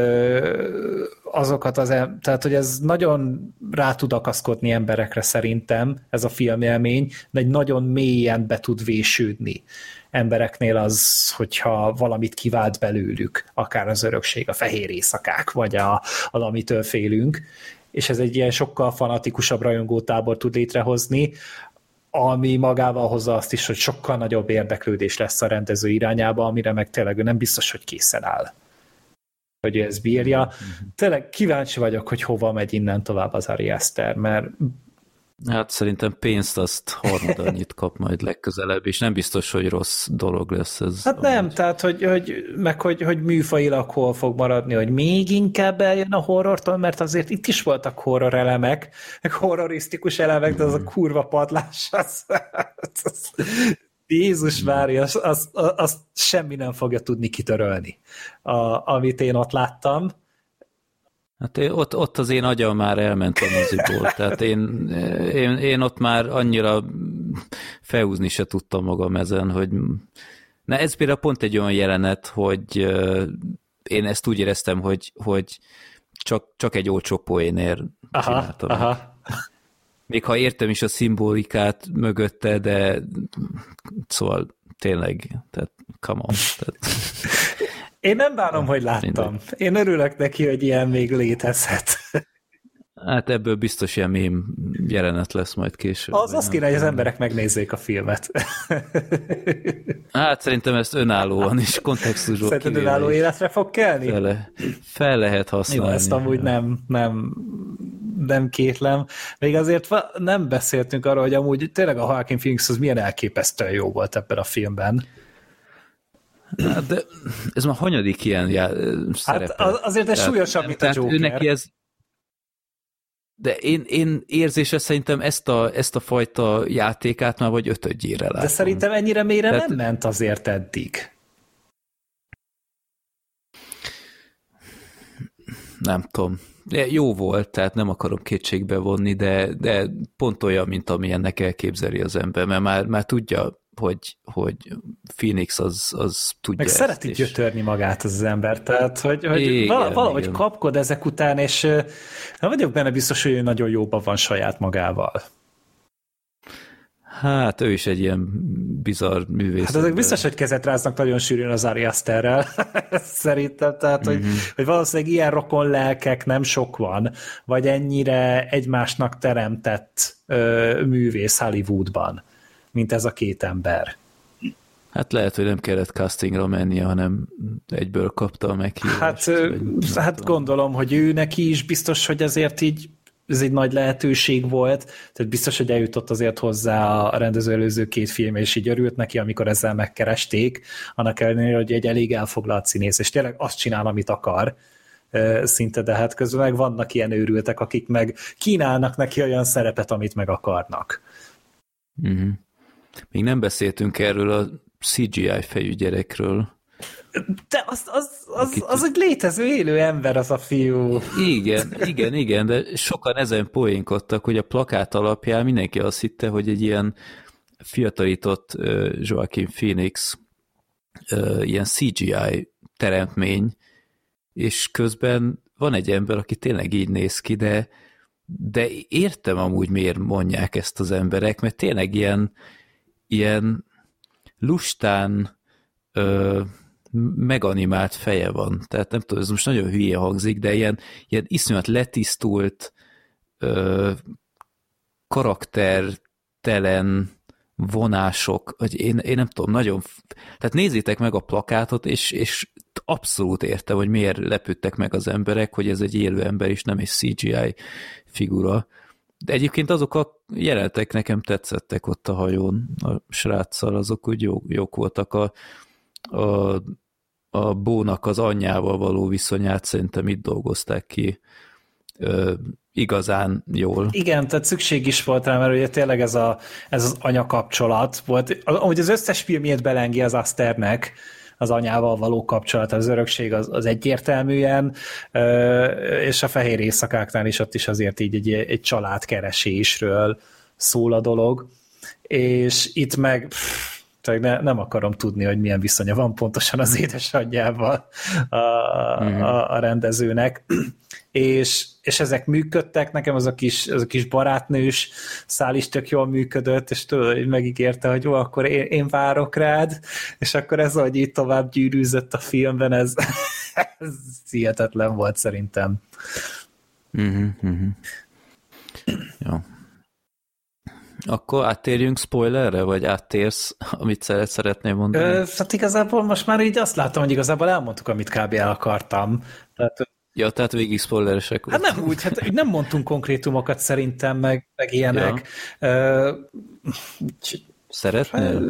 Speaker 6: ö, azokat az, tehát, hogy ez nagyon rá tud akaszkodni emberekre szerintem, ez a filmélmény, de egy nagyon mélyen be tud vésődni embereknél az, hogyha valamit kivált belőlük, akár az örökség, a fehér éjszakák, vagy a, az, amitől félünk, és ez egy ilyen sokkal fanatikusabb rajongótábor tud létrehozni, ami magával hozza azt is, hogy sokkal nagyobb érdeklődés lesz a rendező irányába, amire meg tényleg ő nem biztos, hogy készen áll, hogy ő ezt bírja. Tényleg kíváncsi vagyok, hogy hova megy innen tovább az Ari Aster, mert
Speaker 3: hát szerintem pénzt azt harmad annyit kap majd legközelebb, és nem biztos, hogy rossz dolog lesz ez.
Speaker 6: hát nem,
Speaker 3: amúgy.
Speaker 6: tehát, hogy, hogy, meg hogy, hogy műfajilag hol fog maradni, hogy még inkább eljön a horrortól, mert azért itt is voltak horror elemek, meg horrorisztikus elemek, de az a kurva padlás, az, az, Jézus Mária, az, az, az, az semmi nem fogja tudni kitörölni, a, amit én ott láttam.
Speaker 3: Hát én, ott, ott az én agyam már elment a moziból, tehát én, én, én ott már annyira felhúzni se tudtam magam ezen, hogy na ez például pont egy olyan jelenet, hogy én ezt úgy éreztem, hogy, hogy csak, csak egy olcsó poénért csináltam.
Speaker 6: Aha, aha.
Speaker 3: Még ha értem is a szimbolikát mögötte, de szóval tényleg, tehát come on. Tehát...
Speaker 6: Én nem bánom, hogy láttam. Én örülök neki, hogy ilyen még létezhet.
Speaker 3: Hát ebből biztos ilyen mém jelenet lesz majd később.
Speaker 6: Az azt kéne, hogy az emberek megnézzék a filmet.
Speaker 3: Hát szerintem ezt önállóan is kontextusból
Speaker 6: Szerinted önálló életre fog kelni?
Speaker 3: Fel, fel lehet használni.
Speaker 6: Jó, ezt amúgy nem, nem, nem kétlem. Még azért nem beszéltünk arról, hogy amúgy tényleg a Joaquin Phoenix az milyen elképesztően jó volt ebben a filmben.
Speaker 3: Hát de ez már hanyadik ilyen já, szerepe.
Speaker 6: Hát azért ez tehát, súlyosabb, mint a Joker.
Speaker 3: Neki ez, de én, én érzése szerintem ezt a, ezt a fajta játékát már vagy ötödjére látom.
Speaker 6: De szerintem ennyire mélyre
Speaker 3: tehát,
Speaker 6: nem ment azért eddig.
Speaker 3: Nem tudom. Jó volt, tehát nem akarom kétségbe vonni, de, de pont olyan, mint ami ennek elképzeli az ember, mert már, már tudja, hogy, hogy Phoenix az, az tudja.
Speaker 6: Meg szereti
Speaker 3: és...
Speaker 6: gyötörni magát az, az ember, tehát hogy, hogy
Speaker 3: igen,
Speaker 6: valahogy
Speaker 3: igen. kapkod
Speaker 6: ezek után, és nem vagyok benne biztos, hogy ő nagyon jóban van saját magával.
Speaker 3: Hát ő is egy ilyen bizarr művész.
Speaker 6: Hát azok biztos, hogy kezet ráznak nagyon sűrűn az Ari Asterrel, szerintem, tehát hogy, mm-hmm. hogy valószínűleg ilyen rokon lelkek nem sok van, vagy ennyire egymásnak teremtett ö, művész Hollywoodban, mint ez a két ember.
Speaker 3: Hát lehet, hogy nem kellett castingra mennie, hanem egyből kapta a meghívást.
Speaker 6: Hát, vagy, hát gondolom, hogy ő neki is biztos, hogy ezért így ez egy nagy lehetőség volt, tehát biztos, hogy eljutott azért hozzá a rendező előző két film, és így örült neki, amikor ezzel megkeresték, annak ellenére, hogy egy elég elfoglalt színész, és tényleg azt csinál, amit akar szinte, de hát közben meg vannak ilyen őrültek, akik meg kínálnak neki olyan szerepet, amit meg akarnak.
Speaker 3: Uh-huh. Még nem beszéltünk erről a cé gé í fejű gyerekről.
Speaker 6: De az, az, az, az egy létező élő ember, az a fiú.
Speaker 3: Igen, igen, igen, de sokan ezen poénkodtak, hogy a plakát alapján mindenki azt hitte, hogy egy ilyen fiatalított uh, Joaquin Phoenix uh, ilyen cé gé í teremtmény, és közben van egy ember, aki tényleg így néz ki, de, de értem amúgy, miért mondják ezt az emberek, mert tényleg ilyen, ilyen lustán uh, meganimált feje van. Tehát nem tudom, ez most nagyon hülye hangzik, de ilyen, ilyen iszonyat letisztult, ö, karaktertelen vonások, hogy én, én nem tudom, nagyon... Tehát nézzétek meg a plakátot, és, és abszolút értem, hogy miért lepődtek meg az emberek, hogy ez egy élő ember, és nem egy cé gé i figura. De egyébként azok a jelenetek nekem tetszettek ott a hajón, a sráccal, azok úgy jó, jók voltak. A, a, a Bónak az anyjával való viszonyát szerintem itt dolgozták ki ö, igazán jól.
Speaker 6: Igen, tehát szükség is volt rá, mert ugye tényleg ez, a, ez az anyakapcsolat volt. Ahogy az összes filmjét belengi az Asternek, az anyával való kapcsolat, az örökség az, az egyértelműen, és a fehér éjszakáknál is ott is azért így egy, egy családkeresésről szól a dolog, és itt meg pff, ne, nem akarom tudni, hogy milyen viszonya van pontosan az édesanyjával a, mm-hmm. a, a rendezőnek, és, és ezek működtek, nekem az a kis, az a kis barátnős szál is tök jól működött, és tudod, hogy megígérte, hogy jó, akkor én, én várok rád, és akkor ez, hogy így tovább gyűrűzött a filmben, ez, ez hihetetlen volt szerintem.
Speaker 3: Mm-hmm, mm-hmm. Jó. Akkor áttérjünk spoilerre, vagy áttérsz, amit szeret, szeretném mondani?
Speaker 6: Ö, hát igazából most már így azt látom, hogy igazából elmondtuk, amit kb. El akartam. Tehát,
Speaker 3: ja, tehát végig spoileresek.
Speaker 6: Hát nem úgy, hát nem mondtunk konkrétumokat szerintem, meg, meg ilyenek. Ja. Ö,
Speaker 3: Szeretnél?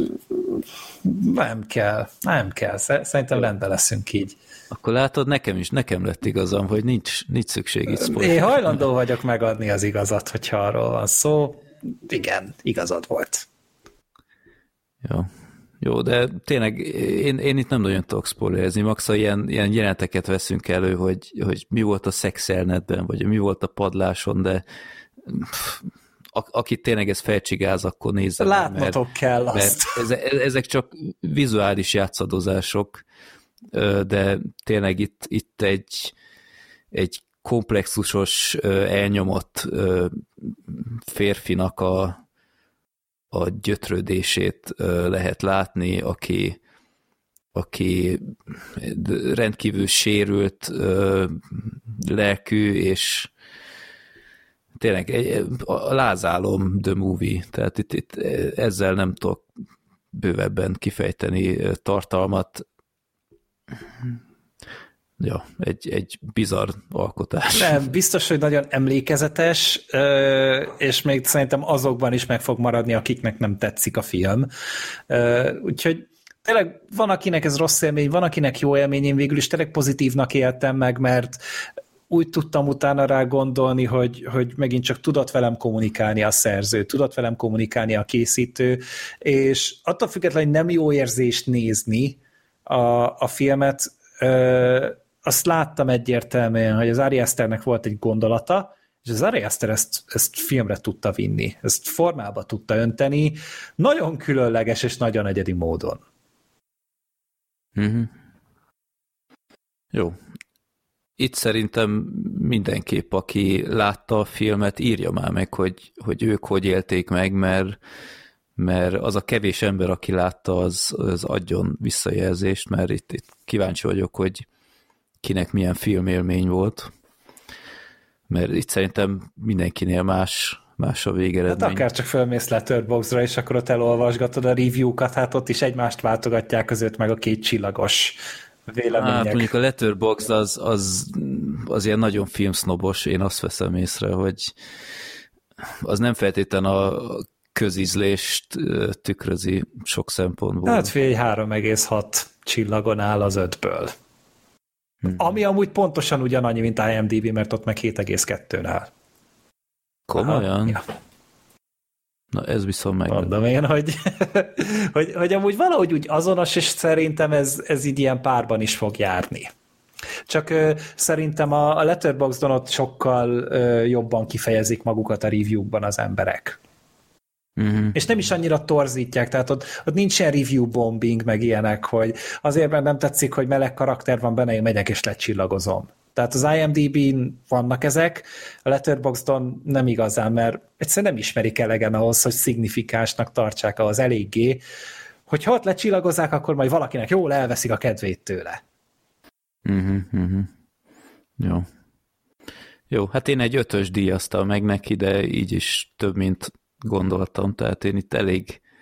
Speaker 6: Nem kell, nem kell. Szerintem rendben leszünk így.
Speaker 3: Akkor látod, nekem is, nekem lett igazam, hogy nincs, nincs szükség itt spoiler.
Speaker 6: Én hajlandó vagyok megadni az igazat, hogyha arról van szó. Igen, igazad volt.
Speaker 3: Jó. Jó, de tényleg én, én itt nem nagyon tudok spoilerezni, max ilyen, ilyen jeleneteket veszünk elő, hogy, hogy mi volt a szexelnetben, vagy mi volt a padláson, de pff, aki tényleg ez felcsigáz, akkor nézze.
Speaker 6: Látnotok
Speaker 3: mert,
Speaker 6: kell azt.
Speaker 3: Mert ezek csak vizuális játszadozások, de tényleg itt, itt egy, egy komplexusos, elnyomott férfinak a, a gyötrődését lehet látni, aki, aki rendkívül sérült lelkű, és tényleg a lázálom the movie, tehát itt, itt ezzel nem tudok bővebben kifejteni tartalmat. Ja, egy, egy bizarr alkotás.
Speaker 6: Nem, biztos, hogy nagyon emlékezetes, és még szerintem azokban is meg fog maradni, akiknek nem tetszik a film. Úgyhogy tényleg van, akinek ez rossz élmény, van, akinek jó élmény, én végül is tényleg pozitívnak éltem meg, mert úgy tudtam utána rá gondolni, hogy, hogy megint csak tudott velem kommunikálni a szerző, tudott velem kommunikálni a készítő, és attól függetlenül nem jó érzést nézni a, a filmet, ö, azt láttam egyértelműen, hogy az Ari Asternek volt egy gondolata, és az Ari Aster ezt, ezt filmre tudta vinni, ezt formába tudta önteni, nagyon különleges és nagyon egyedi módon.
Speaker 3: Mm-hmm. Jó. Itt szerintem mindenképp, aki látta a filmet, írja már meg, hogy, hogy ők hogy élték meg, mert, mert az a kevés ember, aki látta, az, az adjon visszajelzést, mert itt, itt kíváncsi vagyok, hogy kinek milyen filmélmény volt, mert itt szerintem mindenkinél más, más a végeredmény.
Speaker 6: Hát akár csak fölmész Letterboxdra, és akkor ott elolvasgatod a review-kat, hát ott is egymást váltogatják között meg a két csillagos vélemények.
Speaker 3: Hát mondjuk a Letterboxd az, az, az ilyen nagyon filmsznobos, én azt veszem észre, hogy az nem feltétlen a közízlést tükrözi sok szempontból.
Speaker 6: Hát fél három egész hat csillagon áll az ötből. Hmm. Ami amúgy pontosan ugyanannyi, mint IMDb, mert ott meg hét egész kettőn áll.
Speaker 3: Komolyan?
Speaker 6: Ja.
Speaker 3: Na ez viszont meg.
Speaker 6: Mondom én, hogy, hogy, hogy amúgy valahogy úgy azonos, és szerintem ez, ez így ilyen párban is fog járni. Csak ö, szerintem a, a Letterboxdon ott sokkal ö, jobban kifejezik magukat a review-kban az emberek. Mm-hmm. És nem is annyira torzítják, tehát ott, ott nincs ilyen review bombing, meg ilyenek, hogy azért, mert nem tetszik, hogy meleg karakter van benne, én megyek és lecsillagozom. Tehát az IMDb-n vannak ezek, a Letterboxdon nem igazán, mert egyszerűen nem ismerik elegen ahhoz, hogy szignifikánsnak tartsák ahhoz eléggé, hogy ha ott lecsillagozzák, akkor majd valakinek jól elveszik a kedvét tőle.
Speaker 3: Mm-hmm, mm-hmm. Jó. Jó, hát én egy ötös díjaztam meg neki, de így is több, mint gondoltam, tehát én itt elég,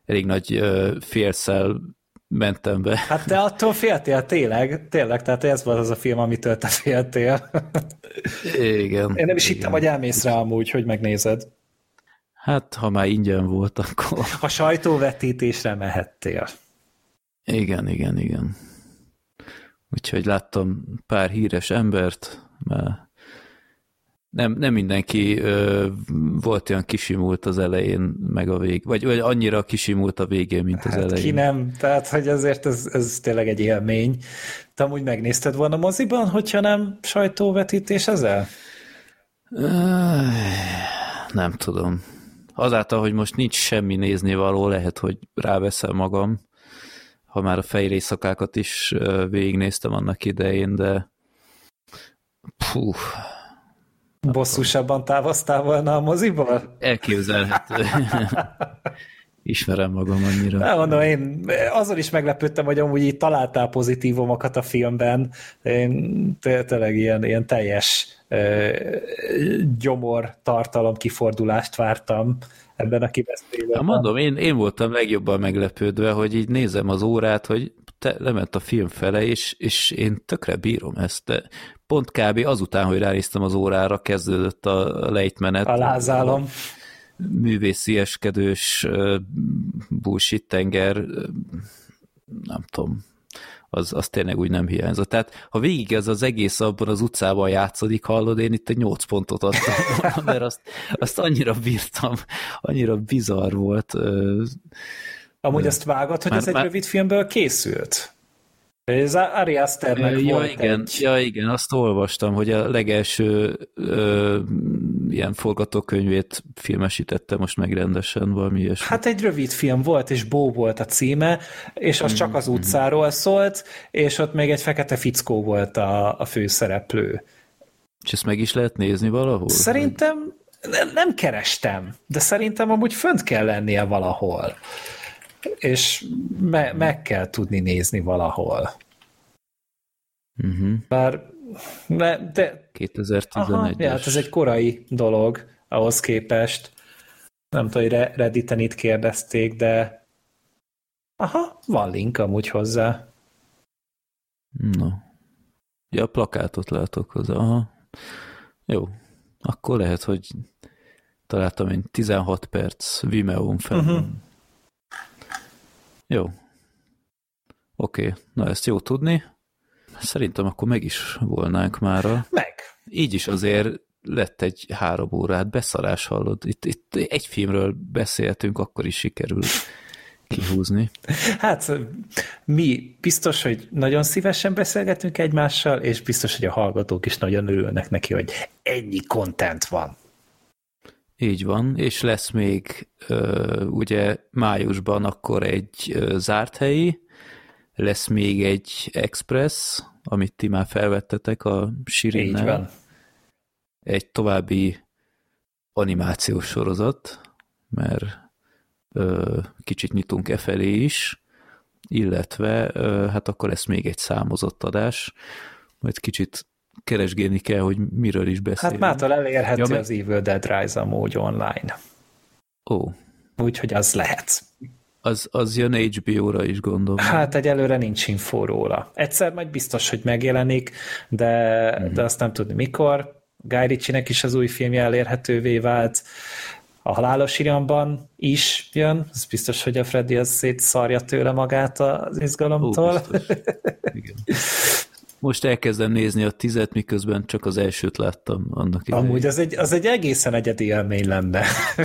Speaker 3: elég nagy ö, félszel mentem be.
Speaker 6: Hát te attól féltél, tényleg, tényleg, tehát ez volt az a film, amitől te féltél.
Speaker 3: Igen.
Speaker 6: Én nem is
Speaker 3: igen.
Speaker 6: hittem, hogy elmész rá amúgy, hogy megnézed.
Speaker 3: Hát, ha már ingyen volt, akkor...
Speaker 6: A sajtóvetítésre mehettél.
Speaker 3: Igen, igen, igen. Úgyhogy láttam pár híres embert, mert nem, nem mindenki ö, volt olyan kisimult az elején, meg a vég, vagy, vagy annyira kisimult a végén, mint az
Speaker 6: Hát
Speaker 3: elején.
Speaker 6: ki nem, tehát hogy azért ez, ez tényleg egy élmény. Te amúgy megnézted volna moziban, hogyha nem sajtóvetítés ezzel?
Speaker 3: Nem tudom. Azáltal, hogy most nincs semmi néznivaló, lehet, hogy ráveszem magam, ha már a fehér éjszakákat is végignéztem annak idején, de puh.
Speaker 6: Bosszúsabban távoztál volna a moziból?
Speaker 3: Elképzelhető. Ismerem magam annyira.
Speaker 6: Nem mondom, én azon is meglepődtem, hogy amúgy így találtál pozitívumokat a filmben. Én tényleg ilyen, ilyen teljes gyomor tartalom kifordulást vártam ebben a kibeszélőben.
Speaker 3: Mondom, én, én voltam legjobban meglepődve, hogy így nézem az órát, hogy te, lement a film fele, és, és én tökre bírom ezt, de pont kb. Azután, hogy ránéztem az órára, kezdődött a lejtmenet.
Speaker 6: A lázálom.
Speaker 3: Művészieskedős bullshit tenger, nem tudom, az, az tényleg úgy nem hiányzott. Tehát, ha végig ez az egész abban az utcában játszódik, hallod, én itt egy nyolc pontot adtam, mert azt, azt annyira bírtam, annyira bizarr volt.
Speaker 6: Amúgy de, azt vágod, hogy
Speaker 3: már,
Speaker 6: ez egy
Speaker 3: már...
Speaker 6: rövid filmből készült? Ez Ari Asternek
Speaker 3: ja,
Speaker 6: volt
Speaker 3: igen,
Speaker 6: egy...
Speaker 3: Ja, igen, azt olvastam, hogy a legelső ö, ilyen forgatókönyvét filmesítette most meg rendesen valami ilyesmi.
Speaker 6: Hát egy rövid film volt, és Bó volt a címe, és az mm, csak az utcáról szólt, és ott még egy fekete fickó volt a, a főszereplő.
Speaker 3: És ezt meg is lehet nézni valahol?
Speaker 6: Szerintem nem, nem kerestem, de szerintem amúgy fönt kell lennie valahol. És me, meg kell tudni nézni valahol.
Speaker 3: Uh-huh.
Speaker 6: Bár de, de
Speaker 3: kétezer-tizenegy-es.
Speaker 6: Ja, hát ez egy korai dolog ahhoz képest. Nem tudom, hogy Redditen itt kérdezték, de aha, van link amúgy hozzá.
Speaker 3: No. Ja, a plakátot látok hozzá. Aha. Jó. Akkor lehet, hogy találtam én tizenhat perc Vimeo-n fel. Uh-huh. Jó. Oké, okay. Na ezt jó tudni. Szerintem akkor meg is volnánk mára.
Speaker 6: Meg. Így
Speaker 3: is azért lett egy három órát beszarás, hallod. Itt, itt egy filmről beszéltünk, akkor is sikerül kihúzni.
Speaker 6: Hát mi biztos, hogy nagyon szívesen beszélgetünk egymással, és biztos, hogy a hallgatók is nagyon örülnek neki, hogy ennyi content van.
Speaker 3: Így van, és lesz még uh, ugye májusban akkor egy uh, zárt helyi, lesz még egy Express, amit ti már felvettetek a Sirinnel.
Speaker 6: Így van.
Speaker 3: Egy további animációs sorozat, mert uh, kicsit nyitunk e felé is, illetve uh, hát akkor lesz még egy számozott adás, majd kicsit keresgélni kell, hogy miről is beszélünk.
Speaker 6: Hát mától elérhető
Speaker 3: ja,
Speaker 6: az Evil Dead Rise amúgy online.
Speaker 3: Ó.
Speaker 6: Úgyhogy az lehet.
Speaker 3: Az, az jön há bé ó-ra is, gondolom.
Speaker 6: Hát egyelőre nincs infó róla. Egyszer majd biztos, hogy megjelenik, de, mm-hmm. de azt nem tudni mikor. Guy Ritchie-nek is az új filmje elérhetővé vált. A Halálos iramban is jön. Ez biztos, hogy a Freddy az szétszarja tőle magát az izgalomtól. Ó,
Speaker 3: igen. Most elkezdem nézni a tizet, miközben csak az elsőt láttam annak idején.
Speaker 6: Amúgy az egy, az egy egészen egyedi élmény lenne.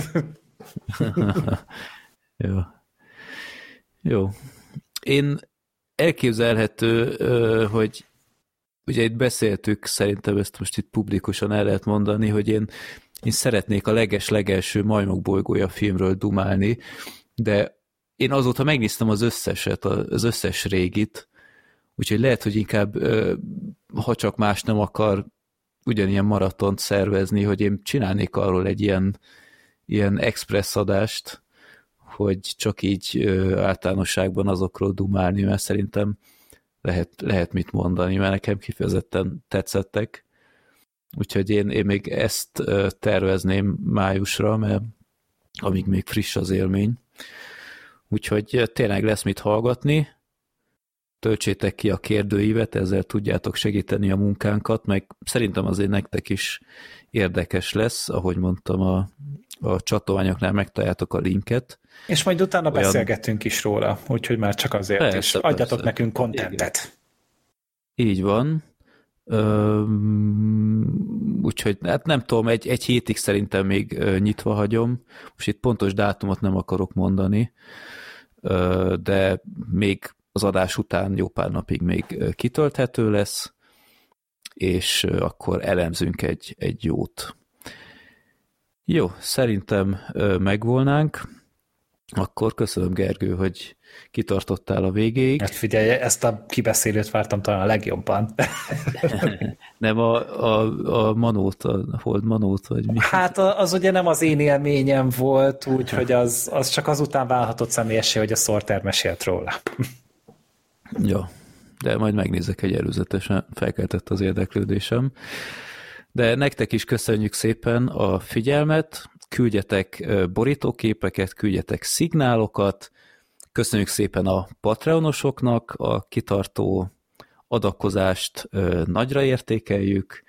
Speaker 3: Jó. Jó. Én elképzelhető, hogy ugye itt beszéltük, szerintem ezt most itt publikusan el lehet mondani, hogy én, én szeretnék a leges-legelső Majmok bolygója filmről dumálni, de én azóta megnéztem az összeset, az összes régit, úgyhogy lehet, hogy inkább, ha csak más nem akar ugyanilyen maratont szervezni, hogy én csinálnék arról egy ilyen, ilyen express adást, hogy csak így általánosságban azokról dumálni, mert szerintem lehet, lehet mit mondani, mert nekem kifejezetten tetszettek. Úgyhogy én, én még ezt tervezném májusra, mert amíg még friss az élmény. Úgyhogy tényleg lesz mit hallgatni, töltsétek ki a kérdőívet, ezzel tudjátok segíteni a munkánkat, meg szerintem azért nektek is érdekes lesz, ahogy mondtam, a, a csatornányoknál megtaláljátok a linket.
Speaker 6: És majd utána
Speaker 3: Olyan...
Speaker 6: beszélgetünk is róla, úgyhogy már csak azért persze, is. Adjatok persze. nekünk kontentet.
Speaker 3: Így van. Úgyhogy hát nem tudom, egy, egy hétig szerintem még nyitva hagyom. Most itt pontos dátumot nem akarok mondani, de még az adás után jó pár napig még kitölthető lesz, és akkor elemzünk egy, egy jót. Jó, szerintem megvolnánk. Akkor köszönöm, Gergő, hogy kitartottál a végéig.
Speaker 6: Hát figyelj, ezt a kibeszélőt vártam talán a legjobban.
Speaker 3: Nem a, a, a manót, a hold manót, vagy mi?
Speaker 6: Hát az ugye nem az én élményem volt, úgyhogy az, az csak azután válhatott személyessé, hogy a Sorter mesélt róla.
Speaker 3: Ja, de majd megnézek, hogy előzetesen felkeltett az érdeklődésem. De nektek is köszönjük szépen a figyelmet, küldjetek borítóképeket, küldjetek szignálokat, köszönjük szépen a Patreonosoknak, a kitartó adakozást nagyra értékeljük,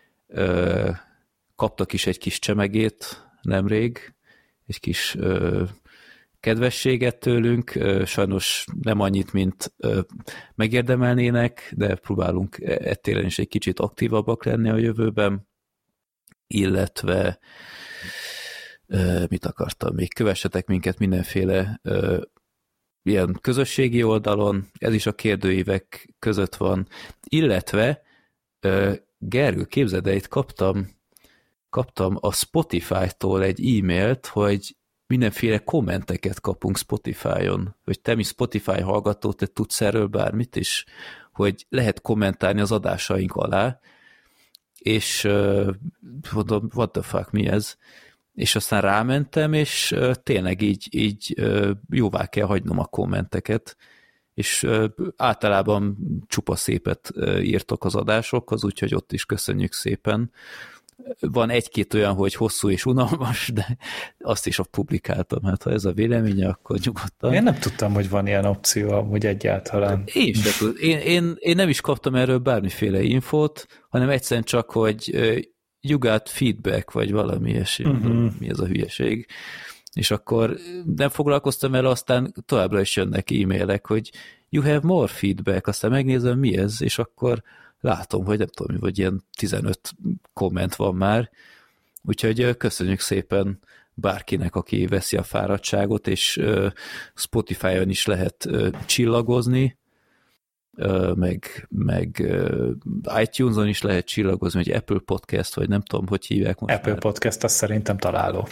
Speaker 3: kaptak is egy kis csemegét nemrég, egy kis kedvességet tőlünk, sajnos nem annyit, mint megérdemelnének, de próbálunk ettéren is egy kicsit aktívabbak lenni a jövőben, illetve mit akartam még, kövessetek minket mindenféle ilyen közösségi oldalon, ez is a kérdőívek között van, illetve Gergő, képzeld el, itt kaptam, kaptam a Spotify-tól egy e-mailt, hogy mindenféle kommenteket kapunk Spotify-on, hogy te, mi Spotify hallgató, te tudsz erről bármit is, hogy lehet kommentálni az adásaink alá, és mondom, what the fuck, mi ez? És aztán rámentem, és tényleg így, így jóvá kell hagynom a kommenteket, és általában csupa szépet írtok az adásokhoz, úgyhogy ott is köszönjük szépen. Van egy-két olyan, hogy hosszú és unalmas, de azt is ott publikáltam. Hát ha ez a véleménye, akkor nyugodtan.
Speaker 6: Én nem tudtam, hogy van ilyen opció amúgy egyáltalán.
Speaker 3: Én sem tud. Én, én, én nem is kaptam erről bármiféle infót, hanem egyszerűen csak, hogy you got feedback, vagy valami ilyesmi. Uh-huh. Mi ez a hülyeség. És akkor nem foglalkoztam el, aztán továbbra is jönnek e-mailek, hogy you have more feedback, aztán megnézem, mi ez, és akkor látom, hogy nem tudom, hogy ilyen tizenöt komment van már, úgyhogy köszönjük szépen bárkinek, aki veszi a fáradtságot, és Spotify-on is lehet csillagozni, meg, meg iTunes-on is lehet csillagozni, vagy Apple Podcast, vagy nem tudom, hogy hívják most
Speaker 6: Apple már. Podcast, az szerintem találó.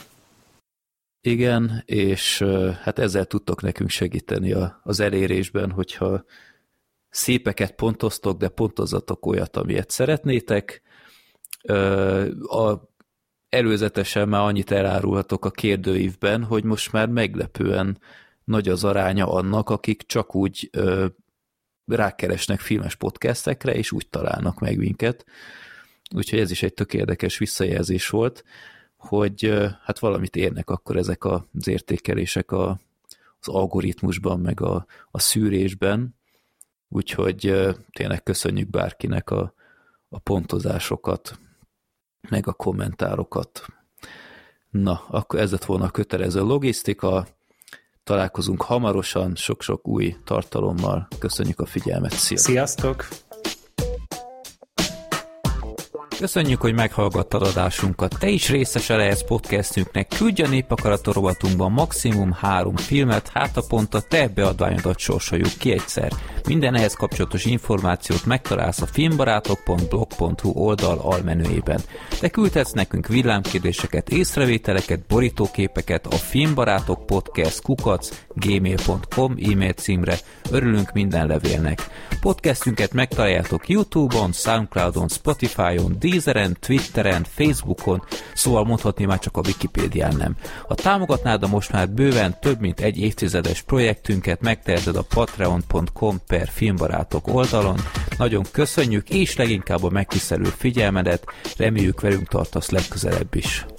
Speaker 3: Igen, és hát ezzel tudtok nekünk segíteni az elérésben, hogyha szépeket pontoztok, de pontozzatok olyat, amilyet szeretnétek. A, előzetesen már annyit elárulhatok a kérdőívben, hogy most már meglepően nagy az aránya annak, akik csak úgy rákeresnek filmes podcastekre, és úgy találnak meg minket. Úgyhogy ez is egy tök érdekes visszajelzés volt, hogy hát valamit érnek akkor ezek az értékelések a, az algoritmusban, meg a, a szűrésben. Úgyhogy tényleg köszönjük bárkinek a, a pontozásokat, meg a kommentárokat. Na, akkor ez lett volna a kötelező logisztika. Találkozunk hamarosan, sok-sok új tartalommal. Köszönjük a figyelmet. Sziasztok!
Speaker 6: Sziasztok!
Speaker 3: Köszönjük, hogy meghallgattad adásunkat. Te is részese lehetsz podcastünknek. Küldj a Népakarat rovatunkban maximum három filmet, hát a pont a te beadványodat sorsoljuk ki egyszer. Minden ehhez kapcsolatos információt megtalálsz a filmbarátok pont blog pont hu oldal almenüjében. Te küldhetsz nekünk villámkérdéseket, észrevételeket, borítóképeket a filmbarátok podcast kukac gmail pont com e-mail címre. Örülünk minden levélnek. Podcastünket megtaláljátok YouTube-on, Soundcloud-on, Spotify-on, Deezeren, Twitteren, Facebookon, szóval mondhatni már csak a Wikipédián nem. Ha támogatnád a most már bőven több mint egy évtizedes projektünket, megteheted a patreon pont com per filmbarátok oldalon. Nagyon köszönjük, és leginkább a megtisztelő figyelmedet, reméljük velünk tartasz legközelebb is.